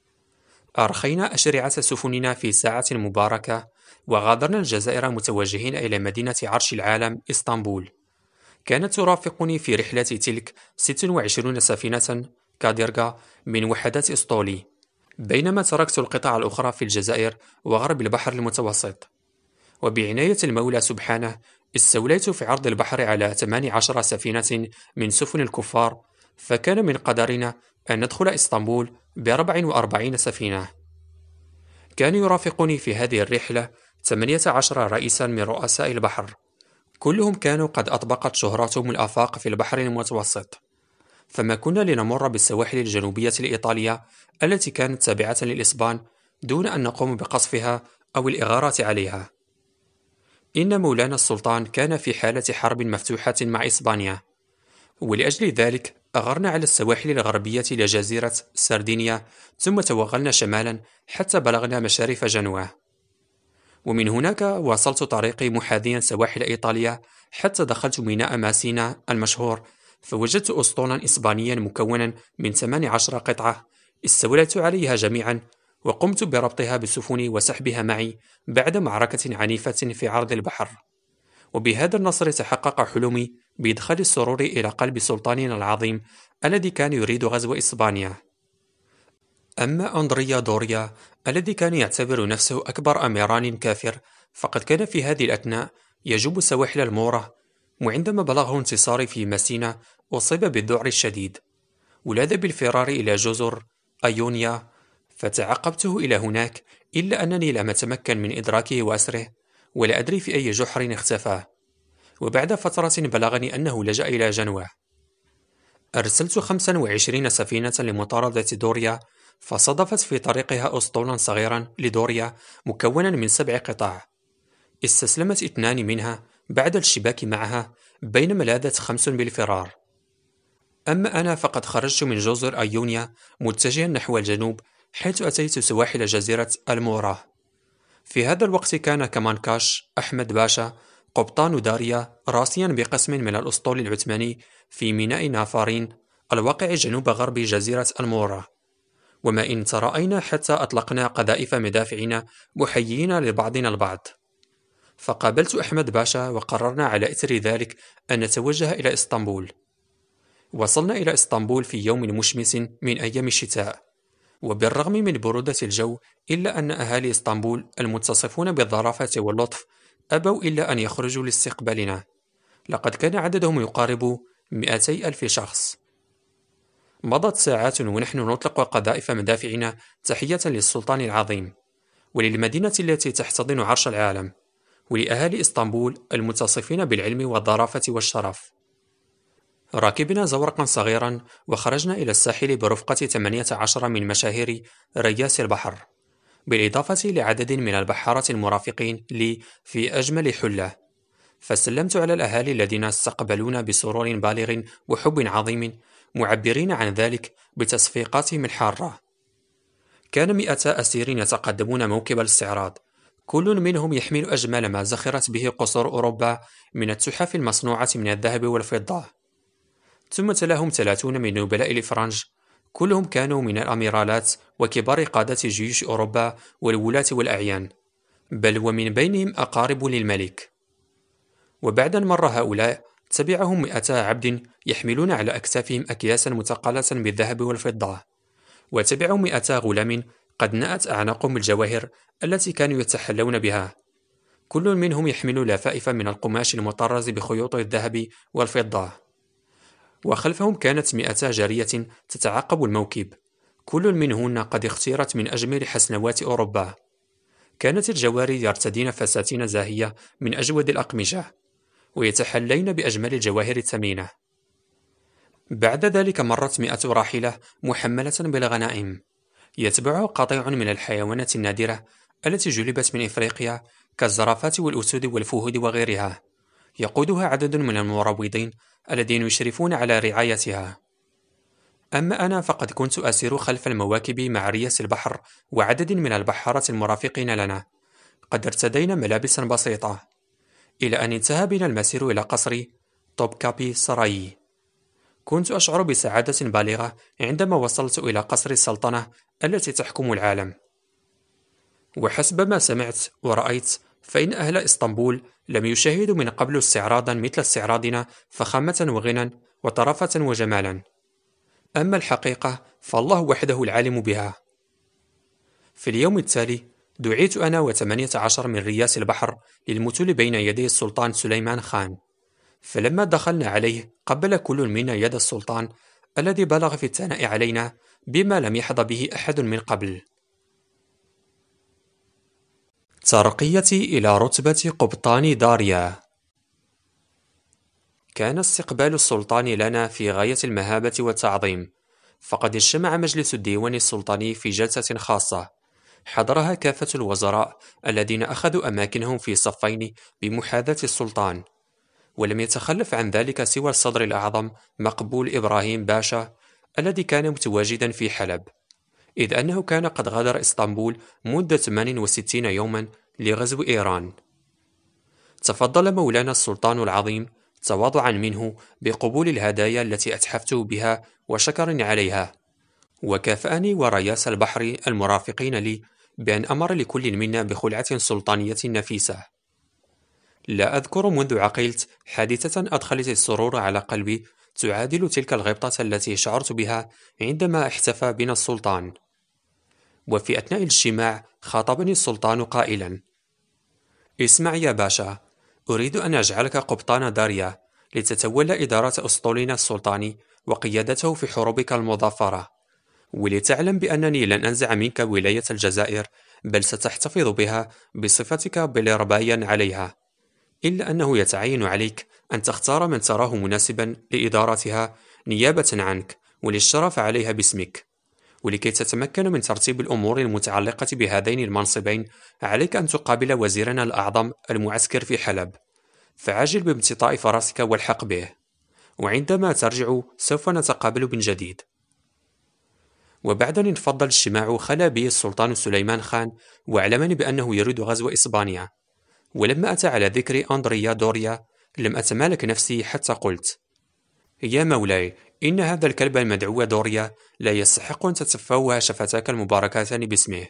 أرخينا أشرعة سفننا في ساعة مباركة، وغادرنا الجزائر متوجهين إلى مدينة عرش العالم إسطنبول. كانت ترافقني في رحلتي تلك 26 سفينة كاديرغا من وحدات إسطولي، بينما تركت القطع الأخرى في الجزائر وغرب البحر المتوسط. وبعناية المولى سبحانه استوليت في عرض البحر على 18 سفينة من سفن الكفار، فكان من قدرنا أن ندخل إسطنبول ب44 سفينة. كان يرافقني في هذه الرحلة 18 رئيسا من رؤساء البحر، كلهم كانوا قد أطبقت شهرتهم الآفاق في البحر المتوسط، فما كنا لنمر بالسواحل الجنوبية الإيطالية التي كانت تابعة للإسبان دون أن نقوم بقصفها أو الإغارة عليها. إن مولانا السلطان كان في حالة حرب مفتوحة مع إسبانيا، ولأجل ذلك أغرنا على السواحل الغربية لجزيرة سردينيا، ثم توغلنا شمالا حتى بلغنا مشارف جنوة، ومن هناك واصلت طريقي محاذيا سواحل إيطاليا حتى دخلت ميناء ماسينا المشهور، فوجدت أسطولا إسبانيا مكونا من 18 قطعة، استوليت عليها جميعا وقمت بربطها بالسفن وسحبها معي بعد معركة عنيفة في عرض البحر. وبهذا النصر تحقق حلمي بإدخال السرور إلى قلب سلطاننا العظيم الذي كان يريد غزو إسبانيا. أما أندريا دوريا الذي كان يعتبر نفسه أكبر أميران كافر، فقد كان في هذه الأثناء يجوب سواحل المورة، وعندما بلغه انتصاري في مسينا أصيب بالذعر الشديد، ولاذ بالفرار إلى جزر أيونيا، فتعقبته إلى هناك، إلا أنني لم أتمكن من إدراكه وأسره، ولا أدري في أي جحر اختفى. وبعد فترة بلغني أنه لجأ إلى جنوة. أرسلت 25 سفينة لمطاردة دوريا، فصادفت في طريقها أسطولا صغيرا لدوريا مكونا من 7 قطع. استسلمت 2 منها بعد الاشتباك معها، بينما لاذت 5 بالفرار. أما أنا فقد خرجت من جزر أيونيا متجها نحو الجنوب، حيث أتيت سواحل جزيرة المورا. في هذا الوقت كان كمانكاش أحمد باشا قبطان داريا راسيا بقسم من الأسطول العثماني في ميناء نافارين الواقع جنوب غرب جزيرة المورا، وما إن تراءينا حتى أطلقنا قذائف مدافعنا محييين لبعضنا البعض. فقابلت أحمد باشا وقررنا على إثر ذلك أن نتوجه إلى إسطنبول. وصلنا إلى إسطنبول في يوم مشمس من أيام الشتاء، وبالرغم من برودة الجو إلا أن أهالي إسطنبول المتصفون بالظرافة واللطف أبوا إلا أن يخرجوا لاستقبالنا. لقد كان عددهم يقارب 200,000 شخص. مضت ساعات ونحن نطلق قذائف مدافعنا تحية للسلطان العظيم، وللمدينة التي تحتضن عرش العالم، ولأهالي إسطنبول المتصفين بالعلم والظرافة والشرف. ركبنا زورقا صغيرا وخرجنا إلى الساحل برفقة 18 من مشاهير رياس البحر، بالإضافة لعدد من البحارة المرافقين لي في أجمل حلة. فسلمت على الأهالي الذين استقبلونا بسرور بالغ وحب عظيم، معبرين عن ذلك بتصفيقاتهم الحارة. كان 200 أسير يتقدمون موكب الاستعراض، كل منهم يحمل أجمل ما زخرت به قصور أوروبا من التحف المصنوعة من الذهب والفضة. ثم تلاهم 30 من نبلاء الإفرنج، كلهم كانوا من الأميرالات وكبار قادة جيوش أوروبا والولاة والأعيان، بل ومن بينهم أقارب للملك. وبعد أن مر هؤلاء تبعهم 200 عبد يحملون على أكتافهم أكياسا مثقلة بالذهب والفضة، وتبعهم 200 غلام قد نأت أعناقهم بالجواهر التي كانوا يتحلون بها، كل منهم يحمل لفائف من القماش المطرز بخيوط الذهب والفضة. وخلفهم كانت 200 جارية تتعقب الموكب، كل منهن قد اختيرت من أجمل حسنوات أوروبا. كانت الجواري يرتدين فساتين زاهية من أجود الأقمشة، ويتحلين بأجمل الجواهر الثمينة. بعد ذلك مرت 100 راحلة محملة بالغنائم، يتبعها قطيع من الحيوانات النادرة التي جلبت من إفريقيا كالزرافات والأسود والفهود وغيرها، يقودها عدد من المروضين الذين يشرفون على رعايتها. أما أنا فقد كنت أسير خلف المواكب مع رياس البحر وعدد من البحارة المرافقين لنا، قد ارتدينا ملابسا بسيطة، إلى أن انتهى بنا المسير إلى قصر توبكابي سراي. كنت أشعر بسعادة بالغة عندما وصلت إلى قصر السلطنة التي تحكم العالم. وحسب ما سمعت ورأيت فإن أهل إسطنبول لم يشاهدوا من قبل استعراضا مثل استعراضنا فخامة وغنى وطرافة وجمالا. أما الحقيقة فالله وحده العالم بها. في اليوم التالي دعيت أنا و18 من رياس البحر للمثول بين يدي السلطان سليمان خان، فلما دخلنا عليه قبل كل منا يد السلطان الذي بلغ في الثناء علينا بما لم يحظى به أحد من قبل. ترقيتي إلى رتبة قبطان داريا. كان استقبال السلطان لنا في غاية المهابة والتعظيم، فقد اجتمع مجلس الديوان السلطاني في جلسة خاصة حضرها كافة الوزراء الذين أخذوا أماكنهم في صفين بمحاذاة السلطان، ولم يتخلف عن ذلك سوى الصدر الأعظم مقبول إبراهيم باشا الذي كان متواجدا في حلب، إذ أنه كان قد غادر إسطنبول مدة 68 يوما لغزو إيران. تفضل مولانا السلطان العظيم تواضعا منه بقبول الهدايا التي أتحفته بها وشكرني عليها، وكافأني ورياس البحر المرافقين لي بأن أمر لكل منا بخلعة سلطانية نفيسة. لا أذكر منذ عقلت حادثة أدخلت السرور على قلبي تعادل تلك الغبطة التي شعرت بها عندما احتفى بنا السلطان. وفي أثناء الاجتماع خاطبني السلطان قائلا: اسمع يا باشا، أريد أن أجعلك قبطان داريا لتتولى إدارة أسطولنا السلطاني وقيادته في حروبك المظفرة، ولتعلم بأنني لن أنزع منك ولاية الجزائر، بل ستحتفظ بها بصفتك بلربايا عليها، إلا أنه يتعين عليك أن تختار من تراه مناسبا لإدارتها نيابة عنك وللشرف عليها باسمك، ولكي تتمكن من ترتيب الأمور المتعلقة بهذين المنصبين عليك أن تقابل وزيرنا الأعظم المعسكر في حلب، فعجل بامتطاء فرسك والحق به، وعندما ترجع سوف نتقابل من جديد. وبعد أن انفض الاجتماع خلا بي السلطان سليمان خان وأعلمني بأنه يريد غزو إسبانيا. ولما أتى على ذكر أندريا دوريا لم أتمالك نفسي حتى قلت: يا مولاي، إن هذا الكلب المدعو دوريا لا يستحق أن تتفوه شفتاك المباركتان باسمه.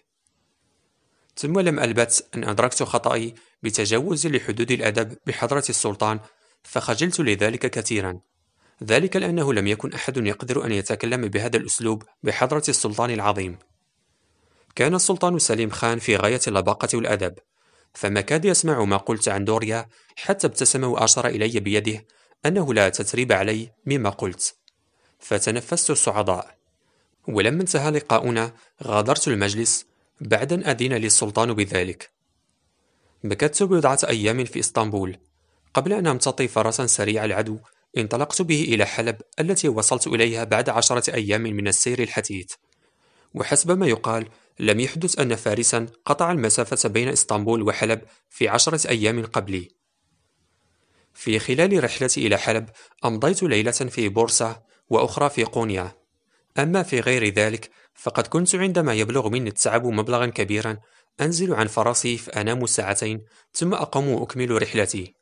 ثم لم ألبث أن أدركت خطأي بتجاوز لحدود الأدب بحضرة السلطان، فخجلت لذلك كثيرا، ذلك لأنه لم يكن أحد يقدر أن يتكلم بهذا الأسلوب بحضرة السلطان العظيم. كان السلطان سليم خان في غاية اللباقة والأدب، فما كاد يسمع ما قلت عن دوريا حتى ابتسم وأشار إلي بيده أنه لا تثريب علي مما قلت، فتنفست الصعداء. ولما انتهى لقاؤنا غادرت المجلس بعد أن أذن لي السلطان بذلك. مكثت بضعة أيام في إسطنبول قبل أن أمتطي فرسا سريع العدو انطلقت به إلى حلب التي وصلت إليها بعد 10 أيام من السير الحثيث. وحسب ما يقال لم يحدث أن فارسا قطع المسافة بين إسطنبول وحلب في 10 أيام قبلي. في خلال رحلتي إلى حلب أمضيت ليلة في بورصة وأخرى في قونيا. أما في غير ذلك فقد كنت عندما يبلغ مني التعب مبلغا كبيرا أنزل عن فرسي فأنام ساعتين ثم أقوم وأكمل رحلتي.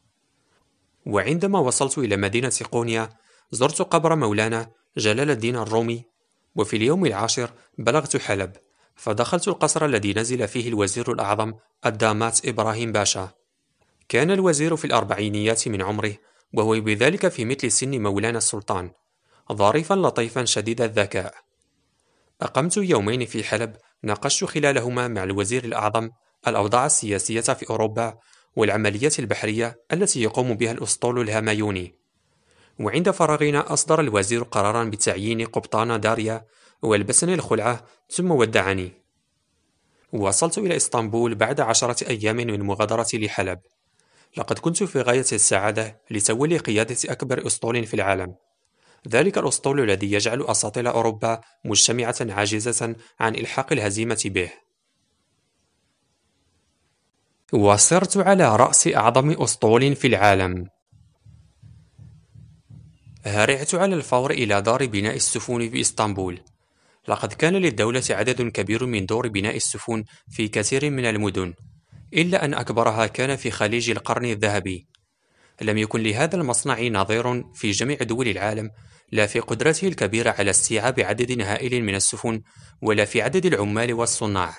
وعندما وصلت إلى مدينة قونيا زرت قبر مولانا جلال الدين الرومي. وفي اليوم العاشر بلغت حلب، فدخلت القصر الذي نزل فيه الوزير الأعظم الدامات إبراهيم باشا. كان الوزير في الأربعينيات من عمره، وهو بذلك في مثل سن مولانا السلطان، ظريفا لطيفا شديد الذكاء. أقمت يومين في حلب ناقشت خلالهما مع الوزير الأعظم الأوضاع السياسية في أوروبا والعمليات البحرية التي يقوم بها الأسطول الهمايوني. وعند فراغنا أصدر الوزير قرارا بتعيين قبطان داريا والبسني الخلعة ثم ودعني. وصلت إلى إسطنبول بعد 10 أيام من مغادرتي لحلب. لقد كنت في غاية السعادة لتولي قيادة أكبر أسطول في العالم، ذلك الأسطول الذي يجعل أساطيل أوروبا مجتمعة عاجزة عن إلحاق الهزيمة به. وصرت على رأس أعظم أسطول في العالم. هرعت على الفور إلى دار بناء السفن بإسطنبول. لقد كان للدولة عدد كبير من دور بناء السفن في كثير من المدن، إلا أن أكبرها كان في خليج القرن الذهبي. لم يكن لهذا المصنع نظير في جميع دول العالم، لا في قدرته الكبيرة على استيعاب عدد هائل من السفن، ولا في عدد العمال والصناع.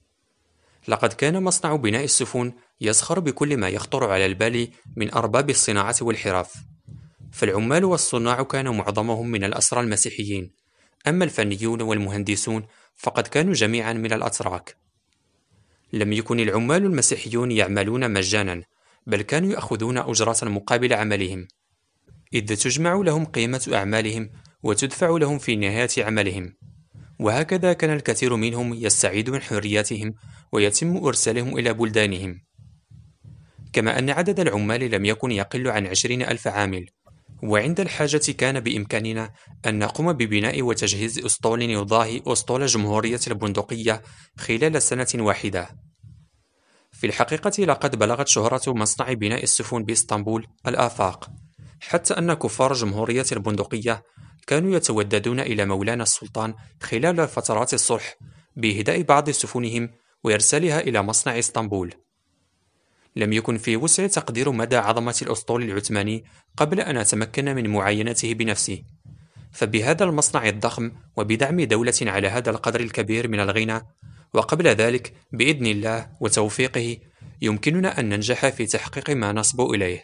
لقد كان مصنع بناء السفن يزخر بكل ما يخطر على البال من أرباب الصناعة والحرف، فالعمال والصناع كانوا معظمهم من الأسرى المسيحيين، أما الفنيون والمهندسون فقد كانوا جميعا من الأتراك. لم يكن العمال المسيحيون يعملون مجانا، بل كانوا يأخذون أجرة مقابل عملهم، إذ تجمع لهم قيمة أعمالهم وتدفع لهم في نهاية عملهم. وهكذا كان الكثير منهم يستعيدون حرياتهم ويتم إرسالهم إلى بلدانهم. كما أن عدد العمال لم يكن يقل عن 20,000 عامل، وعند الحاجة كان بإمكاننا أن نقوم ببناء وتجهيز أسطول يضاهي أسطول جمهورية البندقية خلال سنة واحدة. في الحقيقة لقد بلغت شهرة مصنع بناء السفن بإسطنبول الآفاق، حتى أن كفار جمهورية البندقية كانوا يتوددون إلى مولانا السلطان خلال فترات الصلح بإهداء بعض سفنهم وإرسالها إلى مصنع إسطنبول. لم يكن في وسعي تقدير مدى عظمة الأسطول العثماني قبل أن أتمكن من معاينته بنفسي، فبهذا المصنع الضخم وبدعم دولة على هذا القدر الكبير من الغنى، وقبل ذلك بإذن الله وتوفيقه يمكننا أن ننجح في تحقيق ما نصب إليه.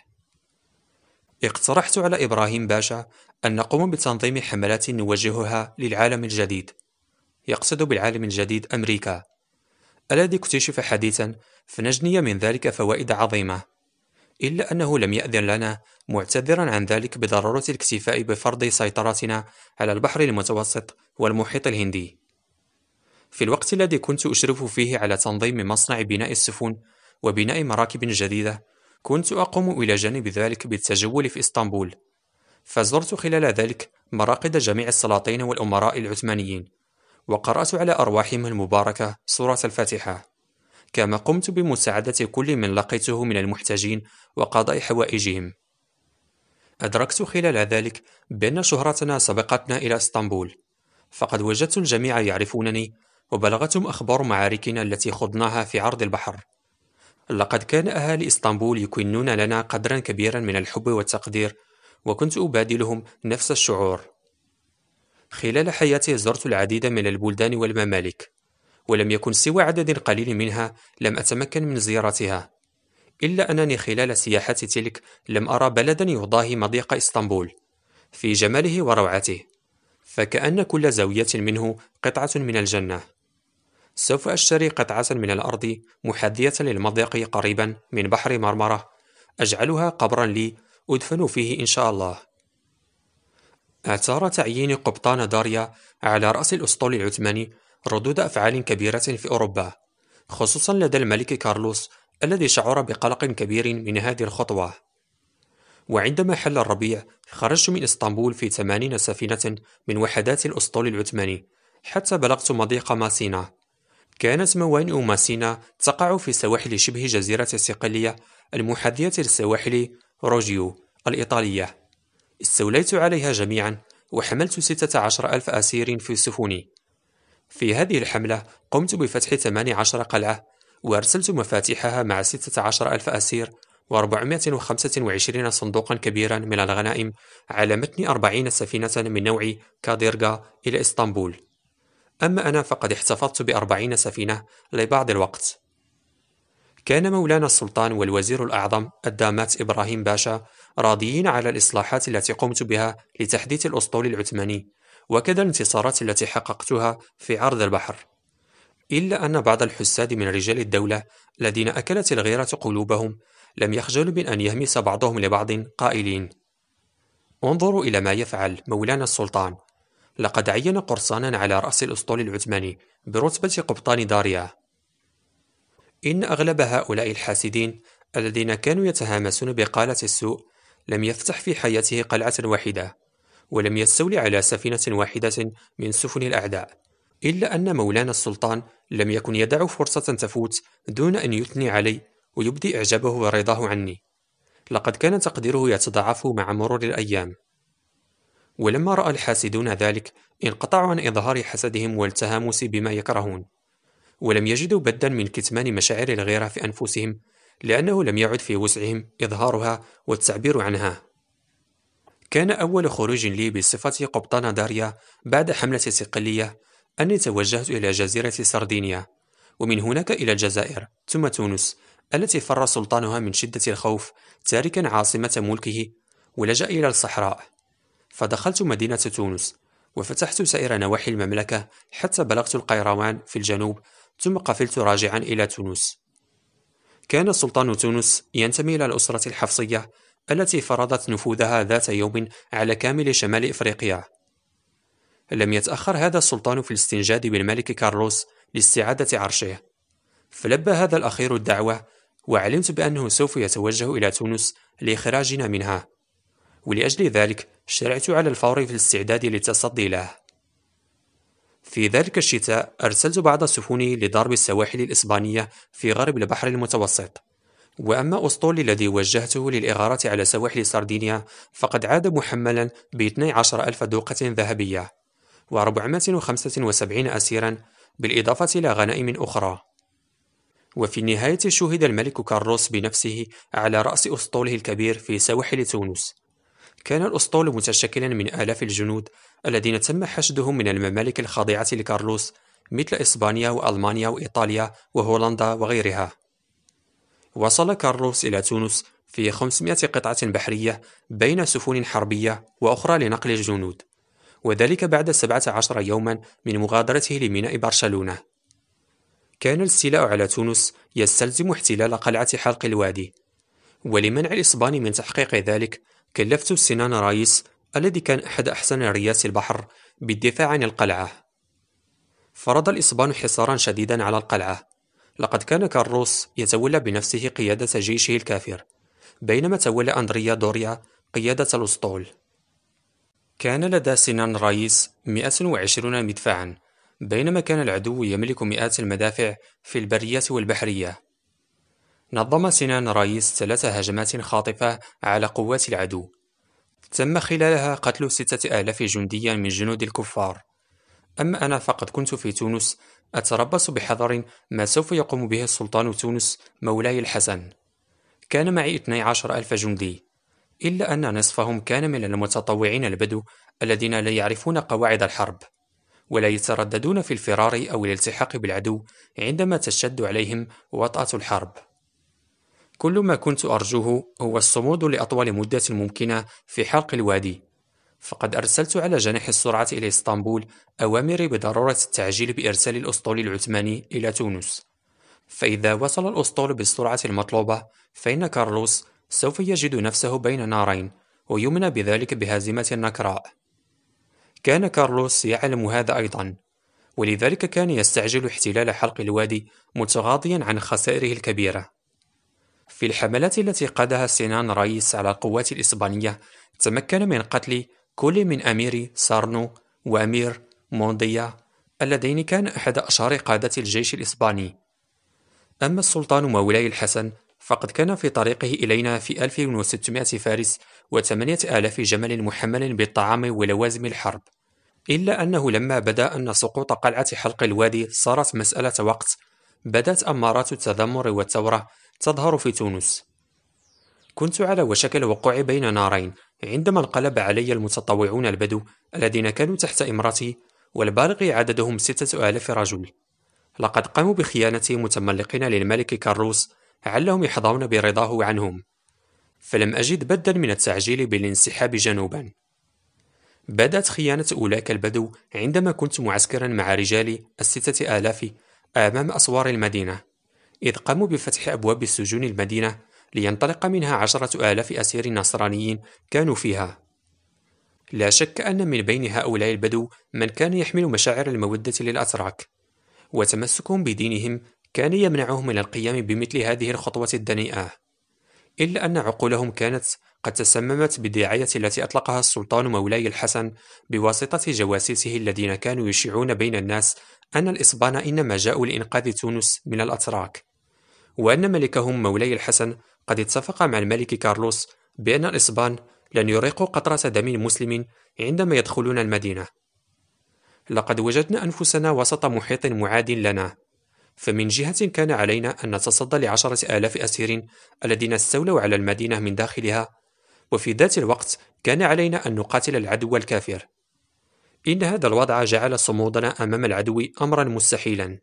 اقترحت على إبراهيم باشا أن نقوم بتنظيم حملات نوجهها للعالم الجديد، يقصد بالعالم الجديد أمريكا، الذي اكتشف حديثا، فنجني من ذلك فوائد عظيمة، إلا أنه لم يأذن لنا، معتذرا عن ذلك بضرورة الاكتفاء بفرض سيطرتنا على البحر المتوسط والمحيط الهندي. في الوقت الذي كنت أشرف فيه على تنظيم مصنع بناء السفن وبناء مراكب جديدة، كنت أقوم إلى جانب ذلك بالتجول في إسطنبول، فزرت خلال ذلك مراقد جميع السلاطين والأمراء العثمانيين، وقرأت على أرواحهم المباركة سورة الفاتحة، كما قمت بمساعدة كل من لقيته من المحتاجين وقضاء حوائجهم. أدركت خلال ذلك بأن شهرتنا سبقتنا إلى إسطنبول، فقد وجدت الجميع يعرفونني، وبلغتهم أخبار معاركنا التي خضناها في عرض البحر. لقد كان أهالي إسطنبول يكنون لنا قدرا كبيرا من الحب والتقدير، وكنت أبادلهم نفس الشعور. خلال حياتي زرت العديد من البلدان والممالك، ولم يكن سوى عدد قليل منها لم أتمكن من زيارتها، إلا أنني خلال سياحتي تلك لم أرى بلدا يضاهي مضيق إسطنبول في جماله وروعته، فكأن كل زاوية منه قطعة من الجنة. سوف أشتري قطعة من الأرض محاذية للمضيق قريبا من بحر مرمرة، أجعلها قبرا لي أدفن فيه إن شاء الله. اعتبر تعيين قبطان داريا على رأس الأسطول العثماني ردود أفعال كبيرة في أوروبا، خصوصا لدى الملك كارلوس الذي شعر بقلق كبير من هذه الخطوة. وعندما حل الربيع خرجت من إسطنبول في 80 سفينة من وحدات الأسطول العثماني حتى بلغت مضيق ماسينا. كانت موانئ ماسينا تقع في سواحل شبه جزيرة صقلية المحاذية لسواحل روجيو الإيطالية. استوليت عليها جميعا، وحملت 16,000 أسير في سفني. في هذه الحملة قمت بفتح 18 قلعة، وأرسلت مفاتيحها مع 16,000 أسير و425 صندوقا كبيرا من الغنائم على متن 40 سفينة من نوع كاديرغا إلى إسطنبول. أما أنا فقد احتفظت ب40 سفينة لبعض الوقت. كان مولانا السلطان والوزير الأعظم الدامات إبراهيم باشا راضيين على الإصلاحات التي قمت بها لتحديث الأسطول العثماني، وكذا الانتصارات التي حققتها في عرض البحر. إلا أن بعض الحساد من رجال الدولة الذين أكلت الغيرة قلوبهم لم يخجلوا من أن يهمس بعضهم لبعض قائلين: انظروا إلى ما يفعل مولانا السلطان، لقد عين قرصانا على رأس الأسطول العثماني برتبة قبطان داريا. إن أغلب هؤلاء الحاسدين الذين كانوا يتهامسون بقالة السوء لم يفتح في حياته قلعة واحدة، ولم يستولي على سفينة واحدة من سفن الأعداء، إلا أن مولانا السلطان لم يكن يدع فرصة تفوت دون أن يثني علي ويبدي إعجابه ورضاه عني. لقد كان تقديره يتضاعف مع مرور الأيام. ولما رأى الحاسدون ذلك انقطعوا عن إظهار حسدهم والتهامس بما يكرهون، ولم يجدوا بدا من كتمان مشاعر الغيرة في أنفسهم، لأنه لم يعد في وسعهم إظهارها والتعبير عنها. كان أول خروج لي بصفة قبطان داريا بعد حملة صقلية أني توجهت إلى جزيرة سردينيا، ومن هناك إلى الجزائر ثم تونس التي فر سلطانها من شدة الخوف تاركا عاصمة ملكه ولجأ إلى الصحراء. فدخلت مدينة تونس وفتحت سائر نواحي المملكة حتى بلغت القيروان في الجنوب، ثم قفلت راجعا إلى تونس. كان سلطان تونس ينتمي إلى الأسرة الحفصية التي فرضت نفوذها ذات يوم على كامل شمال إفريقيا. لم يتأخر هذا السلطان في الاستنجاد بالملك كارلوس لاستعادة عرشه، فلبى هذا الأخير الدعوة، وعلمت بأنه سوف يتوجه إلى تونس لإخراجنا منها، ولأجل ذلك شرعت على الفور في الاستعداد للتصدي له. في ذلك الشتاء أرسلت بعض سفني لضرب السواحل الإسبانية في غرب البحر المتوسط، وأما أسطولي الذي وجهته للإغارة على سواحل سردينيا فقد عاد محملا ب12,000 دوقة ذهبية و475 أسيرا، بالإضافة إلى غنائم أخرى. وفي النهاية شُهد الملك كارلوس بنفسه على رأس أسطوله الكبير في سواحل تونس. كان الأسطول متشكلا من آلاف الجنود الذين تم حشدهم من الممالك الخاضعة لكارلوس مثل إسبانيا وألمانيا وإيطاليا وهولندا وغيرها. وصل كارلوس إلى تونس في 500 قطعة بحرية بين سفن حربية وأخرى لنقل الجنود، وذلك بعد 17 يوما من مغادرته لميناء برشلونة. كان الاستيلاء على تونس يستلزم احتلال قلعة حلق الوادي، ولمنع الإسبان من تحقيق ذلك كلفت سنان رايس الذي كان أحد أحسن رياس البحر بالدفاع عن القلعة. فرض الإسبان حصارا شديدا على القلعة. لقد كان كارلوس يتولى بنفسه قيادة جيشه الكافر، بينما تولى أندريا دوريا قيادة الأسطول. كان لدى سنان رايس 120 مدفعا، بينما كان العدو يملك مئات المدافع في البرية والبحرية. نظم سنان رايس 3 هجمات خاطفة على قوات العدو، تم خلالها قتل 6000 جنديا من جنود الكفار. أما أنا فقد كنت في تونس أتربص بحذر ما سوف يقوم به سلطان تونس مولاي الحسن. كان معي 12,000 جندي، إلا أن نصفهم كان من المتطوعين البدو الذين لا يعرفون قواعد الحرب، ولا يترددون في الفرار أو الالتحاق بالعدو عندما تشتد عليهم وطأة الحرب. كل ما كنت أرجوه هو الصمود لأطول مدة ممكنة في حلق الوادي، فقد أرسلت على جناح السرعة إلى إسطنبول أوامر بضرورة التعجيل بإرسال الأسطول العثماني إلى تونس، فإذا وصل الأسطول بالسرعة المطلوبة فإن كارلوس سوف يجد نفسه بين نارين ويمنى بذلك بهزيمة نكراء. كان كارلوس يعلم هذا أيضا، ولذلك كان يستعجل احتلال حلق الوادي متغاضيا عن خسائره الكبيرة. في الحملات التي قادها سنان رايس على القوات الإسبانية تمكن من قتل كل من أمير سارنو وأمير مونديا اللذين كان أحد أشهر قادة الجيش الإسباني. أما السلطان مولاي الحسن فقد كان في طريقه إلينا في 1600 فارس و8000 جمل محمل بالطعام ولوازم الحرب، إلا أنه لما بدأ أن سقوط قلعة حلق الوادي صارت مسألة وقت، بدت أمارات التذمر والثورة تظهر في تونس. كنت على وشك الوقوع بين نارين عندما انقلب علي المتطوعون البدو الذين كانوا تحت إمرتي والبالغ عددهم 6000 رجل. لقد قاموا بخيانتي متملقين للملك كاروس علهم يحظون برضاه عنهم، فلم أجد بدا من التعجيل بالانسحاب جنوبا. بدأت خيانة أولاك البدو عندما كنت معسكرا مع رجالي 6000 أمام أسوار المدينة، إذ قاموا بفتح أبواب سجون المدينة لينطلق منها 10,000 أسير نصرانيين كانوا فيها. لا شك أن من بين هؤلاء البدو من كان يحمل مشاعر المودة للأتراك، وتمسكهم بدينهم كان يمنعهم من القيام بمثل هذه الخطوة الدنيئة، إلا أن عقولهم كانت قد تسممت بالدعاية التي أطلقها السلطان مولاي الحسن بواسطة جواسيسه الذين كانوا يشيعون بين الناس أن الإسبان إنما جاءوا لإنقاذ تونس من الأتراك، وأن ملكهم مولاي الحسن قد اتفق مع الملك كارلوس بأن الإسبان لن يريقوا قطرة دم مسلم عندما يدخلون المدينة. لقد وجدنا أنفسنا وسط محيط معاد لنا، فمن جهة كان علينا أن نتصدى ل10,000 أسير الذين استولوا على المدينة من داخلها، وفي ذات الوقت كان علينا أن نقاتل العدو الكافر. إن هذا الوضع جعل صمودنا أمام العدو أمرا مستحيلا.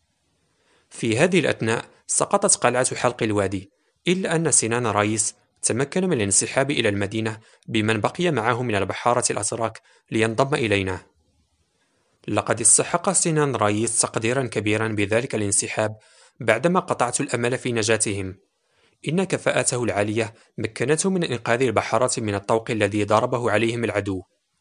في هذه الأثناء سقطت قلعة حلق الوادي، إلا أن سنان رايس تمكن من الانسحاب إلى المدينة بمن بقي معه من البحارة الأتراك لينضم إلينا. لقد استحق سنان رايس تقديرا كبيرا بذلك الانسحاب بعدما قطعت الأمل في نجاتهم. إن كفاءته العالية مكنته من إنقاذ البحارة من الطوق الذي ضربه عليهم العدو.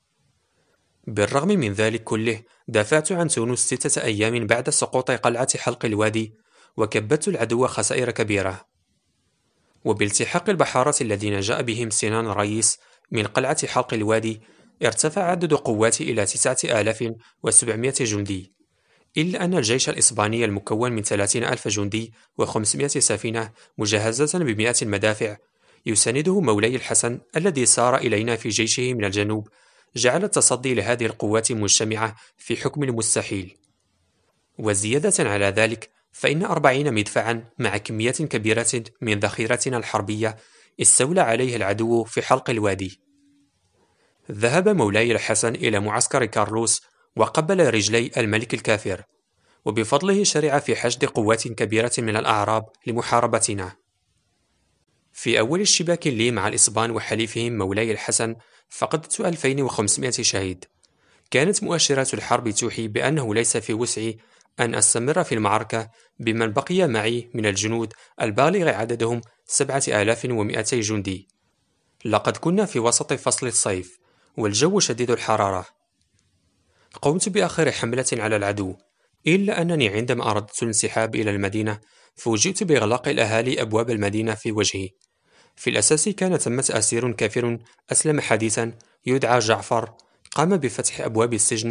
بالرغم من ذلك كله دافعت عن تونس 6 أيام بعد سقوط قلعة حلق الوادي، وكبدت العدو خسائر كبيرة. وبالتحاق البحارة الذين جاء بهم سنان رايس من قلعة حلق الوادي ارتفع عدد قواتي إلى 9700 جندي، إلا أن الجيش الإسباني المكون من 30,000 جندي و500 سفينة مجهزة ب100 المدافع يسانده مولاي الحسن الذي سار إلينا في جيشه من الجنوب جعل التصدي لهذه القوات مجتمعة في حكم المستحيل. وزيادة على ذلك فإن 40 مدفعا مع كميات كبيرة من ذخيرتنا الحربية استولى عليه العدو في حلق الوادي. ذهب مولاي الحسن إلى معسكر كارلوس وقبل رجلي الملك الكافر، وبفضله شرع في حشد قوات كبيرة من الأعراب لمحاربتنا. في أول اشتباك لي مع الإسبان وحليفهم مولاي الحسن فقدت 2500 شهيد. كانت مؤشرات الحرب توحي بأنه ليس في وسعي أن أستمر في المعركة بمن بقي معي من الجنود البالغ عددهم 7200 جندي. لقد كنا في وسط فصل الصيف والجو شديد الحرارة. قمت بآخر حملة على العدو، إلا أنني عندما أردت الانسحاب إلى المدينة فوجئت بإغلاق الأهالي أبواب المدينة في وجهي. في الأساس كان ثمة أسير كافر أسلم حديثا يدعى جعفر، قام بفتح أبواب السجن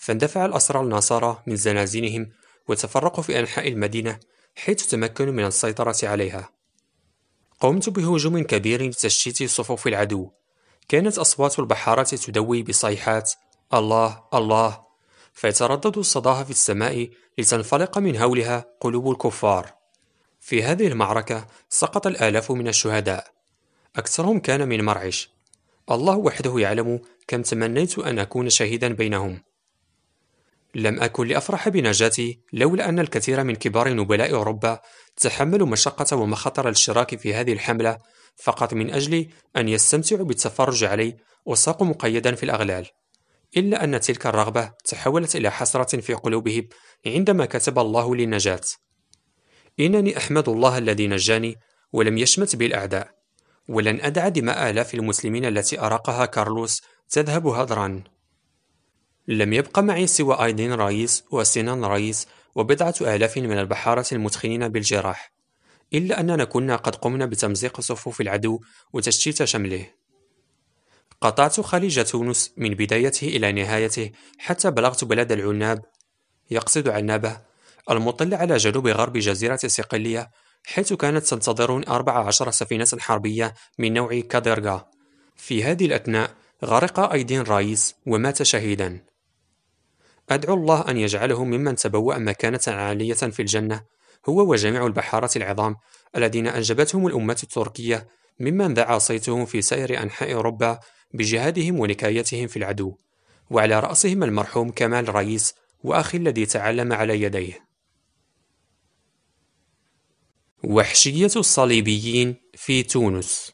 فاندفع الأسرى النصارى من زنازينهم وتفرقوا في أنحاء المدينة حيث تمكنوا من السيطرة عليها. قمت بهجوم كبير لتشتيت صفوف العدو. كانت أصوات البحارة تدوي بصيحات الله الله، فيتردد الصداها في السماء لتنفلق من هولها قلوب الكفار. في هذه المعركة سقط الآلاف من الشهداء، أكثرهم كان من مرعش. الله وحده يعلم كم تمنيت أن أكون شهيدا بينهم. لم أكن لأفرح بنجاتي لولا أن الكثير من كبار نبلاء أوروبا تحملوا مشقة ومخاطر الاشتراك في هذه الحملة فقط من أجل أن يستمتعوا بالتفرج علي وساقوا مقيدا في الأغلال. إلا أن تلك الرغبة تحولت إلى حسرة في قلوبهم عندما كتب الله لي النجاة. إنني أحمد الله الذي نجاني ولم يشمت بي الأعداء، ولن أدع دماء آلاف المسلمين التي أراقها كارلوس تذهب هدرا. لم يبق معي سوى أيدين رايس وسنان رايس وبضعة آلاف من البحارة المتخنين بالجراح، إلا أننا كنا قد قمنا بتمزيق صفوف العدو وتشتيت شمله. قطعت خليج تونس من بدايته إلى نهايته حتى بلغت بلاد العناب، يقصد عنابة، المطل على جنوب غرب جزيرة صقلية، حيث كانت تنتظرون 14 سفينة حربية من نوع كادرغا. في هذه الأثناء غرق أيدين رايس ومات شهيدا. أدعو الله أن يجعله ممن تبوأ مكانة عالية في الجنة، هو وجميع البحارة العظام الذين أنجبتهم الأمة التركية، ممن دعا صيتهم في سائر أنحاء أوروبا بجهادهم ونكايتهم في العدو، وعلى رأسهم المرحوم كمال رايس وأخي الذي تعلم على يديه. وحشية الصليبيين في تونس.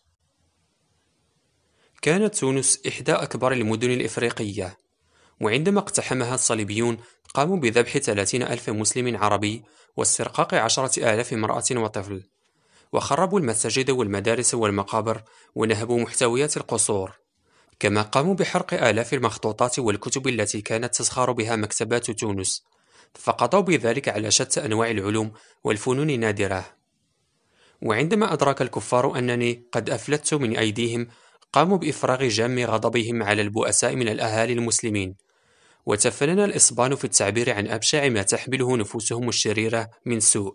كانت تونس إحدى أكبر المدن الإفريقية، وعندما اقتحمها الصليبيون قاموا بذبح 30,000 مسلم عربي واسترقاق 10,000 امرأة وطفل، وخربوا المساجد والمدارس والمقابر ونهبوا محتويات القصور، كما قاموا بحرق آلاف المخطوطات والكتب التي كانت تزخر بها مكتبات تونس، فقضوا بذلك على شتى أنواع العلوم والفنون النادرة. وعندما أدرك الكفار أنني قد أفلتت من أيديهم قاموا بإفراغ جام غضبهم على البؤساء من الأهالي المسلمين، وتفنن الإصبان في التعبير عن أبشع ما تحمله نفوسهم الشريرة من سوء.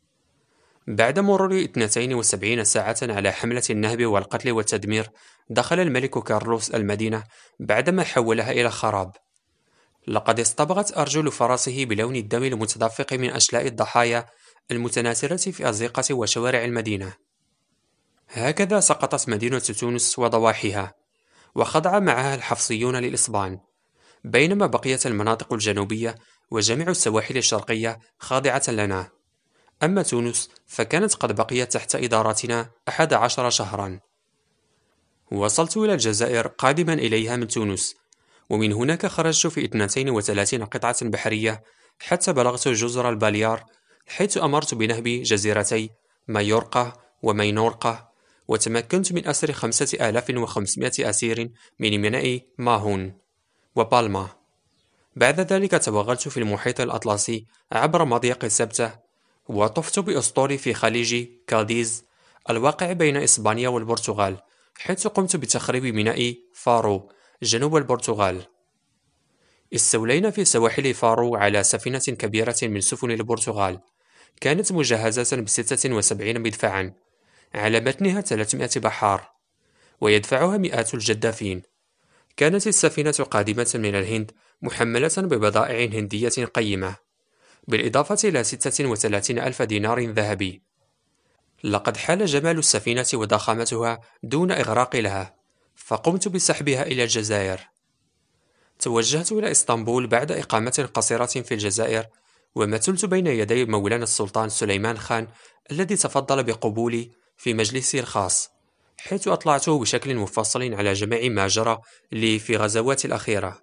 بعد مرور 72 ساعة على حملة النهب والقتل والتدمير، دخل الملك كارلوس المدينة بعدما حولها إلى خراب. لقد اصطبغت أرجل فرسه بلون الدم المتدفق من أشلاء الضحايا المتناثرة في أزقة وشوارع المدينة. هكذا سقطت مدينة تونس وضواحيها، وخضع معها الحفصيون للإصبان، بينما بقيت المناطق الجنوبية وجميع السواحل الشرقية خاضعة لنا. أما تونس فكانت قد بقيت تحت إدارتنا 11 شهرا. وصلت إلى الجزائر قادما إليها من تونس، ومن هناك خرجت في 32 قطعة بحرية حتى بلغت جزر الباليار، حيث أمرت بنهب جزيرتي مايورقا ومينورقا، وتمكنت من أسر 5500 أسير من ميناء ماهون وبالما. بعد ذلك توغلت في المحيط الأطلسي عبر مضيق سبتة، وطفت بأسطوري في خليج كاديز الواقع بين إسبانيا والبرتغال، حيث قمت بتخريب ميناء فارو جنوب البرتغال. استولينا في سواحل فارو على سفينة كبيرة من سفن البرتغال، كانت مجهزة ب76 مدفعا، على متنها 300 بحار، ويدفعها مئات الجدافين. كانت السفينة قادمة من الهند محملة ببضائع هندية قيمة، بالإضافة إلى 36,000 دينار ذهبي. لقد حال جمال السفينة وضخامتها دون إغراق لها، فقمت بسحبها إلى الجزائر. توجهت إلى إسطنبول بعد إقامة قصيرة في الجزائر، ومثلت بين يدي مولانا السلطان سليمان خان الذي تفضل بقبولي في مجلسه الخاص، حيث أطلعته بشكل مفصل على جميع ما جرى لي في غزواتي الأخيرة.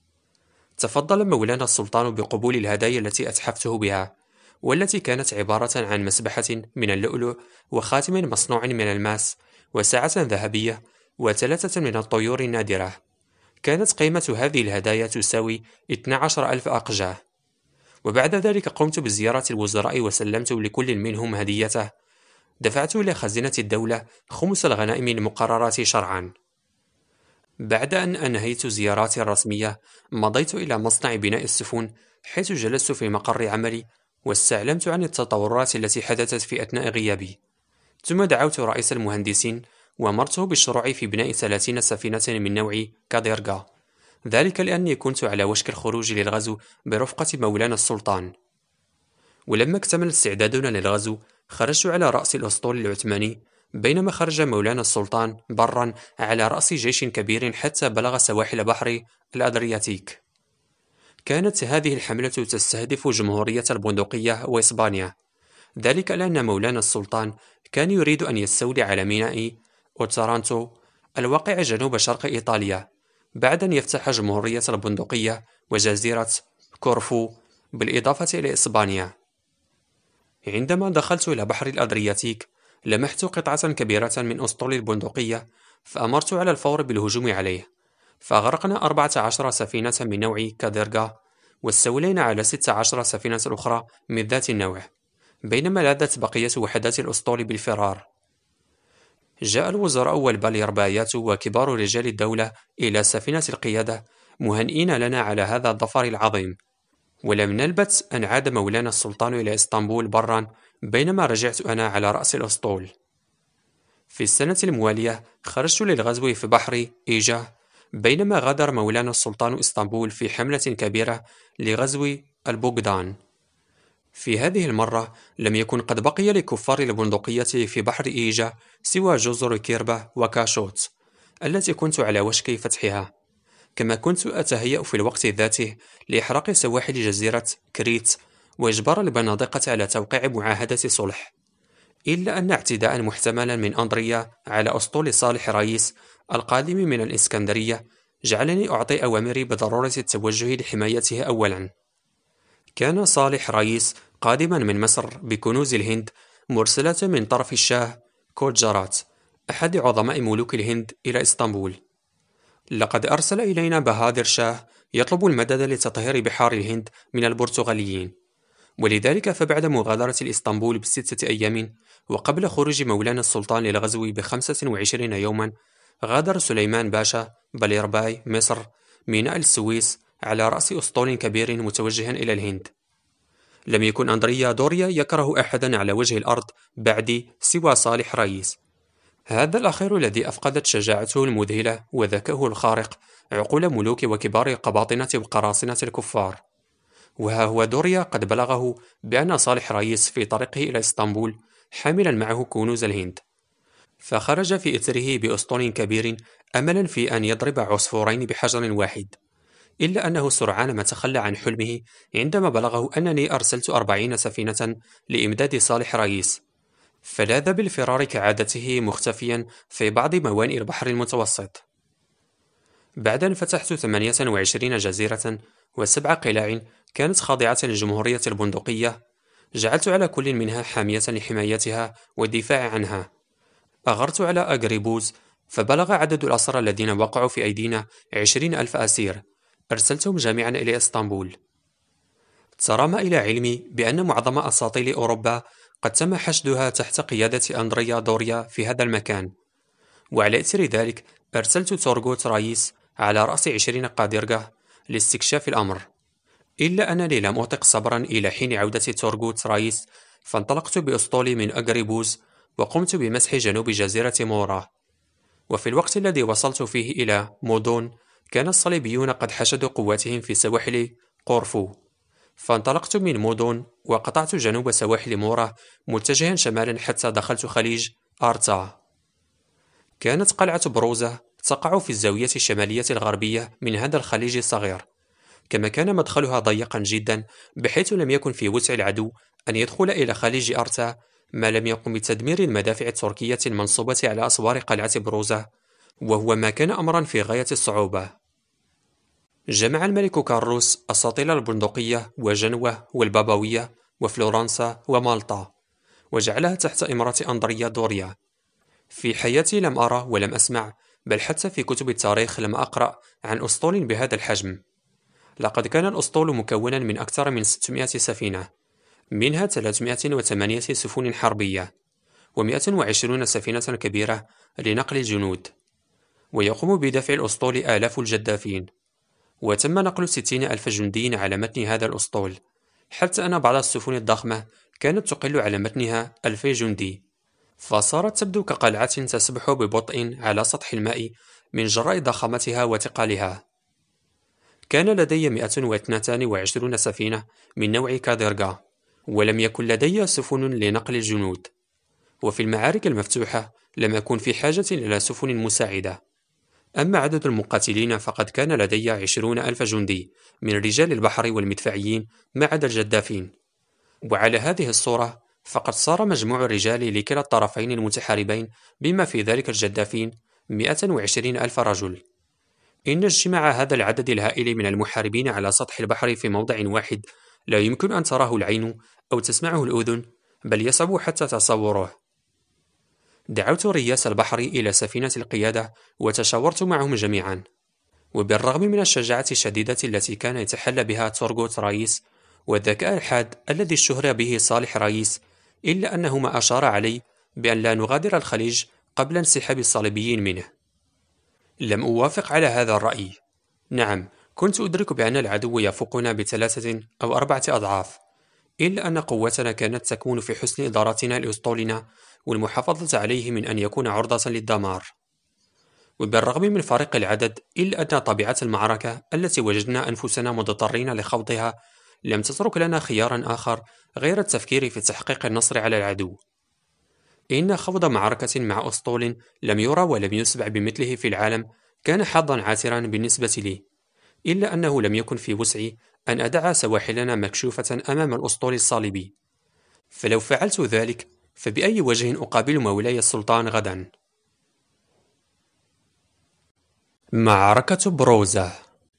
تفضل مولانا السلطان بقبول الهدايا التي أتحفته بها، والتي كانت عبارة عن مسبحة من اللؤلؤ وخاتم مصنوع من الماس وساعة ذهبية وثلاثة من الطيور النادرة. كانت قيمة هذه الهدايا تساوي 12,000 أقجاه. وبعد ذلك قمت بزيارة الوزراء وسلمت لكل منهم هديته. دفعت إلى خزينة الدولة خمس الغنائم المقررة شرعا. بعد أن أنهيت زياراتي الرسمية، مضيت إلى مصنع بناء السفن، حيث جلست في مقر عملي واستعلمت عن التطورات التي حدثت في أثناء غيابي. ثم دعوت رئيس المهندسين وأمرته بالشروع في بناء 30 سفينة من نوع كاديرغا، ذلك لأني كنت على وشك الخروج للغزو برفقة مولانا السلطان. ولما اكتمل استعدادنا للغزو، خرجت على رأس الأسطول العثماني، بينما خرج مولانا السلطان برا على رأس جيش كبير حتى بلغ سواحل بحر الأدرياتيك. كانت هذه الحملة تستهدف جمهورية البندقية وإسبانيا، ذلك لأن مولانا السلطان كان يريد أن يستولي على ميناء أوترانتو الواقع جنوب شرق إيطاليا، بعد أن يفتح جمهورية البندقية وجزيرة كورفو بالإضافة إلى إسبانيا. عندما دخلت إلى بحر الأدرياتيك، لمحت قطعة كبيرة من أسطول البندقية، فأمرت على الفور بالهجوم عليه، فأغرقنا 14 سفينة من نوع كاديرغا، واستولينا على 16 سفينة أخرى من ذات النوع، بينما لاذت بقية وحدات الأسطول بالفرار. جاء الوزراء والباليربايات وكبار رجال الدولة إلى سفينة القيادة مهنئين لنا على هذا الظفر العظيم، ولم نلبث أن عاد مولانا السلطان إلى إسطنبول برا، بينما رجعت أنا على رأس الأسطول. في السنة الموالية خرجت للغزو في بحر إيجا، بينما غادر مولانا السلطان إسطنبول في حملة كبيرة لغزو البوغدان. في هذه المرة لم يكن قد بقي لكفار البندقية في بحر إيجا سوى جزر كيربا وكاشوت التي كنت على وشك فتحها، كما كنت أتهيأ في الوقت ذاته لإحراق سواحل جزيرة كريت وإجبار البنادقة على توقيع معاهدة صلح، إلا أن اعتداء محتملا من أندريا على أسطول صالح رايس القادم من الإسكندرية جعلني أعطي أوامري بضرورة التوجه لحمايته أولا. كان صالح رايس قادما من مصر بكنوز الهند مرسلة من طرف الشاه كوجارات أحد عظماء ملوك الهند إلى إسطنبول. لقد أرسل إلينا بهادر شاه يطلب المدد لتطهير بحار الهند من البرتغاليين، ولذلك فبعد مغادرة الإسطنبول ب6 أيام وقبل خروج مولانا السلطان للغزو ب25 يوما، غادر سليمان باشا باليرباي مصر ميناء السويس على رأس أسطول كبير متوجها إلى الهند. لم يكن أندريا دوريا يكره أحدا على وجه الأرض بعدي سوى صالح رايس، هذا الأخير الذي أفقدت شجاعته المذهلة وذكاؤه الخارق عقول ملوك وكبار قباطنة وقراصنة الكفار. وها هو دوريا قد بلغه بأن صالح رايس في طريقه إلى إسطنبول حاملا معه كنوز الهند، فخرج في إثره بأسطول كبير أملا في أن يضرب عصفورين بحجر واحد، إلا أنه سرعان ما تخلى عن حلمه عندما بلغه أنني أرسلت 40 سفينة لإمداد صالح رايس، فلاذ بالفرار كعادته مختفيا في بعض موانئ البحر المتوسط. بعد أن فتحت 28 جزيرة و7 قلاع كانت خاضعة للجمهورية البندقية، جعلت على كل منها حامية لحمايتها والدفاع عنها. أغرت على أغريبوز، فبلغ عدد الأسرى الذين وقعوا في أيدينا 20,000 أسير، أرسلتهم جميعا إلى إسطنبول. ترام إلى علمي بأن معظم أساطيل أوروبا قد تم حشدها تحت قيادة أندريا دوريا في هذا المكان، وعلى إثر ذلك أرسلت تورغوت رايس على رأس 20 قادرغة لاستكشاف الأمر، إلا أنني لم أطق صبرا إلى حين عودة تورغوت رايس، فانطلقت بأسطولي من أغريبوز وقمت بمسح جنوب جزيرة مورا. وفي الوقت الذي وصلت فيه إلى مودون كان الصليبيون قد حشدوا قواتهم في سواحل قورفو، فانطلقت من مودون وقطعت جنوب سواحل مورا متجها شمالا حتى دخلت خليج آرتا. كانت قلعة بروزة تقع في الزاوية الشمالية الغربية من هذا الخليج الصغير، كما كان مدخلها ضيقا جدا بحيث لم يكن في وسع العدو أن يدخل إلى خليج أرتا ما لم يقم بتدمير المدافع التركية المنصوبة على أسوار قلعة بروزة، وهو ما كان أمرا في غاية الصعوبة. جمع الملك كارلوس أساطيل البندقية وجنوة والبابوية وفلورنسا ومالطا، وجعلها تحت إمارة أندريا دوريا. في حياتي لم أرى ولم أسمع، بل حتى في كتب التاريخ لم أقرأ عن أسطول بهذا الحجم. لقد كان الأسطول مكونا من أكثر من 600 سفينة، منها 308 سفن حربية و120 سفينة كبيرة لنقل الجنود. ويقوم بدفع الأسطول آلاف الجدافين، وتم نقل 60,000 جندي على متن هذا الأسطول، حتى أن بعض السفن الضخمة كانت تقل على متنها 2000 جندي، فصارت تبدو كقلعة تسبح ببطء على سطح الماء من جراء ضخامتها وثقلها. كان لدي 122 سفينة من نوع كاديرغا، ولم يكن لدي سفن لنقل الجنود، وفي المعارك المفتوحة لم أكن في حاجة إلى سفن مساعدة. أما عدد المقاتلين فقد كان لدي 20,000 جندي من رجال البحر والمدفعيين ما عدا الجدافين، وعلى هذه الصورة فقد صار مجموع الرجال لكلا الطرفين المتحاربين بما في ذلك الجدافين 120,000 رجل. إن اجتماع هذا العدد الهائل من المحاربين على سطح البحر في موضع واحد لا يمكن أن تراه العين أو تسمعه الأذن، بل يصعب حتى تصوره. دعوت رياس البحر إلى سفينة القيادة وتشاورت معهم جميعا، وبالرغم من الشجاعة الشديدة التي كان يتحلى بها تورغوت رايس والذكاء الحاد الذي اشتهر به صالح رايس، إلا أنه ما أشار علي بأن لا نغادر الخليج قبل انسحاب الصليبيين منه. لم أوافق على هذا الرأي. نعم، كنت أدرك بأن العدو يفوقنا ب3 أو 4 أضعاف، إلا أن قوتنا كانت تكمن في حسن إدارتنا لأسطولنا والمحافظة عليه من أن يكون عرضة للدمار. وبالرغم من فرق العدد، إلا أن طبيعة المعركة التي وجدنا أنفسنا مضطرين لخوضها لم تترك لنا خيارا آخر غير التفكير في تحقيق النصر على العدو. إن خوض معركة مع أسطول لم يرى ولم يسبع بمثله في العالم كان حظا عاثرا بالنسبة لي، إلا أنه لم يكن في وسعي أن أدع سواحلنا مكشوفة أمام الأسطول الصليبي، فلو فعلت ذلك فبأي وجه أقابل مولاي السلطان غدا؟ معركة بروزة.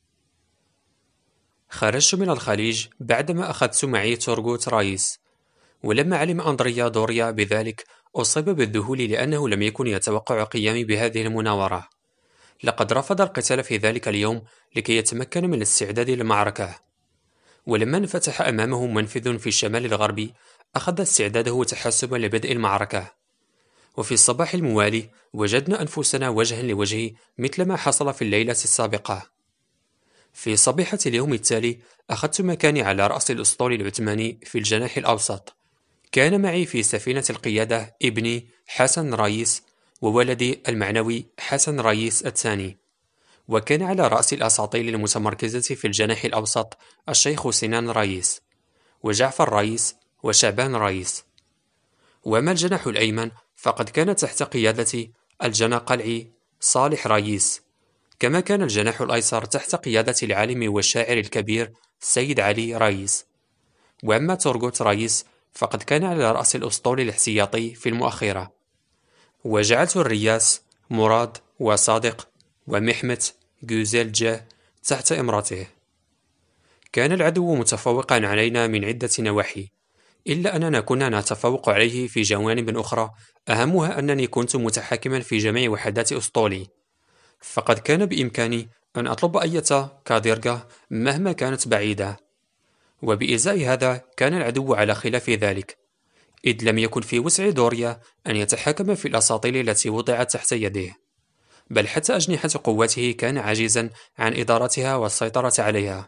خرجت من الخليج بعدما أخذت معي تورغوت رايس، ولما علم أندريا دوريا بذلك أصيب بالذهول لأنه لم يكن يتوقع قيامي بهذه المناورة. لقد رفض القتال في ذلك اليوم لكي يتمكن من الاستعداد للمعركة، ولما انفتح أمامه منفذ في الشمال الغربي أخذ استعداده تحسبا لبدء المعركة. وفي الصباح الموالي وجدنا أنفسنا وجها لوجه مثل ما حصل في الليلة السابقة. في صبيحة اليوم التالي أخذت مكاني على رأس الأسطول العثماني في الجناح الأوسط. كان معي في سفينة القيادة ابني حسن رايس وولدي المعنوي حسن رايس الثاني، وكان على رأس الأساطيل المتمركزة في الجناح الأوسط الشيخ سنان رايس وجعفر رايس وشعبان رايس. وأما الجناح الأيمن فقد كان تحت قيادة الجناقلعي صالح رايس، كما كان الجناح الأيسر تحت قيادة العالم والشاعر الكبير سيد علي رايس. وأما تورغوت رايس فقد كان على رأس الأسطول الاحتياطي في المؤخرة. وجعلت الرياس مراد وصادق ومحمت جوزيل جاه تحت إمرته. كان العدو متفوقا علينا من عدة نواحي، إلا أننا كنا نتفوق عليه في جوانب أخرى، أهمها أنني كنت متحكما في جميع وحدات أسطولي، فقد كان بإمكاني أن أطلب أية كاديرغا مهما كانت بعيدة. وبإزاء هذا كان العدو على خلاف ذلك، إذ لم يكن في وسع دوريا أن يتحكم في الأساطيل التي وضعت تحت يده، بل حتى أجنحة قوته كان عاجزا عن إدارتها والسيطرة عليها.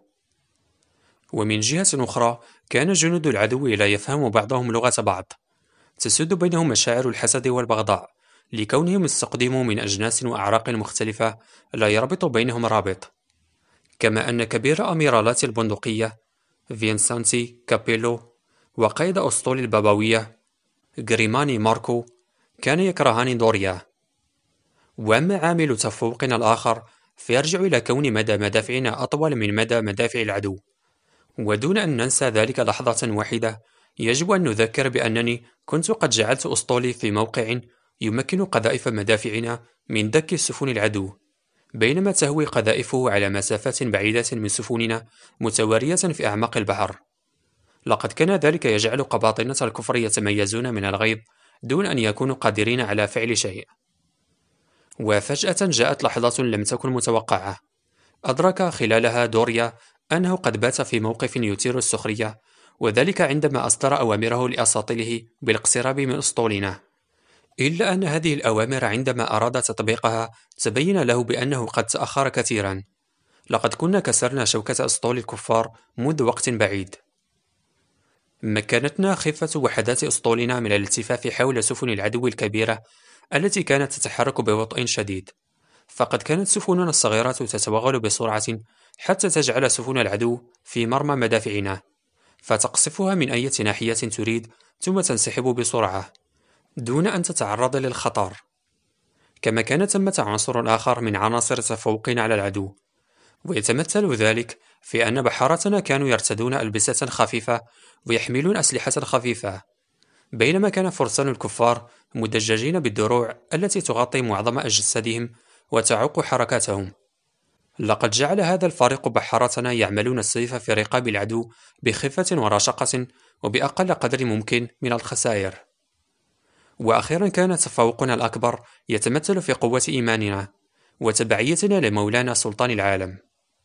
ومن جهة أخرى كان جنود العدو لا يفهم بعضهم لغة بعض، تسد بينهم مشاعر الحسد والبغضاء لكونهم استقدموا من أجناس وأعراق مختلفة لا يربط بينهم رابط. كما أن كبير أميرالات البندقية فينسانتي كابيلو وقائد أسطول البابوية غريماني ماركو كان يكرهان دوريا. وأما عامل تفوقنا الآخر فيرجع إلى كون مدى مدافعنا أطول من مدى مدافع العدو. ودون أن ننسى ذلك لحظة واحدة، يجب أن نذكر بأنني كنت قد جعلت أسطولي في موقع يمكن قذائف مدافعنا من دك سفن العدو، بينما تهوي قذائفه على مسافات بعيدة من سفننا متوارية في أعماق البحر. لقد كان ذلك يجعل قباطنة الكفر يتميزون من الغيظ دون أن يكونوا قادرين على فعل شيء. وفجأة جاءت لحظة لم تكن متوقعة، أدرك خلالها دوريا أنه قد بات في موقف يثير السخرية، وذلك عندما أصدر أوامره لأساطيله بالاقتراب من أسطولنا. إلا أن هذه الأوامر عندما أراد تطبيقها تبين له بأنه قد تأخر كثيرا. لقد كنا كسرنا شوكة أسطول الكفار منذ وقت بعيد. مكنتنا خفة وحدات أسطولنا من الالتفاف حول سفن العدو الكبيرة التي كانت تتحرك ببطء شديد، فقد كانت سفننا الصغيرة تتوغل بسرعة حتى تجعل سفن العدو في مرمى مدافعنا، فتقصفها من أي ناحية تريد ثم تنسحب بسرعة دون أن تتعرض للخطر. كما كان ثمة عنصر آخر من عناصر تفوقنا على العدو، ويتمثل ذلك في أن بحارتنا كانوا يرتدون ألبسة خفيفة ويحملون أسلحة خفيفة، بينما كان فرسان الكفار مدججين بالدروع التي تغطي معظم أجسادهم وتعوق حركاتهم. لقد جعل هذا الفريق بحارتنا يعملون السيف في رقاب العدو بخفة ورشقة وبأقل قدر ممكن من الخسائر. وأخيرا كان تفوقنا الأكبر يتمثل في قوة إيماننا وتبعيتنا لمولانا سلطان العالم.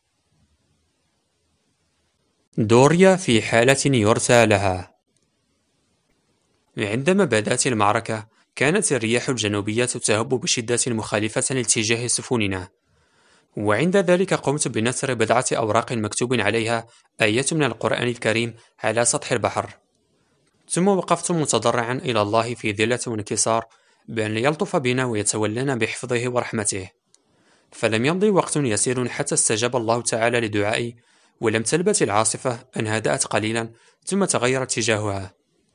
دوريا في حالة يرثى لها. عندما بدأت المعركة كانت الرياح الجنوبية تهب بشدة مخالفة لاتجاه سفننا، وعند ذلك قمت بنثر بضعة أوراق مكتوب عليها آيات من القرآن الكريم على سطح البحر، ثم وقفت متضرعا إلى الله في ذلة وانكسار بأن يلطف بنا ويتولنا بحفظه ورحمته. فلم يمضي وقت يسير حتى استجاب الله تعالى لدعائي، ولم تلبث العاصفة أن هدأت قليلا ثم تغير اتجاهها.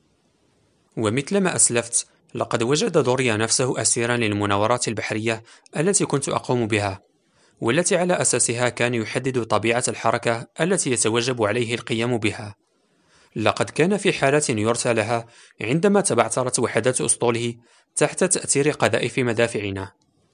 ومثلما أسلفت، لقد وجد دوريا نفسه أسيرا للمناورات البحرية التي كنت أقوم بها، والتي على أساسها كان يحدد طبيعة الحركة التي يتوجب عليه القيام بها. لقد كان في حالة يرثى لها عندما تبعثرت وحدات أسطوله تحت تأثير قذائف مدافعنا.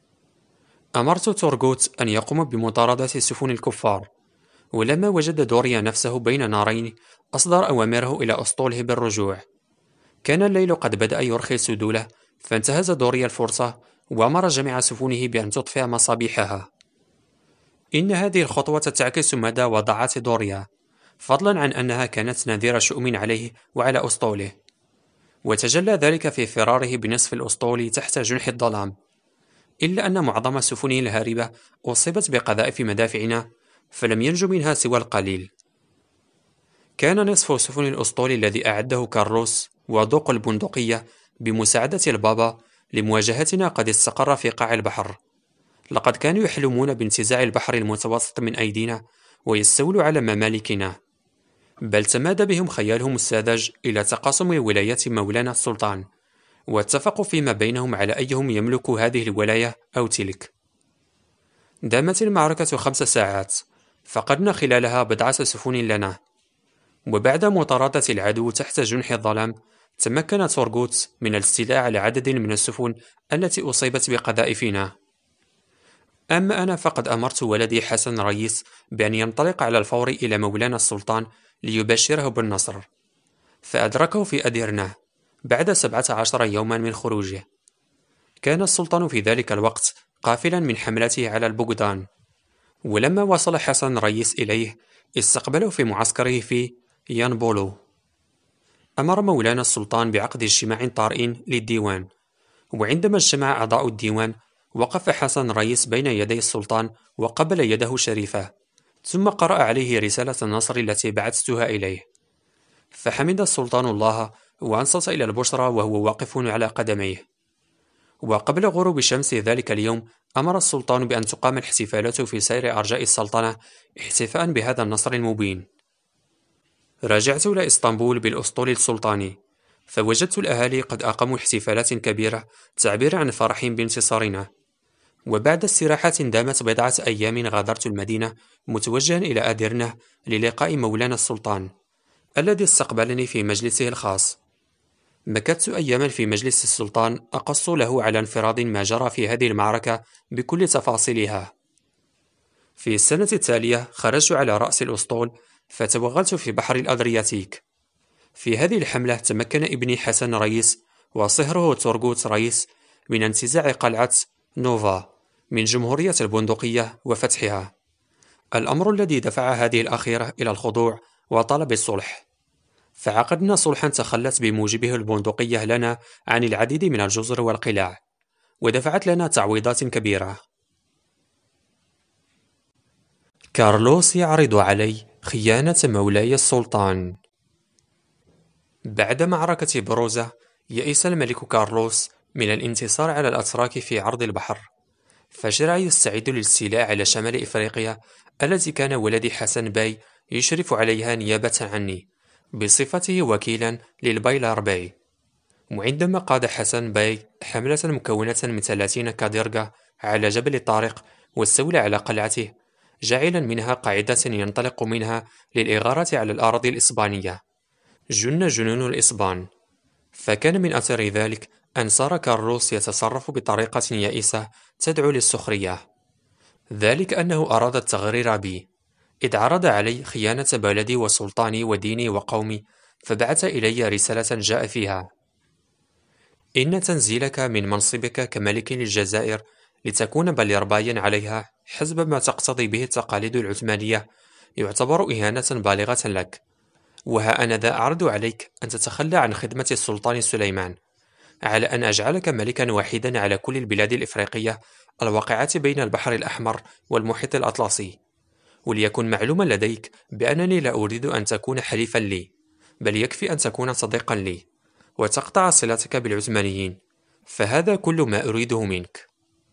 أمرت تورغوت أن يقوم بمطاردة سفن الكفار، ولما وجد دوريا نفسه بين نارين أصدر أوامره إلى أسطوله بالرجوع. كان الليل قد بدأ يرخي سدوله، فانتهز دوريا الفرصة وأمر جميع سفنه بأن تطفئ مصابيحها. إن هذه الخطوة تعكس مدى وضعة دوريا، فضلا عن أنها كانت نذير شؤم عليه وعلى أسطوله، وتجلى ذلك في فراره بنصف الأسطول تحت جنح الظلام. إلا أن معظم سفنه الهاربة أصيبت بقذائف مدافعنا، فلم ينج منها سوى القليل. كان نصف سفن الأسطول الذي أعده كاروس ودوق البندقية بمساعدة البابا لمواجهتنا قد استقر في قاع البحر. لقد كانوا يحلمون بانتزاع البحر المتوسط من أيدينا ويستولوا على ممالكنا، بل تمادى بهم خيالهم الساذج إلى تقاسم ولايات مولانا السلطان، واتفقوا فيما بينهم على أيهم يملك هذه الولاية أو تلك. دامت المعركة 5 ساعات، فقدنا خلالها بضعة سفن لنا، وبعد مطاردة العدو تحت جنح الظلام تمكن تورغوت من الاستيلاء على عدد من السفن التي أصيبت بقذائفنا. أما أنا فقد أمرت ولدي حسن رئيس بأن ينطلق على الفور إلى مولانا السلطان ليبشره بالنصر، فأدركه في أديرنه بعد 17 يوما من خروجه. كان السلطان في ذلك الوقت قافلا من حملته على البغدان، ولما وصل حسن رئيس إليه استقبله في معسكره في يانبولو. أمر مولانا السلطان بعقد اجتماع طارئ للديوان، وعندما اجتمع أعضاء الديوان وقف حسن رئيس بين يدي السلطان وقبل يده شريفة، ثم قرأ عليه رسالة النصر التي بعثتها إليه. فحمد السلطان الله وأنصت إلى البشرى وهو واقف على قدميه. وقبل غروب الشمس ذلك اليوم أمر السلطان بأن تقام الاحتفالات في سائر أرجاء السلطنة احتفاء بهذا النصر المبين. رجعت إلى إسطنبول بالأسطول السلطاني، فوجدت الأهالي قد أقاموا احتفالات كبيرة تعبير عن فرحهم بانتصارنا. وبعد استراحة دامت بضعة أيام غادرت المدينة متوجها إلى أديرنه للقاء مولانا السلطان الذي استقبلني في مجلسه الخاص. مكثت أياما في مجلس السلطان أقص له على انفراد ما جرى في هذه المعركة بكل تفاصيلها. في السنة التالية خرجت على رأس الأسطول فتوغلت في بحر الأدرياتيك. في هذه الحملة تمكن ابني حسن رئيس وصهره تورغوت رئيس من انتزاع قلعة نوفا من جمهورية البندقية وفتحها، الأمر الذي دفع هذه الأخيرة إلى الخضوع وطلب الصلح. فعقدنا صلحا تخلت بموجبه البندقية لنا عن العديد من الجزر والقلاع، ودفعت لنا تعويضات كبيرة. كارلوس يعرض علي خيانة مولاي السلطان. بعد معركة بروزة، يئس الملك كارلوس من الانتصار على الأتراك في عرض البحر، فشرع يستعد للاستيلاء على شمال إفريقيا التي كان ولدي حسن باي يشرف عليها نيابة عني بصفته وكيلا للبايلر باي. وعندما قاد حسن باي حملة مكونة من 30 كادرجة على جبل طارق واستولى على قلعته، جاعلا منها قاعدة ينطلق منها للإغارة على الأراضي الإسبانية، جن جنون الإسبان. فكان من أثر ذلك أن صار كارلوس يتصرف بطريقة يائسة تدعو للسخرية، ذلك أنه أراد التغرير بي، إذ عرض علي خيانة بلدي وسلطاني وديني وقومي، فبعث إلي رسالة جاء فيها: إن تنزيلك من منصبك كملك للجزائر لتكون بليربايا عليها حسب ما تقتضي به التقاليد العثمانية يعتبر إهانة بالغة لك، وها أنا ذا أعرض عليك أن تتخلى عن خدمة السلطان سليمان، على أن أجعلك ملكا وحيدا على كل البلاد الإفريقية الواقعة بين البحر الأحمر والمحيط الأطلسي. وليكن معلوما لديك بأنني لا أريد أن تكون حليفا لي، بل يكفي أن تكون صديقا لي وتقطع صلتك بالعثمانيين، فهذا كل ما أريده منك.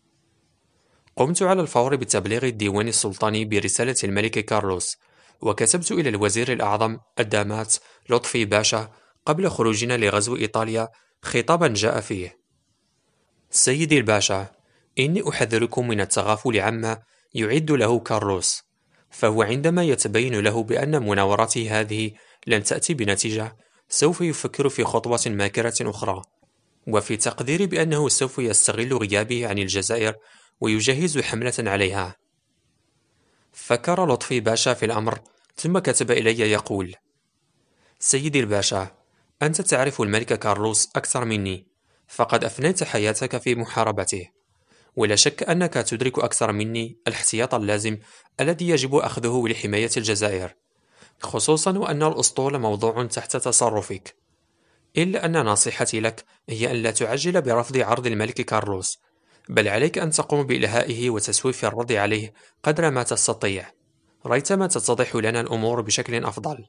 قمت على الفور بتبليغ الديوان السلطاني برسالة الملك كارلوس، وكتبت إلى الوزير الأعظم الدامات لطفي باشا قبل خروجنا لغزو إيطاليا خطابا جاء فيه: سيدي الباشا، إني أحذركم من التغافل عما يعد له كارلوس، فهو عندما يتبين له بأن مناورته هذه لن تأتي بنتيجة سوف يفكر في خطوة ماكرة أخرى، وفي تقديري بأنه سوف يستغل غيابه عن الجزائر ويجهز حملة عليها. فكر لطفي باشا في الأمر ثم كتب إلي يقول: سيدي الباشا، أنت تعرف الملك كارلوس أكثر مني، فقد أفنيت حياتك في محاربته، ولا شك أنك تدرك أكثر مني الاحتياط اللازم الذي يجب أخذه لحماية الجزائر، خصوصا وأن الأسطول موضوع تحت تصرفك. إلا أن نصيحتي لك هي أن لا تعجل برفض عرض الملك كارلوس، بل عليك أن تقوم بإلهائه وتسويف الرد عليه قدر ما تستطيع، ريثما تتضح لنا الأمور بشكل أفضل.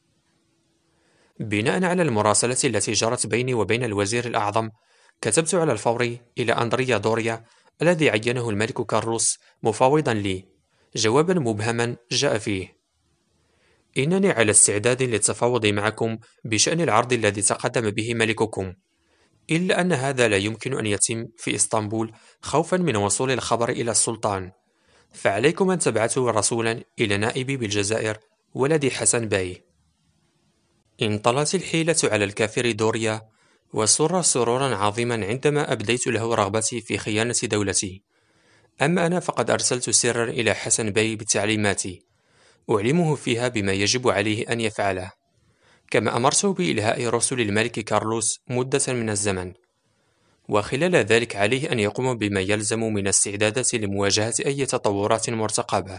بناء على المراسلة التي جرت بيني وبين الوزير الأعظم، كتبت على الفور إلى أندريا دوريا الذي عينه الملك كارلوس مفاوضا لي جوابا مبهما جاء فيه: إنني على استعداد للتفاوض معكم بشأن العرض الذي تقدم به ملككم، إلا أن هذا لا يمكن أن يتم في إسطنبول خوفا من وصول الخبر إلى السلطان، فعليكم أن تبعثوا رسولا إلى نائبي بالجزائر ولدي حسن باي. انطلت الحيلة على الكافر دوريا، وسر سرورا عظيما عندما أبديت له رغبتي في خيانة دولتي. أما أنا فقد أرسلت سرا إلى حسن باي بتعليماتي أعلمه فيها بما يجب عليه أن يفعله، كما أمرته بإلهاء رسل الملك كارلوس مدة من الزمن، وخلال ذلك عليه أن يقوم بما يلزم من استعدادات لمواجهة أي تطورات مرتقبة.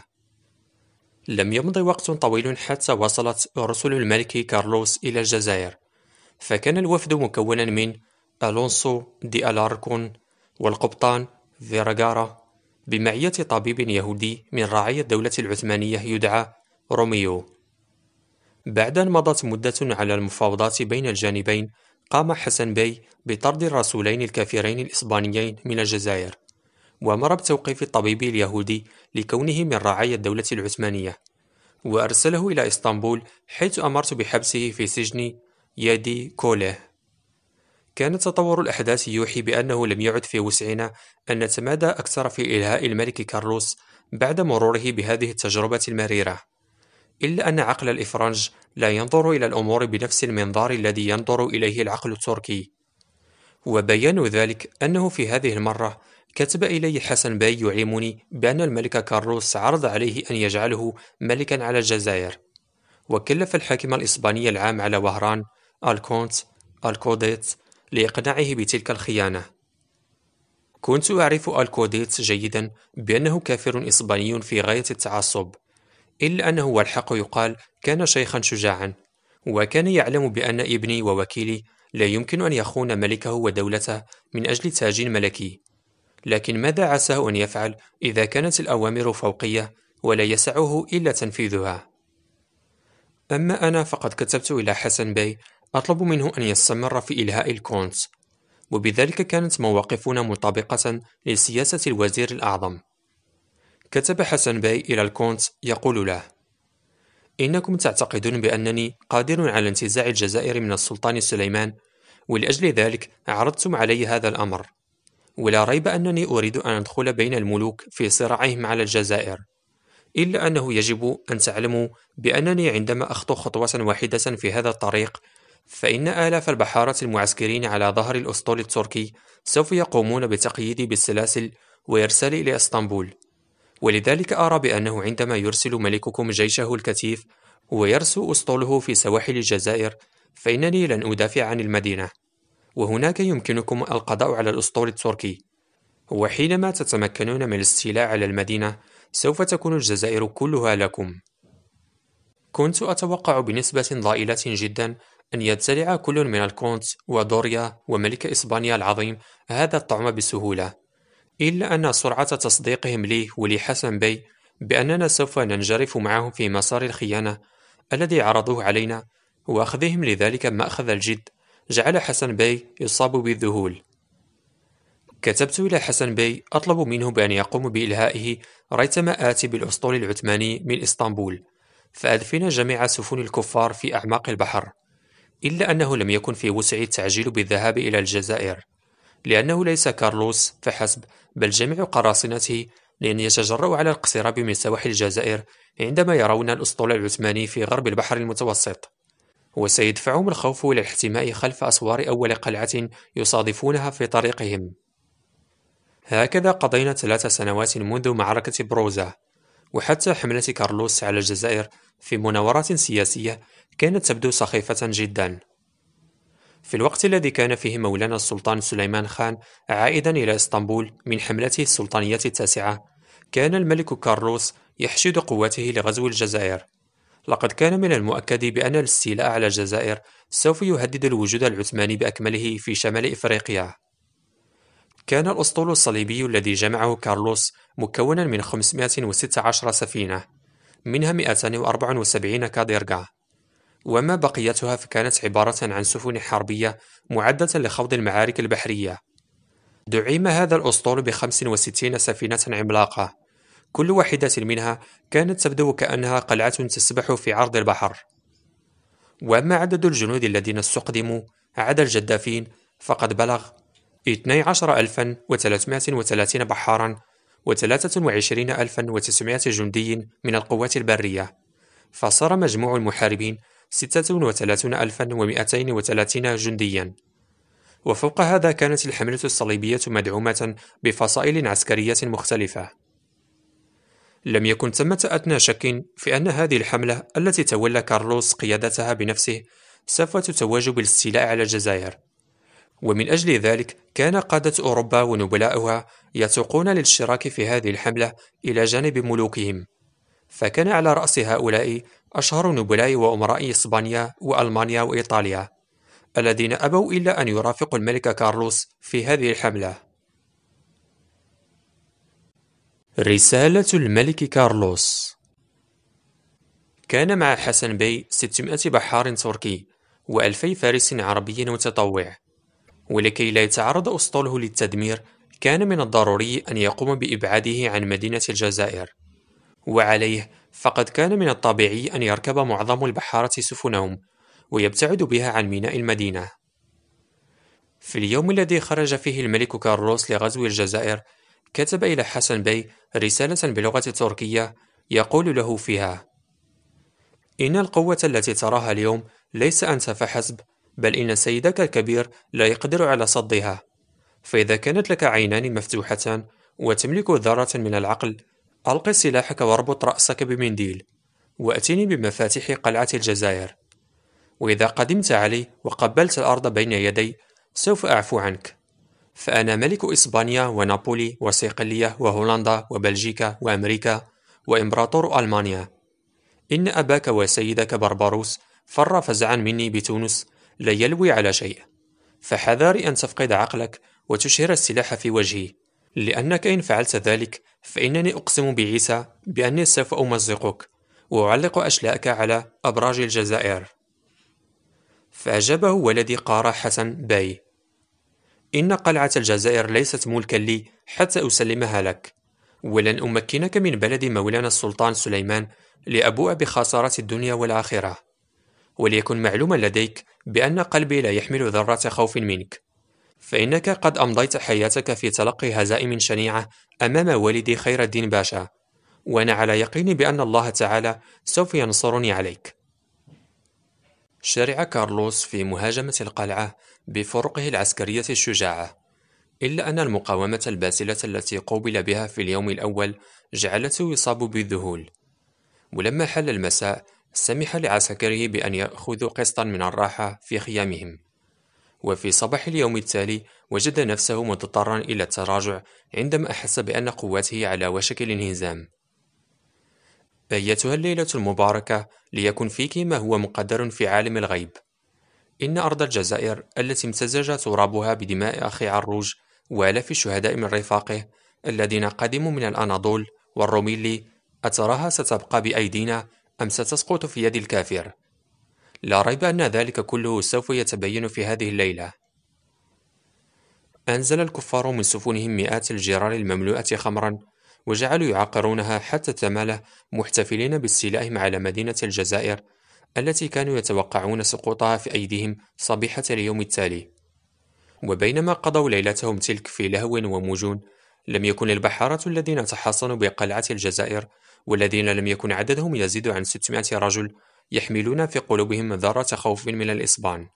لم يمض وقت طويل حتى وصلت رسل الملك كارلوس إلى الجزائر، فكان الوفد مكونا من ألونسو دي ألاركون والقبطان فيراغارا بمعية طبيب يهودي من رعايا الدولة العثمانية يدعى روميو. بعد أن مضت مدة على المفاوضات بين الجانبين، قام حسن باي بطرد الرسولين الكافرين الإسبانيين من الجزائر، وأمر بتوقيف الطبيب اليهودي لكونه من رعايا الدولة العثمانية، وأرسله إلى إسطنبول، حيث أمرت بحبسه في سجن يادي كوله. كان تطور الأحداث يوحي بأنه لم يعد في وسعنا أن نتمادى أكثر في إلهاء الملك كارلوس بعد مروره بهذه التجربة المريرة، إلا أن عقل الإفرنج لا ينظر إلى الأمور بنفس المنظار الذي ينظر إليه العقل التركي. وبيان ذلك أنه في هذه المرة كتب إلي حسن باي يعلمني بأن الملك كارلوس عرض عليه أن يجعله ملكا على الجزائر، وكلف الحاكم الإسباني العام على وهران الكونت الكوديت لإقناعه بتلك الخيانة. كنت أعرف الكوديت جيدا بأنه كافر إسباني في غاية التعصب، إلا أنه والحق يقال كان شيخا شجاعا، وكان يعلم بأن ابني ووكيلي لا يمكن أن يخون ملكه ودولته من أجل تاج ملكي. لكن ماذا عساه أن يفعل إذا كانت الأوامر فوقية ولا يسعه إلا تنفيذها؟ أما أنا فقد كتبت إلى حسن بي أطلب منه أن يستمر في إلهاء الكونت، وبذلك كانت مواقفنا مطابقة لسياسة الوزير الأعظم. كتب حسن بي إلى الكونت يقول له: إنكم تعتقدون بأنني قادر على انتزاع الجزائر من السلطان سليمان، ولأجل ذلك عرضتم علي هذا الأمر، ولا ريب أنني أريد أن أدخل بين الملوك في صراعهم على الجزائر، إلا أنه يجب أن تعلموا بأنني عندما أخطو خطوة واحدة في هذا الطريق، فإن آلاف البحارة المعسكرين على ظهر الأسطول التركي سوف يقومون بتقييدي بالسلاسل وإرسالي إلى إسطنبول. ولذلك أرى بأنه عندما يرسل ملككم جيشه الكثيف ويرسو أسطوله في سواحل الجزائر، فإنني لن أدافع عن المدينة، وهناك يمكنكم القضاء على الأسطول التركي. وحينما تتمكنون من الاستيلاء على المدينة، سوف تكون الجزائر كلها لكم. كنت أتوقع بنسبة ضئيلة جدا أن يبتلع كل من الكونت ودوريا وملك إسبانيا العظيم هذا الطعم بسهولة، إلا أن سرعة تصديقهم لي ولحسن بي بأننا سوف ننجرف معهم في مسار الخيانة الذي عرضوه علينا، وأخذهم لذلك مأخذ الجد، جعل حسن بي يصاب بالذهول. كتبت إلى حسن بي أطلب منه بأن يقوم بإلهائه ريثما آتي بالأسطول العثماني من إسطنبول، فأدفن جميع سفن الكفار في أعماق البحر، إلا أنه لم يكن في وسعي التعجيل بالذهاب إلى الجزائر، لأنه ليس كارلوس فحسب بل جميع قراصنته لن يتجرؤوا على الاقتراب من سواحل الجزائر عندما يرون الأسطول العثماني في غرب البحر المتوسط، وسيدفعهم الخوف إلى الاحتماء خلف أسوار أول قلعة يصادفونها في طريقهم. هكذا قضينا 3 سنوات منذ معركة بروزة، وحتى حملة كارلوس على الجزائر في مناورات سياسية كانت تبدو سخيفة جدا. في الوقت الذي كان فيه مولانا السلطان سليمان خان عائدا إلى إسطنبول من حملته السلطانية التاسعة، كان الملك كارلوس يحشد قواته لغزو الجزائر. لقد كان من المؤكد بأن الاستيلاء على الجزائر سوف يهدد الوجود العثماني بأكمله في شمال إفريقيا. كان الأسطول الصليبي الذي جمعه كارلوس مكونا من 516 سفينة، منها 274 كاديرغا، وما بقيتها فكانت عبارة عن سفن حربية معدة لخوض المعارك البحرية. دعم هذا الأسطول ب65 سفينة عملاقة، كل واحدة منها كانت تبدو كأنها قلعة تسبح في عرض البحر. وأما عدد الجنود الذين استخدموا عدا الجدافين فقد بلغ 12330 بحارا و23900 جندي من القوات البرية، فصار مجموع المحاربين 36230 جنديا. وفوق هذا كانت الحملة الصليبية مدعومة بفصائل عسكرية مختلفة. لم يكن ثمة أدنى شك في أن هذه الحملة التي تولى كارلوس قيادتها بنفسه سوف تتوج بالاستيلاء على الجزائر، ومن أجل ذلك كان قادة أوروبا ونبلاؤها يتوقون للاشتراك في هذه الحملة إلى جانب ملوكهم. فكان على رأس هؤلاء أشهر نبلاء وأمراء إسبانيا وألمانيا وإيطاليا، الذين أبوا إلا أن يرافقوا الملك كارلوس في هذه الحملة. رسالة الملك كارلوس. كان مع حسن بي 600 بحار تركي و2000 فارس عربي متطوع، ولكي لا يتعرض أسطوله للتدمير كان من الضروري أن يقوم بإبعاده عن مدينة الجزائر، وعليه فقد كان من الطبيعي أن يركب معظم البحارة سفنهم ويبتعد بها عن ميناء المدينة. في اليوم الذي خرج فيه الملك كارلوس لغزو الجزائر، كتب إلى حسن بي رسالة بلغة تركية يقول له فيها: إن القوة التي تراها اليوم ليس أنت فحسب، بل إن سيدك الكبير لا يقدر على صدها. فإذا كانت لك عينان مفتوحتان وتملك ذرة من العقل، ألق سلاحك واربط رأسك بمنديل، وأتني بمفاتيح قلعة الجزائر، وإذا قدمت علي وقبلت الأرض بين يدي سوف أعفو عنك، فأنا ملك إسبانيا ونابولي وصقلية وهولندا وبلجيكا وأمريكا وإمبراطور ألمانيا. إن أباك وسيدك بربروس فر فزعا مني بتونس لا يلوي على شيء، فحذاري أن تفقد عقلك وتشهر السلاح في وجهي، لأنك إن فعلت ذلك فإنني أقسم بعيسى بأني سوف أمزقك وأعلق أشلاءك على أبراج الجزائر. فأجابه ولدي قارة حسن باي: إن قلعة الجزائر ليست ملكا لي حتى أسلمها لك، ولن أمكنك من بلد مولانا السلطان سليمان لأبوء بخسارة الدنيا والآخرة. وليكن معلوما لديك بأن قلبي لا يحمل ذرة خوف منك، فإنك قد أمضيت حياتك في تلقي هزائم شنيعة أمام والدي خير الدين باشا، وأنا على يقين بأن الله تعالى سوف ينصرني عليك. شرع كارلوس في مهاجمة القلعة بفرقه العسكرية الشجاعة، إلا أن المقاومة الباسلة التي قوبل بها في اليوم الأول جعلته يصاب بالذهول. ولما حل المساء سمح لعساكره بأن يأخذوا قسطا من الراحة في خيامهم، وفي صباح اليوم التالي وجد نفسه مضطرا إلى التراجع عندما أحس بأن قواته على وشك الانهزام. أيتها الليلة المباركة، ليكن فيك ما هو مقدر في عالم الغيب. إن أرض الجزائر التي امتزج ترابها بدماء أخي عروج وآلاف الشهداء من رفاقه الذين قدموا من الأناضول والروميلي، أتراها ستبقى بأيدينا أم ستسقط في يد الكافر؟ لا ريب أن ذلك كله سوف يتبين في هذه الليلة. أنزل الكفار من سفنهم مئات الجرار المملوءة خمرا، وجعلوا يعقرونها حتى تماله، محتفلين باستيلائهم على مدينة الجزائر التي كانوا يتوقعون سقوطها في أيديهم صبيحة اليوم التالي. وبينما قضوا ليلتهم تلك في لهو ومجون، لم يكن البحارة الذين تحصنوا بقلعة الجزائر، والذين لم يكن عددهم يزيد عن 600 رجل، يحملون في قلوبهم ذرة خوف من الإصبان.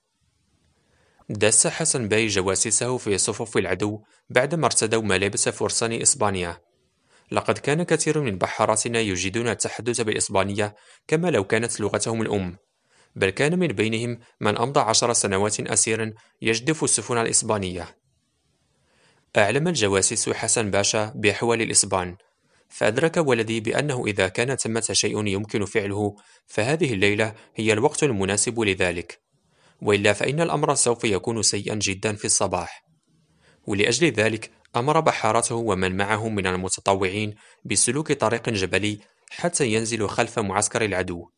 دس حسن باي جواسيسه في صفوف العدو بعدما ارتدوا ملابس فرسان إسبانيا. لقد كان كثير من بحارتنا يجيدون التحدث بالإسبانية كما لو كانت لغتهم الأم، بل كان من بينهم من أمضى 10 سنوات أسيرا يجدف السفن الإسبانية. أعلم الجواسيس حسن باشا بأحوال الإسبان، فأدرك ولدي بأنه إذا كان ثمة شيء يمكن فعله فهذه الليلة هي الوقت المناسب لذلك، وإلا فإن الأمر سوف يكون سيئا جدا في الصباح. ولأجل ذلك أمر بحارته ومن معه من المتطوعين بسلوك طريق جبلي حتى ينزلوا خلف معسكر العدو.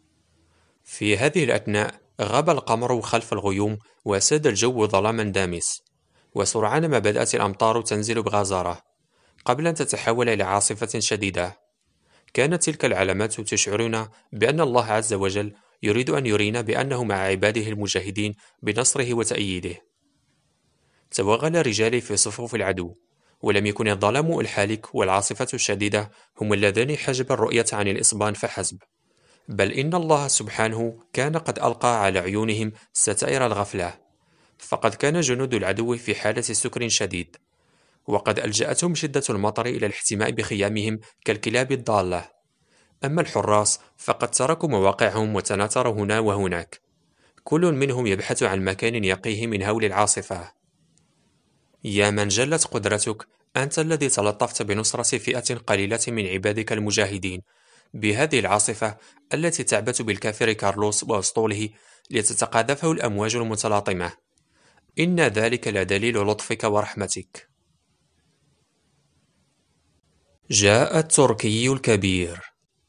في هذه الأثناء غاب القمر خلف الغيوم وساد الجو ظلاما دامس، وسرعان ما بدأت الأمطار تنزل بغزارة قبل أن تتحول إلى عاصفة شديدة. كانت تلك العلامات تشعرنا بأن الله عز وجل يريد أن يرينا بأنه مع عباده المجاهدين بنصره وتأييده. توغل رجالي في صفوف العدو، ولم يكن الظلام الحالك والعاصفة الشديدة هم اللذان حجب الرؤية عن الإصبان فحسب، بل إن الله سبحانه كان قد ألقى على عيونهم ستائر الغفلة، فقد كان جنود العدو في حالة سكر شديد، وقد ألجأتهم شدة المطر إلى الاحتماء بخيامهم كالكلاب الضالة. أما الحراس فقد تركوا مواقعهم وتناثروا هنا وهناك، كل منهم يبحث عن مكان يقيه من هول العاصفة. يا من جلت قدرتك، أنت الذي تلطفت بنصرة فئة قليلة من عبادك المجاهدين بهذه العاصفة التي تعبث بالكافر كارلوس وأسطوله لتتقاذفه الأمواج المتلاطمة. إن ذلك لدليل لطفك ورحمتك. جاء التركي الكبير.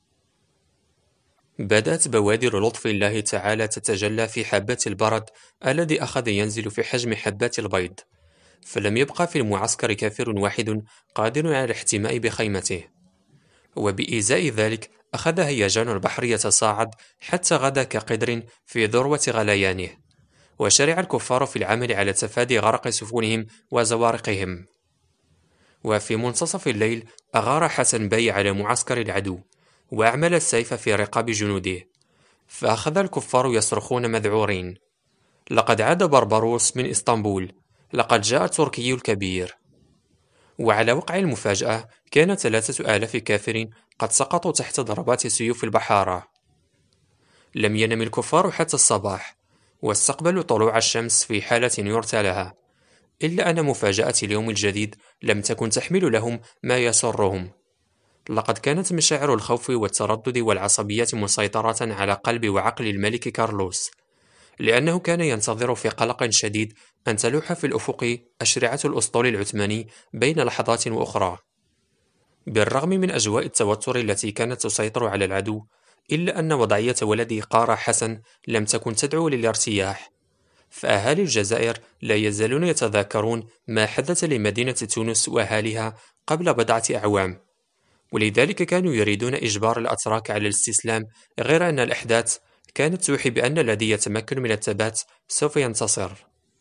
بدأت بوادر لطف الله تعالى تتجلى في حبات البرد الذي أخذ ينزل في حجم حبات البيض، فلم يبقى في المعسكر كافر واحد قادر على الاحتماء بخيمته. وبإزاء ذلك أخذ هيجان البحر يتصاعد حتى غدا كقدر في ذروة غليانه، وشرع الكفار في العمل على تفادي غرق سفنهم وزوارقهم. وفي منتصف الليل أغار حسن باي على معسكر العدو، وأعمل السيف في رقاب جنوده، فأخذ الكفار يصرخون مذعورين: لقد عاد بربروس من إسطنبول، لقد جاء التركي الكبير. وعلى وقع المفاجأة كان 3000 كافر قد سقطوا تحت ضربات سيوف البحارة. لم ينم الكفار حتى الصباح، واستقبلوا طلوع الشمس في حالة يرثى لها، إلا أن مفاجأة اليوم الجديد لم تكن تحمل لهم ما يسرهم. لقد كانت مشاعر الخوف والتردد والعصبية مسيطرة على قلب وعقل الملك كارلوس، لأنه كان ينتظر في قلق شديد أن تلوح في الأفق أشرعة الأسطول العثماني بين لحظات وأخرى. بالرغم من أجواء التوتر التي كانت تسيطر على العدو، إلا أن وضعية ولده قارة حسن لم تكن تدعو للارتياح. فأهالي الجزائر لا يزالون يتذاكرون ما حدث لمدينة تونس وأهاليها قبل بضعة أعوام، ولذلك كانوا يريدون إجبار الأتراك على الاستسلام، غير أن الأحداث كانت توحي بأن الذي يتمكن من الثبات سوف ينتصر.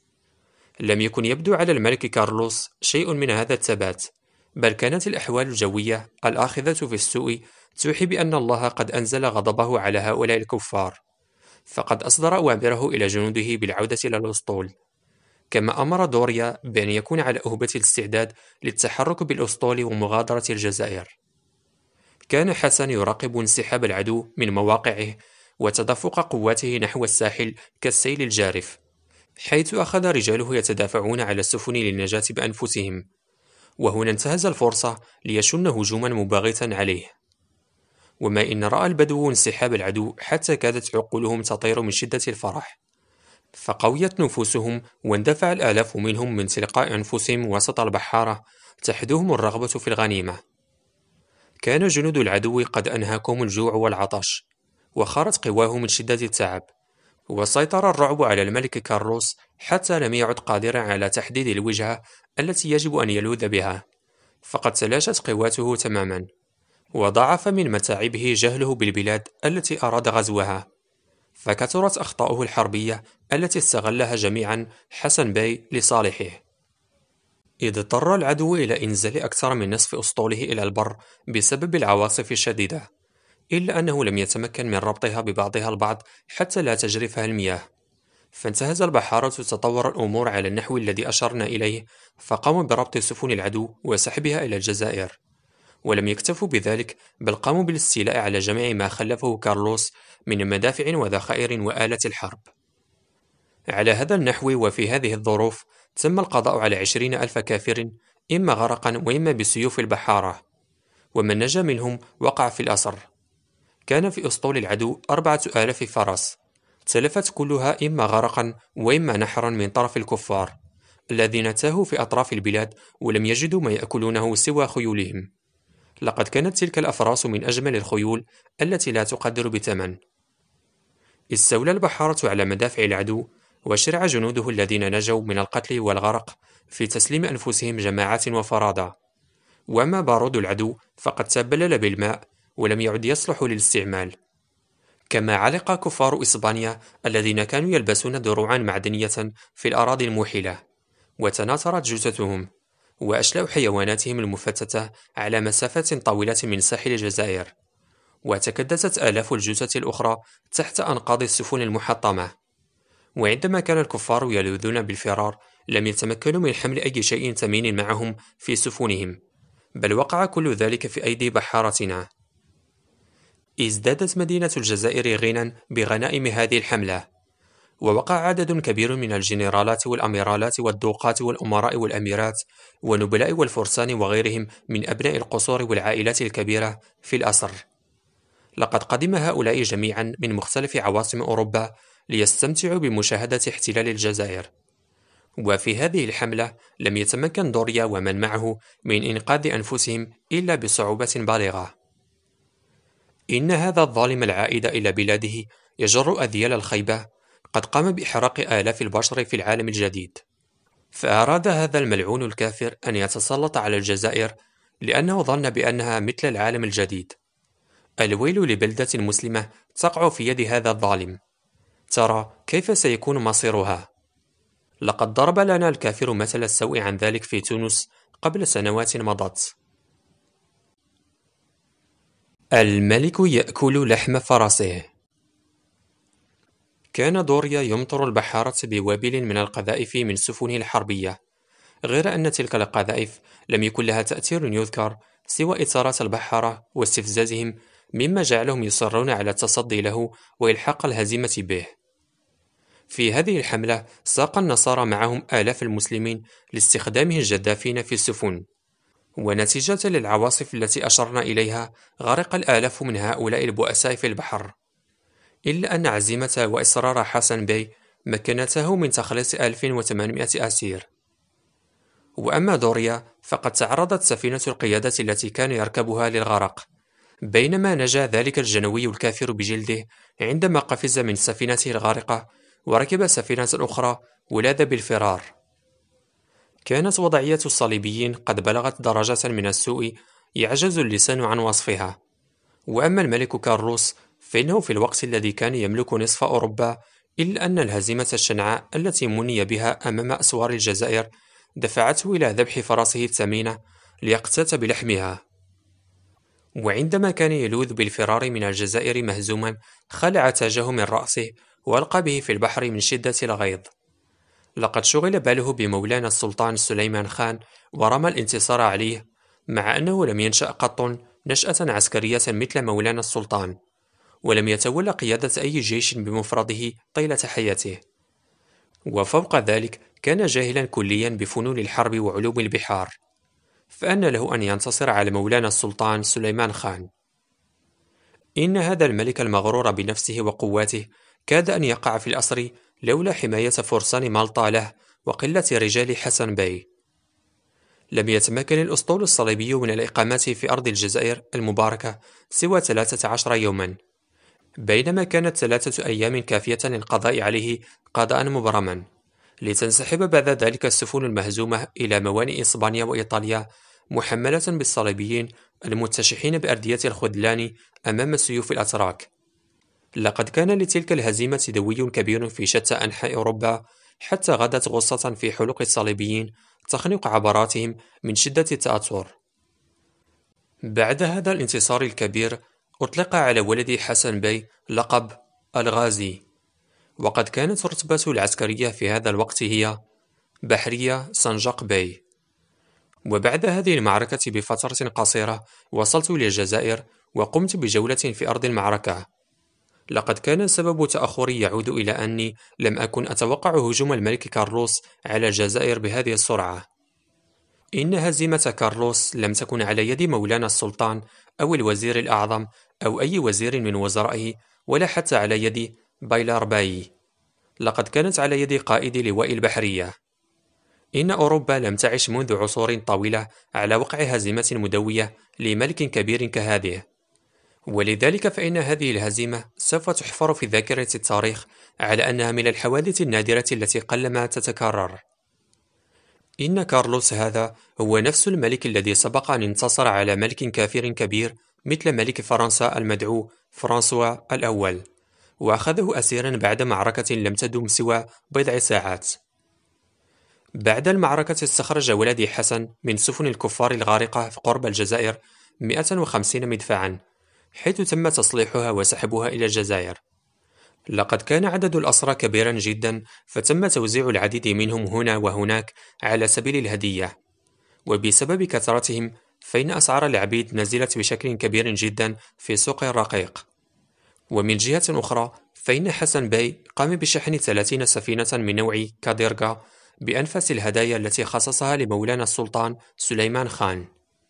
لم يكن يبدو على الملك كارلوس شيء من هذا الثبات، بل كانت الأحوال الجوية الآخذة في السوء توحي بأن الله قد أنزل غضبه على هؤلاء الكفار، فقد أصدر أوامره إلى جنوده بالعودة إلى الأسطول، كما أمر دوريا بأن يكون على أهبة الاستعداد للتحرك بالأسطول ومغادرة الجزائر. كان حسن يراقب انسحاب العدو من مواقعه وتدفق قواته نحو الساحل كالسيل الجارف، حيث أخذ رجاله يتدافعون على السفن للنجاة بأنفسهم، وهنا انتهز الفرصة ليشن هجوما مباغتا عليه. وما إن رأى البدو انسحاب العدو حتى كادت عقولهم تطير من شدة الفرح، فقويت نفوسهم واندفع الآلاف منهم من تلقاء أنفسهم وسط البحارة تحدوهم الرغبة في الغنيمة. كان جنود العدو قد أنهاكهم الجوع والعطش، وخارت قواهم من شدة التعب، وسيطر الرعب على الملك كارلوس حتى لم يعد قادرا على تحديد الوجهة التي يجب أن يلوذ بها، فقد تلاشت قواته تماما، وضاعف من متاعبه جهله بالبلاد التي أراد غزوها، فكثرت أخطاؤه الحربية التي استغلها جميعا حسن باي لصالحه. إذ اضطر العدو إلى إنزال أكثر من نصف أسطوله إلى البر بسبب العواصف الشديدة، إلا أنه لم يتمكن من ربطها ببعضها البعض حتى لا تجرفها المياه، فانتهز البحارة تطور الأمور على النحو الذي أشرنا إليه، فقاموا بربط سفن العدو وسحبها إلى الجزائر. ولم يكتفوا بذلك، بل قاموا بالاستيلاء على جميع ما خلفه كارلوس من مدافع وذخائر وآلة الحرب. على هذا النحو وفي هذه الظروف تم القضاء على 20,000 كافر، إما غرقا وإما بسيوف البحارة، ومن نجا منهم وقع في الأسر. كان في أسطول العدو 4,000 فرس، تلفت كلها إما غرقا وإما نحرا من طرف الكفار الذين تاهوا في أطراف البلاد ولم يجدوا ما يأكلونه سوى خيولهم. لقد كانت تلك الأفراس من أجمل الخيول التي لا تقدر بثمن. استولى البحارة على مدافع العدو، وشرع جنوده الذين نجوا من القتل والغرق في تسليم أنفسهم جماعات وفرادى. وأما بارود العدو فقد تبلل بالماء ولم يعد يصلح للاستعمال. كما علق كفار إسبانيا الذين كانوا يلبسون دروعا معدنية في الأراضي الموحلة، وتناثرت جثثهم، وأشلاء حيواناتهم المفتتة على مسافات طويلة من ساحل الجزائر، وتكدست آلاف الجثث الأخرى تحت أنقاض السفن المحطمة. وعندما كان الكفار يلوذون بالفرار، لم يتمكنوا من حمل أي شيء ثمين معهم في سفنهم، بل وقع كل ذلك في أيدي بحارتنا. ازدادت مدينة الجزائر غنى بغنائم هذه الحملة، ووقع عدد كبير من الجنرالات والأميرالات والدوقات والأمراء والأميرات والنبلاء والفرسان وغيرهم من أبناء القصور والعائلات الكبيرة في الأسر. لقد قدم هؤلاء جميعا من مختلف عواصم أوروبا ليستمتعوا بمشاهدة احتلال الجزائر. وفي هذه الحملة لم يتمكن دوريا ومن معه من إنقاذ أنفسهم إلا بصعوبة بالغة. إن هذا الظالم العائد إلى بلاده يجر أذيال الخيبة قد قام بإحراق آلاف البشر في العالم الجديد، فأراد هذا الملعون الكافر أن يتسلط على الجزائر لأنه ظن بأنها مثل العالم الجديد. الويل لبلدة مسلمة تقع في يد هذا الظالم. ترى كيف سيكون مصيرها؟ لقد ضرب لنا الكافر مثل السوء عن ذلك في تونس قبل سنوات مضت. الملك يأكل لحم فرسه. كان دوريا يمطر البحارة بوابل من القذائف من سفنه الحربية، غير أن تلك القذائف لم يكن لها تأثير يذكر سوى إثارة البحارة واستفزازهم، مما جعلهم يصرون على التصدي له وإلحاق الهزيمة به. في هذه الحملة ساق النصارى معهم آلاف المسلمين لاستخدامه الجدافين في السفن، ونتيجة للعواصف التي أشرنا إليها غرق الآلاف من هؤلاء البؤساء في البحر، إلا أن عزيمة وإصرار حسن بي مكنته من تخليص 1800 أسير. وأما دوريا فقد تعرضت سفينة القيادة التي كان يركبها للغرق، بينما نجا ذلك الجنوي الكافر بجلده عندما قفز من سفينته الغارقة وركب سفينة أخرى ولاذ بالفرار. كانت وضعية الصليبيين قد بلغت درجة من السوء يعجز اللسان عن وصفها. وأما الملك كارلوس فإنه في الوقت الذي كان يملك نصف أوروبا، إلا أن الهزيمة الشنعاء التي مني بها أمام أسوار الجزائر دفعته إلى ذبح فرسه الثمينة ليقتات بلحمها. وعندما كان يلوذ بالفرار من الجزائر مهزوما، خلع تاجه من رأسه وألقى به في البحر من شدة الغيظ. لقد شغل باله بمولانا السلطان سليمان خان ورمى الانتصار عليه، مع أنه لم ينشأ قط نشأة عسكرية مثل مولانا السلطان، ولم يتولى قيادة أي جيش بمفرده طيلة حياته. وفوق ذلك كان جاهلا كليا بفنون الحرب وعلوم البحار، فأن له أن ينتصر على مولانا السلطان سليمان خان. إن هذا الملك المغرور بنفسه وقواته كاد أن يقع في الأسر لولا حماية فرسان مالطا له وقلة رجال حسن بي. لم يتمكن الأسطول الصليبي من الإقامة في أرض الجزائر المباركة سوى 13 يوما، بينما كانت 3 أيام كافية للقضاء عليه قضاء مبرما، لتنسحب بعد ذلك السفن المهزومة إلى موانئ إسبانيا وإيطاليا محملة بالصليبيين المتشحين بأردية الخذلان أمام سيوف الأتراك. لقد كان لتلك الهزيمة دوي كبير في شتى أنحاء أوروبا، حتى غدت غصة في حلق الصليبيين تخنق عبراتهم من شدة التأثر. بعد هذا الانتصار الكبير أطلق على ولد حسن بي لقب الغازي، وقد كانت رتبته العسكرية في هذا الوقت هي بحرية سنجق بي. وبعد هذه المعركة بفترة قصيرة وصلت إلى الجزائر وقمت بجولة في أرض المعركة. لقد كان سبب تأخري يعود إلى أني لم أكن أتوقع هجوم الملك كارلوس على الجزائر بهذه السرعة. إن هزيمة كارلوس لم تكن على يد مولانا السلطان أو الوزير الأعظم أو أي وزير من وزرائه، ولا حتى على يد بايلار باي. لقد كانت على يد قائد لواء البحرية. إن أوروبا لم تعش منذ عصور طويلة على وقع هزيمة مدوية لملك كبير كهذه، ولذلك فإن هذه الهزيمة سوف تحفر في ذاكرة التاريخ على أنها من الحوادث النادرة التي قلما تتكرر. إن كارلوس هذا هو نفس الملك الذي سبق أن انتصر على ملك كافر كبير مثل ملك فرنسا المدعو فرانسوا الأول، وأخذه أسيرا بعد معركة لم تدم سوى بضع ساعات. بعد المعركة استخرج ولدي حسن من سفن الكفار الغارقة في قرب الجزائر 150 مدفعا، حيث تم تصليحها وسحبها إلى الجزائر. لقد كان عدد الأسرى كبيرا جدا، فتم توزيع العديد منهم هنا وهناك على سبيل الهدية، وبسبب كثرتهم فإن أسعار العبيد نزلت بشكل كبير جدا في سوق الرقيق. ومن جهة أخرى فإن حسن باي قام بشحن 30 سفينة من نوع كاديرغا بأنفس الهدايا التي خصصها لمولانا السلطان سليمان خان.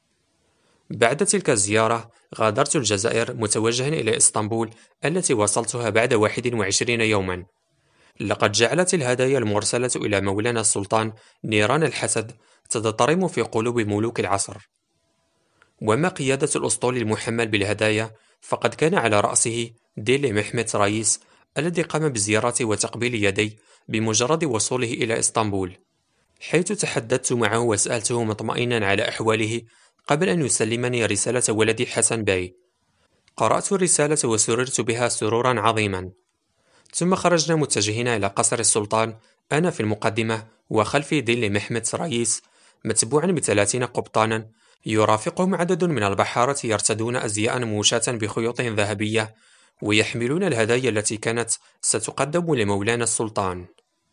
بعد تلك الزيارة غادرت الجزائر متوجها إلى إسطنبول، التي وصلتها بعد 21 يوما. لقد جعلت الهدايا المرسلة إلى مولانا السلطان نيران الحسد تتضطرم في قلوب ملوك العصر. وما قيادة الأسطول المحمل بالهدايا فقد كان على رأسه ديلي محمد رئيس، الذي قام بزيارة وتقبيل يدي بمجرد وصوله إلى إسطنبول، حيث تحدثت معه وسألته مطمئنا على أحواله قبل أن يسلمني رسالة ولدي حسن باي. قرأت الرسالة وسررت بها سرورا عظيما. ثم خرجنا متجهين إلى قصر السلطان، أنا في المقدمة وخلفي ديلي محمد رئيس متبوعا ب30 قبطانا، يرافقهم عدد من البحارة يرتدون أزياء موشاة بخيوط ذهبية، ويحملون الهدايا التي كانت ستقدم لمولانا السلطان.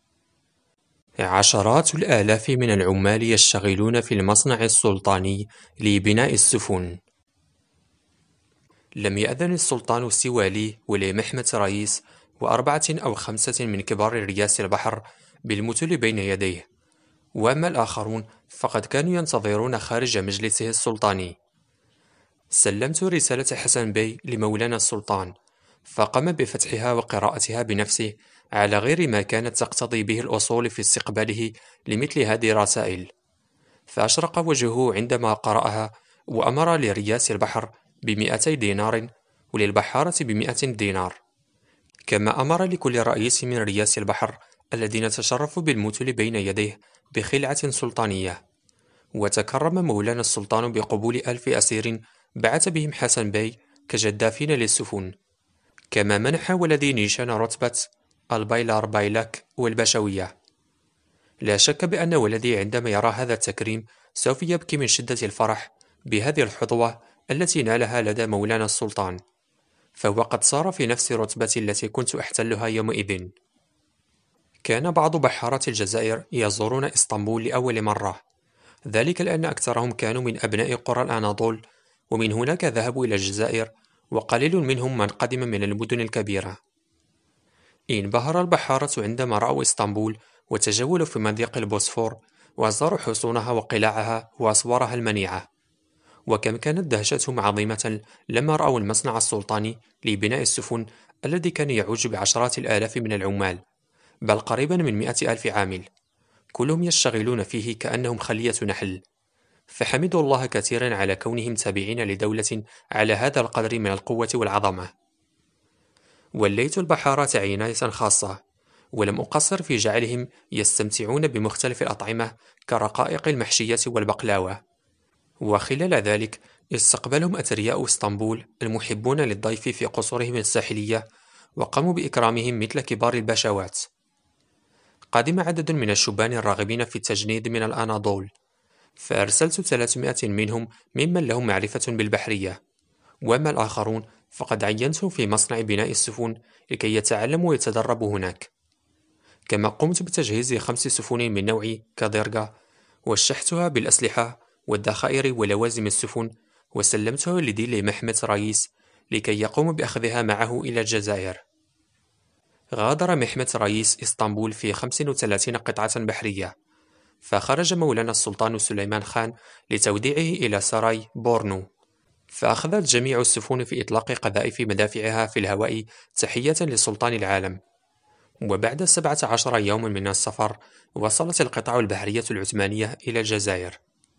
عشرات الآلاف من العمال يشتغلون في المصنع السلطاني لبناء السفن. لم يأذن السلطان سوى لي ولمحمد رئيس و4 أو 5 من كبار رياس البحر بالمثل بين يديه، وأما الآخرون فقد كانوا ينتظرون خارج مجلسه السلطاني. سلمت رسالة حسن بي لمولانا السلطان، فقام بفتحها وقراءتها بنفسه على غير ما كانت تقتضي به الأصول في استقباله لمثل هذه الرسائل، فأشرق وجهه عندما قرأها، وأمر لرياس البحر ب200 دينار، وللبحارة ب100 دينار، كما أمر لكل رئيس من رياس البحر الذين تشرفوا بالمثل بين يديه بخلعة سلطانية. وتكرم مولانا السلطان بقبول 1000 أسير بعث بهم حسن بي كجدافين للسفن، كما منح ولدي نيشان رتبة البايلار بايلاك والبشوية. لا شك بأن ولدي عندما يرى هذا التكريم سوف يبكي من شدة الفرح بهذه الحظوة التي نالها لدى مولانا السلطان، فهو قد صار في نفس رتبتي التي كنت أحتلها يومئذ. كان بعض بحارة الجزائر يزورون إسطنبول لأول مرة، ذلك لأن أكثرهم كانوا من أبناء قرى الأناضول، ومن هناك ذهبوا إلى الجزائر، وقليل منهم من قدم من المدن الكبيرة. انبهر البحارة عندما رأوا إسطنبول وتجولوا في مضيق البوسفور، وزاروا حصونها وقلاعها وأسوارها المنيعة. وكم كانت دهشتهم عظيمة لما رأوا المصنع السلطاني لبناء السفن الذي كان يعوج بعشرات الآلاف من العمال، بل قريبا من 100,000 عامل، كلهم يشتغلون فيه كأنهم خلية نحل. فحمدوا الله كثيرا على كونهم تابعين لدولة على هذا القدر من القوة والعظمة. وليت البحارة عناية خاصة، ولم أقصر في جعلهم يستمتعون بمختلف الأطعمة كرقائق المحشية والبقلاوة. وخلال ذلك استقبلهم أثرياء اسطنبول المحبون للضيف في قصورهم الساحلية، وقاموا بإكرامهم مثل كبار الباشوات. قدم عدد من الشبان الراغبين في التجنيد من الأناضول، فأرسلت 300 منهم ممن لهم معرفة بالبحرية، وأما الآخرون فقد عينتهم في مصنع بناء السفن لكي يتعلموا ويتدربوا هناك. كما قمت بتجهيز 5 سفن من نوع كاديرغا، وشحتها بالأسلحة والذخائر ولوازم السفن، وسلمتها لديلي محمد رئيس لكي يقوم بأخذها معه إلى الجزائر. غادر محمد رئيس إسطنبول في 35 قطعة بحرية، فخرج مولانا السلطان سليمان خان لتوديعه إلى سراي بورنو، فأخذت جميع السفن في إطلاق قذائف مدافعها في الهواء تحية لسلطان العالم. وبعد 17 يوما من السفر وصلت القطع البحرية العثمانية إلى الجزائر.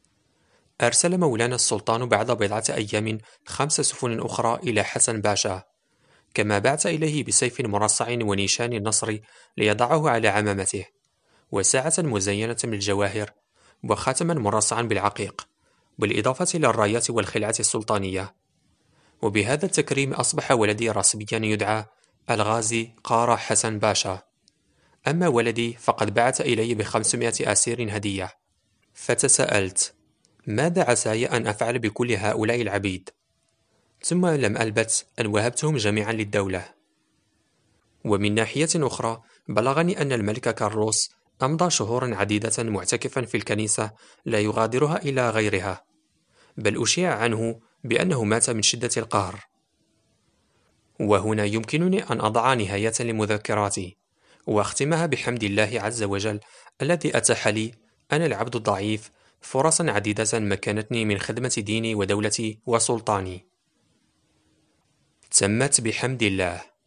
أرسل مولانا السلطان بعد بضعة أيام 5 سفن أخرى إلى حسن باشا، كما بعث إليه بسيف مرصع ونيشان النصر ليضعه على عمامته، وساعة مزينة بالجواهر، وخاتما مرصعا بالعقيق، بالإضافة إلى الرايات والخلعة السلطانية. وبهذا التكريم أصبح ولدي رسميا يدعى الغازي قارة حسن باشا. أما ولدي فقد بعث إلي ب500 أسير هدية. فتساءلت: ماذا عساي أن أفعل بكل هؤلاء العبيد؟ ثم لم ألبث أن وهبتهم جميعا للدولة. ومن ناحية أخرى بلغني أن الملك كارلوس أمضى شهورا عديدة معتكفا في الكنيسة لا يغادرها إلى غيرها، بل أشيع عنه بأنه مات من شدة القهر. وهنا يمكنني أن أضع نهاية لمذكراتي، وأختمها بحمد الله عز وجل الذي أتاح لي أنا العبد الضعيف فرصا عديدة مكنتني من خدمة ديني ودولتي وسلطاني. تمت بحمد الله.